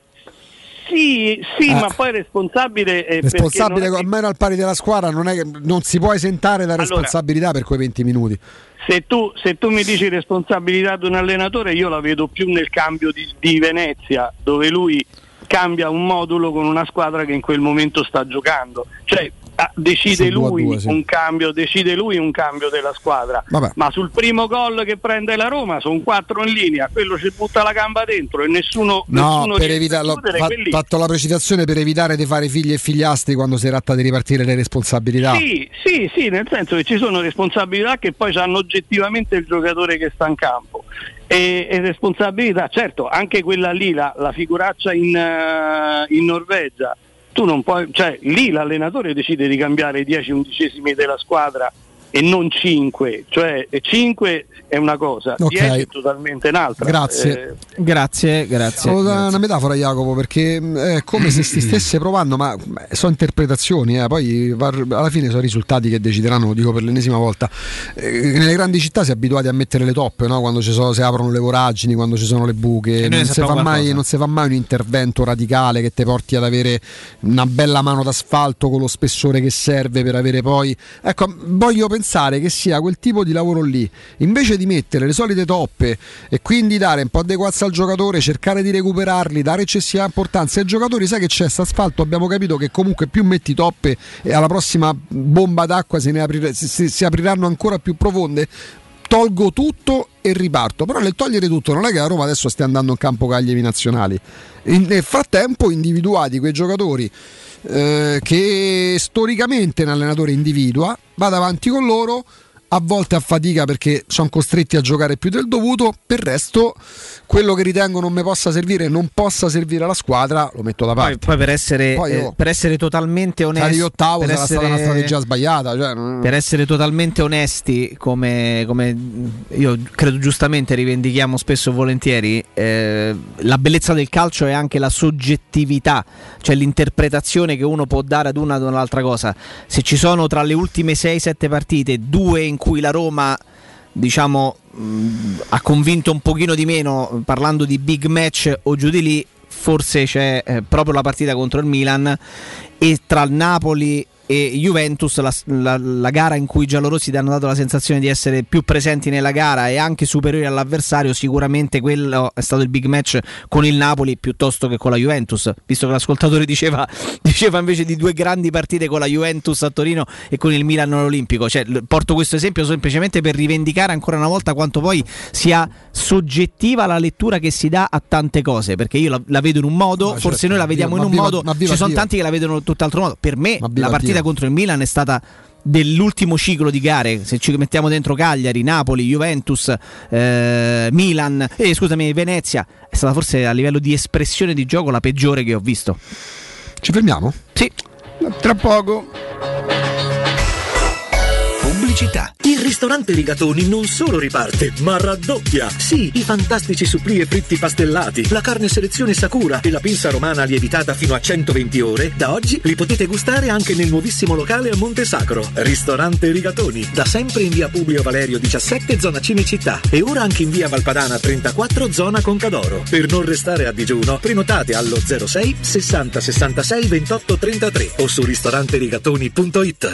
Sì, ma poi responsabile almeno al pari della squadra non si può esentare da responsabilità per quei 20 minuti. Se tu mi dici responsabilità di un allenatore, io la vedo più nel cambio di Venezia, dove lui cambia un modulo con una squadra che in quel momento sta giocando, cioè decide lui un cambio della squadra. Vabbè. Ma sul primo gol che prende la Roma sono 4 in linea, quello ci butta la gamba dentro e nessuno per evitare, fatto la precisazione per evitare di fare figli e figliastri quando si tratta di ripartire le responsabilità. Sì, nel senso che ci sono responsabilità che poi hanno oggettivamente il giocatore che sta in campo e responsabilità, certo, anche quella lì, la figuraccia in Norvegia. Tu non puoi, cioè lì l'allenatore decide di cambiare 10 undicesimi della squadra e non 5, cioè 5 è una cosa, 10 è totalmente un'altra. Grazie. Una metafora, Jacopo, perché è come se si stesse provando, ma sono interpretazioni, poi alla fine sono risultati che decideranno, lo dico per l'ennesima volta. Nelle grandi città si è abituati a mettere le toppe, no? Quando si aprono le voragini, quando ci sono le buche, non si fa mai un intervento radicale che ti porti ad avere una bella mano d'asfalto con lo spessore che serve per avere poi, ecco, voglio pensare che sia quel tipo di lavoro lì, invece di mettere le solite toppe e quindi dare un po' di adeguarsi al giocatore, cercare di recuperarli, dare eccessiva importanza ai giocatori. Sai che c'è asfalto, abbiamo capito che comunque più metti toppe e alla prossima bomba d'acqua si apriranno ancora più profonde. Tolgo tutto e riparto, però nel togliere tutto non è che la Roma adesso stia andando in campo con gli allievi nazionali. Nel frattempo individuati quei giocatori che storicamente un allenatore individua, vada avanti con loro, a volte a fatica perché sono costretti a giocare più del dovuto, per il resto quello che ritengo non mi possa servire, non possa servire alla squadra, lo metto da parte. Poi per essere totalmente onesti, ottavo sarà stata una strategia sbagliata, per essere totalmente onesti, come io credo giustamente rivendichiamo spesso e volentieri, la bellezza del calcio è anche la soggettività, cioè l'interpretazione che uno può dare ad una o ad un'altra cosa. Se ci sono tra le ultime 6-7 partite 2 in cui la Roma, diciamo, ha convinto un pochino di meno, parlando di big match o giù di lì, forse c'è proprio la partita contro il Milan, e tra il Napoli e Juventus la gara in cui i giallorossi ti hanno dato la sensazione di essere più presenti nella gara e anche superiori all'avversario, sicuramente quello è stato il big match con il Napoli piuttosto che con la Juventus, visto che l'ascoltatore diceva invece di 2 grandi partite con la Juventus a Torino e con il Milan all'Olimpico. Cioè, porto questo esempio semplicemente per rivendicare ancora una volta quanto poi sia soggettiva la lettura che si dà a tante cose, perché io la vedo in un modo, forse noi la vediamo in un modo, ci sono tanti che la vedono tutt'altro modo. Per me la partita contro il Milan è stata dell'ultimo ciclo di gare, se ci mettiamo dentro Cagliari, Napoli, Juventus, Milan, Venezia, è stata forse a livello di espressione di gioco la peggiore che ho visto. Ci fermiamo? Sì, tra poco. Pubblicità. Il Ristorante Rigatoni non solo riparte, ma raddoppia. Sì, i fantastici supplì e fritti pastellati, la carne selezione Sakura e la pinza romana lievitata fino a 120 ore, da oggi li potete gustare anche nel nuovissimo locale a Monte Sacro. Ristorante Rigatoni, da sempre in via Publio Valerio 17, zona Cinecittà, e ora anche in via Valpadana 34, zona Concadoro. Per non restare a digiuno, prenotate allo 06 60 66 28 33 o su ristoranterigatoni.it.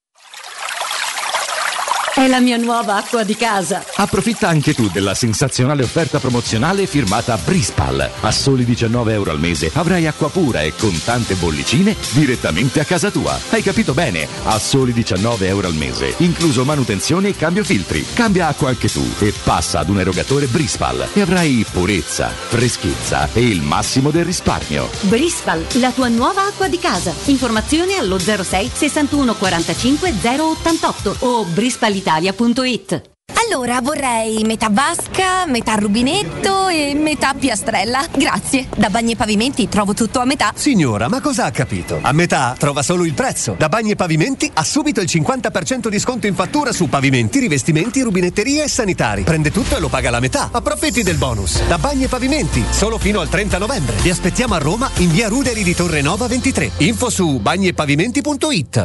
È la mia nuova acqua di casa. Approfitta anche tu della sensazionale offerta promozionale firmata Brispal. A soli €19 al mese avrai acqua pura e con tante bollicine direttamente a casa tua. Hai capito bene? A soli €19 al mese, incluso manutenzione e cambio filtri. Cambia acqua anche tu e passa ad un erogatore Brispal e avrai purezza, freschezza e il massimo del risparmio. Brispal, la tua nuova acqua di casa. Informazioni allo 06 61 45 088 o brispalitalia.it. Allora vorrei metà vasca, metà rubinetto e metà piastrella. Grazie. Da Bagni e Pavimenti trovo tutto a metà. Signora, ma cosa ha capito? A metà trova solo il prezzo. Da Bagni e Pavimenti ha subito il 50% di sconto in fattura su pavimenti, rivestimenti, rubinetteria e sanitari. Prende tutto e lo paga la metà. Approfitti del bonus. Da Bagni e Pavimenti, solo fino al 30 novembre. Vi aspettiamo a Roma in via Ruderi di Torrenova 23. Info su bagniepavimenti.it.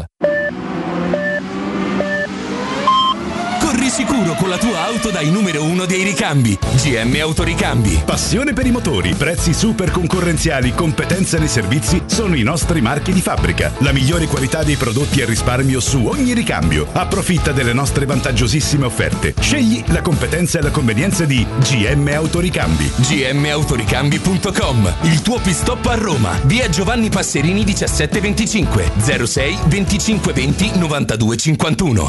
Corri sicuro con la tua auto dai numero 1 dei ricambi. GM Autoricambi. Passione per i motori, prezzi super concorrenziali, competenza nei servizi sono i nostri marchi di fabbrica. La migliore qualità dei prodotti e risparmio su ogni ricambio. Approfitta delle nostre vantaggiosissime offerte. Scegli la competenza e la convenienza di GM Autoricambi. gmautoricambi.com. Il tuo pit-stop a Roma. Via Giovanni Passerini 1725 06 25 20 92 51.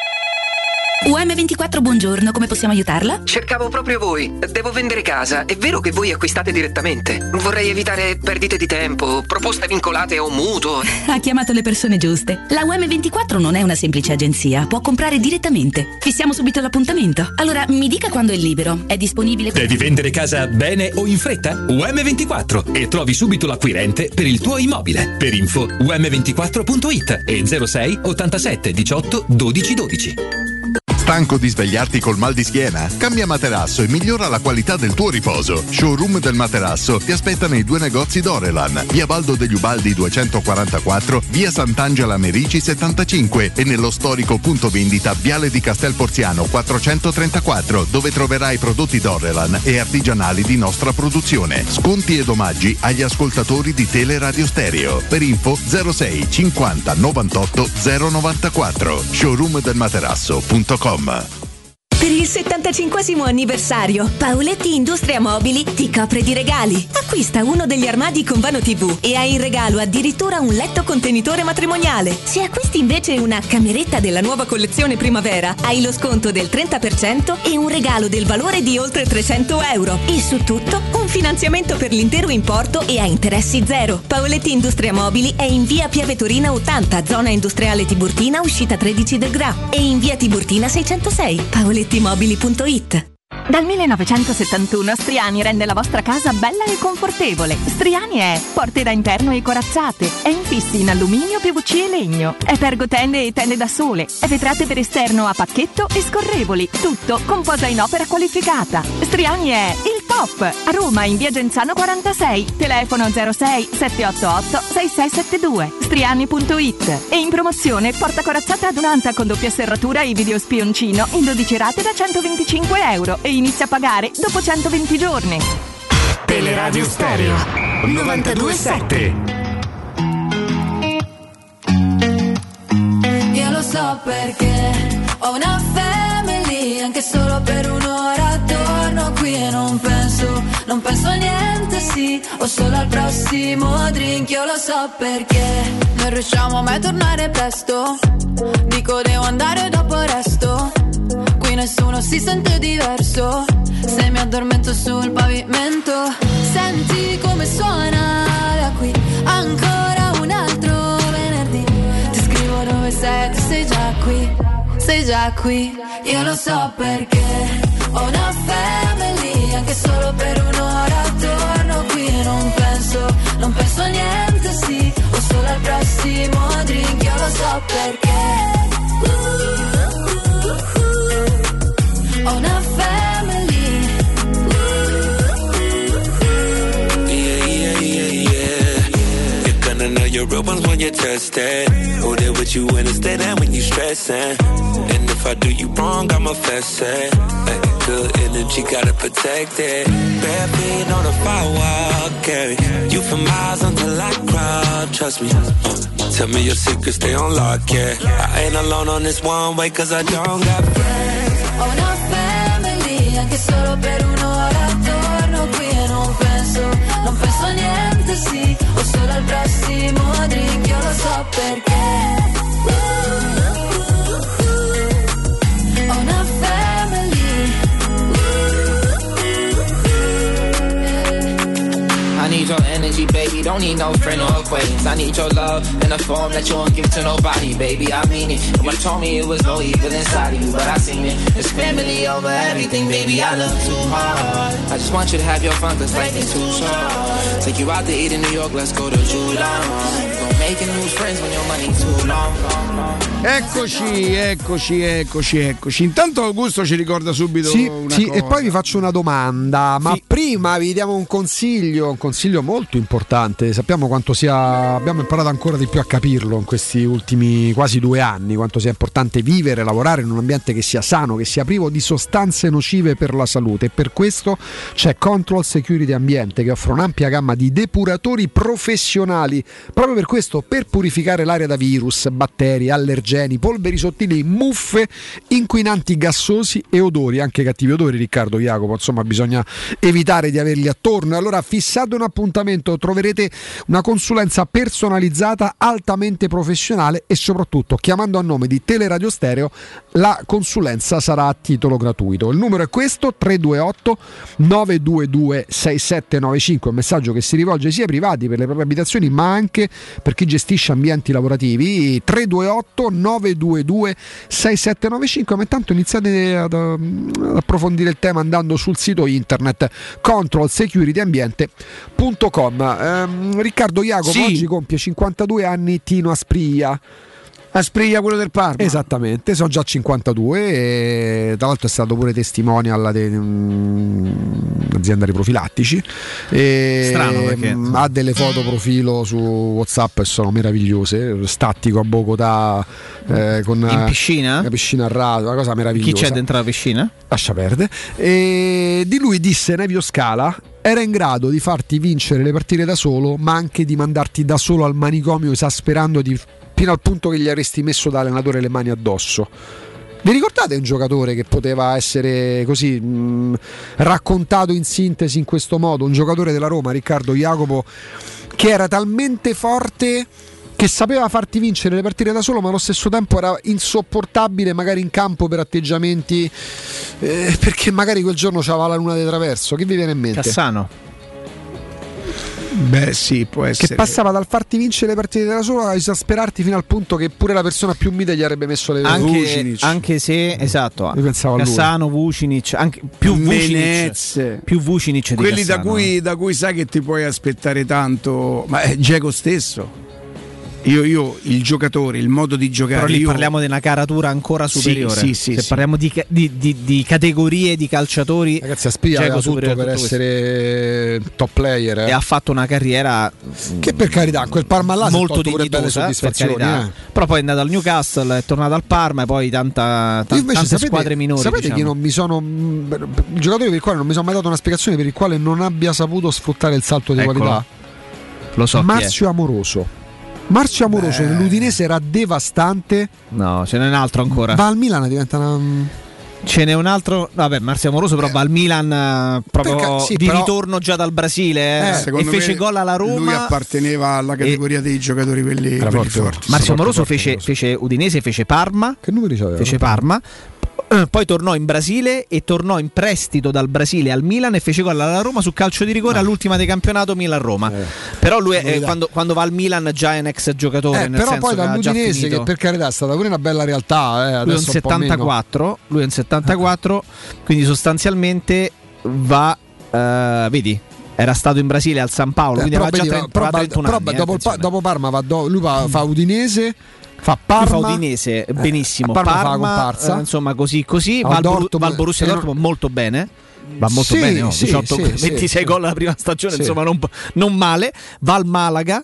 UM24, buongiorno, come possiamo aiutarla? Cercavo proprio voi. Devo vendere casa. È vero che voi acquistate direttamente? Vorrei evitare perdite di tempo, proposte vincolate o mutuo. Ha chiamato le persone giuste. La UM24 non è una semplice agenzia, può comprare direttamente. Fissiamo subito l'appuntamento. Allora, mi dica quando è libero. È disponibile? Devi vendere casa bene o in fretta? UM24 e trovi subito l'acquirente per il tuo immobile. Per info um24.it e 06 87 18 12 12. Stanco di svegliarti col mal di schiena? Cambia materasso e migliora la qualità del tuo riposo. Showroom del Materasso ti aspetta nei 2 negozi Dorelan, via Baldo degli Ubaldi 244, via Sant'Angela Merici 75 e nello storico punto vendita Viale di Castel Porziano 434, dove troverai prodotti Dorelan e artigianali di nostra produzione. Sconti ed omaggi agli ascoltatori di Teleradio Stereo. Per info 06 50 98 094. showroomdelmaterasso.com. Per il 75° anniversario, Paoletti Industria Mobili ti copre di regali. Acquista uno degli armadi con vano TV e hai in regalo addirittura un letto contenitore matrimoniale. Se acquisti invece una cameretta della nuova collezione primavera, hai lo sconto del 30% e un regalo del valore di oltre €300. E su tutto, un finanziamento per l'intero importo e a interessi zero. Paoletti Industria Mobili è in via Piave Torina 80, zona industriale Tiburtina, uscita 13 del Gra, e in via Tiburtina 606. Paolettimobili.it. Dal 1971 Striani rende la vostra casa bella e confortevole. Striani è porte da interno e corazzate, è infissi in alluminio, PVC e legno, è pergotende e tende da sole, è vetrate per esterno a pacchetto e scorrevoli, tutto con posa in opera qualificata. Striani è il top! A Roma in via Genzano 46, telefono 06 788 6672, striani.it. E in promozione porta corazzata adunanta con doppia serratura e video spioncino in 12 rate da €125 e inizia a pagare dopo 120 giorni. Teleradio Stereo 92.7. Io lo so perché ho una family, anche solo per un'ora torno qui e non penso a niente, sì, o solo al prossimo drink. Io lo so perché non riusciamo mai a tornare presto, dico devo andare dopo il resto. Qui nessuno si sente diverso, se mi addormento sul pavimento. Senti come suona da qui, ancora un altro venerdì. Ti scrivo dove sei, tu sei già qui. Io lo so perché ho una family, anche solo per un'ora torno qui e non penso a niente, sì, o solo al prossimo drink. Io lo so perché you're tested. Who there with you when it's dead and when you stressing. And if I do you wrong, I'ma fess it. Good energy, gotta protect it. Bare feet on the firewall, carry you for miles until I crawl. Trust me. Tell me your secrets, stay on lock, yeah. I ain't alone on this one way, cause I don't got friends. Ho una family, anche solo per un'ora torno qui e non penso a niente, sì. O solo al prossimo drink, io lo so perché. Ho una family. I need your energy, baby, don't need no friend or acquaintance. I need your love in a form that you won't give to nobody, baby, I mean it. Nobody told me it was no evil inside of you, but I seen it. It's family over everything, baby, I love too hard. I just want you to have your fun, cause life is too short. Take you out to eat in New York, let's go to July. Don't make new friends when your money too long. Eccoci. Intanto Augusto ci ricorda subito una cosa. E poi vi faccio una domanda, ma prima vi diamo un consiglio molto importante. Sappiamo quanto abbiamo imparato ancora di più a capirlo in questi ultimi quasi 2 anni, quanto sia importante vivere, lavorare in un ambiente che sia sano, che sia privo di sostanze nocive per la salute, e per questo c'è Control Security Ambiente, che offre un'ampia gamma di depuratori professionali, proprio per questo, per purificare l'aria da virus, batteri, allergeni, polveri sottili, muffe, inquinanti gassosi e odori, anche cattivi odori, Riccardo, Jacopo, insomma bisogna evitare di averli attorno. Allora fissate un appuntamento, troverete una consulenza personalizzata, altamente professionale, e soprattutto chiamando a nome di Teleradio Stereo la consulenza sarà a titolo gratuito. Il numero è questo: 328 922 6795, un messaggio che si rivolge sia ai privati per le proprie abitazioni ma anche per chi gestisce ambienti lavorativi. 328 922 6795. Ma intanto iniziate ad approfondire il tema andando sul sito internet controlsecurityambiente.com. Riccardo, Jacopo, oggi compie 52 anni Tino Asprilla, quello del Parma. Esattamente, sono già 52 e tra l'altro è stato pure testimonial di un'azienda di profilattici. Strano perché ha delle foto profilo su WhatsApp e sono meravigliose. Statico a Bogotà con in piscina? Una piscina a raso, una cosa meravigliosa. Chi c'è dentro la piscina? Lascia perdere. E di lui disse Nevio Scala: era in grado di farti vincere le partite da solo, ma anche di mandarti da solo al manicomio esasperandoti fino al punto che gli avresti messo da allenatore le mani addosso. Vi ricordate un giocatore che poteva essere così raccontato in sintesi in questo modo? Un giocatore della Roma, Riccardo, Jacopo, che era talmente forte che sapeva farti vincere le partite da solo, ma allo stesso tempo era insopportabile magari in campo per atteggiamenti, perché magari quel giorno c'aveva la luna di traverso. Che vi viene in mente? Cassano. Beh sì, può essere. Che passava dal farti vincere le partite da solo a esasperarti fino al punto che pure la persona più mite gli avrebbe messo le Vucinic. Anche se, esatto, io pensavo Cassano, Vucinic, anche più Vucinic di quelli Cassano. da cui sai che ti puoi aspettare tanto, ma è Dzeko stesso. Io il giocatore, il modo di giocare. Però lì parliamo di una caratura ancora superiore. Se parliamo di categorie di calciatori, ragazzi, Asprilla tutto per essere top player. E ha fatto una carriera che, per carità, quel Parma là molto dignitosa, però poi è andato al Newcastle, è tornato al Parma e poi tante squadre minori. Sapete che non mi sono il giocatore per il quale non mi sono mai dato una spiegazione per il quale non abbia saputo sfruttare il salto di qualità? Lo so. Marzio Amoroso. Nell'Udinese era devastante. No, ce n'è un altro ancora. Va al Milan, diventa Ce n'è un altro. Vabbè, Marzio Amoroso però va al Milan proprio ritorno già dal Brasile e fece gol alla Roma. Lui apparteneva alla categoria dei giocatori quelli forti. Marzio Amoroso fece Udinese, fece Parma. Che numeri c'aveva? Fece Parma. Poi tornò in Brasile e tornò in prestito dal Brasile al Milan e fece gol alla Roma su calcio di rigore all'ultima di campionato Milan-Roma. Però lui quando va al Milan già è un ex giocatore, nel però senso poi dall'Udinese, che per carità è stata pure una bella realtà, lui è un 74, quindi sostanzialmente va vedi, era stato in Brasile al San Paolo, quindi aveva già 31 anni. Dopo Parma lui fa Udinese, fa Parma, fa Udinese benissimo, Parma fa comparsa, insomma così va al Borussia Dortmund molto bene. Va molto bene, 26 gol la prima stagione, insomma non male. Va al Malaga,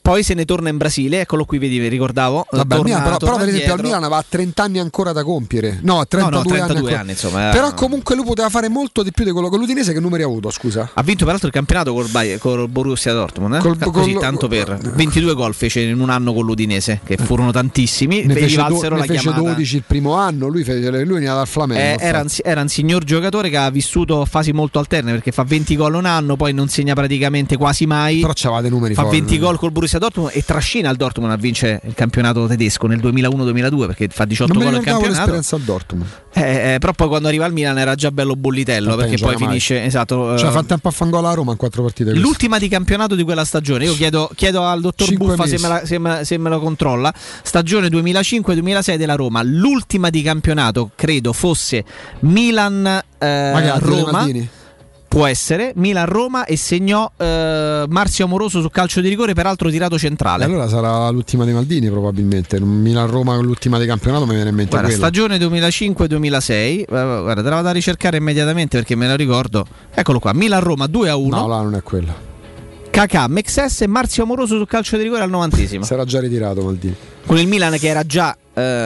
Poi se ne torna in Brasile, eccolo qui, vedi, vi ricordavo. Vabbè, però per esempio al Milan aveva 30 anni ancora da compiere. No, 32 anni insomma. Però comunque lui poteva fare molto di più di quello con l'Udinese. Che numeri ha avuto, scusa? Ha vinto peraltro il campionato col Borussia Dortmund, tanto per 22 gol fece in un anno con l'Udinese, che furono tantissimi. Ne fece 12 il primo anno, lui veniva dal Flamengo. Era un signor giocatore che ha vissuto fasi molto alterne, perché fa 20 gol un anno, poi non segna praticamente quasi mai. Però c'aveva dei numeri fa forti. 20 gol col Borussia Dortmund e trascina il Dortmund a vincere il campionato tedesco nel 2001-2002, perché fa 18 gol al campionato. L'esperienza al Dortmund. Però poi quando arriva al Milan era già bello bollitello, perché poi finisce esatto. Cioè fa tempo a fangolo a Roma in 4 partite. L'ultima di campionato di quella stagione. Io chiedo al dottor Buffa se me lo controlla. Stagione 2005-2006 della Roma. L'ultima di campionato credo fosse Milan-Roma. Può essere Milan-Roma, e segnò Marzio Amoroso su calcio di rigore, peraltro tirato centrale. Allora sarà l'ultima dei Maldini probabilmente. Milan-Roma l'ultima di campionato mi viene in mente. Guarda, quella. Stagione 2005-2006. Guarda, te la vado a ricercare immediatamente perché me la ricordo. Eccolo qua, Milan-Roma 2-1. No, là non è quella. Kakà, Mexes e Marzio Amoroso su calcio di rigore al 90°. Si era già ritirato Maldini. Con il Milan che era già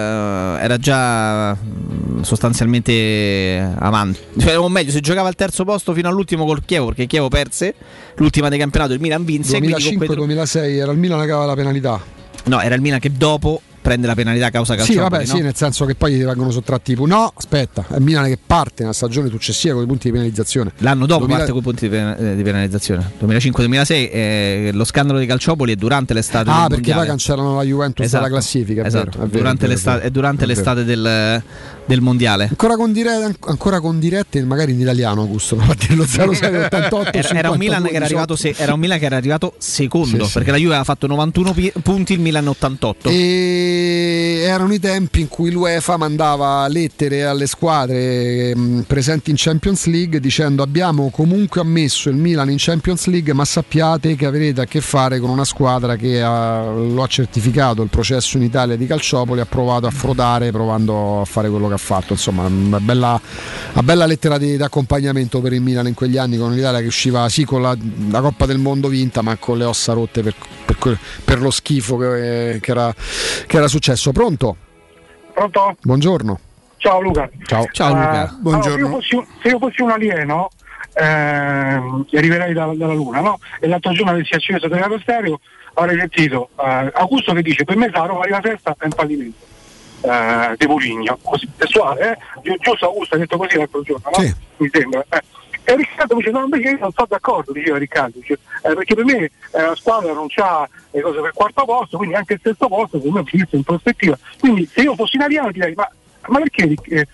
sostanzialmente avanti, cioè, o meglio, si giocava al terzo posto fino all'ultimo col Chievo, perché il Chievo perse l'ultima dei campionato, il Milan vinse. 2005-2006 era il Milan che aveva la penalità. No, era il Milan che dopo prende la penalità a causa calciopoli. Sì, vabbè, no? Sì, nel senso che poi gli vengono sottratti i punti. No, aspetta, è il Milan che parte nella stagione successiva con i punti di penalizzazione. L'anno dopo parte con i punti di penalizzazione. 2005-2006 lo scandalo di Calciopoli è durante l'estate del perché mondiale. Poi cancellano la Juventus dalla classifica, esatto. È vero, durante l'estate del mondiale. Ancora con dirette magari in italiano, Augusto, a dirlo 0688. Era un Milan che era arrivato secondo, sì, perché la Juve aveva fatto 91 punti, il Milan 88. E erano i tempi in cui l'UEFA mandava lettere alle squadre presenti in Champions League dicendo: abbiamo comunque ammesso il Milan in Champions League, ma sappiate che avrete a che fare con una squadra che lo ha certificato il processo in Italia di Calciopoli, ha provato a frodare provando a fare quello che ha fatto. Insomma, una bella lettera di accompagnamento per il Milan in quegli anni, con l'Italia che usciva sì con la Coppa del Mondo vinta, ma con le ossa rotte per lo schifo che era successo. Pronto? Buongiorno. Ciao Luca. Ciao Luca. Buongiorno. Allora, se io fossi un alieno che arriverei dalla Luna, no? E l'altro giorno avessi acceso Teleradio Stereo, avrei sentito Augusto che dice: per me la Roma arriva sesta è un fallimento di Mourinho, così testuale, giusto? Augusto ha detto così l'altro giorno, no? Sì. Mi sembra. E Riccardo dice: no, invece io non sono d'accordo, diceva Riccardo, perché per me la squadra non c'ha le cose per quarto posto, quindi anche il sesto posto per me finisse in prospettiva. Quindi se io fossi italiano direi: ma perché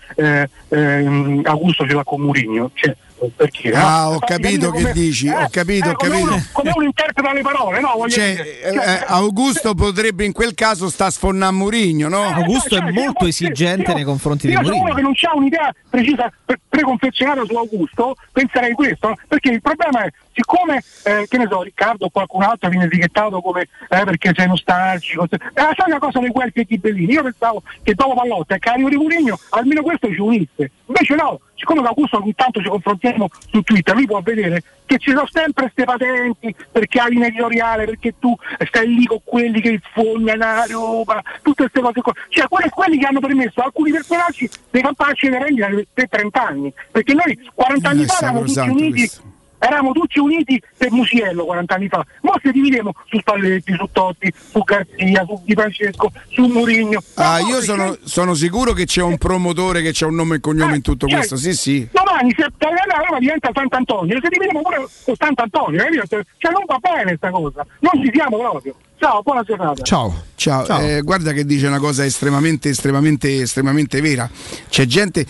Augusto ce l'ha con Mourinho? Cioè, perché? Ho capito che dici, ho capito. Come uno interpreta le parole, no? Augusto potrebbe in quel caso sta sfonnando Mourinho, no? Augusto è molto esigente nei confronti di Mourinho. Io sono uno che non c'ha un'idea precisa preconfezionata su Augusto, penserei questo, no? Perché il problema è, siccome che ne so, Riccardo o qualcun altro viene etichettato come perché sei nostalgico, è la solita cosa dei Guelfi e Ghibellini. Io pensavo che dopo Pallotta e Carico di Mourinho almeno questo ci unisse, invece no. Siccome con Augusto ogni tanto ci confrontiamo su Twitter, lui può vedere che ci sono sempre ste patenti, perché hai linea editoriale, perché tu stai lì con quelli che sfogliano la roba, tutte queste cose qua. Cioè quelli che hanno permesso a alcuni personaggi di camparci le rendite per 30 anni, perché noi 40 anni fa eravamo tutti uniti. Eravamo tutti uniti per Musiello 40 anni fa. Ora ci dividiamo su Spalletti, su Totti, su Garzia, su Di Francesco, su Mourinho. Io sono sicuro che c'è un promotore che c'ha un nome e cognome in tutto questo. Sì. Domani se la Roma diventa Sant'Antonio, se dividiamo pure con Sant'Antonio, cioè non va bene sta cosa. Non ci siamo proprio. Ciao, buona giornata. Ciao. Guarda che dice una cosa estremamente vera. C'è gente.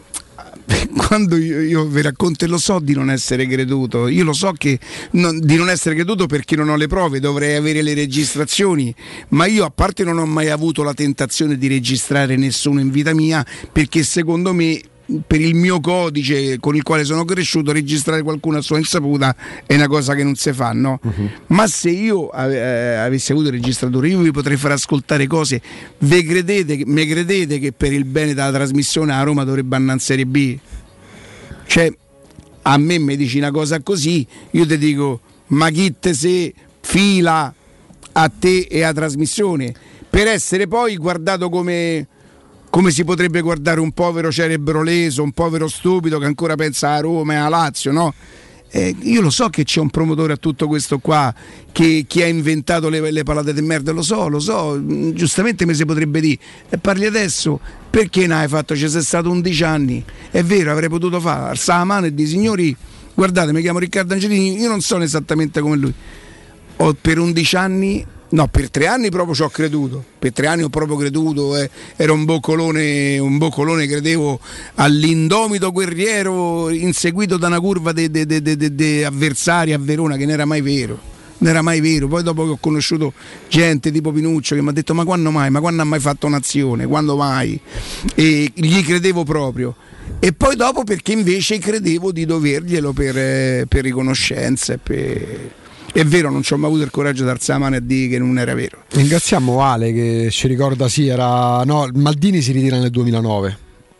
Quando io vi racconto, e lo so di non essere creduto, io lo so che di non essere creduto perché non ho le prove, dovrei avere le registrazioni, ma io a parte non ho mai avuto la tentazione di registrare nessuno in vita mia, perché secondo me per il mio codice con il quale sono cresciuto registrare qualcuno a sua insaputa è una cosa che non si fa, no? Ma se io avessi avuto il registratore, io vi potrei far ascoltare cose. Mi credete che per il bene della trasmissione a Roma dovrebbe andare in Serie B? Cioè, a me mi dici una cosa così, io ti dico: ma chi te se fila a te e a trasmissione, per essere poi guardato come si potrebbe guardare un povero cerebro leso, un povero stupido che ancora pensa a Roma e a Lazio, no? Io lo so che c'è un promotore a tutto questo qua che ha inventato le palate di merda, lo so, giustamente mi si potrebbe dire, parli adesso, perché ne hai fatto? Ci sei stato 11 anni, è vero, avrei potuto fare, alzare la mano e dire: signori, guardate, mi chiamo Riccardo Angelini, io non sono esattamente come lui, per 11 anni, no, per 3 anni proprio ci ho creduto, per 3 anni ho proprio creduto, era un boccolone, credevo all'indomito guerriero inseguito da una curva di avversari a Verona, che non era mai vero. Poi dopo che ho conosciuto gente tipo Pinuccio che mi ha detto: ma quando mai? Ma quando ha mai fatto un'azione? Quando mai? E gli credevo proprio. E poi dopo perché invece credevo di doverglielo per riconoscenza e è vero, non ci ho mai avuto il coraggio di alzare la mano e dire che non era vero. Ringraziamo Ale che ci ricorda, Maldini si ritira nel 2009.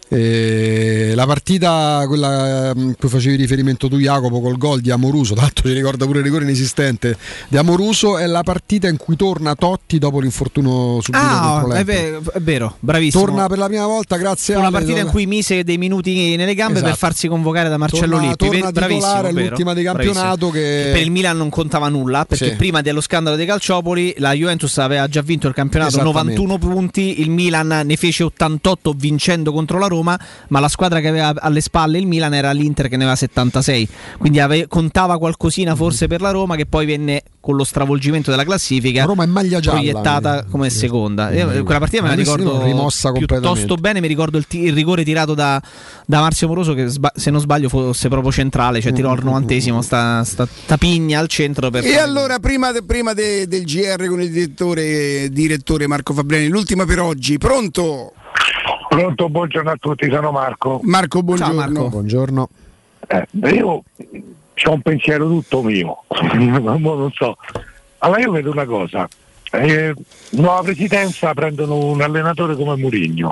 La partita, quella a cui facevi riferimento tu, Jacopo, col gol di Amoruso, tra l'altro ci ricorda pure il rigore inesistente di Amoruso, è la partita in cui torna Totti dopo l'infortunio subito contro l'Empoli. È vero, bravissimo. Torna per la prima volta grazie a una partita in cui mise dei minuti nelle gambe, esatto, per farsi convocare da Marcello Lippi. Torna l'ultima di campionato che per il Milan non contava nulla, perché prima dello scandalo dei Calciopoli la Juventus aveva già vinto il campionato, 91 punti, il Milan ne fece 88 vincendo contro la Roma, ma la squadra che aveva alle spalle il Milan era l'Inter che ne aveva 76, quindi contava qualcosina forse per la Roma, che poi venne con lo stravolgimento della classifica Roma in maglia gialla proiettata come seconda. Quella partita me la ricordo rimossa piuttosto bene, mi ricordo il rigore tirato da Marzio Moroso che se non sbaglio fosse proprio centrale, cioè tirò al 90esimo sta tapigna al centro e allora prima del GR con il direttore Marco Fabriani, l'ultima per oggi. Pronto, buongiorno a tutti, sono Marco. Marco, buongiorno. Ciao, Marco. Buongiorno. Io c'ho un pensiero tutto mio, non so. Allora io vedo una cosa, nuova presidenza, prendono un allenatore come Mourinho,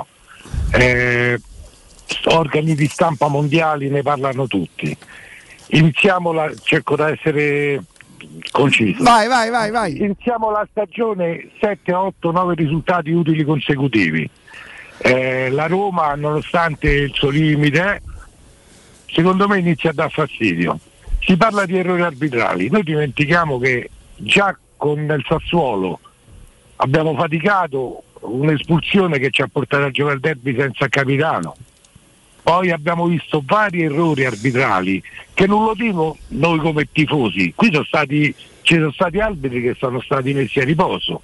organi di stampa mondiali ne parlano tutti. Iniziamola, cerco di essere conciso. Vai. Iniziamo la stagione 7, 8, 9 risultati utili consecutivi. La Roma, nonostante il suo limite, secondo me inizia a dar fastidio. Si parla di errori arbitrali, noi dimentichiamo che già con il Sassuolo abbiamo faticato un'espulsione che ci ha portato a giocare il derby senza capitano. Poi abbiamo visto vari errori arbitrali che non lo dico noi come tifosi, qui ci sono stati arbitri che sono stati messi a riposo.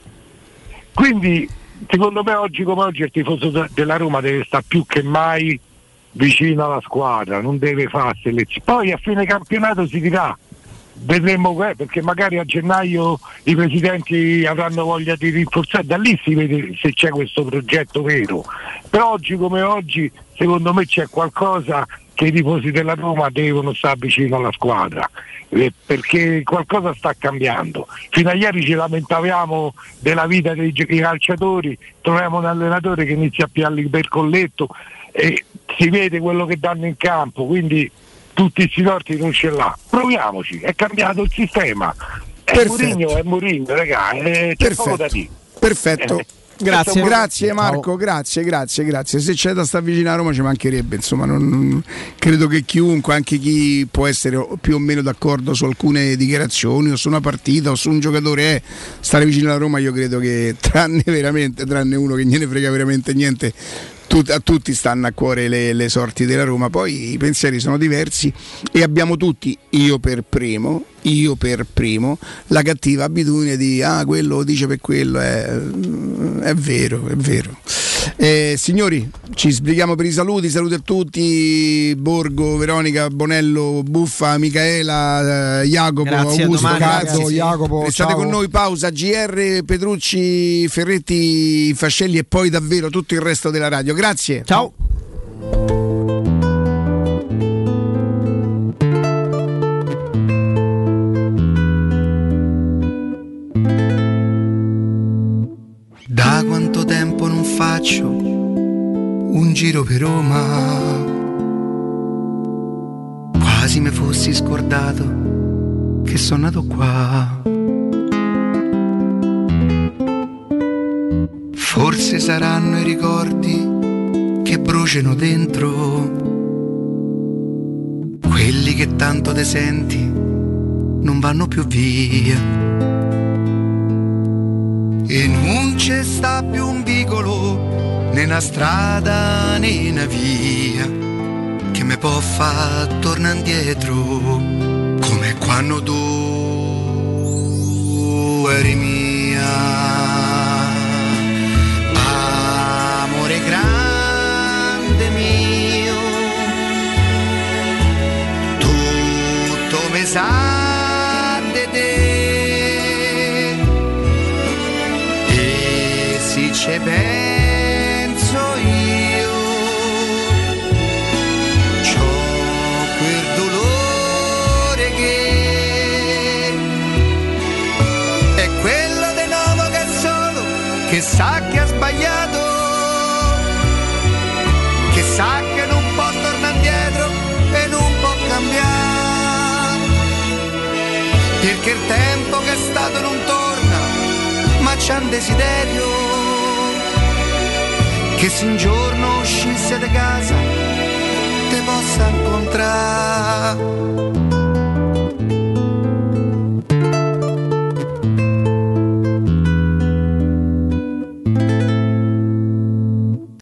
Quindi secondo me oggi come oggi il tifoso della Roma deve stare più che mai vicino alla squadra, non deve fare selezione. Poi a fine campionato si dirà, vedremo perché magari a gennaio i presidenti avranno voglia di rinforzare, da lì si vede se c'è questo progetto vero. Però oggi come oggi secondo me c'è qualcosa che i tifosi della Roma devono stare vicino alla squadra, perché qualcosa sta cambiando. Fino a ieri ci lamentavamo della vita dei calciatori, troviamo un allenatore che inizia a piarli per colletto e si vede quello che danno in campo, quindi tutti questi torti non ce l'ha. Proviamoci, è cambiato il sistema. È Mourinho, raga, c'è poco da dire. Perfetto. Grazie Marco, grazie. Se c'è da stare vicino a Roma ci mancherebbe, insomma, non credo che chiunque, anche chi può essere più o meno d'accordo su alcune dichiarazioni o su una partita o su un giocatore, stare vicino alla Roma, io credo che tranne uno che gliene frega veramente niente, a tutti stanno a cuore le sorti della Roma. Poi i pensieri sono diversi e abbiamo tutti, io per primo, la cattiva abitudine di quello dice per quello, è vero. Signori, ci sbrighiamo per i saluti a tutti: Borgo, Veronica, Bonello, Buffa, Micaela, Jacopo, grazie, Augusto, Cazzo, Jacopo, restate con noi, pausa, GR, Petrucci, Ferretti, Fascelli e poi davvero tutto il resto della radio. Grazie, ciao. Da quanto tempo non faccio un giro per Roma, quasi mi fossi scordato che sono nato qua. Forse saranno i ricordi che bruciano dentro, quelli che tanto te senti non vanno più via, e non c'è sta più un vicolo né una strada né una via che me può far tornare indietro come quando tu eri mia. Amore grande mio, tutto me sa di te, e se ci penso io c'ho quel dolore che è quello di nuovo che solo che sa che ha sbagliato, che sa che non può tornare indietro e non può cambiare, perché il tempo che è stato non torna, ma c'è un desiderio che se un giorno uscisse di casa te possa incontrare.